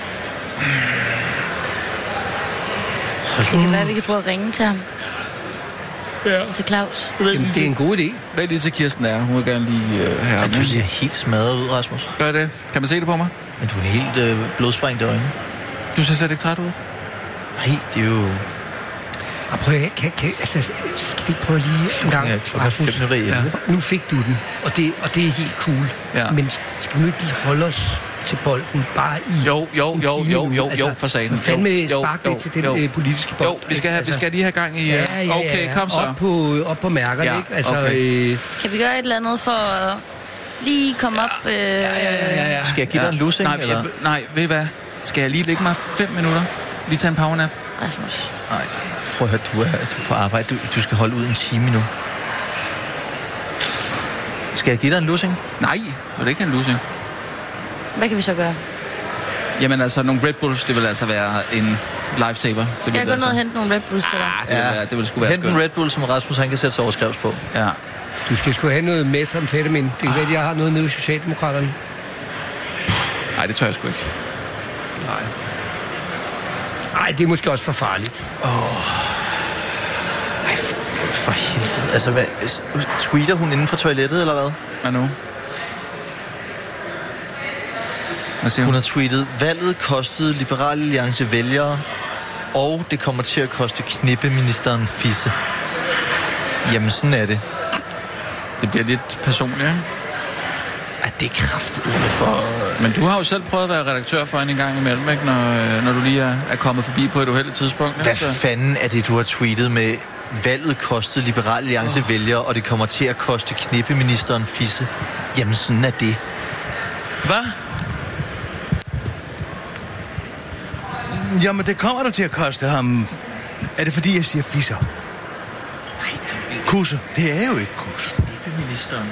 Speaker 6: Det kan være, at vi kan prøve at ringe til ham.
Speaker 16: Ja.
Speaker 6: Til Claus.
Speaker 16: Jamen, det er en god idé.
Speaker 13: Vælg lige til Kirsten er. Hun vil gerne lige have ham.
Speaker 5: Du ser helt smadret ud, Rasmus.
Speaker 13: Gør det? Kan man se det på mig?
Speaker 5: Men du er helt blodsprængt i øjnene.
Speaker 13: Du ser slet ikke træt ud.
Speaker 5: Nej, det er jo...
Speaker 16: Prøv altså, skal vi ikke prøve lige en gang, Rasmus?
Speaker 5: Ja.
Speaker 16: Nu fik du den, og det er helt cool. Ja. Men skal vi nu ikke lige holde os til bolden bare i
Speaker 13: jo, for sagen.
Speaker 16: Fandme spark lidt til den politiske bold.
Speaker 13: Jo, vi skal lige have gang i... Okay, kom så.
Speaker 16: Op på mærkerne, ikke? Altså,
Speaker 6: okay. Kan vi gøre et eller andet for at lige komme op?
Speaker 5: Ja. Skal jeg give dig en lussing?
Speaker 13: Nej, ved I hvad? Skal jeg lige lægge mig 5 minutter? Lige tage en powernap?
Speaker 6: Rasmus.
Speaker 5: Nej, prøv at høre, du er på arbejde. Du skal holde ud en time nu. Skal jeg give dig en lussing?
Speaker 13: Nej, vil det ikke have en lussing?
Speaker 6: Hvad kan vi så gøre?
Speaker 13: Jamen altså, nogle Red Bulls, det vil altså være en lifesaver.
Speaker 6: Skal jeg gå ned og hente nogle Red Bulls til dig?
Speaker 13: Det vil sgu være
Speaker 5: hent en Red Bull, som Rasmus han kan sætte sig overskrivs på.
Speaker 13: Ja.
Speaker 16: Du skal sgu have noget methamfetamin. Det kan være, at jeg har noget nede i Socialdemokraterne.
Speaker 13: Nej, det tør jeg sgu ikke.
Speaker 16: Nej, det er måske også for farligt.
Speaker 5: For helvede. Altså, tweeter hun inden for toilettet, eller hvad?
Speaker 13: Hvad nu?
Speaker 5: Hun har tweetet, valget kostede Liberal Alliance vælgere, og det kommer til at koste knippeministeren fisse. Jamen, sådan er det.
Speaker 13: Det bliver lidt personligt, ikke?
Speaker 5: Det er kraftigt for...
Speaker 13: Men du har jo selv prøvet at være redaktør for en gang imellem, ikke? Når du lige er kommet forbi på et uheldigt tidspunkt.
Speaker 5: Hvad fanden er det, du har tweetet med? Valget kostede Liberal Alliance vælgere, og det kommer til at koste knippeministeren fisse. Jamen, sådan er det.
Speaker 12: Hvad? Jamen, det kommer der til at koste ham. Er det fordi, jeg siger fisser? Nej, kusse. Det er jo ikke kusse.
Speaker 5: Knippeministeren.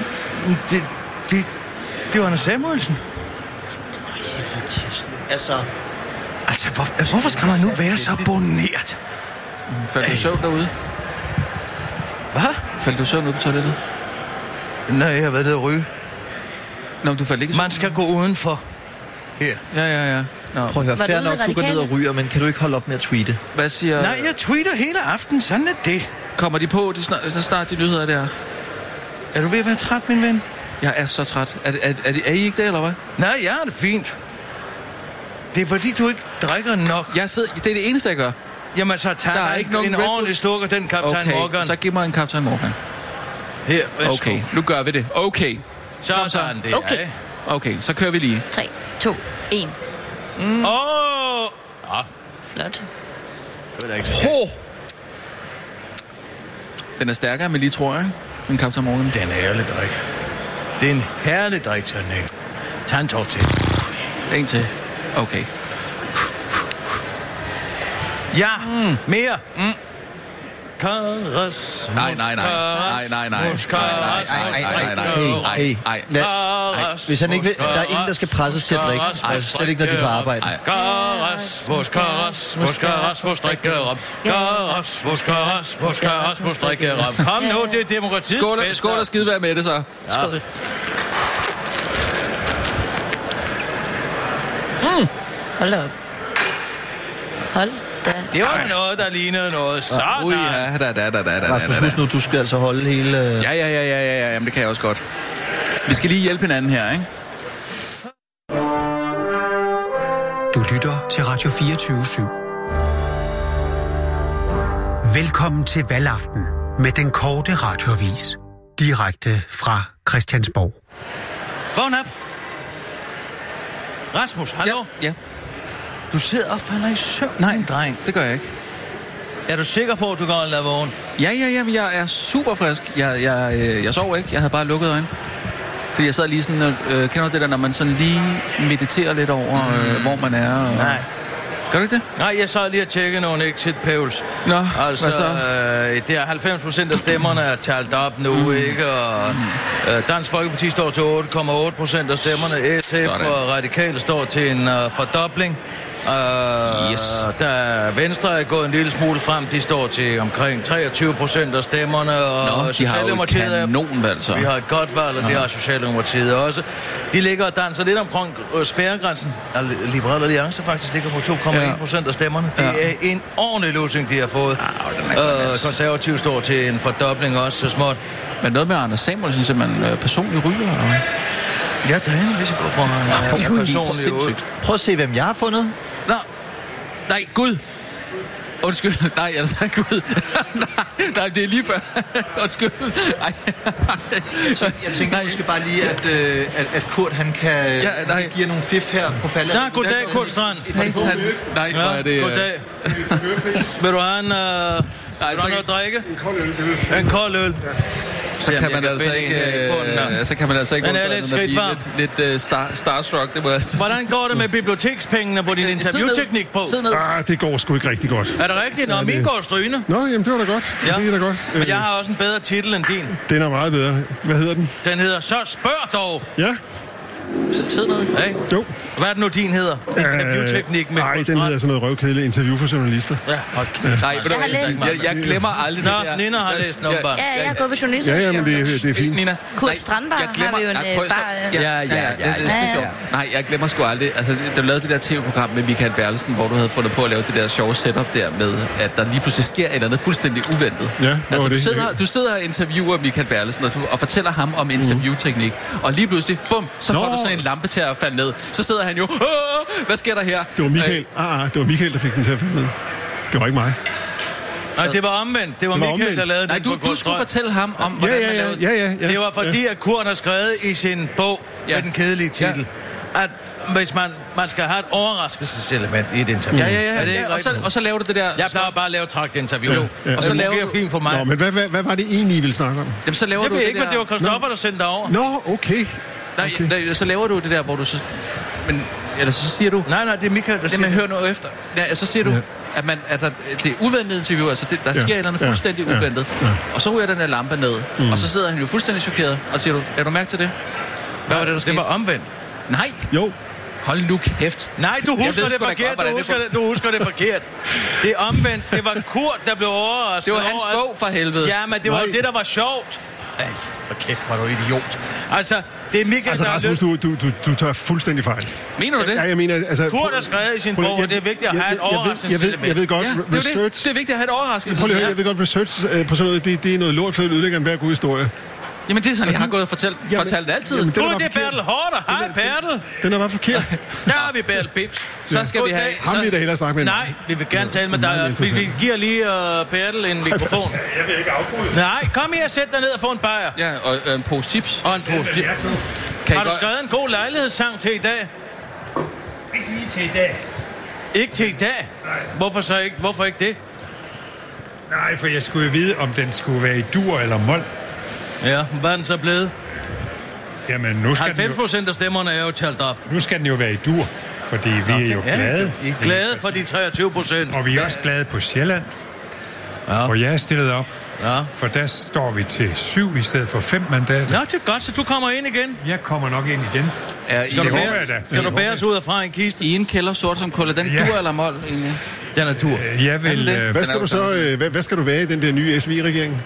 Speaker 12: Det var Anders Samuelsen.
Speaker 5: For helvede, Kirsten. Altså,
Speaker 12: hvorfor skal man nu være så boneret?
Speaker 13: Faldt du søvn derude?
Speaker 12: Hvad?
Speaker 13: Faldt du søvn ude på toilettet?
Speaker 12: Nej, jeg har været nede at ryge.
Speaker 13: Nå, du faldt ikke søvn?
Speaker 12: Man skal gå udenfor. Her.
Speaker 13: Ja. Nå.
Speaker 5: Prøv at høre, fair nok, du går ned og ryger, men kan du ikke holde op med at tweete?
Speaker 13: Hvad siger...
Speaker 12: Nej, jeg tweeter hele aften, sådan er det.
Speaker 13: Kommer de på, så snart de nyheder der?
Speaker 12: Er du ved at være træt, min ven?
Speaker 13: Jeg er så træt. Er I ikke det, eller hvad?
Speaker 12: Nej, jeg er det fint. Det er fordi, du ikke drikker nok.
Speaker 13: Det er det eneste, jeg gør.
Speaker 12: Jamen, så tager der ikke en ordentlig sluk af den Kaptajn Morgan.
Speaker 13: Så giv mig en Kaptajn Morgan.
Speaker 12: Her, værsgo.
Speaker 13: Okay, nu gør vi det. Okay.
Speaker 12: Sådan det.
Speaker 6: Okay.
Speaker 13: Okay, så kører vi lige.
Speaker 6: 3, 2, 1. Flot.
Speaker 12: Det er ikke så.
Speaker 13: Den er stærkere, men lige tror jeg, en Kaptajn Morgan.
Speaker 12: Den er herlig drik. Det er en herlig drik, sådan en. Tag en tår til.
Speaker 13: En til. Okay.
Speaker 12: Ja, mere. Karas.
Speaker 13: Nej.
Speaker 5: Hvis han ikke vil, der er ingen, der skal presses til at drikke. Slet ikke, når de er på arbejde.
Speaker 12: Karas, vores drikkerom. Karas, vores drikkerom. Kom nu, det er demokratiets fest.
Speaker 13: Skål og skide være med det, så.
Speaker 5: Skål.
Speaker 6: Hold op. Hold da.
Speaker 12: Det var noget, der lignede noget. Sådan.
Speaker 5: Rasmus, husk nu, du skal altså holde hele...
Speaker 13: Ja. Jamen, det kan jeg også godt. Vi skal lige hjælpe hinanden her, ikke?
Speaker 17: Du lytter til Radio 24/7. Velkommen til valgaften med den korte radioavis. Direkte fra Christiansborg.
Speaker 12: Vågn op. Rasmus, hallo?
Speaker 13: Ja.
Speaker 12: Du sidder og falder i søvn, dreng.
Speaker 13: Det gør jeg ikke.
Speaker 12: Er du sikker på, at du kan lade vågen?
Speaker 13: Ja, jeg er super frisk. Jeg sov ikke, jeg havde bare lukket øjnene. Fordi jeg sad lige sådan, kender du det der, når man sådan lige mediterer lidt over, hvor man er? Og...
Speaker 12: Nej.
Speaker 13: Gør du ikke det?
Speaker 12: Nej, jeg sad lige og tjekkede nogle exit-polls.
Speaker 13: Nå,
Speaker 12: altså,
Speaker 13: hvad så?
Speaker 12: Det er 90% af stemmerne er talt op nu, ikke? Og Dansk Folkeparti står til 8,8% af stemmerne. SF og Radikale står til en fordobling. Da Venstre er gået en lille smule frem, de står til omkring 23% af stemmerne, og
Speaker 13: de har jo et kanonvalg, så.
Speaker 12: Vi har et godt valg, og det har Socialdemokratiet også. De ligger og danser lidt omkring spærregrænsen. Liberal Alliance faktisk ligger på 2,1% af stemmerne. Det er en ordentlig løsning, de har fået. Konservativ står til en fordobling også så småt.
Speaker 13: Men noget med Anders Samuelsen, simpelthen personlig ryger, eller hvad?
Speaker 12: Ja, der er en risiko for, at han er personlig ud.
Speaker 5: Prøv at se, hvem jeg har fundet.
Speaker 13: Nå. Nej, Gud. Undskyld. Nej, jeg sagde Gud. Nej, det er lige før. Undskyld.
Speaker 5: Jeg tænker måske bare lige, at Kurt, han kan give nogle fif her på faldet.
Speaker 12: Ja, goddag, Kurt Strand.
Speaker 13: Nej, hvor er det...
Speaker 12: Goddag. Vil du have en... noget at drikke?
Speaker 20: En kold øl.
Speaker 12: En kold øl.
Speaker 13: Så kan man altså ikke lidt starstruck, det må jeg sige.
Speaker 12: Hvordan går det med bibliotekspengene på din interviewteknik på?
Speaker 20: Det går sgu ikke rigtig godt.
Speaker 12: Er det rigtigt? Nå, min går strygende.
Speaker 20: Nå, jamen det var da godt.
Speaker 12: Ja.
Speaker 20: Det er da godt.
Speaker 12: Men jeg har også en bedre titel end din.
Speaker 20: Den er meget bedre. Hvad hedder den?
Speaker 12: Den hedder Så spørg dog.
Speaker 20: Ja.
Speaker 13: Sid ned.
Speaker 12: Hey.
Speaker 20: Jo.
Speaker 12: Hvad er det nu, din hedder? Interviewteknik med
Speaker 20: nej, den hedder sådan noget røvkedelig interview for journalister.
Speaker 12: Ja,
Speaker 13: nej, jeg glemmer aldrig det der.
Speaker 12: Nina har læst den bare.
Speaker 6: Ja, jeg er gået på journalistisk.
Speaker 20: Ja, men det er fint.
Speaker 13: Nina.
Speaker 6: Kurt Strandbar har vi jo en bar.
Speaker 13: Ja. Nej, jeg glemmer sgu aldrig. Altså, du lavede det der tv-program med Michael Bertelsen, hvor du havde fundet på at lave det der sjove setup der med, at der lige pludselig sker et eller andet fuldstændig uventet.
Speaker 20: Ja,
Speaker 13: altså, du sidder og interviewer Michael Bertelsen, og fortæller ham om interviewteknik, og lige pludselig, bum, så får du sådan en lampe til at falde ned. Så sidder han jo, hvad sker der her?
Speaker 11: Det var Michael, det var Michael, der fik den til at falde ned. Det var ikke mig.
Speaker 9: Nej, det var omvendt. Det var Michael, der lavede det.
Speaker 13: Du skulle fortælle ham om, hvordan man lavede det.
Speaker 9: Ja. Det var fordi, at Kurt har skrevet i sin bog med den kedelige titel, at hvis man skal have et overraskelseselement i et interview.
Speaker 13: Ja. Og så laver du det der...
Speaker 9: Jeg plejer bare at lave trakt-interview. Og så laver du... fint for mig.
Speaker 11: Nå, men hvad var det egentlig, I ville snakke om?
Speaker 13: Jamen, så laver
Speaker 9: det
Speaker 13: du
Speaker 9: ved jeg ikke, men det var Christoffer, der sendte over.
Speaker 11: Nå, okay.
Speaker 13: Nej, så laver du det der, hvor du så... Men, eller så siger du...
Speaker 9: Nej, det er Michael, der siger
Speaker 13: det. Hør noget efter. Ja, så siger du, at det er uventet interview, altså der sker et eller andet fuldstændig uventet. Og så ryger den der lampe ned. Og så sidder han jo fuldstændig chokeret, og siger du, er du mærke til det? Hvad var det, der skete?
Speaker 9: Det var omvendt.
Speaker 13: Nej.
Speaker 11: Jo.
Speaker 13: Hold nu kæft.
Speaker 9: Nej, du husker det forkert. Du husker det forkert. Det er omvendt. Det var Kurt, der blev overrasket.
Speaker 13: Det var hans bog for helvede.
Speaker 9: Ja, men det var det, der var sjovt. Ej, hvor kæft, var du idiot. Altså, det er Michael,
Speaker 11: der Rasmus, du tager fuldstændig fejl.
Speaker 13: Mener du det?
Speaker 11: Ja, jeg mener, altså...
Speaker 9: Kurt har skrevet i sin bog, og det er vigtigt at have et overraskelseselement.
Speaker 11: Jeg ved godt,
Speaker 13: research... Det er vigtigt at have et overraskelseselement.
Speaker 11: Jeg ved godt, research på sådan noget, det er noget lort, for at udlægge en hver god historie.
Speaker 13: Jamen, det er sådan, jeg har gået og fortalt det altid.
Speaker 9: Det er Bertel Hårder. Hej, Bertel.
Speaker 11: Den er bare forkert.
Speaker 9: Der har vi Bertel Bims.
Speaker 13: Så skal vi have...
Speaker 11: Ham vil da hellere snakke med.
Speaker 9: Nej, vi vil gerne tale med dig. Vi giver lige Bertel en mikrofon.
Speaker 20: Jeg vil ikke afbryde.
Speaker 9: Nej, kom her og sæt dig ned og få en bajer.
Speaker 13: Ja, og en pose chips.
Speaker 9: Og en pose chips. Har du skrevet en god lejlighedssang til i dag?
Speaker 20: Ikke lige til i dag.
Speaker 9: Ikke til i dag?
Speaker 20: Nej.
Speaker 9: Hvorfor så ikke? Hvorfor ikke det?
Speaker 20: Nej, for jeg skulle vide, om den skulle være i dur eller mol.
Speaker 9: Ja, hvad er den så blevet?
Speaker 20: Jamen, nu skal
Speaker 9: 90% af stemmerne er jo talt op.
Speaker 20: Nu skal den jo være i dur, fordi vi er jo glade.
Speaker 9: I er glade for de 23%.
Speaker 20: Og vi er også glade på Sjælland, hvor jeg er stillet op. Ja. For der står vi til 7 i stedet for 5 mandater.
Speaker 9: Nå, det er godt, så du kommer ind igen.
Speaker 20: Jeg kommer nok ind igen.
Speaker 9: Skal du bæres ud af fra en kiste?
Speaker 13: I en kælder sort som kul. Er den dur eller mol egentlig?
Speaker 9: Den er dur.
Speaker 20: Jeg vil...
Speaker 11: Hvad skal du være i den der nye SV-regering?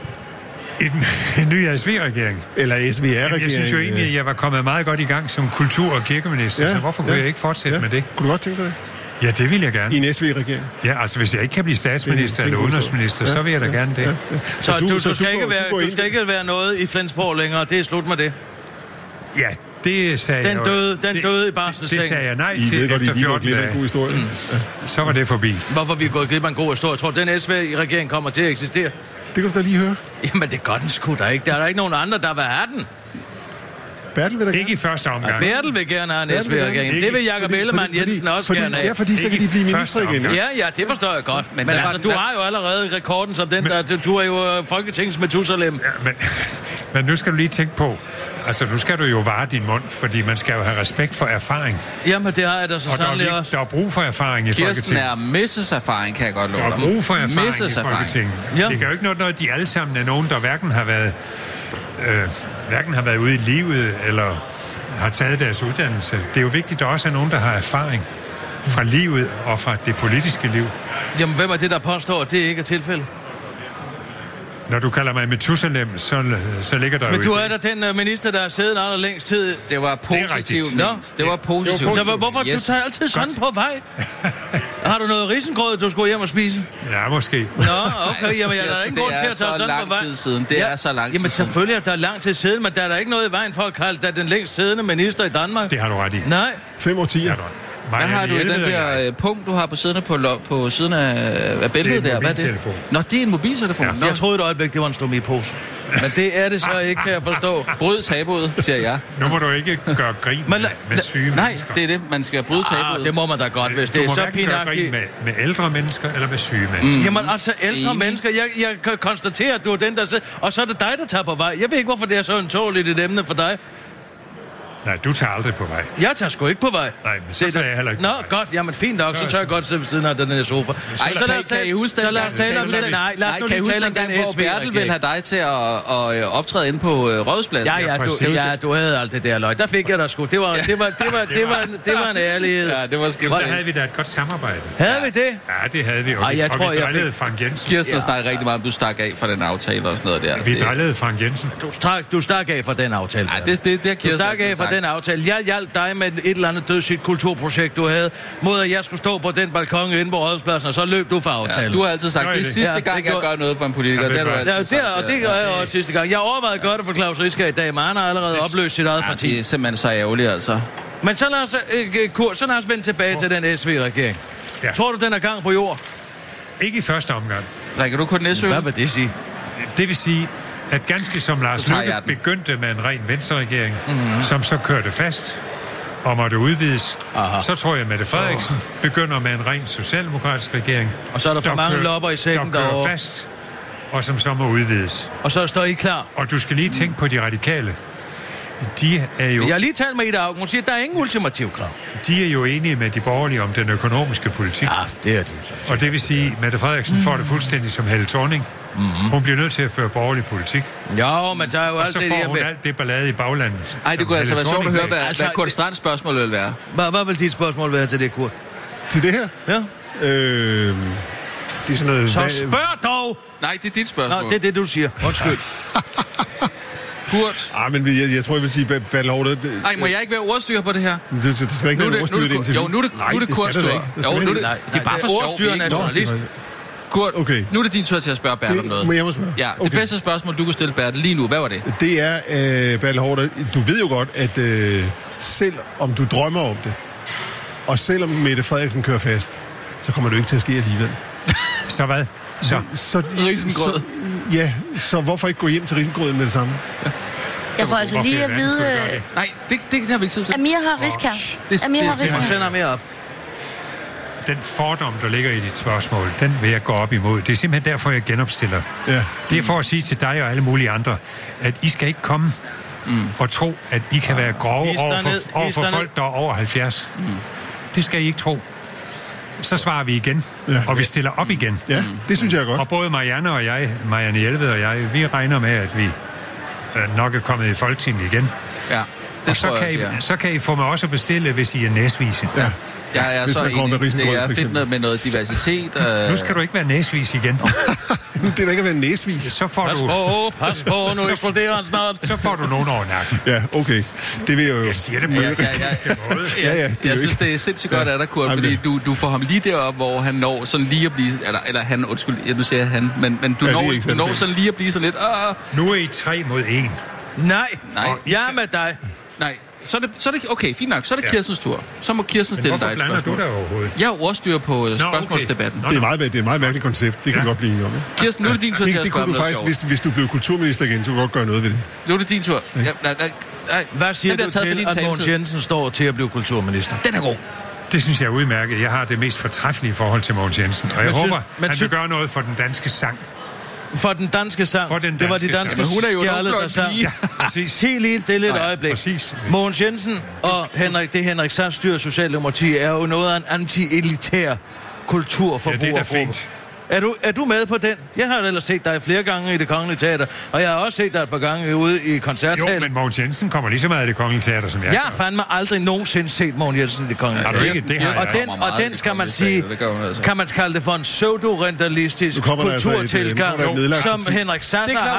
Speaker 20: En ny SV-regering.
Speaker 11: Eller SVR-regering.
Speaker 20: Jeg synes jo egentlig, at jeg var kommet meget godt i gang som kultur- og kirkeminister, så hvorfor kunne jeg ikke fortsætte med det?
Speaker 11: Kunne du godt tænke dig det?
Speaker 20: Ja, det vil jeg gerne.
Speaker 11: I en SV-regering?
Speaker 20: Ja, altså hvis jeg ikke kan blive statsminister eller udenrigsminister, så vil jeg da gerne det.
Speaker 9: Så du skal ikke være noget i Flensborg længere, det er slut med det?
Speaker 20: Ja, det sagde
Speaker 9: jeg Den døde i barselseng.
Speaker 20: Det sagde jeg nej til efter 14 dage.
Speaker 11: God historie.
Speaker 20: Så var det forbi.
Speaker 9: Hvorfor vi er gået glip af en god historie? Jeg tror, den SV-regering kommer til at eksistere.
Speaker 11: Det kan du da lige høre.
Speaker 9: Jamen, det gør den sgu da ikke. Der er der ikke nogen andre, der vil have den.
Speaker 11: Bertel vil da
Speaker 20: ikke i første omgang.
Speaker 9: Bertel vil gerne have en SV-regering. Det vil Jakob Ellemann Jensen også gerne have.
Speaker 11: Ja, fordi så kan de blive minister igen.
Speaker 9: Ja, det forstår jeg godt. Men altså, du har jo allerede rekorden som den der. Du er jo Folketingets Methusalem.
Speaker 20: Ja, men nu skal du lige tænke på, altså nu skal du jo vare din mund, fordi man skal jo have respekt for erfaring.
Speaker 9: Jamen, det har jeg da så sandelig også.
Speaker 20: Der er brug for erfaring i Folketinget.
Speaker 13: Kirsten er erfaring, kan jeg godt love dig.
Speaker 20: Der er brug for erfaring i Folketinget. Ja. Det kan jo ikke noget, de alle sammen er nogen, der hverken har været ude i livet, eller har taget deres uddannelse. Det er jo vigtigt, at der også er nogen, der har erfaring fra livet og fra det politiske liv.
Speaker 9: Jamen, hvem er det, der påstår, at det ikke er tilfældet?
Speaker 20: Når du kalder mig Methusalem, så ligger der
Speaker 9: men du er da den minister, der har siddet allerlængst tid.
Speaker 13: Det var positivt. Det var positivt.
Speaker 9: Så hvorfor du tager altid sådan på vej? Har du noget risengrød, du skulle hjem og spise?
Speaker 20: Ja, måske.
Speaker 9: Nå, okay. Jamen, der er ingen grund til at tage sådan på vej.
Speaker 13: Det er så lang tid siden.
Speaker 9: Jamen, selvfølgelig er der lang tid siden, men der er der ikke noget i vejen for at kalde dig den længst siddende minister i Danmark.
Speaker 20: Det har du ret i.
Speaker 9: Nej.
Speaker 11: 5 årtier.
Speaker 13: Hvad har du i den der punkt, du har på siden af bæltet der? Hvad er det? Nå, det er en mobiltelefon. Ja.
Speaker 9: Jeg troede et øjeblik, det var en stomipose. Men det er det så ikke, kan jeg forstå.
Speaker 13: Bryd tabuet, siger jeg.
Speaker 20: Nu må du ikke gøre grin med syge
Speaker 13: nej,
Speaker 20: mennesker.
Speaker 13: Det er det. Man skal bryde tabuet.
Speaker 9: Det må man da godt, hvis det er så pinagtigt.
Speaker 20: Du må hverken gøre grin med ældre mennesker eller med syge mennesker.
Speaker 9: Jamen altså, ældre mennesker. Jeg kan konstatere, at du er den, der sidder. Og så er det dig, der tager på vej. Jeg ved ikke, hvorfor det er så tårligt et emne for dig.
Speaker 20: Nej, du tager aldrig på vej.
Speaker 9: Jeg tager sgu ikke på vej.
Speaker 20: Nej, men så tager jeg heller ikke.
Speaker 9: Nå, godt. Jamen, fint nok. Så tager jeg godt sidde ved siden af den her sofa.
Speaker 13: Ej, kan I huske
Speaker 9: så lad os tale om den. Nej, lad os nu lige tale om den
Speaker 13: hvor Bertel vil have dig til at optræde inde på Rådhuspladsen.
Speaker 9: Ja, du havde alt det der løg. Der fik jeg dig sgu. Det var en ærlighed.
Speaker 20: Ja, det var sgu. Der havde vi da et godt samarbejde.
Speaker 9: Havde vi det?
Speaker 20: Ja, det havde vi. Og vi drillede Frank Jensen.
Speaker 13: Kirsten snakker rigtig meget om, du stak af for den aftale og sådan noget der.
Speaker 20: Vi drillede Frank Jensen.
Speaker 9: Du stak af for den aftale.
Speaker 13: Nej, det er Kirsten.
Speaker 9: Du stak af for
Speaker 12: den aftale. Jeg hjalp dig med et eller andet dødssygt kulturprojekt, du havde, mod at jeg skulle stå på den balkon inde på Rådhuspladsen, og så løb du for aftalen.
Speaker 13: Ja, du har altid sagt, det er sidste gang, jeg gør noget for en politiker. Det
Speaker 12: gør jeg også sidste gang. Jeg overvejede at gøre det for Claus Rieskær i dag, men han har allerede opløst sit eget parti.
Speaker 13: Det er simpelthen så ærgerligt, altså.
Speaker 12: Men så lad os vende tilbage til den SV-regering. Ja. Tror du, den er gang på jord?
Speaker 20: Ikke i første omgang.
Speaker 13: Drikker du kun næsøl?
Speaker 12: Hvad vil det sige?
Speaker 20: Det vil sige, at ganske som Lars Løkke begyndte med en ren venstreregering, som så kørte fast og måtte udvides, så tror jeg, at Mette Frederiksen begynder med en ren socialdemokratisk regering.
Speaker 12: Og så er der for mange lopper i sækken
Speaker 20: der kører fast, og som så må udvides.
Speaker 12: Og så står I klar.
Speaker 20: Og du skal lige tænke på de radikale. De er jo...
Speaker 12: Jeg har lige talt med Ida Auken. Hun siger, at der er ingen ultimativ krav.
Speaker 20: De er jo enige med de borgerlige om den økonomiske politik.
Speaker 12: Ja, det er det.
Speaker 20: Og det vil sige, at Mette Frederiksen får det fuldstændig som Helle Thorning. Hun bliver nødt til at føre borgerlig politik.
Speaker 12: Jo, men så er jo alt det der...
Speaker 20: Og så får hun alt det ballade i baglandet.
Speaker 13: Ej, det kunne altså være sjovt at høre, hvad Kurt Strands spørgsmål vil være.
Speaker 12: Hvad vil dit spørgsmål være til det, Kurt?
Speaker 11: Til det her?
Speaker 12: Ja.
Speaker 11: Det er sådan noget...
Speaker 12: Så spørg dog!
Speaker 13: Nej, det er dit spørgsmål.
Speaker 12: Nå, det er det, du siger. Undskyld.
Speaker 13: Kurt.
Speaker 11: Men jeg tror, jeg vil sige, Battle
Speaker 13: Ej, må jeg ikke være ordstyrer på det her?
Speaker 11: Det skal ikke være ordstyret indtil.
Speaker 13: Jo, nu er det Kurts tur. Jo, nu er det bare for sjov.
Speaker 12: Ordstyren er journalist.
Speaker 13: Kurt, nu er det din tur til at spørge Bert om noget.
Speaker 11: Må jeg spørge?
Speaker 13: Ja, det bedste spørgsmål, du kunne stille Bert lige nu, hvad var det?
Speaker 11: Det er, Battle Hårder, du ved jo godt, at selv om du drømmer om det, og selvom Mette Frederiksen kører fast, så kommer det jo ikke til at ske alligevel.
Speaker 20: Så hvad?
Speaker 11: Så
Speaker 13: risengrød.
Speaker 11: Ja, så hvorfor ikke gå hjem til risengrøden med det samme? Ja.
Speaker 6: Jeg får altså lige at vide...
Speaker 13: Nej, det har vi ikke tid til.
Speaker 6: Amir har Rieskær. Amir har Rieskær.
Speaker 12: Man sender mere op.
Speaker 20: Den fordom, der ligger i dit spørgsmål, den vil jeg gå op imod. Det er simpelthen derfor, jeg genopstiller. Ja. Det er for at sige til dig og alle mulige andre, at I skal ikke komme og tro, at I kan være grove over for folk, der er over 70. Det skal I ikke tro. Så svarer vi igen, og vi stiller op igen.
Speaker 11: Ja, det synes jeg er godt.
Speaker 20: Og både Marianne Jelved og jeg, vi regner med, at vi nok er kommet i Folketinget igen.
Speaker 13: Ja, det
Speaker 20: og så kan I få mig også bestille, hvis I er næsvise.
Speaker 11: Ja.
Speaker 13: Jeg er så enig. Det er fedt med noget diversitet.
Speaker 20: Nu skal du ikke være næsvis igen.
Speaker 11: Det er da ikke at være næsvis.
Speaker 20: Så får
Speaker 12: pas på, nu eksploderer han snart.
Speaker 20: Så får du nogen over nakken.
Speaker 11: Ja, okay. Det vil jeg jo...
Speaker 20: Jeg siger det på den rigtige måde.
Speaker 13: Jeg synes, det er sindssygt godt af dig, Kurt, fordi du får ham lige derop, hvor han når sådan lige at blive... Eller han, undskyld, nu siger jeg han, men du når sådan lige at blive sådan lidt...
Speaker 20: Nu er I 3 mod 1.
Speaker 12: Nej, jeg er med dig.
Speaker 13: Nej. Så er det okay, fint nok. Så er det Kirstens tur. Så må Kirsten stille dig et spørgsmål.
Speaker 20: Hvorfor blander du dig overhovedet?
Speaker 13: Jeg er ordstyrer på spørgsmålsdebatten.
Speaker 11: Det er et meget mærkeligt koncept. Det kan godt blive om.
Speaker 13: Kirsten, nu er det din tur til at spørge
Speaker 11: om noget sjovt. Hvis du blev kulturminister igen, så kunne du godt gøre noget ved det.
Speaker 13: Nu er det din tur.
Speaker 12: Hvad siger du til, at Mogens Jensen står til at blive kulturminister?
Speaker 13: Den er god.
Speaker 20: Det synes jeg er udmærket. Jeg har det mest fortræffelige forhold til Mogens Jensen. Og jeg håber, han vil gøre noget for den danske sang.
Speaker 12: For den danske sang. Det var de danske skjærle, der sang.
Speaker 20: Ja, præcis.
Speaker 12: Helt lige stille et øjeblik.
Speaker 20: Præcis.
Speaker 12: Mogens Jensen og Henrik Sass styrer Socialdemokrati er jo noget af en anti-elitær kulturforbrugergruppe.
Speaker 20: Ja, det er da fint.
Speaker 12: Er du med på den? Jeg har ellers set dig flere gange i Det Kongelige Teater, og jeg har også set dig et par gange ude i koncertsalen.
Speaker 20: Jo, men Mogens Jensen kommer lige så meget i Det Kongelige Teater, som jeg
Speaker 12: har fandme aldrig nogensinde set Mogens Jensen i Det Kongelige Teater. Og den skal man sige, kan man kalde det for en pseudo-renderistisk kulturtilgang, som Henrik Sass har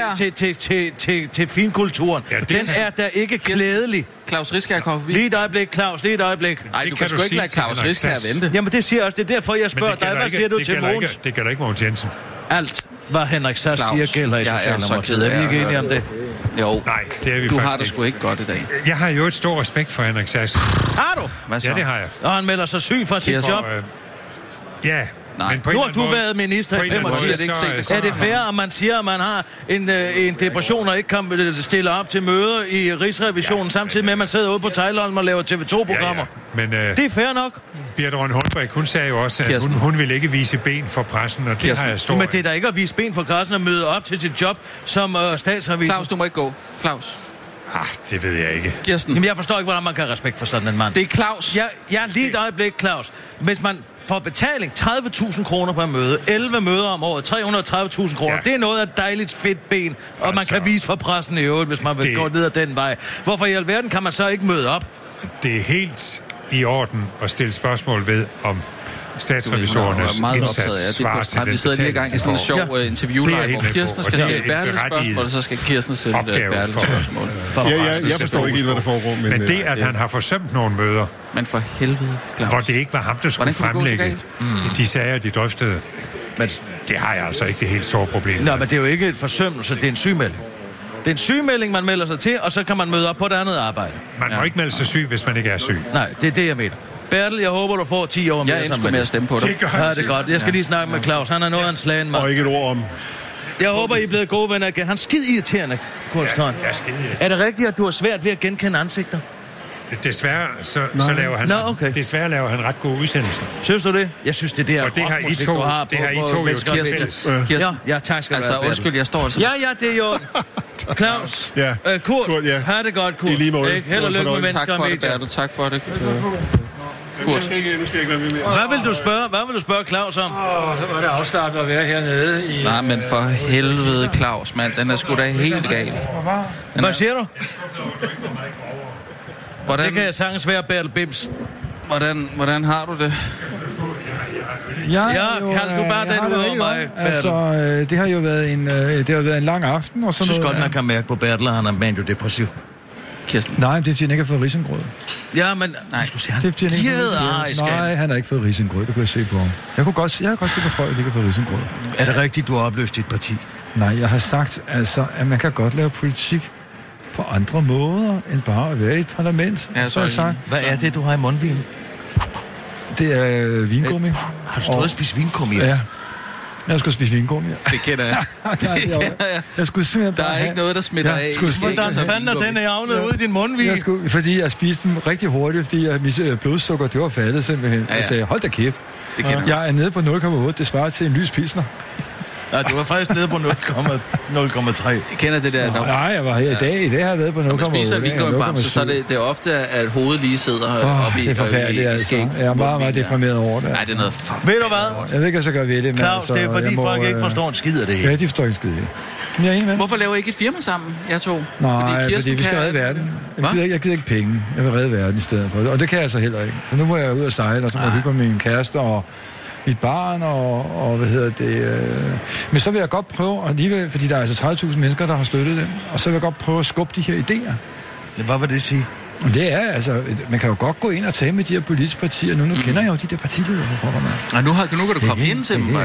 Speaker 12: haft til finkulturen. Den er da ikke glædelig.
Speaker 13: Claus Rieskær kommer forbi.
Speaker 12: Lige et øjeblik, Claus, lige et øjeblik.
Speaker 13: Nej, du kan sgu ikke lade Claus Rieskær vente.
Speaker 12: Jamen, det siger også, det er derfor, jeg spørger dig. Hvad siger du til Mogens?
Speaker 20: Det gælder ikke Mogens Jensen.
Speaker 12: Alt, hvad Henrik Sass siger, gælder i Socialdemokratiet. Er vi ikke enige om det?
Speaker 13: Jo.
Speaker 20: Nej, det er vi
Speaker 13: faktisk. Du har det sgu ikke godt i dag.
Speaker 20: Jeg har jo et stor respekt for Henrik Sass.
Speaker 12: Har du?
Speaker 20: Ja, det har jeg.
Speaker 12: Og han melder sig syg fra sit job.
Speaker 20: Ja.
Speaker 12: Nej. Nu har du været minister i 25 år. Er det fair, at man siger, at man har en depression og ikke kan stille op til møder i Rigsrevisionen, samtidig med, at man sidder ude på Tejlholm og laver TV2-programmer?
Speaker 20: Ja. Men,
Speaker 12: det er fair nok.
Speaker 20: Birthe Rønn Hornbæk, hun sagde jo også, at hun ville ikke vise ben for pressen, og det har jeg stor...
Speaker 12: Men det er da ikke at vise ben for pressen og møde op til sit job som statsrevisor.
Speaker 13: Claus, du må ikke gå. Claus.
Speaker 20: Det ved jeg ikke.
Speaker 13: Kirsten.
Speaker 12: Jamen, jeg forstår ikke, hvordan man kan have respekt for sådan en mand.
Speaker 13: Det er Claus.
Speaker 12: Ja, lige et øjeblik, Claus. Hvis man får betaling 30.000 kroner per møde, 11 møder om året, 330.000 kroner, det er noget af et dejligt fedt ben, og man kan vise for pressen i øvrigt, hvis man vil gå ned ad den vej. Hvorfor i alverden kan man så ikke møde op?
Speaker 20: Det er helt i orden at stille spørgsmål ved, om statsrevisorernes indsats svarer til den
Speaker 13: vi sidder lige i gang i sådan en sjov interview-live, hvor Kirsten skal stille Bertels spørgsmål, og så skal Kirsten stille Bertels spørgsmål.
Speaker 11: Jeg forstår ikke, hvad der foregår.
Speaker 20: Men det, at han har forsømt nogle møder,
Speaker 13: men for helvede, Claus.
Speaker 20: Hvor det ikke var ham, der skulle fremlægge de sager, de drøftede. Men det har jeg altså ikke det helt store problem.
Speaker 12: Nej, men det er jo ikke et forsømmelse, det er en sygemelding. Det er en sygemelding, man melder sig til, og så kan man møde op på et andet arbejde.
Speaker 20: Man må ikke melde sig syg, hvis man ikke er syg.
Speaker 12: Nej, det er det, jeg mener. Bertel, jeg håber, du får 10 år mere.
Speaker 13: Jeg ønsker med at stemme på dig.
Speaker 12: Det er godt. Jeg skal lige snakke med Claus. Han er noget af en slagen mand.
Speaker 11: Og ikke et ord om.
Speaker 12: Jeg håber, I er blevet gode venner igen. Han er skide irriterende, Kunstholm.
Speaker 20: Ja, skide irriterende.
Speaker 12: Er det rigtigt, at du har svært ved at genkende ansigter?
Speaker 20: Desværre, så laver han ret gode udsendelser.
Speaker 12: Synes du det? Jeg synes, det er
Speaker 20: og det har I to, det har I to jo fælles.
Speaker 12: Ja, tak skal du
Speaker 13: have. Altså, undskyld, jeg står altså.
Speaker 12: Ja, det er jo. Claus, Kurt, ja. Ha' det godt, Kurt.
Speaker 11: I lige måde.
Speaker 12: Held og lykke med mennesker og medier.
Speaker 13: Tak for det.
Speaker 11: Nu skal jeg ikke være med mere.
Speaker 12: Hvad vil du spørge Claus om?
Speaker 21: Så var det afslappet at være hernede i...
Speaker 13: Nej, men for helvede, Claus, mand. Den er sgu da helt galt.
Speaker 12: Hvad siger du?
Speaker 13: Hvordan,
Speaker 12: det kan jeg sagtens være, Bertel Bims.
Speaker 13: Hvordan har du det?
Speaker 12: Kald du bare den ud over mig,
Speaker 21: altså, det har jo været en lang aften og sådan noget.
Speaker 12: Jeg synes godt, man kan mærke på Bertel, at han er manio-depressiv.
Speaker 21: Kirsten. Nej, det er fordi, han ikke har fået risengrød.
Speaker 12: Ja, men... Nej,
Speaker 21: det er fordi, han ikke har fået Nej, han har ikke fået risengrød, det kunne jeg se på ham. Jeg kan godt se på folk, at de ikke har fået risengrød.
Speaker 12: Er det rigtigt, du har opløst dit parti?
Speaker 21: Nej, jeg har sagt, altså, at man kan godt lave politik på andre måder, end bare at være i et parlament.
Speaker 12: Ja, så sagt. Hvad er det, du har i mundvin?
Speaker 21: Det er vingummi.
Speaker 12: Har du stået og spist vingummi?
Speaker 21: Ja. Jeg skulle spise vingummi.
Speaker 13: Det kender jeg.
Speaker 21: Jeg skulle simpelthen
Speaker 13: der er ikke noget, der smitter af.
Speaker 12: Hvordan fanden er den havnet ud i din mundvin?
Speaker 21: Fordi jeg spiste den rigtig hurtigt, fordi mit blodsukker, det var faldet simpelthen. Jeg sagde, hold da kæft. Jeg er nede på 0,8. Det svarer til en lys pilsner.
Speaker 12: Nej, du var faktisk nede på 0,3.
Speaker 13: Jeg kender det der.
Speaker 21: Nej, jeg var her i dag. I dag har jeg været på 0,8. Når man
Speaker 13: spiser en vingummi, så er det ofte, at hovedet lige sidder oppe i.
Speaker 21: Det er forfærdeligt, altså. Jeg er meget deprimeret over det.
Speaker 13: Nej, det er noget fuck.
Speaker 12: Ved du hvad?
Speaker 21: Jeg ved ikke, hvad så gør ved det.
Speaker 12: Claus, det er fordi folk ikke forstår en skid af det her.
Speaker 21: Ja, de forstår ikke en skid af det.
Speaker 13: Hvorfor laver I ikke et firma sammen, jeg to?
Speaker 21: Nej, fordi vi skal redde verden. Jeg gider ikke penge. Jeg vil redde verden i stedet for det. Og det kan jeg så heller ikke. Så nu må jeg ud og sejle, og så må jeg hygge med min kæreste og mit barn, og hvad hedder det... Men så vil jeg godt prøve, alligevel, fordi der er altså 30.000 mennesker, der har støttet det, og så vil jeg godt prøve at skubbe de her idéer.
Speaker 12: Hvad vil det sige?
Speaker 21: Det er altså... Man kan jo godt gå ind og tale med de her politiske partier. Nu kender jeg jo de der partiledere,
Speaker 13: nu kan du komme ind til dem,
Speaker 12: Hvad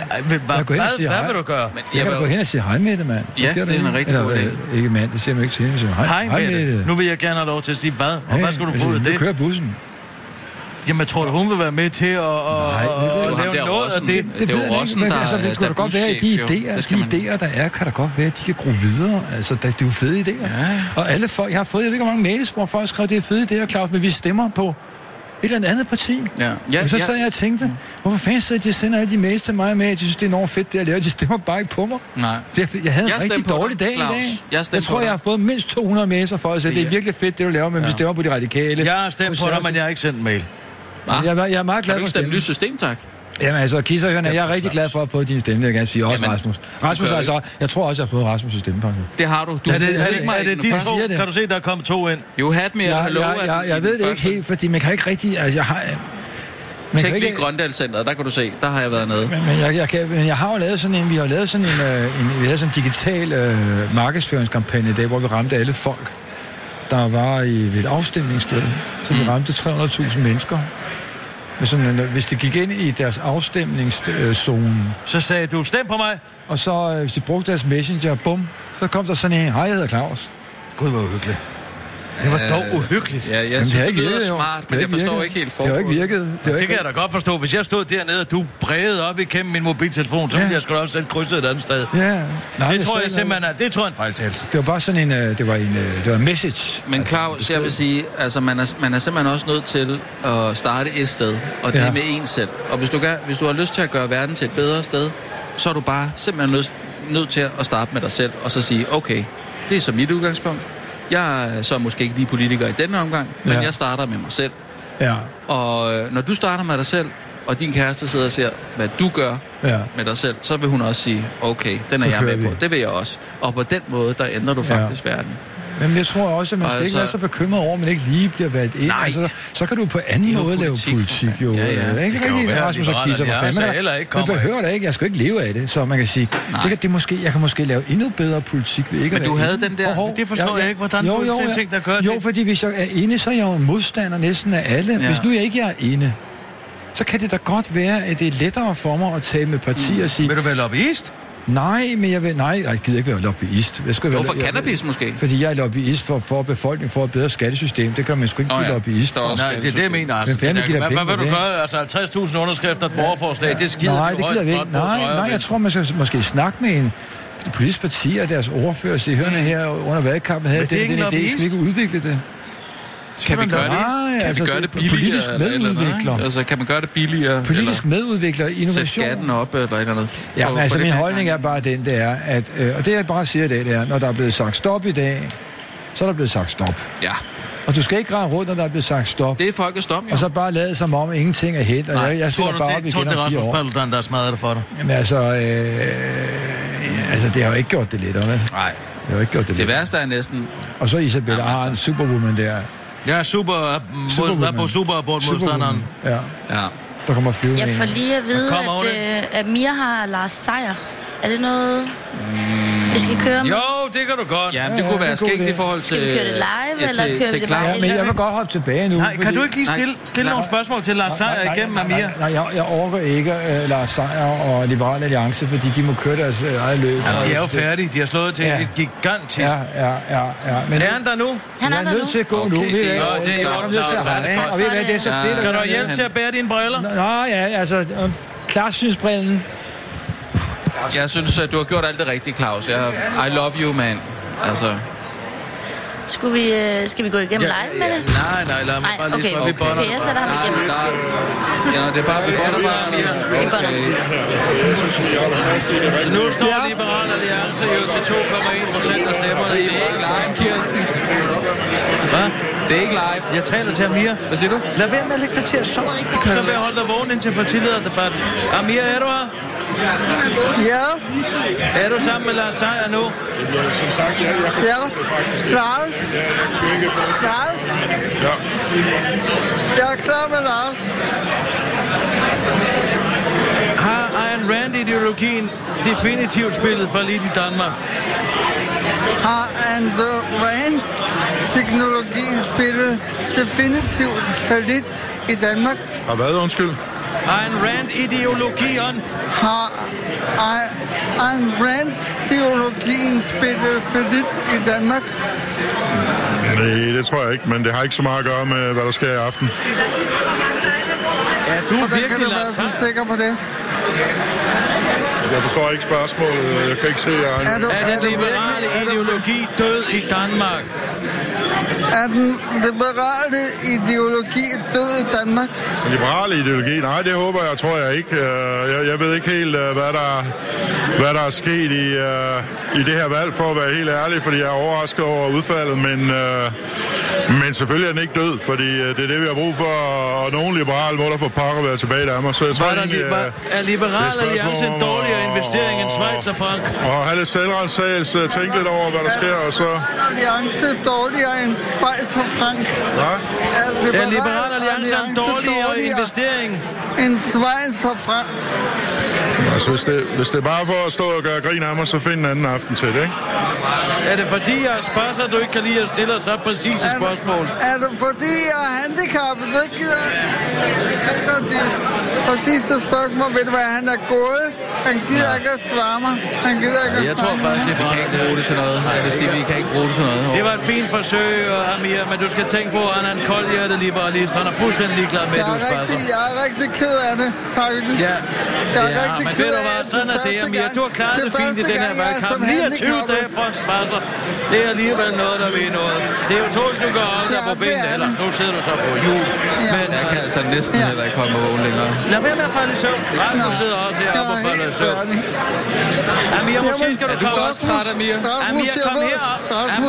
Speaker 12: vil du gøre?
Speaker 21: Jeg kan gå hen og sige hej med det, mand.
Speaker 13: Ja, det er en rigtig god idé.
Speaker 21: Ikke mand, det siger man ikke til hende.
Speaker 12: Hej med det. Nu vil jeg gerne have lov til at sige hvad. Og hvad skal du få ud af det?
Speaker 21: Nu kører bussen.
Speaker 12: Jamen, tror du, hun vil være med til at lave noget af det?
Speaker 21: Det ved jeg ikke, men altså, det kunne da godt være, at de idéer, der er, kan da godt være, at de kan gro videre. Altså, det er jo fede idéer. Ja. Og alle folk, jeg har fået, jeg ved ikke, hvor mange mails, hvor folk skrev, det er fede idéer, Claus, men vi stemmer på et eller andet parti. Ja. Og så sad jeg og tænkte, hvorfor fanden så de sender alle de mails til mig med, at de synes, det er enormt fedt, det jeg laver, de stemmer bare ikke på mig.
Speaker 13: Nej.
Speaker 21: Jeg havde en rigtig dårlig dag i dag. Jeg tror, jeg har fået mindst 200 mails for at sige, det er virkelig fedt, det du laver, men vi stemmer på de radikale.
Speaker 12: Jeg har stemt på dig, men jeg har ikke sendt mail.
Speaker 21: Jeg er meget glad for at stemme.
Speaker 13: Nyt system, tak.
Speaker 21: Jamen altså, Kisserhørne, jeg er rigtig glad for at få din stemme, jeg kan sige. Også Rasmus. Rasmus altså, jeg tror også, jeg har fået Rasmus' stemme.
Speaker 13: Det har du.
Speaker 12: Kan du se, der er kommet 2 ind?
Speaker 13: You had me at hello.
Speaker 21: Jeg ved det ikke helt, fordi man kan ikke rigtig... Altså, jeg har...
Speaker 13: Tænk lige Grøndalscenteret, der kan du se, der har jeg været nede.
Speaker 21: Men jeg har jo lavet sådan en, vi har lavet sådan en digital markedsføringskampagne i dag, hvor vi ramte alle folk, der var ved et afstemningssted, så vi ramte 300.000 mennesker. Hvis de gik ind i deres afstemningszone,
Speaker 12: så sagde du, stem på mig.
Speaker 21: Og så, hvis de brugte deres messenger, bum, så kom der sådan en, hej, jeg hedder Claus.
Speaker 12: Gud, hvor uhyggeligt. Det var dog uhyggeligt.
Speaker 13: Ja, jeg synes, det lyder smart, men jeg forstår ikke helt
Speaker 21: formålet. Det har ikke virket.
Speaker 12: Det kan jeg da godt forstå. Hvis jeg stod dernede, og du bredede op igennem min mobiltelefon, så ville jeg sgu da også sætte krydset et andet sted.
Speaker 21: Ja. Nej,
Speaker 12: det tror jeg simpelthen er, det tror jeg er en fejltagelse.
Speaker 21: Det var bare sådan det var en message.
Speaker 13: Men Claus, jeg vil sige, altså man er simpelthen også nødt til at starte et sted, og det er med en selv. Og hvis du har lyst til at gøre verden til et bedre sted, så er du bare simpelthen nødt til at starte med dig selv, og så sige, okay, det er så mit udgangspunkt. Jeg er så måske ikke lige politiker i denne omgang, men jeg starter med mig selv.
Speaker 21: Ja.
Speaker 13: Og når du starter med dig selv, og din kæreste sidder og ser, hvad du gør med dig selv, så vil hun også sige, okay, den er jeg med på. Det vil jeg også. Og på den måde, der ændrer du faktisk verden.
Speaker 14: Men jeg tror også, at man skal ikke være så bekymret over, at man ikke lige bliver valgt ind. Altså, så kan du på anden måde lave politik, jo.
Speaker 9: Ja. Det kan jo være,
Speaker 14: man behøver det ikke. Jeg skal ikke leve af det, så man kan sige, jeg kan måske lave endnu bedre politik ved ikke.
Speaker 9: Men du havde den der... Det forstår jeg ikke, hvordan du tænkte at gøre det.
Speaker 14: Jo, fordi hvis jeg er inde, så er jeg jo en modstander næsten af alle. Hvis nu jeg ikke er inde, så kan det da godt være, at det er lettere for mig at tale med partier og sige...
Speaker 9: Vil du være lobbyist?
Speaker 14: Nej, men jeg gider ikke være lobbyist.
Speaker 13: Hvorfor cannabis måske?
Speaker 14: Fordi jeg er lobbyist for befolkningen, for et bedre skattesystem. Det kan man sgu ikke blive lobbyist for.
Speaker 9: Nej, det er det, jeg mener. Altså. Hvad vil du gøre? Altså 50.000 underskrifter et borgerforslag, det skider
Speaker 14: nej, det gider vi ikke. Nej, jeg tror, man skal måske snakke med de politiske partier og deres ordfører og sige, hørende her under valgkampen havde den idé, skal vi ikke udvikle det?
Speaker 13: Kan vi gøre det billigere?
Speaker 14: Politisk medudvikler.
Speaker 13: Altså, kan man gøre det billigere?
Speaker 14: Politisk medudvikler, innovation.
Speaker 13: Sæt skatten op eller et eller andet.
Speaker 14: Ja, men altså min holdning er bare den, det er, at, og det jeg bare siger i dag, det er, når der er blevet sagt stop i dag, så er der blevet sagt stop.
Speaker 13: Ja.
Speaker 14: Og du skal ikke rende rundt, når der er blevet sagt stop.
Speaker 13: Det er folkets dom, jo.
Speaker 14: Og så bare lade som om ingenting er hent.
Speaker 9: Nej,
Speaker 14: jeg stiller bare op igen om 4 år.
Speaker 9: Tror du, det er Rasmus Paludan, der smadrer det for dig?
Speaker 14: Jamen altså, det har jo ikke gjort det lettere, vel?
Speaker 13: Nej.
Speaker 14: Det har ikke gjort det lettere.
Speaker 13: Det værste er næsten...
Speaker 14: Og så Isabella har en superwoman der.
Speaker 9: Ja, Superabort-modstanderen.
Speaker 14: Ja. Der kommer flyvende.
Speaker 6: Jeg får lige at vide, at Mia har Lars Seier. Er det noget, vi skal køre med?
Speaker 9: Jo, det kan du godt.
Speaker 13: Ja, det kunne være skægt i forhold til...
Speaker 6: Skal vi køre det live, eller kører vi det bare?
Speaker 14: Ja, men jeg vil godt hoppe tilbage nu.
Speaker 9: Nej, kan du ikke lige stille nogle spørgsmål til Lars Seier igennem, Amir?
Speaker 14: Nej, jeg overgår ikke Lars Seier og Liberal Alliance, fordi de må køre deres eget løb.
Speaker 9: Jamen, de er jo færdige. De har slået til et gigantisk...
Speaker 14: Ja. Men
Speaker 9: er han der nu?
Speaker 6: Han er
Speaker 14: nødt til at gå nu.
Speaker 9: Det er
Speaker 14: så fedt.
Speaker 9: Skal du hjælpe til at bære dine briller?
Speaker 14: Nå ja, altså... Klarsynsbrillen.
Speaker 13: Jeg synes, at du har gjort alt det rigtige, Claus. I love you, man. Altså...
Speaker 6: Skal vi gå igennem live med det?
Speaker 9: Nej, lad mig bare lige
Speaker 6: okay, jeg sætter ham igennem.
Speaker 13: Ja, det er bare, vi bånder bare. Okay.
Speaker 9: Så nu står Liberal Alliance jo til 2,1% af stemmerne.
Speaker 13: Det er ikke live, Kirsten.
Speaker 9: Hvad?
Speaker 13: Det er ikke live.
Speaker 9: Jeg taler til Amir.
Speaker 13: Hvad siger du?
Speaker 9: Lad være med at lægge dig til at sove. Du skal være holdt dig vågen indtil partilederdebatten. Amir, er du her?
Speaker 15: Ja.
Speaker 9: Er du sammen med Lars Seier nu?
Speaker 11: Som sagt,
Speaker 15: ja. Lars?
Speaker 11: Ja.
Speaker 15: Jeg er klar med Lars.
Speaker 9: Har Ayn Rand-ideologien definitivt spillet for lidt i Danmark?
Speaker 15: Har Ayn Rand-teknologien spillet definitivt for lidt i Danmark?
Speaker 11: Har hvad, undskyld?
Speaker 9: Ayn Rand-ideologien.
Speaker 15: Har Ayn Rand-ideologien spillet for lidt i Danmark?
Speaker 11: Nej, det tror jeg ikke, men det har ikke så meget at gøre med, hvad der sker i aften.
Speaker 9: Er du virkelig,
Speaker 15: kan du være så sikker på det?
Speaker 11: Jeg forstår ikke spørgsmålet. Jeg kan ikke se, at
Speaker 9: er den liberale ideologi død i Danmark?
Speaker 15: Er den liberale ideologi død i Danmark?
Speaker 11: Liberale ideologi? Nej, det håber jeg, tror jeg ikke. Jeg ved ikke helt, hvad der er sket i det her valg, for at være helt ærlig, fordi jeg er overrasket over udfaldet, men selvfølgelig er den ikke død, fordi det er det, vi har brug for, og nogle liberale må der få pokker være tilbage i Danmark. Så jeg tror
Speaker 9: er Liberal Alliance en dårligere investering end Schweizerfranc?
Speaker 11: Og have lidt selvrensagelse, tænke lidt over, hvad der sker, og så...
Speaker 15: Alliance dårligere end Schweizerfranc?
Speaker 9: Er Liberal Alliance en dårligere investering
Speaker 15: end Schweizerfranc?
Speaker 11: Altså, hvis det er bare for at stå og gøre grin af mig, så find en anden aften til det, ikke?
Speaker 9: Er det fordi, jeg spørger, du ikke kan lide at stille så præcise spørgsmål?
Speaker 15: Er det fordi, jeg er handicappet, du ikke gider de præcise spørgsmål? Ved du hvad, han er gået. Han gider ikke at svare mig.
Speaker 13: Jeg tror faktisk, vi kan ikke bruge det til noget. Jeg vil sige, vi kan ikke bruge det til noget.
Speaker 9: Det var et fint forsøg, Amir, men du skal tænke på, at han er en koldhjertet liberalist. Han er fuldstændig ligeglad med, at du spørger.
Speaker 15: Jeg er rigtig ked af det, faktisk.
Speaker 9: Ja, men ved du hvad, sådan er det, Amir. Du har klaret det fint i den her valgkamp. 29 dage for en spasser. Det er alligevel noget, der ved noget. Det er jo to, du kan holde dig på benene, eller nu sidder du så på jul.
Speaker 13: Men jeg kan altså næsten heller ikke holde mig vågen længere.
Speaker 9: Lad være med at falde i søvn. Rasmus sidder også heroppe og falder i søvn. Amir, måske skal du komme også træt, Amir. Amir, kom herop.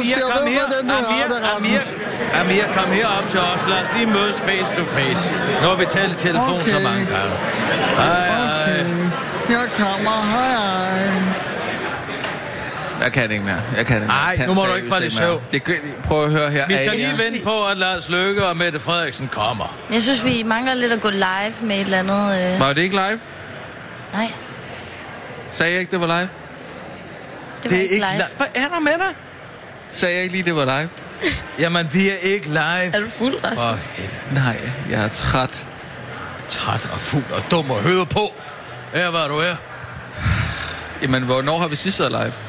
Speaker 9: Amir, kom herop til os. Lad os lige mødes face to face. Nu har vi talt i telefon så mange gange. Hej.
Speaker 15: Jeg kommer, hej.
Speaker 13: Jeg kan ikke mere.
Speaker 12: Nej, nu må du ikke falde i søvn.
Speaker 13: Prøv at høre her.
Speaker 12: Vi skal lige vente på, at Lars Løkke og Mette Frederiksen kommer.
Speaker 6: Jeg synes, vi mangler lidt at gå live med et eller andet...
Speaker 13: Var det ikke live?
Speaker 6: Nej.
Speaker 13: Sagde jeg ikke, det var live?
Speaker 6: Det er ikke live.
Speaker 12: Hvad er der med dig?
Speaker 13: Sagde jeg ikke lige, det var live?
Speaker 12: Jamen, vi er ikke live.
Speaker 6: Er du fuld, Rasmus?
Speaker 13: Nej, jeg er træt.
Speaker 12: Træt og fuld og dum at høre på. Her var du her.
Speaker 13: Jamen, hvornår har vi sidst været live?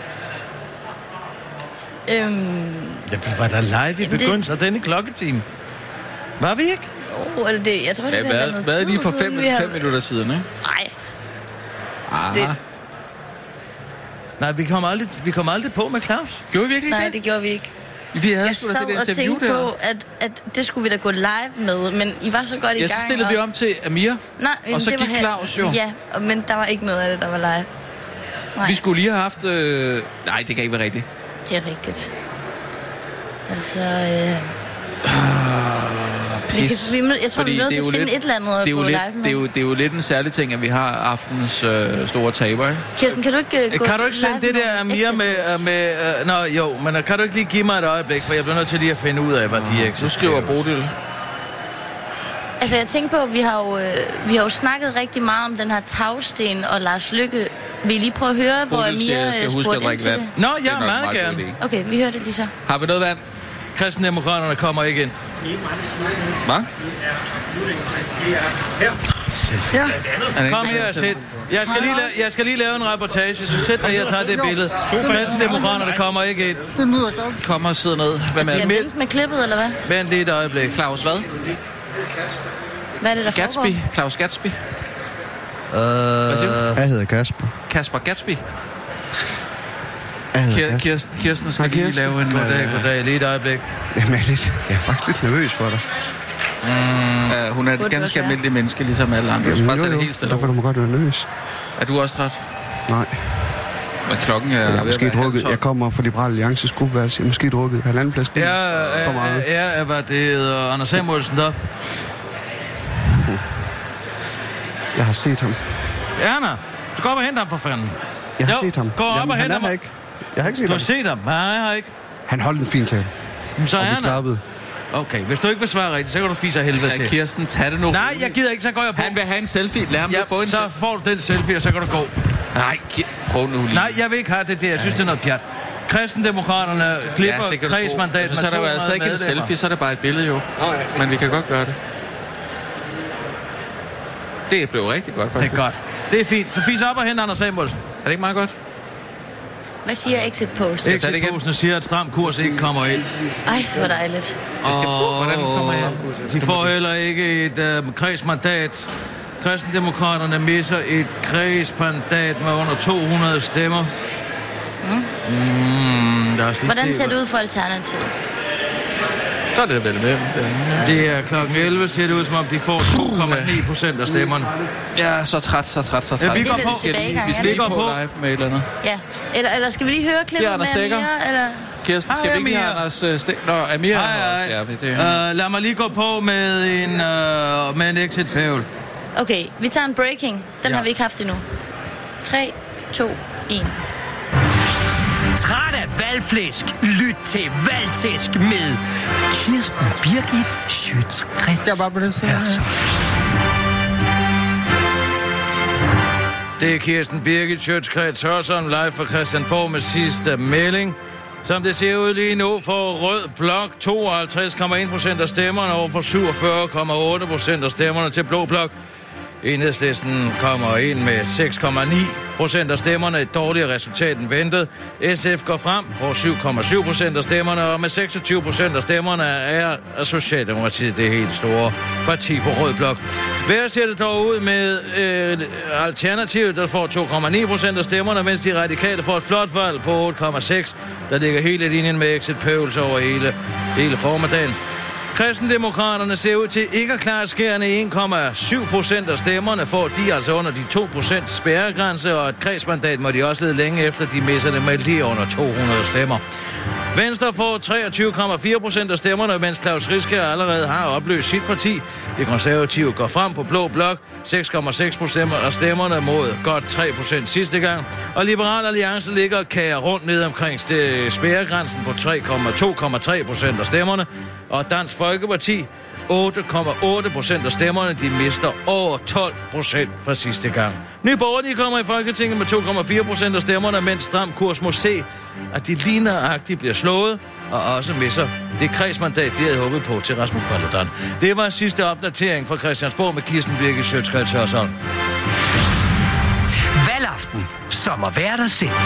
Speaker 12: Ja, vi var da live i begyndelsen af denne klokketime. Var vi ikke?
Speaker 6: Eller det, jeg tror, det er noget
Speaker 13: hvad lige for 5 minutter siden, ikke?
Speaker 6: Nej.
Speaker 12: Det... Nej, vi kom aldrig på med Claus.
Speaker 13: Gjorde vi virkelig
Speaker 6: det? Nej, det gjorde vi ikke.
Speaker 13: Jeg sad
Speaker 6: og tænkte på, at det skulle vi da gå live med, men I var så godt i gang.
Speaker 13: Ja, så stillede vi om til Amir, og så gik Claus jo.
Speaker 6: Ja, men der var ikke noget af det, der var live. Nej.
Speaker 13: Vi skulle lige have haft... Nej, det kan ikke være rigtigt.
Speaker 6: Det er rigtigt. Altså... jeg tror, vi er nødt til at finde et eller andet at gå live med.
Speaker 13: Det er jo lidt en særlig ting, at vi har aftenens store taber.
Speaker 6: Kirsten, kan du ikke
Speaker 12: Kan du ikke sende det der Amir med... Nå, jo, men kan du ikke lige give mig et øjeblik, for jeg bliver nødt til lige at finde ud af, hvad de er.
Speaker 13: Du skriver Bodil.
Speaker 6: Altså, jeg tænker på, at vi har jo snakket rigtig meget om den her tagsten og Lars Løkke. Vil I lige prøve at høre, hvor Amir spurgte ind til det?
Speaker 12: Nå, ja, meget gerne.
Speaker 6: Okay, vi hører det lige så.
Speaker 13: Har vi noget vand?
Speaker 12: Kristendemokraterne kommer ikke ind.
Speaker 13: Hvad?
Speaker 12: Ja. Kom her og sæt. Jeg skal lige lave en reportage, så sæt dig her og tager det billede. Kristendemokraterne kommer ikke ind.
Speaker 13: Kom og sidde ned.
Speaker 6: Skal jeg vente med klippet, eller hvad?
Speaker 12: Vent lige et øjeblik.
Speaker 13: Claus, hvad?
Speaker 6: Hvad er det, der
Speaker 13: Gatsby. Claus Gatsby.
Speaker 7: Jeg hedder Kasper.
Speaker 13: Kasper Gatsby. Kirsten skal lige lave en...
Speaker 12: Goddag, lige et øjeblik.
Speaker 7: Jamen, jeg er faktisk lidt nervøs for dig.
Speaker 13: Hun er et ganske almindeligt menneske, ligesom alle andre.
Speaker 7: Jamen,
Speaker 13: bare tage det helt stille.
Speaker 7: Derfor du må godt være nervøs.
Speaker 13: Er du også træt?
Speaker 7: Nej.
Speaker 13: Men klokken er...
Speaker 7: Jeg har måske drukket... Jeg kommer fra Liberal Alliances gruppe, altså jeg har måske drukket 1,5 flaske for meget.
Speaker 12: Ja, hvad det Anders Samuelsen der?
Speaker 7: Jeg har set ham.
Speaker 12: Erna, så gå op og hente ham for fanden.
Speaker 7: Jeg har set ham.
Speaker 12: Gå op og hente ham.
Speaker 7: Jeg har ikke set ham.
Speaker 12: Du har set ham? Nej, jeg har ikke.
Speaker 7: Han holdt en fin tale.
Speaker 12: Så
Speaker 7: er han.
Speaker 12: Okay, hvis du ikke vil svare rigtigt, så kan du fise af helvede til.
Speaker 13: Kirsten, tag det nu.
Speaker 12: Nej, jeg gider ikke, så går jeg på.
Speaker 13: Han vil have en selfie. Lad ham få en
Speaker 12: så får du den selfie, og så kan du gå.
Speaker 13: Nej, prøv nu lige.
Speaker 12: Nej, jeg vil ikke have det der. Jeg synes, det er noget pjat. Kristendemokraterne klipper kredsmandat med 200 medlemmer.
Speaker 13: Så er der jo altså ikke en selfie, så er det bare et billede jo. Men vi kan godt gøre det. Det blev rigtig godt, faktisk.
Speaker 12: Det er godt. Det er fint. Så fis op og hente Anders Samuelsen.
Speaker 13: Er det ikke meget godt?
Speaker 6: Hvad siger Exit Post?
Speaker 12: Exit Posten siger, at stram kurs ikke kommer ind.
Speaker 6: Ej, det var dejligt.
Speaker 13: Hvordan kommer jeg?
Speaker 12: De får heller ikke et kredsmandat. Kristendemokraterne misser et kredsmandat med under 200 stemmer.
Speaker 6: Hvordan ser det ud for Alternativet?
Speaker 13: Så er det vel med.
Speaker 12: Det er klokken 11, ser det ud som om, de får 2,9% af stemmerne.
Speaker 13: Ja, så træt.
Speaker 12: Ja, vi går på.
Speaker 13: Vi skal lige på live med et eller andet.
Speaker 6: Ja, eller skal vi lige høre klippet med Amir? Eller?
Speaker 13: Kirsten, skal vi ikke have Anders Stikker? Amir
Speaker 12: også, lad mig lige gå på med en exit pævel.
Speaker 6: Okay, vi tager en breaking. Den har vi ikke haft endnu. 3, 2, 1.
Speaker 3: Træt af valgflæsk? Lyt til Valgtæsk med Kirsten Birgit Schøtz-Krets.
Speaker 12: Skal jeg bare på det så? Det er Kirsten Birgit Schøtz-Krets Hørsholm live fra Christiansborg med sidste melding. Som det ser ud lige nu for Rød Blok 52,1% af stemmerne over for 47,8% af stemmerne til Blå Blok. Enhedslisten kommer ind med 6,9% af stemmerne, et dårligere resultat end ventet. SF går frem, får 7,7% af stemmerne, og med 26% af stemmerne er Socialdemokratiet det helt store parti på Rød Blok. Hvad ser det dog ud med Alternativet, der får 2,9% af stemmerne, mens de radikale får et flot valg på 8,6%, der ligger hele linjen med exit pøvelse over hele formiddagen. Kristendemokraterne ser ud til ikke at klare skærende 1,7% af stemmerne, får de altså under de 2% spærregrænse, og et kredsmandat må de også lede længe efter, de misser det med lige under 200 stemmer.
Speaker 9: Venstre får 23,4% af stemmerne, mens Claus Riske allerede har opløst sit parti. De konservative går frem på blå blok, 6,6% af stemmerne mod godt 3% sidste gang. Og Liberal Alliance ligger og kager rundt ned omkring spærregrænsen på 2,3% af stemmerne. Og Dansk Folkeparti 8,8% af stemmerne, de mister over 12% fra sidste gang. Nye Borgerlige kommer i Folketinget med 2,4% af stemmerne, mens Stram Kurs må se, at de lige nøjagtigt bliver slået, og også misser det kredsmandat, de havde håbet på til Rasmus Paludan. Det var sidste opdatering fra Christiansborg med Kirsten Birgit Schøtz-Krets Hørsholm.
Speaker 3: Valgaften, som at være der selv.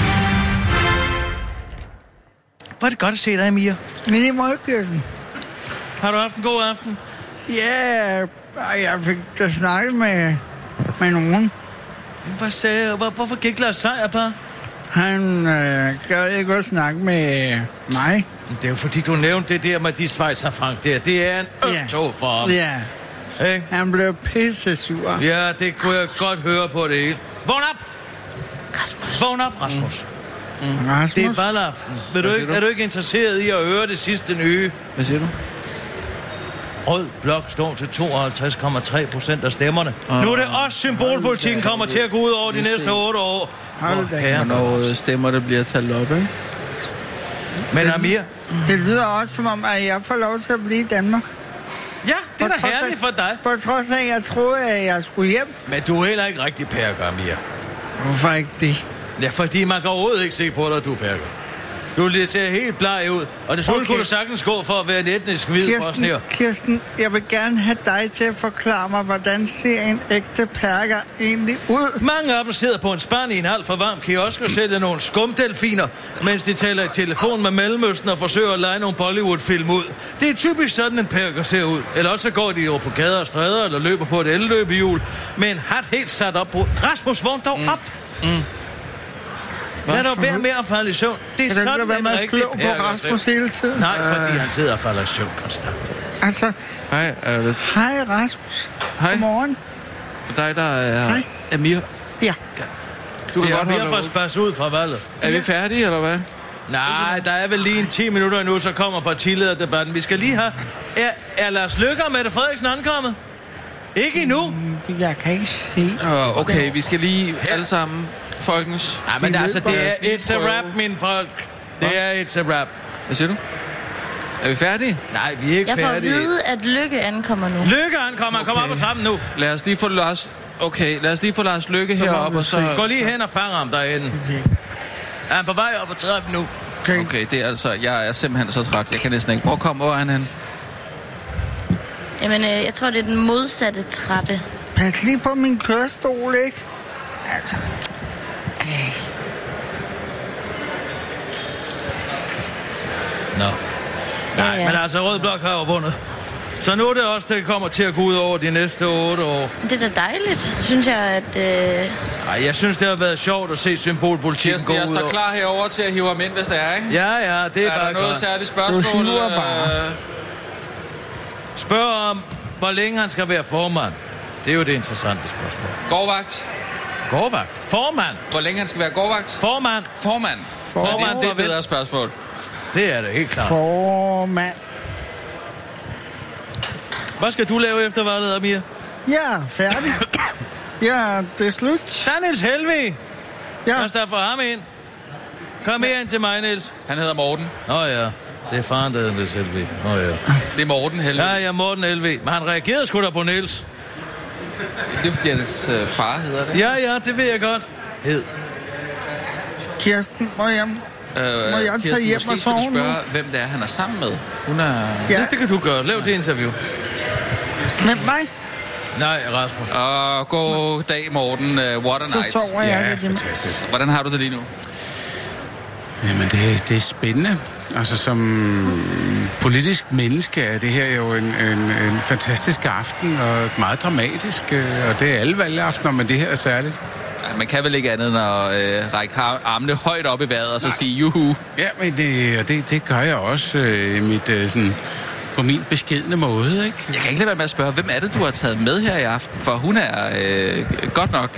Speaker 9: Var det godt at se dig, Mia?
Speaker 15: Men det må ikke.
Speaker 9: Har du haft en god aften?
Speaker 15: Ja, jeg fik da snakket med nogen.
Speaker 9: Hvad sagde jeg? Hvorfor gik Lars Seier på?
Speaker 15: Han gad ikke godt snakke med mig.
Speaker 9: Det er jo fordi, du nævnte det der med de Schweizer frank der. Det er en tog for ham.
Speaker 15: Ja. Ikke? Han blev pisse sur.
Speaker 9: Ja, det kunne jeg godt høre på det hele. Vågn op!
Speaker 6: Rasmus.
Speaker 9: Vågn op, Rasmus.
Speaker 15: Rasmus.
Speaker 9: Det er valgaften. Er du ikke interesseret i at høre det sidste nye?
Speaker 13: Hvad siger du?
Speaker 9: Rød blok står til 52,3% af stemmerne. Nu er det også symbolpolitikken kommer til at gå ud over de næste 8 år.
Speaker 13: Hvornår stemmer det bliver talt op, ikke?
Speaker 9: Men Amir?
Speaker 15: Det lyder også som om, at jeg får lov til at blive i Danmark.
Speaker 9: Ja, det er da herligt for dig.
Speaker 15: På trods af, at jeg troede, at jeg skulle hjem.
Speaker 9: Men du er heller ikke rigtig perker, Amir.
Speaker 15: Hvorfor ikke det?
Speaker 9: Ja, fordi man kan overhovedet ikke se på dig, du er perker. Du ser helt bleg ud, og det kunne du sagtens gå for at være en etnisk hvid bosnier.
Speaker 15: Kirsten, jeg vil gerne have dig til at forklare mig, hvordan ser en ægte perker egentlig ud?
Speaker 9: Mange af dem sidder på en spand i en alt for varm kiosk og sælger nogle skumdelfiner, mens de taler i telefon med Mellemøsten og forsøger at lege nogle Bollywood-film ud. Det er typisk sådan, en perker ser ud. Eller også går de jo på gader og stræder, eller løber på et elløbehjul, med en hat helt sat op på. Rasmus, vågn dog op! Lad dog være med at falde i søvn. Det er sådan,
Speaker 15: at man slår på Rasmus hele tiden.
Speaker 9: Nej, fordi han sidder og falder i søvn konstant.
Speaker 15: Altså...
Speaker 13: Hej, er det...
Speaker 15: Hej, Rasmus.
Speaker 13: Hej.
Speaker 15: Godmorgen.
Speaker 13: Og dig, der er... Amir.
Speaker 15: Ja.
Speaker 9: Du kan godt holde ud. Spas ud fra valget.
Speaker 13: Er vi færdige, eller hvad?
Speaker 9: Nej, der er vel lige en 10 minutter endnu, så kommer partilederdebatten. Vi skal lige have... Er Lars Løkke og Mette Frederiksen ankommet? Ikke endnu.
Speaker 15: Jeg kan ikke se...
Speaker 13: Okay, vi skal lige alle sammen... Folkens...
Speaker 9: Ja, men altså, det er it's a rap, min folk. Det er it's a rap.
Speaker 13: Hvad siger du? Er vi færdige?
Speaker 9: Nej, vi er ikke færdige.
Speaker 6: Jeg får at vide, at Lykke ankommer nu.
Speaker 9: Lykke ankommer. Han kommer op på trappen nu.
Speaker 13: Lad os lige få Lars... Okay, lad os lige få Lars Løkke heroppe, og så...
Speaker 9: Gå lige hen og fanger ham derinde. Er han på vej op på trappen nu?
Speaker 13: Okay, det er altså... Jeg er simpelthen så træt. Jeg kan næsten ikke... Hvor er han hen?
Speaker 6: Jamen, jeg tror, det er den modsatte trappe.
Speaker 15: Pas lige på min kørestol, ikke? Altså...
Speaker 9: Nå. Nej, men altså, Rød Blok har jo vundet. Så nu er det også, det kommer til at gå ud over de næste 8 år.
Speaker 6: Det er da dejligt, synes jeg, at...
Speaker 9: Nej, jeg synes, det har været sjovt at se symbolpolitikken gå ud over.
Speaker 13: Jeg står klar herover til at hive ham ind, hvis det er, ikke?
Speaker 9: Ja, det er bare
Speaker 13: der noget særligt spørgsmål?
Speaker 9: Spørg om, hvor længe han skal være formand. Det er jo det interessante spørgsmål.
Speaker 13: Gårdvagt.
Speaker 9: Gårdvagt? Formand?
Speaker 13: Hvor længe han skal være gårdvagt?
Speaker 9: Formand.
Speaker 13: Det er et bedre spørgsmål.
Speaker 9: Det er det helt klart.
Speaker 15: Formand.
Speaker 9: Hvad skal du lave efter valget, Amir?
Speaker 15: Ja, færdig. Ja, det er slut.
Speaker 9: Der er Niels Helvig.
Speaker 15: Ja.
Speaker 9: Lad os da få ham ind. Kom her ind til mig, Niels.
Speaker 13: Han hedder Morten.
Speaker 9: Ja. Det er faren, der hedder Niels Helvig. Ja.
Speaker 13: Det er Morten Helvig.
Speaker 9: Ja, Morten Helvig. Men han reagerede sgu da på Niels.
Speaker 13: Det er fordi, hans far hedder det.
Speaker 9: Ja, det ved jeg godt.
Speaker 15: Kirsten, må jeg tage hjem og sove nu?
Speaker 13: Spørge, hvem det er, han er sammen med. Hun er...
Speaker 9: Ja, det kan du gøre. Lav det interview.
Speaker 15: Med mig?
Speaker 9: Nej, Rasmus.
Speaker 13: God dag, Morten. What a night.
Speaker 15: Så sover jeg.
Speaker 4: Ja, fantastisk.
Speaker 13: Hvordan har du det lige nu?
Speaker 4: Jamen, det er spændende. Altså, som politisk menneske er det her jo en fantastisk aften, og meget dramatisk, og det er alle valgaftener, men det her er særligt.
Speaker 13: Ja, man kan vel ikke andet end at række armene højt op i vejret og så sige juhu.
Speaker 4: Ja, men det gør jeg også i mit sådan
Speaker 9: på min beskedne måde, ikke?
Speaker 13: Jeg kan ikke lade være med at spørge, hvem er det, du har taget med her i aften? For hun er godt nok...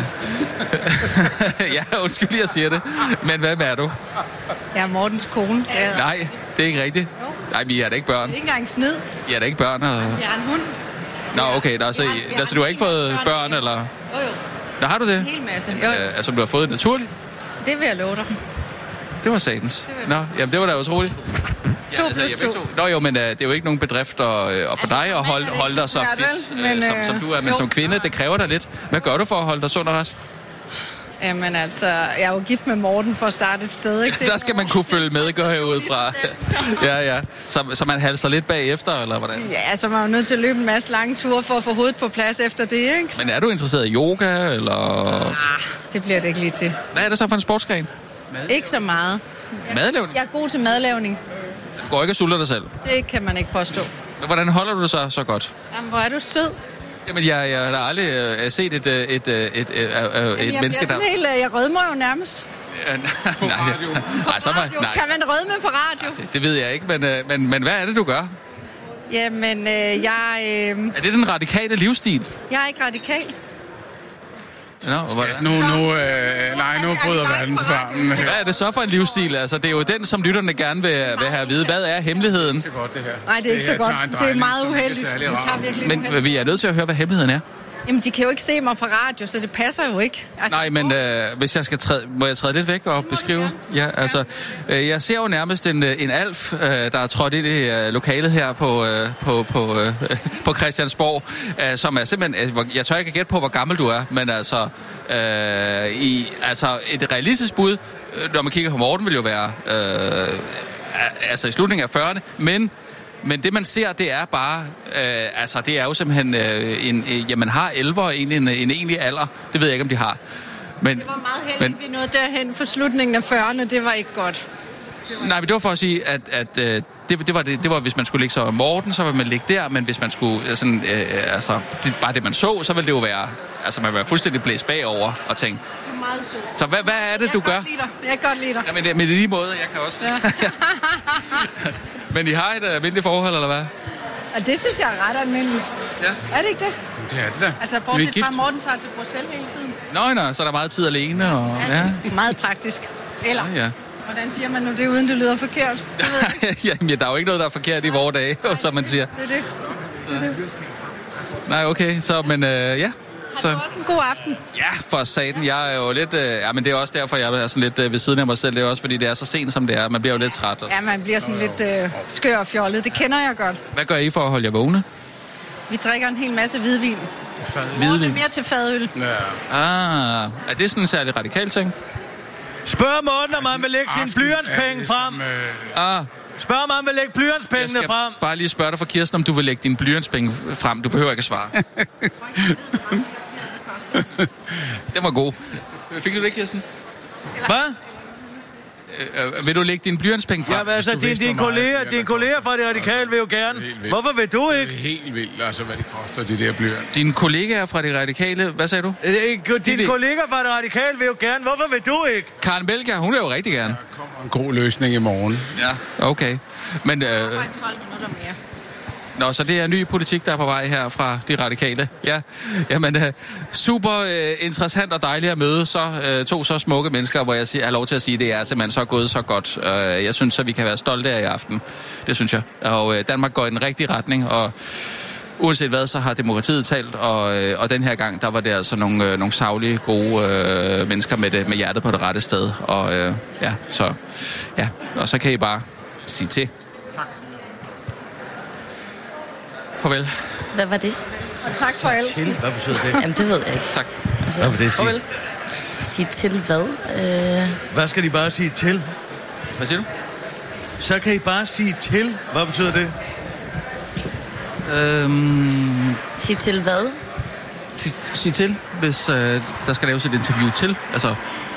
Speaker 13: ja, undskyld, jeg siger det. Men hvem er du?
Speaker 1: Jeg er Mortens kone. Ja.
Speaker 13: Nej, det er ikke rigtigt. Nej, vi er da ikke børn.
Speaker 1: Det er ikke engang snyd.
Speaker 13: I er da ikke børn. Og...
Speaker 1: Jeg er en hund.
Speaker 13: Nå, okay. Så du har ikke fået børn, eller...
Speaker 1: Jo.
Speaker 13: Nå, har du det?
Speaker 1: En hel masse. Jo.
Speaker 13: Altså, du har fået det naturligt?
Speaker 1: Det vil jeg love dig.
Speaker 13: Det var satans. Nå, jamen det var da utroligt.
Speaker 1: 2 plus 2.
Speaker 13: Nå jo, men det er jo ikke nogen bedrift og for dig at holde dig så fit, som du er. Men som kvinde, det kræver dig lidt. Hvad gør du for at holde dig sund og rask?
Speaker 1: Jamen altså, jeg er jo gift med Morten for at starte et sted, ikke?
Speaker 13: Der skal man kunne følge med, går jeg ud fra. Ja. Så man halser lidt bagefter, eller hvordan?
Speaker 1: Ja, så man er jo nødt til at løbe en masse lange ture for at få hovedet på plads efter det, ikke?
Speaker 13: Men er du interesseret i yoga, eller...?
Speaker 1: Det bliver det ikke lige til.
Speaker 13: Hvad er det så for en sportsgren?
Speaker 1: Ikke så meget.
Speaker 13: Madlavning?
Speaker 1: Jeg er god til madlavning.
Speaker 13: Du går ikke og sulter dig selv?
Speaker 1: Det kan man ikke påstå.
Speaker 13: Men hvordan holder du dig så godt?
Speaker 1: Jamen, hvor er du sød.
Speaker 13: Jamen, jeg har aldrig set et menneske, der...
Speaker 1: Jeg rødmer jo nærmest.
Speaker 13: På radio. Nej.
Speaker 1: Kan man rødme på radio?
Speaker 13: Det ved jeg ikke, men hvad er det, du gør?
Speaker 1: Jamen,
Speaker 13: Er det den radikale livsstil?
Speaker 1: Jeg er ikke radikal.
Speaker 9: Nu bryder verden sammen.
Speaker 13: Hvad er det så for en livsstil? Altså, det er jo den, som lytterne gerne vil have at vide. Hvad er hemmeligheden?
Speaker 9: Det er godt, det her.
Speaker 1: Nej, det er ikke så godt. Det er meget uheldigt. Det tager virkelig uheldigt.
Speaker 13: Men vi er nødt til at høre, hvad hemmeligheden er.
Speaker 1: Jamen, de kan jo ikke se mig på radio, så det passer jo ikke. Altså,
Speaker 13: nej, men hvis jeg skal må jeg træde lidt væk og beskrive? Ja, altså, jeg ser jo nærmest en alf, der er trådt ind i lokalet her på Christiansborg, som er simpelthen, jeg tør ikke gætte på, hvor gammel du er, men altså, et realistisk bud, når man kigger på Morten, vil jo være i slutningen af 40'erne, men det, man ser, det er bare... det er jo simpelthen... man har 11'er egentlig en egentlig alder. Det ved jeg ikke, om de har. Men,
Speaker 1: det var meget heldigt, vi nåede derhen for slutningen af 40'erne. Det var ikke godt.
Speaker 13: Nej, men det var for at sige, at det var, hvis man skulle ligge så Morten, så ville man ligge der. Men hvis man skulle... bare det, man så ville det jo være... Altså, man var fuldstændig blæst bagover og tænke...
Speaker 1: Det er meget sødt.
Speaker 13: Så hvad er det, du gør?
Speaker 1: Jeg kan godt lide dig.
Speaker 13: Ja, men i lige måde, jeg kan også... Ja. Men I har et almindeligt forhold, eller hvad?
Speaker 1: Ja, det synes jeg er ret almindeligt.
Speaker 13: Ja.
Speaker 1: Er det ikke det?
Speaker 9: Det er det da.
Speaker 1: Altså, bortset fra Morten tager til Bruxelles hele tiden.
Speaker 13: Nå, så er der meget tid alene. Og,
Speaker 1: meget praktisk. Eller,
Speaker 13: ja.
Speaker 1: Hvordan siger man nu det, uden det lyder forkert?
Speaker 13: Jamen, der er jo ikke noget, der er forkert i vore dage, som man siger.
Speaker 1: Det er det.
Speaker 13: Nej, okay, så, men ja...
Speaker 1: Så. Har du også en god aften?
Speaker 13: Ja, for satan. Jeg er jo lidt... men det er også derfor, jeg er sådan lidt ved siden af mig selv. Det er også, fordi det er så sent, som det er. Man bliver jo lidt træt.
Speaker 1: Ja, man bliver sådan lidt skør og fjollet. Det kender jeg godt.
Speaker 13: Hvad gør I for at holde jer vågne?
Speaker 1: Vi drikker en hel masse hvidvin.
Speaker 13: Hvidvin?
Speaker 1: Mere til fadøl.
Speaker 13: Ja. Er det sådan en særlig radikal ting?
Speaker 9: Spørg Morten, om han vil lægge sin blyantspenge frem. Spørg, om han vil lægge blyantspengene frem.
Speaker 13: Jeg skal bare lige spørge dig for Kirsten, om du vil lægge dine blyantspenge frem. Du behøver ikke at svare. Den var god. Fik du det, Kirsten?
Speaker 9: Hvad?
Speaker 13: Vil du lægge dine blyantspenge frem?
Speaker 9: Ja, altså, din kollega fra Det Radikale vil jo gerne. Hvorfor vil du ikke?
Speaker 11: Det er helt vildt, altså, hvad de koster, de der blyanter.
Speaker 13: Dine kollegaer fra Det Radikale, hvad sagde du?
Speaker 9: Din kollega fra Det Radikale vil jo gerne. Hvorfor vil du ikke?
Speaker 13: Karen Belger, hun vil jo rigtig gerne.
Speaker 11: Der kommer en god løsning i morgen.
Speaker 13: Ja, okay. Men... Nå, så det er ny politik, der er på vej her fra De Radikale. Ja, jamen, super interessant og dejligt at møde to så smukke mennesker, hvor jeg har lov til at sige, at det er simpelthen så gået så godt. Jeg synes, at vi kan være stolte af i aften. Det synes jeg. Og Danmark går i den rigtige retning, og uanset hvad, så har demokratiet talt, og den her gang, der var det altså nogle saglige, gode mennesker med hjertet på det rette sted. Og og så kan I bare sige til.
Speaker 6: Farvel. Hvad var det?
Speaker 1: Og tak for alt.
Speaker 9: Til? Hvad betyder det?
Speaker 6: Jamen, det ved jeg ikke.
Speaker 13: Tak.
Speaker 6: Altså,
Speaker 9: hvad vil det sige?
Speaker 6: Farvel. Sige til hvad?
Speaker 9: Hvad skal de bare sige til?
Speaker 13: Hvad siger du?
Speaker 9: Så kan I bare sige til. Hvad betyder det?
Speaker 6: Sige til hvad?
Speaker 13: Sige til, hvis der skal laves et interview til. Altså,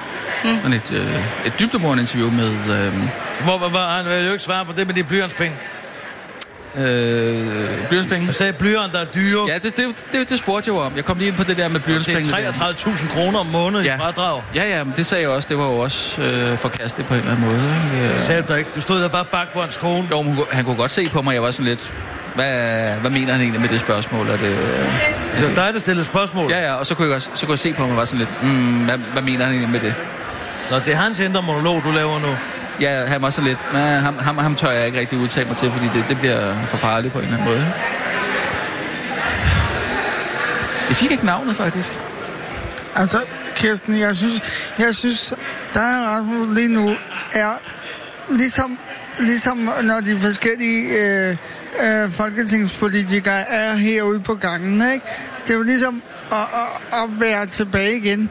Speaker 13: et dybdeborende interview med...
Speaker 9: Han vil jo ikke svare på det med de blyantspenge.
Speaker 13: Blyantspenge.
Speaker 9: Jeg sagde, blyanter er dyre.
Speaker 13: Ja, det spurgte jeg jo om. Jeg kom lige ind på det der med blyantspenge.
Speaker 9: Det er 33.000 kroner om måneden i fradrag.
Speaker 13: Ja, men det sagde jeg også. Det var jo også forkastet på en eller anden måde.
Speaker 9: Det sagde du ikke. Du stod der bare bak på hans kone.
Speaker 13: Jo, men han kunne godt se på mig. Jeg var sådan lidt... Hvad mener han egentlig med det spørgsmål?
Speaker 9: Det var dig, der stillede spørgsmål.
Speaker 13: Ja, og så kunne jeg se på mig, var sådan lidt, hvad mener han egentlig med det?
Speaker 9: Nå, det er hans indre monolog, du laver nu.
Speaker 13: Ja, han var så lidt, ham tør jeg ikke rigtig udtale mig til, fordi det bliver for farligt på en eller anden måde. Jeg fik ikke navnet, faktisk.
Speaker 15: Altså, Kirsten, jeg synes der er ret lige nu, er ligesom når de forskellige folketingspolitikere er herude på gangen, ikke? Det er jo ligesom at være tilbage igen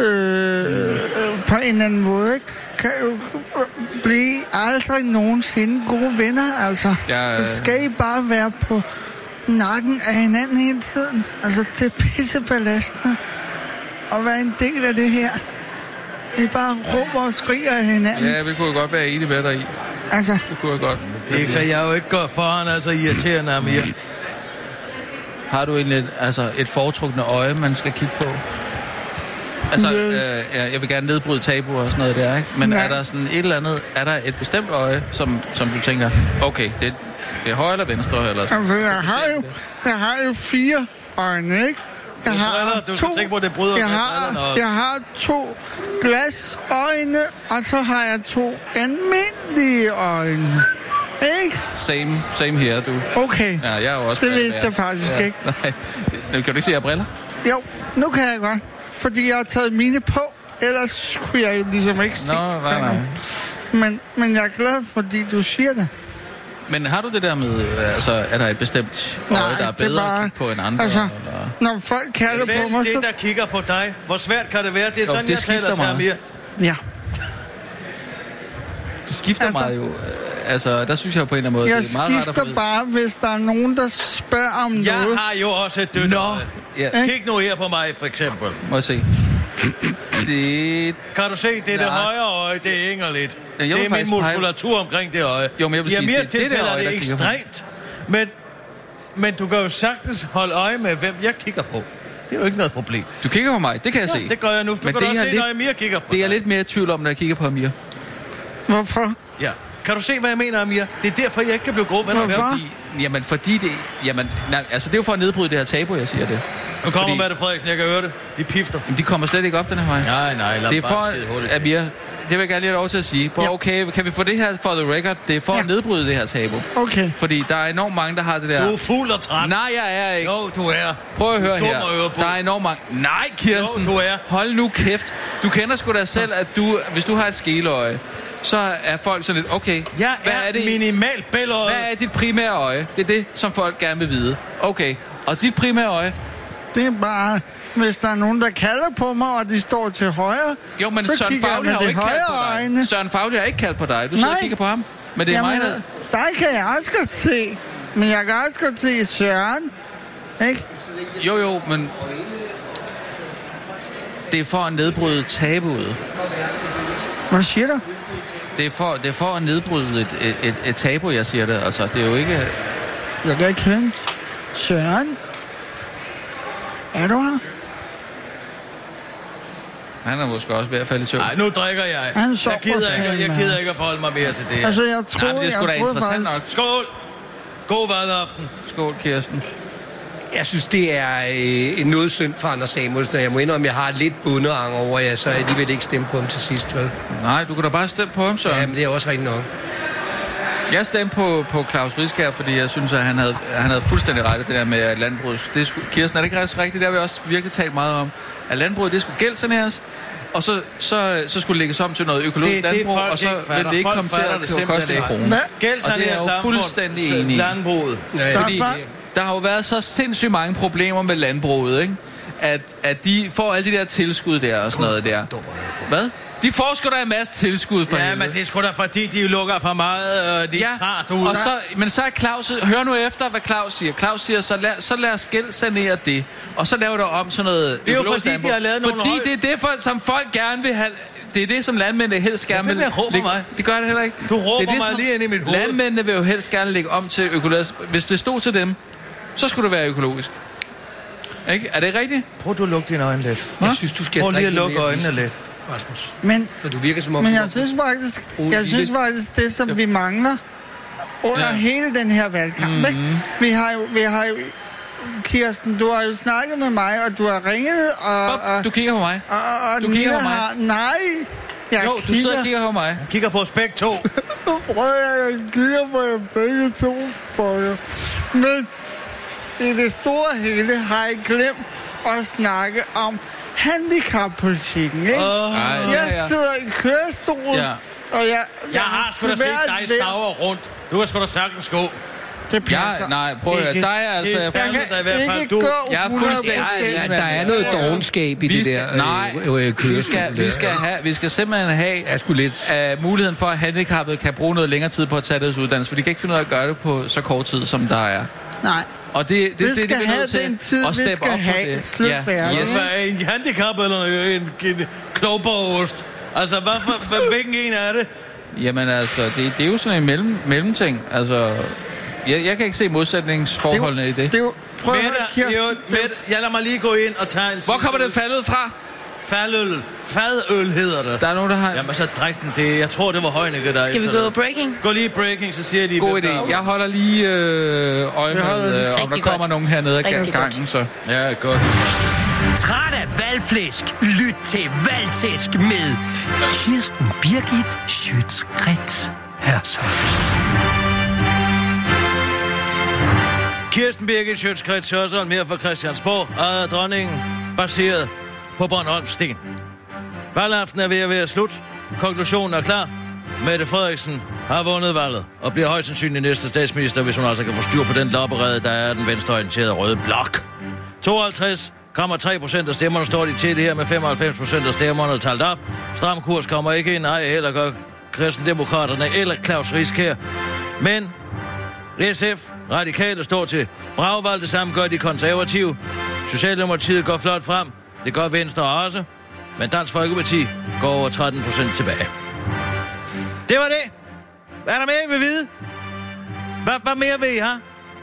Speaker 15: på en eller anden måde, ikke? Kan jo blive aldrig nogensinde gode venner, altså. Ja, skal I bare være på nakken af hinanden hele tiden? Altså, det er pissebelastende at være en del af det her. I bare råber og skriger af hinanden.
Speaker 13: Ja, vi kunne jo godt være enige med dig i.
Speaker 15: Altså.
Speaker 13: Det kunne jeg godt.
Speaker 9: Det kan jeg jo ikke gøre for, han er så irriterende af mere.
Speaker 13: Har du egentlig et foretrukne øje, man skal kigge på? Altså, jeg vil gerne nedbryde tabuer og sådan noget der, ikke? Men er der sådan et eller andet, er der et bestemt øje, som du tænker, okay, det er højre eller venstre? Eller
Speaker 15: altså, jeg har jo 4 øjne, ikke? Jeg har 2 glasøjne, og så har jeg 2 almindelige øjne. Ikke?
Speaker 13: Same her, du.
Speaker 15: Okay.
Speaker 13: Ja, jeg er også
Speaker 15: det vidste jeg faktisk ikke.
Speaker 13: Nej. Kan du ikke se, at jeg briller?
Speaker 15: Jo, nu kan jeg godt. Fordi jeg har taget mine på, ellers kunne jeg jo ligesom ikke se.
Speaker 13: Nej.
Speaker 15: Men jeg er glad, fordi du siger det.
Speaker 13: Men har du det der med, er der et bestemt øje, der er bedre at kigge på end andre?
Speaker 15: Altså, når folk kalder på mig,
Speaker 9: så... det, der kigger på dig? Hvor svært kan det være? Det er sådan, jeg taler til ham her.
Speaker 15: Ja.
Speaker 13: Det skifter meget jo. Der synes jeg på en eller anden måde,
Speaker 15: jeg
Speaker 13: det er meget rart at
Speaker 15: skifter bare, hvis der er nogen, der spørger om noget.
Speaker 9: Jeg har jo også et dødt øje. Ja. Kig nu her på mig, for eksempel.
Speaker 13: Må jeg se.
Speaker 9: Kan du se, det er det højre øje, det hænger lidt. Det er min muskulatur omkring det øje.
Speaker 13: Jo, men jeg vil sige,
Speaker 9: det er det ekstremt. Men du kan jo sagtens holde øje med, hvem jeg kigger på. Det er jo ikke noget problem.
Speaker 13: Du kigger på mig, det kan jeg se.
Speaker 9: Det gør jeg nu. Du kan også se, når Amir kigger på
Speaker 13: det er jeg lidt mere i tvivl om, når jeg kigger på Amir.
Speaker 15: Hvorfor?
Speaker 9: Ja. Kan du se, hvad jeg mener, Amir? Det er derfor, jeg ikke kan blive gode venner med
Speaker 13: ham. Fordi det... Jamen, det er jo for at nedbryde det her tabu, jeg siger det.
Speaker 9: Nu kommer Mette Frederiksen, jeg kan høre det. De pifter.
Speaker 13: Men de kommer slet ikke op den her vej.
Speaker 9: Nej, lad
Speaker 13: det er for, Amir, det vil jeg gerne lige have lov til at sige. Okay, kan vi få det her for the record? Det er for at nedbryde det her tabu.
Speaker 15: Okay.
Speaker 13: Fordi der er enormt mange, der har det der...
Speaker 9: Du er fuld og træt.
Speaker 13: Nej, jeg er ikke.
Speaker 9: Jo, du er.
Speaker 13: Prøv at høre her. Der er enormt mange... Nej, Kirsten.
Speaker 9: Jo, du er.
Speaker 13: Hold nu kæft. Du kender sgu da selv, at hvis du har et skeløje, så er folk sådan lidt, okay,
Speaker 9: hvad er det minimalt bæløje?
Speaker 13: Hvad er dit primære øje? Det er det, som folk gerne vil vide. Okay, og dit primære øje?
Speaker 15: Det er bare, hvis der er nogen, der kalder på mig, og de står til højre,
Speaker 13: jo, men
Speaker 15: så
Speaker 13: Søren Fagli har jo ikke kaldt på dig.
Speaker 15: Øjne.
Speaker 13: Søren Fagli har ikke kaldt på dig. Du sidder og kigger på ham. Men det er mig, der...
Speaker 15: dig kan jeg også godt se. Men jeg kan også godt se Søren. Ikke?
Speaker 13: Jo, men... Det er for at nedbryde tabuet.
Speaker 15: Hvad siger du?
Speaker 13: Det er for at nedbryde et tabu, jeg siger det. Altså, det er jo ikke...
Speaker 15: Jeg kan ikke høre. Søren? Er du her?
Speaker 13: Han er måske også ved at falde i søvn.
Speaker 9: Nej, nu drikker jeg. Jeg gider ikke at forholde mig mere til det.
Speaker 15: Altså, jeg tror,
Speaker 13: det er sgu da interessant nok.
Speaker 9: Skål! God valgaften.
Speaker 13: Skål, Kirsten.
Speaker 16: Jeg synes, det er noget synd for Anders Samuelsen. Jeg må indrømme, jeg har lidt bundeang over, jeg så alligevel ikke stemme på ham til sidst, vel?
Speaker 13: Nej, du kan da bare stemme på ham, så.
Speaker 16: Ja, men det er også rigtigt nok.
Speaker 13: Jeg stemte på Claus Riskær, fordi jeg synes, at han havde fuldstændig ret i det der med landbruget. Kirsten, er det ikke rigtigt? Det har vi også virkelig talt meget om. At landbruget, det skulle gældssaneres, og så skulle det lægges om til noget økologisk landbrug, og så vil det ikke komme til at koste en krone.
Speaker 9: Gældssaneres
Speaker 13: samfund, fuldstændig enig i.
Speaker 9: Landbruget.
Speaker 13: Fordi der har jo været så sindssygt mange problemer med landbruget, ikke? At de får alle de der tilskud der og sådan noget der. Hvad? De får sgu da en masse tilskud for helvede.
Speaker 9: Men det er sgu da fordi, de lukker for meget nitrat ud.
Speaker 13: Men så er Claus... Hør nu efter, hvad Claus siger. Claus siger, så lad os gældsanere det. Og så laver der om sådan noget...
Speaker 9: Det er jo fordi, de har lavet nogle
Speaker 13: det er det, som folk gerne vil have... det er det, som landmændene helst gerne vil... Det gør det heller ikke.
Speaker 9: Du råber
Speaker 13: det,
Speaker 9: mig lige ind i mit hoved.
Speaker 13: Landmændene vil jo helst gerne lægge om til økologisk. Hvis det stod til dem, så skulle det være økologisk. Ikke? Er det rigtigt?
Speaker 9: Prøv du at lukke dine øjne lidt.
Speaker 16: Jeg synes, du skal
Speaker 9: drikke lige at lukke øjnene lidt.
Speaker 16: Rasmus.
Speaker 15: Men,
Speaker 16: for du virker som om...
Speaker 15: Men jeg synes faktisk, det som vi mangler under hele den her valgkamp, ikke? Vi har jo Kirsten, du har jo snakket med mig, og du har ringet, og
Speaker 13: du kigger på mig.
Speaker 15: Og
Speaker 13: du kigger på mig.
Speaker 15: Nej.
Speaker 13: Du sidder og kigger på mig.
Speaker 9: Jeg kigger på os begge to.
Speaker 15: Prøv jeg kigger på jer begge to for jer. Men i det store hele har jeg glemt at snakke om handicappolitikken, ikke? Jeg sidder i kørestolen, og
Speaker 9: jeg har sgu da set dig stavre rundt. Du har sgu da sagtens gå.
Speaker 15: Det passer.
Speaker 13: Nej, prøv at høre. Der er altså...
Speaker 9: Jeg
Speaker 13: er fuldstændig...
Speaker 16: Der er noget dovenskab i det der.
Speaker 13: Nej, vi skal simpelthen have muligheden for, at handicappede kan bruge noget længere tid på at tage deres uddannelse, for de kan ikke finde ud af at gøre det på så kort tid, som der er.
Speaker 15: Nej.
Speaker 13: Og det vi er nødt til
Speaker 15: at steppe op på det.
Speaker 9: Yes. En handicap eller en klogborgost? Altså, hvilken en er det?
Speaker 13: Jamen altså, det er jo sådan en mellemting. Altså, jeg kan ikke se modsætningsforholdene i det.
Speaker 15: Det er jo...
Speaker 9: Jeg lader mig lige gå ind og tage en...
Speaker 13: Hvor kommer det faldet fra?
Speaker 9: Fadøl hedder det.
Speaker 13: Der er nogen, der har...
Speaker 9: Jamen så drik den. Jeg tror, det var Højnække, der...
Speaker 6: Skal vi gå breaking?
Speaker 9: Gå lige breaking, så siger de...
Speaker 13: God idé. Jeg holder lige øje med, om der kommer nogen hernede af gangen, så...
Speaker 9: Ja, godt.
Speaker 3: Træt af valgflæsk? Lyt til Valgtæsk med Kirsten Birgit Schøtz-Krets Hørsholm.
Speaker 9: Kirsten Birgit Schøtz-Krets Hørsholm mere fra Christiansborg, ejet dronningen, baseret på Bornholms sten. Valgaften er ved at være slut. Konklusionen er klar. Mette Frederiksen har vundet valget og bliver højst sandsynlig næste statsminister, hvis hun altså kan få styr på den lopperede, der er den venstreorienterede røde blok. 52,3% af stemmerne står de til det her med 95% af stemmerne talt op. Stram kurs kommer ikke ind, ej heller gør Kristendemokraterne eller Claus Riskær. Men SF, Radikale står til bragvalg, det samme gør de konservative. Socialdemokratiet går flot frem, det gør Venstre også, men Dansk Folkeparti går over 13% tilbage. Det var det. Hvad er der mere, I vil vide? Hvad mere vil I have?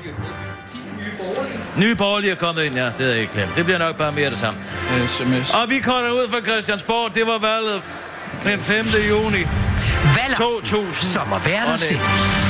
Speaker 9: Nye Borgerlige er kommet ind, ja. Det er ikke glemt. Det bliver nok bare mere det samme.
Speaker 13: SMS.
Speaker 9: Og vi kommer ud fra Christiansborg. Det var valget den 5. juni.
Speaker 3: Valg
Speaker 9: 2000.
Speaker 3: Som er værd at se.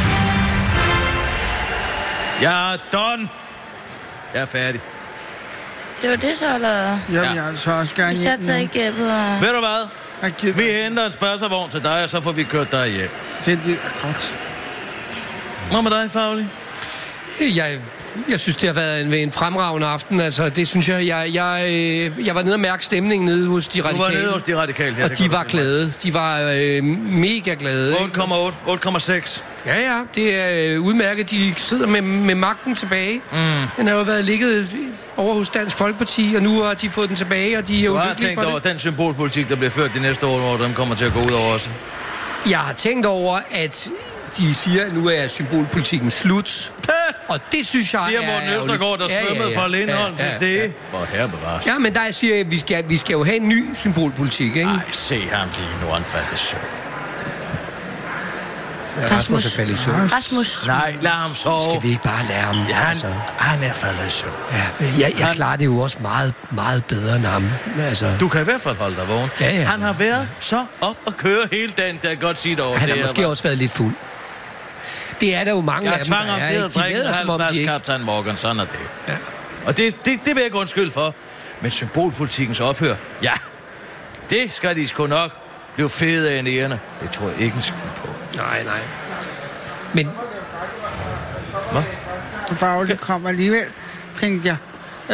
Speaker 9: Jeg er done. Jeg er færdig.
Speaker 6: Det var det så, eller?
Speaker 15: Jeg altså også gerne
Speaker 6: vi satte ikke på...
Speaker 9: Ved du hvad? Vi henter en spørgervogn til dig, og så får vi kørt dig hjem.
Speaker 15: Det er ret.
Speaker 9: Hvad med dig, Faglig?
Speaker 16: Jeg synes, det har været en fremragende aften. Altså, det synes jeg. Jeg var nede og mærke stemningen nede hos de radikale.
Speaker 9: Du var nede hos de radikale, ja.
Speaker 16: Og de var glade. De var mega glade.
Speaker 9: 8,6.
Speaker 16: Ja, det er udmærket. De sidder med magten tilbage. Den har jo været ligget over hos Dansk Folkeparti, og nu har de fået den tilbage, og de er jo lykkelige for det.
Speaker 9: Du har tænkt over den symbolpolitik, der bliver ført de næste år, hvor den kommer til at gå ud over os?
Speaker 16: Jeg har tænkt over, at de siger, at nu er symbolpolitikken slut. Og det synes jeg
Speaker 9: siger Morten Østergaard, der svømmede fra Lindholm til Stege. For herbevares.
Speaker 16: Ja, men der siger jeg, at vi skal jo have en ny symbolpolitik, ikke?
Speaker 9: Nej, se ham lige nu, han faldt søvn.
Speaker 16: Rasmus er faldet i søvn.
Speaker 6: Rasmus.
Speaker 9: Nej, lad ham sove.
Speaker 16: Skal vi ikke bare lære ham?
Speaker 9: Ja, han er faldet i søvn.
Speaker 16: Ja, jeg klarer det jo også meget, meget bedre end ham. Altså.
Speaker 9: Du kan i hvert fald holde dig vågen.
Speaker 16: Ja.
Speaker 9: Han har været så op og køre hele dagen, der kan godt sige det over.
Speaker 16: Han har måske også været lidt fuld. Det er der jo mange af dem, der er.
Speaker 9: Jeg tvang ham til at drikke en halv flaske Kaptajn Morgan, sådan er det. Ja. Og det vil jeg ikke undskylde for. Men symbolpolitikkens ophør, ja, det skal de sgu nok blive fede af ærende. Det tror jeg ikke en skyld på.
Speaker 16: Nej. Men...
Speaker 9: Hvad?
Speaker 15: Fagligt kom alligevel, tænkte jeg.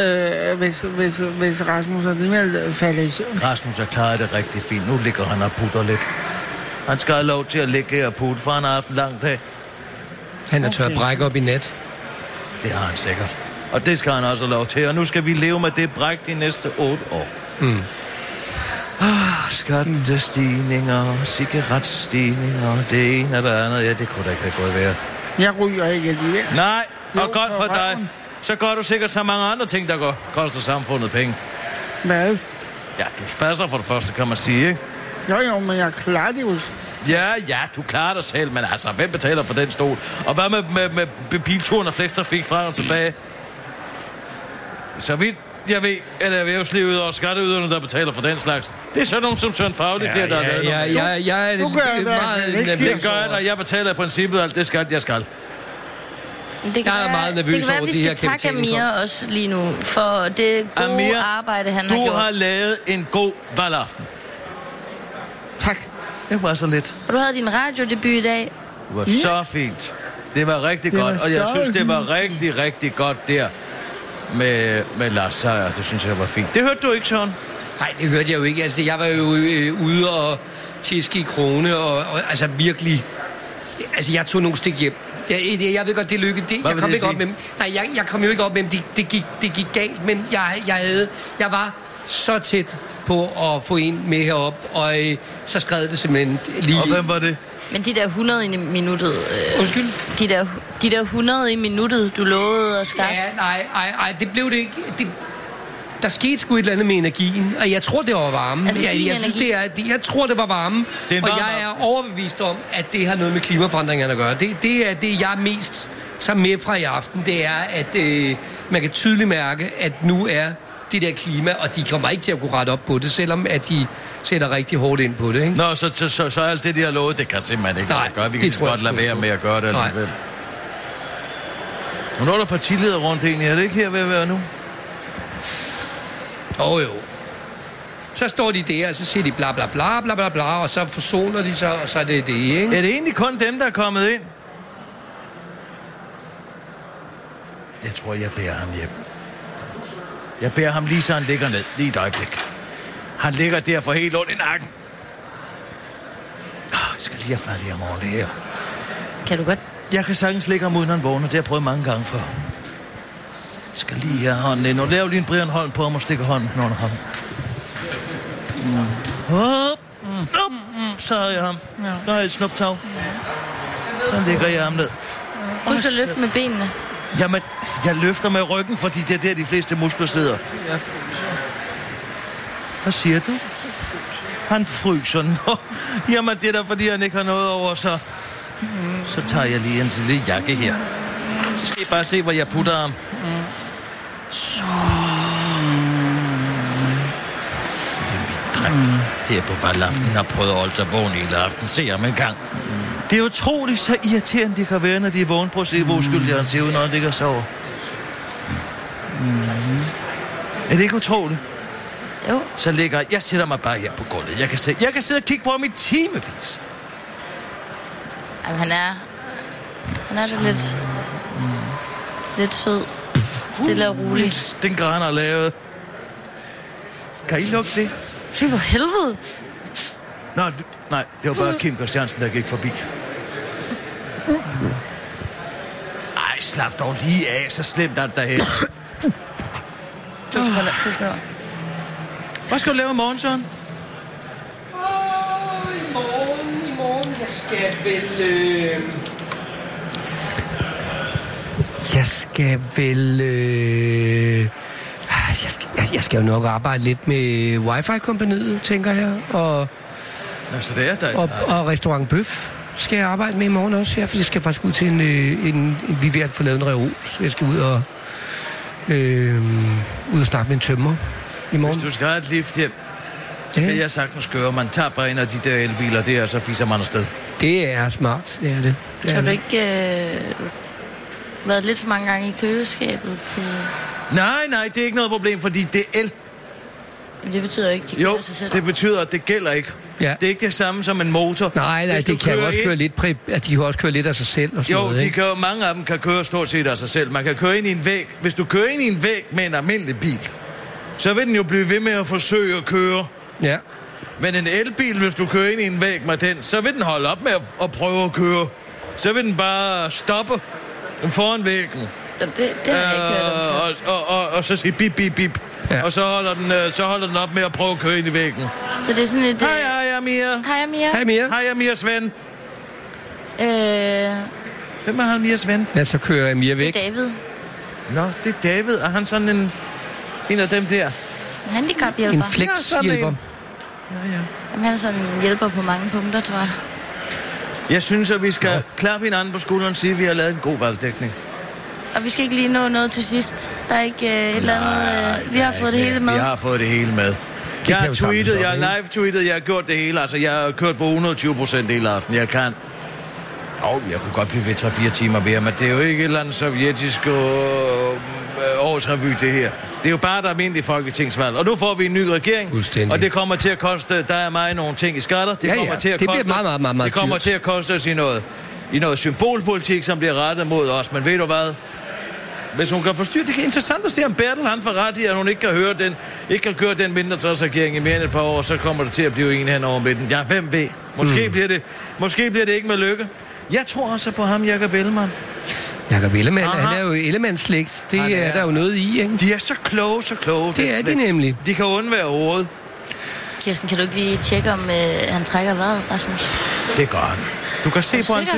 Speaker 15: Hvis Rasmus alligevel falder i søvn.
Speaker 9: Rasmus har klaret det rigtig fint. Nu ligger han og putter lidt. Han skal have lov til at ligge og putte, for han har haft en lang dag.
Speaker 16: Han er tør at brække op i net.
Speaker 9: Det har han sikkert. Og det skal han også have lov til. Og nu skal vi leve med det bræk de næste 8 år. Skattestigninger, cigaretstigninger, det ene eller andet. Ja, det kunne da ikke have gået være.
Speaker 15: Jeg ryger ikke alligevel.
Speaker 9: Nej, og godt for dig. Så gør du sikkert så mange andre ting, der koster samfundet penge.
Speaker 15: Hvad?
Speaker 9: Ja, du spasser for det første, kan man sige, ikke?
Speaker 15: Jo, men jeg klarer det jo.
Speaker 9: Ja, du klarer dig selv, men altså, hvem betaler for den stol? Og hvad med bilturen og flekstrafik fra og tilbage? Så vidt jeg ved, at erhvervslivet og skatteyderne, der betaler for den slags. Det er sådan nogen som Søren Faglig, der er lavet. Det gør jeg, og jeg betaler i princippet alt det skat, jeg skal.
Speaker 6: Det kan være, meget nervøs over de her kapitalindkomster. Det kan være, vi skal takke Amir også lige nu for det gode arbejde, han har gjort.
Speaker 9: Du har lavet en god valgaften.
Speaker 15: Tak.
Speaker 9: Det var så lidt.
Speaker 6: Og du havde din radiodebut i dag.
Speaker 9: Det var så fint. Det var rigtig godt, og jeg synes, det var rigtig, rigtig godt der med Lars Seier. Det synes jeg var fint. Det hørte du ikke, Søren?
Speaker 16: Nej, det hørte jeg jo ikke. Altså, jeg var jo ude og tiske i krone, og altså virkelig... Altså, jeg tog nogle stik hjem. Jeg ved godt, det lykkedes. Jeg kom ikke op med dem. Nej, jeg kom jo ikke op med dem. Det gik galt, men jeg var så tæt på at få en med herop, og så skred det simpelthen lige...
Speaker 9: Og hvem var det?
Speaker 6: Men de der 100 i minuttet...
Speaker 16: Undskyld?
Speaker 6: De der 100 i minuttet, du lovede at skaffe...
Speaker 16: Ja, nej, det blev det ikke. Der skete sgu et eller andet med energien, og jeg tror, det var varme. Altså, jeg tror, det var varme, og jeg er overbevist om, at det har noget med klimaforandringerne at gøre. Det er det, jeg mest tager med fra i aften, det er, at man kan tydeligt mærke, at nu er det der klima, og de kommer ikke til at kunne rette op på det, selvom at de sætter rigtig hårdt ind på det, ikke?
Speaker 9: Nå, så alt det, de har lovet, det kan simpelthen ikke gøre. Vi kan godt lade være med at gøre det alligevel. Og nu er der partileder rundt egentlig. Er det ikke her ved at være nu?
Speaker 16: Jo. Så står de der, og så siger de bla bla bla bla bla bla, og så forsoner de sig, og så er det det, ikke?
Speaker 9: Er det egentlig kun dem, der er kommet ind? Jeg tror, jeg bærer ham hjem. Jeg bærer ham lige så han ligger ned. Lige et øjeblik. Han ligger der for helt ondt i nakken. Jeg skal lige have fat i ham over det her.
Speaker 6: Kan du godt?
Speaker 9: Jeg kan sagtens ligge ham uden han vågner. Det har jeg prøvet mange gange før. Jeg skal lige have hånden ind. Og lav lige en Brian Holm på ham og stikker hånden under ham. Så har jeg ham. Der er et snuptag. Så ligger jeg ham ned.
Speaker 6: Husk at løfte med benene.
Speaker 9: Jamen, jeg løfter med ryggen, fordi det er der, de fleste muskler sidder. Hvad siger du? Han fryser. Nå. Jamen, det er da, fordi han ikke har noget over, så tager jeg lige en lille jakke her. Så skal I bare se, hvor jeg putter ham. Så. Det er min dreng her på valgaften har prøvet at holde sig vågen hele aften. Se ham en gang. Det er utroligt så irriterende, det kan være, når de er vågen. Prøv at se, hvor uskyldig han ser ud, når han ligger og sover. Er det ikke utroligt?
Speaker 6: Jo.
Speaker 9: Så ligger jeg sætter mig bare her på gulvet. Jeg kan sidde og kigge på ham i timevis.
Speaker 6: Jamen, han er det lidt sød. Stille og rolig.
Speaker 9: Den græn har lavet. Kan I lukke det?
Speaker 6: Fy for helvede.
Speaker 9: Nej, det var bare Kim Christiansen, der gik forbi. Ej, slap dog lige af, så slemt er det derhen.
Speaker 6: 2 sekunder.
Speaker 9: Hvad skal du lave i morgen, Søren?
Speaker 16: I morgen, jeg skal vel... Jeg skal jo nok arbejde lidt med Wi-Fi-kompaniet, tænker jeg, og Restaurant Bøf skal jeg arbejde med i morgen også, for jeg skal faktisk ud til vi er ved at få lavet en reol, så jeg skal ud og snakke med en tømmer i morgen.
Speaker 9: Hvis du skal have et lift hjem, så kan jeg sagtens køre. Man tager bare en af de der elbiler der, og så fiser man afsted.
Speaker 16: Det er smart, det er det.
Speaker 6: Har du ikke været lidt for mange gange i køleskabet til...
Speaker 9: Nej, det er ikke noget problem, fordi det er el.
Speaker 6: Men det betyder ikke, at de kører sig selv.
Speaker 9: Det betyder, at det gælder ikke. Ja. Det er ikke det samme som en motor.
Speaker 16: Nej, det kan jo også køre lidt at de kan også køre lidt af sig selv. Og sådan noget,
Speaker 9: mange af dem kan køre stort set af sig selv. Man kan køre ind i en væg. Hvis du kører ind i en væg med en almindelig bil, så vil den jo blive ved med at forsøge at køre.
Speaker 16: Ja.
Speaker 9: Men en elbil, hvis du kører ind i en væg med den, så vil den holde op med at prøve at køre. Så vil den bare stoppe foran væggen.
Speaker 6: Det har jeg ikke hørt om.
Speaker 9: Og så siger bip, bip, bip. Ja. Og så holder den op med at prøve at køre ind i væggen.
Speaker 6: Så det er sådan et...
Speaker 9: Hej, Amir.
Speaker 6: Hej, Amir.
Speaker 16: Hej, Amir.
Speaker 9: Hej, Amirs ven. Hvem er Amirs ven?
Speaker 16: Ja, så kører Amir væk.
Speaker 6: Det er David.
Speaker 9: Nå, det er David. Er han sådan en af dem der?
Speaker 6: Handicaphjælper.
Speaker 16: En flexhjælper.
Speaker 9: Ja.
Speaker 6: Jamen, han er sådan hjælper på mange punkter, tror jeg.
Speaker 12: Jeg synes, at vi skal klappe hinanden på skulderen og sige, at vi har lavet en god valgdækning.
Speaker 6: Og vi skal ikke lige nå noget til sidst. Der er ikke et eller andet... vi har fået det hele med.
Speaker 12: Vi har fået det hele med. Jeg har tweetet, jeg har live-tweetet, jeg har gjort det hele. Altså, jeg har kørt på 120% hele aften. Jeg kan... jeg kunne godt blive ved 3-4 timer mere, men det er jo ikke et eller andet sovjetisk årsrevy, det her. Det er jo bare der almindelige folketingsvalg. Og nu får vi en ny regering, og det kommer til at koste der er mig nogle ting i skatter. Det kommer til at koste meget det kommer til at koste os i noget symbolpolitik, som bliver rettet mod os. Men ved du hvad? Hvis hun kan forstyrre, det er interessant at se, om Bertel han får ret i, at hun ikke kan køre den mindretalsregering i mere end et par år, så kommer det til at blive en hen over midten. Ja, hvem ved? Måske bliver det ikke med lykke. Jeg tror også på ham, Jakob Ellemann.
Speaker 16: Jakob Ellemann, han er jo Ellemann-slægt. Det er der jo noget i, ikke?
Speaker 12: De er så kloge.
Speaker 16: Det er de nemlig.
Speaker 12: De kan undvære hovedet.
Speaker 6: Kirsten, kan du ikke lige tjekke, om han trækker vejret, Rasmus?
Speaker 12: Det gør han. Du kan se på hans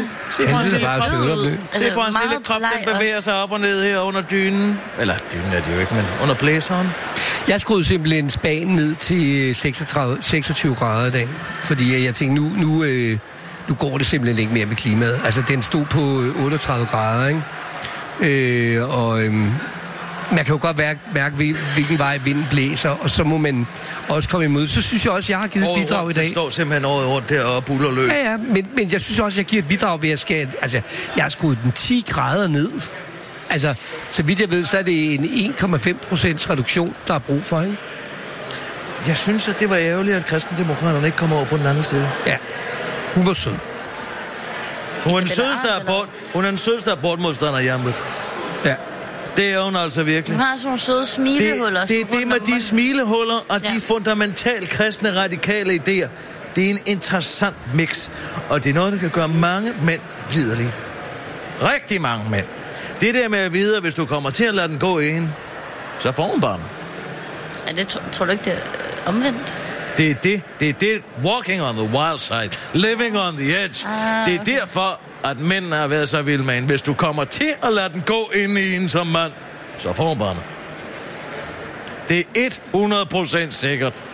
Speaker 12: lille krop, den bevæger sig op og ned her under dynen. Eller dynen er det jo ikke, men under blæseren.
Speaker 16: Jeg skruede simpelthen spanen ned til 26 grader i dag. Fordi jeg tænkte, nu går det simpelthen ikke mere med klimaet. Altså, den stod på 38 grader, ikke? Man kan jo godt mærke, hvilken vej vinden blæser, og så må man også komme imod. Så synes jeg også, jeg har givet et bidrag i dag.
Speaker 12: Det står simpelthen året rundt der og buller løs.
Speaker 16: Ja, men jeg synes også, jeg giver et bidrag ved at jeg har skruet den 10 grader ned. Altså, så vidt jeg ved, så er det en 1,5% reduktion, der er brug for, ikke?
Speaker 12: Jeg synes, at det var ærgerligt, at kristendemokraterne ikke kommer over på den anden side.
Speaker 16: Ja, hun var sød.
Speaker 12: Hun er den sødeste abortmodstander i Jambet.
Speaker 16: Ja.
Speaker 12: Det er hun altså virkelig.
Speaker 6: Hun har sådan nogle søde smilehuller.
Speaker 12: Det er det med de smilehuller og de fundamentalt kristne radikale idéer. Det er en interessant mix. Og det er noget, der kan gøre mange mænd liderlige. Rigtig mange mænd. Det der med at vide, at hvis du kommer til at lade den gå ind, så får hun barnet.
Speaker 6: Ja, det tror du ikke, det er omvendt?
Speaker 12: Det er det. Walking on the wild side. Living on the edge. Det er derfor, at mænd har været så vilde med en. Hvis du kommer til at lade den gå ind i en som mand, så får hun barnet. Det er 100% sikkert.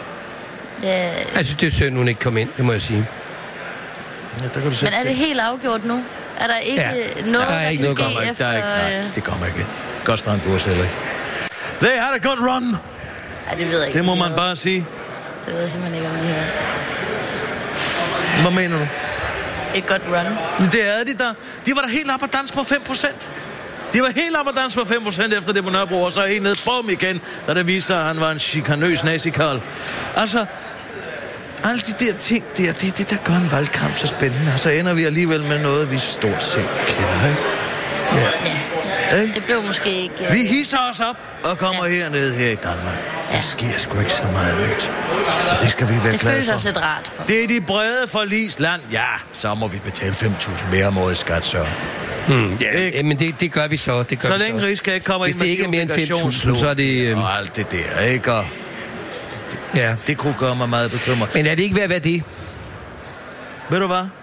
Speaker 16: Jeg synes, det er synd, hun ikke kom ind, det må jeg sige.
Speaker 12: Ja, der kan du
Speaker 6: men er det helt afgjort nu? Er der ikke noget, der kan ske efter...
Speaker 12: Det kommer ikke. Godt strand går selv ikke. They had a good run.
Speaker 6: Ja, det ved jeg ikke.
Speaker 12: Det må man bare sige.
Speaker 6: Det ved jeg simpelthen ikke, om det her.
Speaker 12: Hvad mener du?
Speaker 6: Et godt run.
Speaker 12: Det er de der. De var der helt op og dans på 5%. De var helt op og dans på 5% efter det på Nørrebro, og så helt ned, bum igen, da det viser sig, at han var en chikanøs nazikarl. Altså, alle de der ting, det er det, der gør en valgkamp så spændende, og så ender vi alligevel med noget, vi stort set kender, ikke?
Speaker 6: Ja. Det blev måske ikke...
Speaker 12: Vi hisser os op og kommer herned her i Danmark. Der sker sgu ikke så meget nyt. Og det skal vi være glade for.
Speaker 6: Det føles også lidt rart.
Speaker 12: Det er de brede forlisland. Ja, så må vi betale 5.000 mere om året i skat, så.
Speaker 16: Men det gør vi så.
Speaker 12: Så længe Rigsdag ikke kommer ind med
Speaker 16: de obligationslån, så er det...
Speaker 12: Og alt det der, ikke? Og det kunne gøre mig meget bekymret.
Speaker 16: Men er det ikke ved at være det?
Speaker 12: Ved du hvad?